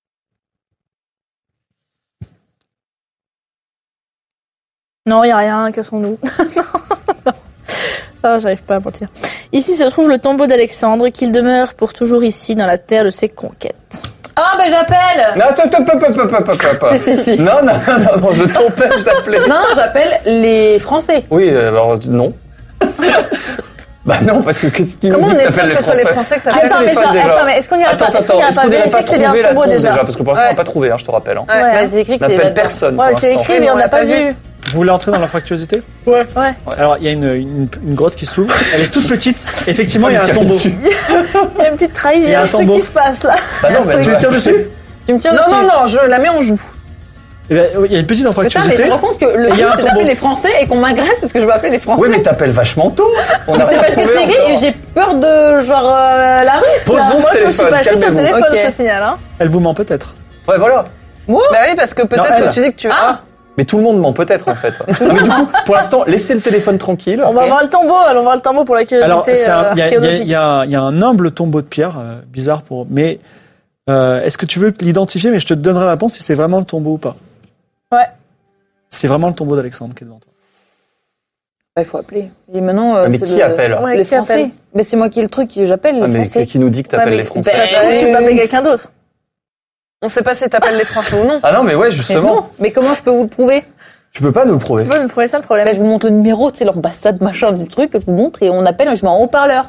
Non, il n'y a rien, cassons-nous. non, non. Oh, j'arrive pas à mentir. Ici se trouve le tombeau d'Alexandre, qu'il demeure pour toujours ici, dans la terre de ses conquêtes. Ah, ben j'appelle Non, attends, attends, attends, attends, attends, attends, attends. Si, si, si. Non, non, non, non, je t'empêche d'appeler. Non, non, j'appelle les Français. Oui, euh, alors, non. Bah non, parce que qu'est-ce qui Comment nous on dit que est sûr t'appelles que les ce soit les Français Français que Quel t'appelles Attends, mais téléphone, genre, déjà attends, mais est-ce qu'on ira Attends, pas, est-ce qu'on attends, ira est-ce pas qu'on irait vérifier pas que c'est bien trouver le la tombeau tombe déjà? Parce que pour l'instant, on Ouais. n'a pas trouvé, hein, je te rappelle. Hein. Ouais. Ouais. Bah, c'est écrit que On c'est appelle la- personne. Ouais, pour c'est l'instant. écrit, mais on n'a pas vu. Vous voulez entrer dans l'anfractuosité? Ouais. Alors, il y a une, une, une grotte qui s'ouvre, elle est toute petite, effectivement, il y a un tombeau. dessus. Il y a une petite trahison, Il il y a un un truc tombeau. qui se passe là. Bah non, Un mais truc. Tu le tires dessus? Tu me tires Non, dessus. non, non, je la mets en joue. Eh bien, il y a une petite Putain, mais tu anfractuosité. te rends compte que le Et il but y a un c'est d'appeler tombeau. les Français et qu'on m'agresse parce que je veux appeler les Français. Oui, mais t'appelles vachement tôt. On Mais a c'est rien parce que trouvé c'est gay encore. et j'ai peur de genre euh, la russe. Posons Moi, ce je me suis téléphone, pas acheté sur le calmez-vous. téléphone, Ok. je te signale. Hein. Elle vous ment peut-être. Ouais, voilà. Bah oui, parce que peut-être Non, elle. que tu dis que tu. Ah. Mais tout le monde ment peut-être en fait. Non, mais du coup, pour l'instant, laissez le téléphone tranquille. On va Ok. voir le tombeau, allons voir le tombeau pour la Alors, curiosité c'est un- euh, il y, a- il y a- archéologique. il y a- il y a un humble tombeau de pierre, euh, bizarre pour. Mais euh, est-ce que tu veux l'identifier? Mais je te donnerai la réponse si c'est vraiment le tombeau ou pas. Ouais. C'est vraiment le tombeau d'Alexandre qui est devant toi. Bah, il faut appeler. Et maintenant, euh, Ah, mais c'est qui le- appelle Ouais, Les qui Français. appelle Mais c'est moi qui ai le truc, j'appelle les Ah, mais Français. qui nous dit que Ouais, t'appelles mais les Français Ça se trouve, tu peux appeler quelqu'un d'autre. On sait pas si t'appelles les Français ou non. Ah non, mais ouais, Mais justement. non, mais comment je peux vous le prouver? Tu peux pas nous le prouver. Tu peux me prouver ça le problème? Bah, je vous montre le numéro, c'est l'ambassade machin du truc que je vous montre et on appelle et je mets en haut-parleur.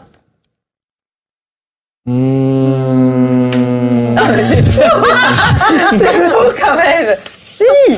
Mmh. Ah, mais c'est faux. C'est faux quand même. Si.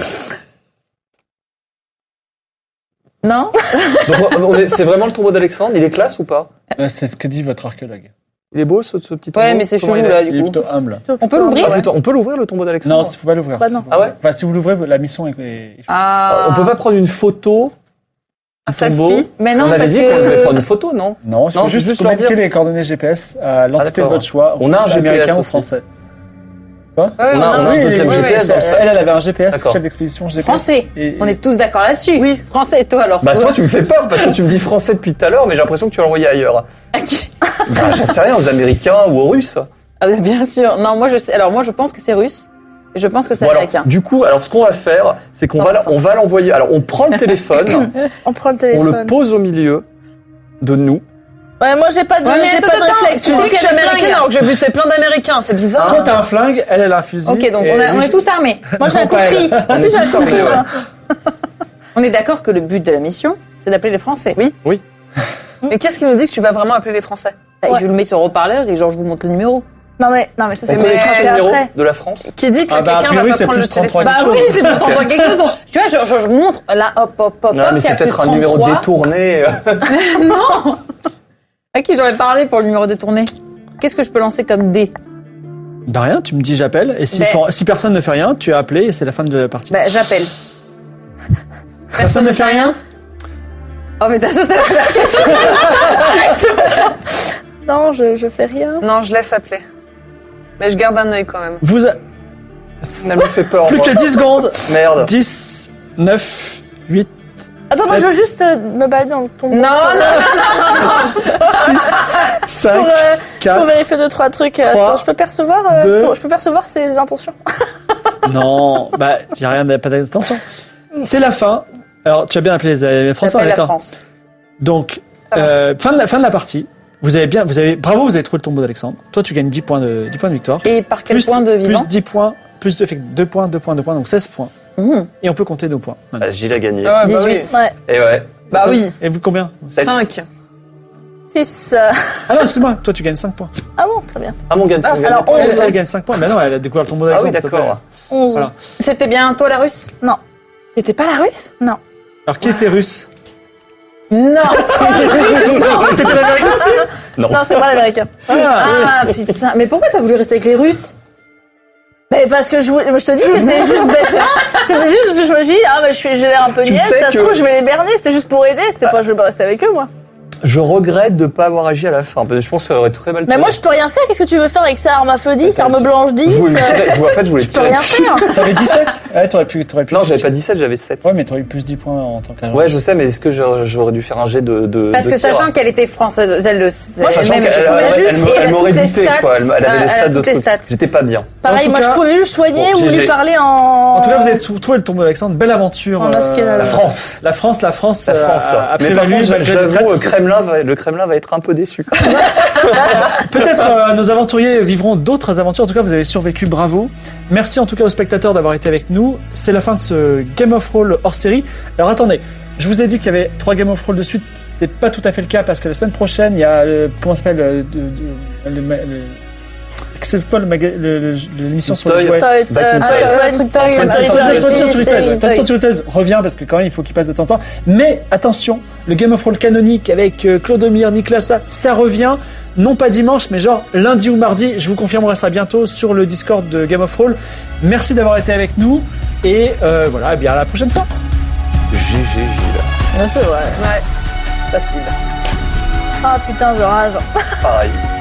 Non? Donc, on est- c'est vraiment le tombeau d'Alexandre. Il est classe ou pas? C'est ce que dit votre archéologue. Il est beau ce, ce petit tombeau. Ouais, mais c'est Comment chelou il est là Il est du coup. plutôt humble. On peut l'ouvrir? Ah, putain, on peut l'ouvrir le tombeau d'Alexandre? Non, il faut pas l'ouvrir. Bah non. Si vous- Ah ouais Enfin, si vous l'ouvrez, la mission est. est- Ah. On peut pas prendre une photo Un du tombeau? selfie. Mais non, On avait parce dit qu'on devait que. prendre une photo, non? Non, il Non, faut juste, juste faut leur communiquer dire. les coordonnées G P S à l'entité de d'accord. votre choix. On a un russe, G P S américain ou aussi. français. Ouais, On a- non, on a non, un oui, deuxième oui, G P S oui, dans le c'est- sac. Elle, elle avait un G P S, D'accord. chef d'expédition G P S. Français. Et- On est tous d'accord là-dessus. Oui. Français et toi alors. Bah toi tu me fais peur parce que tu me dis français depuis tout à l'heure mais j'ai l'impression que tu l'as envoyé ailleurs. Bah, j'en sais rien, aux Américains ou aux Russes. Ah, bah, bien sûr. Non, moi je sais. Alors moi je pense que c'est russe. Et je pense que c'est Bon, alors, américain. du coup, alors ce qu'on va faire, c'est qu'on va, cent pour cent. on va l'envoyer. Alors on prend le téléphone, On prend le on téléphone. le pose au milieu de nous. Ouais, moi j'ai pas de, Ouais, mais j'ai attends, pas de attends, réflexe. tu Tu sais dis que je suis qu'elle a le américaine flingue. alors que j'ai buté plein d'Américains, c'est bizarre. Toi, t'as un flingue, elle, elle a un fusil. Ok, donc et on, a- on lui, est tous armés. Moi j'ai un Non, coup pas de cri. elle. Moi aussi j'ai un coup de cri. Ouais. moi. On est d'accord que le but de la mission, c'est d'appeler les Français. Oui. Oui. Mais qu'est-ce qui nous dit que tu vas vraiment appeler les Français? Et Ouais. je le mets sur haut-parleur et genre je vous montre le numéro. Non mais, non mais ça On c'est connaîtra fait ce numéro après. de la France. Qui dit que Ah bah, a quelqu'un priori, va c'est pas prendre plus le téléphone? trente-trois. Bah quelque oui, chose. c'est plus t'entends quelque chose. Donc, tu vois, je, je, je vous montre là, hop, hop, hop, Non, hop. mais il y a c'est peut-être plus un numéro trente-trois. détourné. Non. À qui j'aurais parlé pour le numéro détourné? Qu'est-ce que je peux lancer comme dé? Bah rien, tu me dis j'appelle. Et si, Ben- for- si personne ne fait rien, tu as appelé et c'est la fin de la partie. Bah j'appelle. personne ne fait rien. Oh mais t'as ça, ça va faire. Non, je, je fais rien. Non, je laisse appeler. Mais je garde un œil quand même. Vous a... Ça me fait peur. Plus moi. que dix secondes. Merde. dix, neuf, huit, Attends, moi sept, je veux juste euh, me balader dans le tombeau. Non, non, six, cinq, Pour, euh, pour quatre. vérifier deux trois trucs. Euh, trois, Attends, je peux percevoir, euh, deux. ton- je peux percevoir ses intentions. Non, bah y a rien, pas d'attention. C'est la fin. Alors tu as bien appelé les, les Français, J'appelle la d'accord. France. Donc Ça va. euh, fin de la fin de la partie. Vous avez bien, vous avez bravo, vous avez trouvé le tombeau d'Alexandre. Toi tu gagnes dix points de dix points de victoire. Et par quel plus, point de vivant? plus dix points, plus de fait deux points, deux points, deux points, donc seize points. Mmh. Et on peut compter nos points. maintenant. Bah, Gilles a gagné. Ah, bah dix-huit. oui. Ouais. Et ouais. Bah Toi- oui. Et vous combien? Sept. cinq. six. euh, Ah non, excuse-moi, toi tu gagnes cinq points. Ah bon, très bien. Ah mon gars, Ah, c'est alors, Elle, onze. elle gagne cinq points, mais non, elle a découvert le tombeau Ah oui, d'Alexandre. s'il te plaît. d'accord. onze. Voilà. C'était bien toi la russe? Non. T'étais pas la russe? Non. Alors, qui était russe? Non. T'étais l'américain aussi? Non. Non, c'est pas l'américain. Ah putain, mais pourquoi t'as voulu rester avec les Russes? Mais parce que je, voulais- moi, je te dis, c'était juste bêtement. C'était juste parce que je me dis, ah, bah, je suis, j'ai l'air un peu Tu niaise, sais ça se que- trouve, je vais les berner, c'était juste pour aider, c'était pas, je veux pas rester avec eux, moi. Je regrette de pas avoir agi à la fin. Parce que je pense que ça aurait très mal. Mais moi, je peux rien faire, qu'est-ce que tu veux faire avec ça, arme à feu dix, arme blanche Je dix? voulais euh, tirer- je- en fait, je voulais Je peux tirer rien dessus. faire. T'avais dix-sept? Ouais, t'aurais pu, t'aurais pu. Non, j'avais pas dix-sept, j'avais sept. Ouais, mais t'aurais eu plus dix points en tant qu'agent. Ouais, je sais, mais est-ce que j'aurais j'aurais dû faire un jet de, de Parce de que tir sachant qu'elle était française, elle le Sachant elle-même, qu'elle- je elle- pouvais elle- juste, elle- et elle elle a m'aurait toutes les buté, stats, quoi. Elle, elle avait euh, les elle stats a de toutes les trucs. stats. J'étais pas bien. Pareil, En tout moi, cas- je pouvais juste soigner Bon, ou j'ai- lui parler en... En tout cas, vous avez trou- trouvé le tombeau d'Alexandre. Belle aventure. En escalade. La France. La France, la France. La France. euh, a, a Mais par prévalu contre, malgré les j'avoue, traîtres. le Kremlin va, le Kremlin va être un peu déçu. Peut-être euh, nos aventuriers vivront d'autres aventures. En tout cas, vous avez survécu, bravo. Merci en tout cas aux spectateurs d'avoir été avec nous. C'est la fin de ce Game of Roll hors série. Alors attendez, je vous ai dit qu'il y avait trois Game of Roll de suite. C'est pas tout à fait le cas parce que la semaine prochaine, il y a euh, comment ça s'appelle euh, de, de- le, ma- le- c'est quoi le maga- le- le- l'émission sur les Toy. jouets. Toy- Back in euh, Toy. Toy- Ah, Toy- le truc Toy- Toy- Toy- Toy- Toy- Toy- Toy- Toy- Time Toy- Turtles, Toy- Time Turtles revient parce que quand même il faut qu'il passe de temps en temps. Mais attention, le Game of Roll canonique avec euh, Clodomir, Nicolas, ça revient. Non pas dimanche, mais genre lundi ou mardi. Je vous confirmerai ça bientôt sur le Discord de Game of Roll. Merci d'avoir été avec nous et euh, voilà, et bien à la prochaine fois. G G Gilles. Non, c'est vrai, Ouais. facile. Ah putain, je rage. Pareil.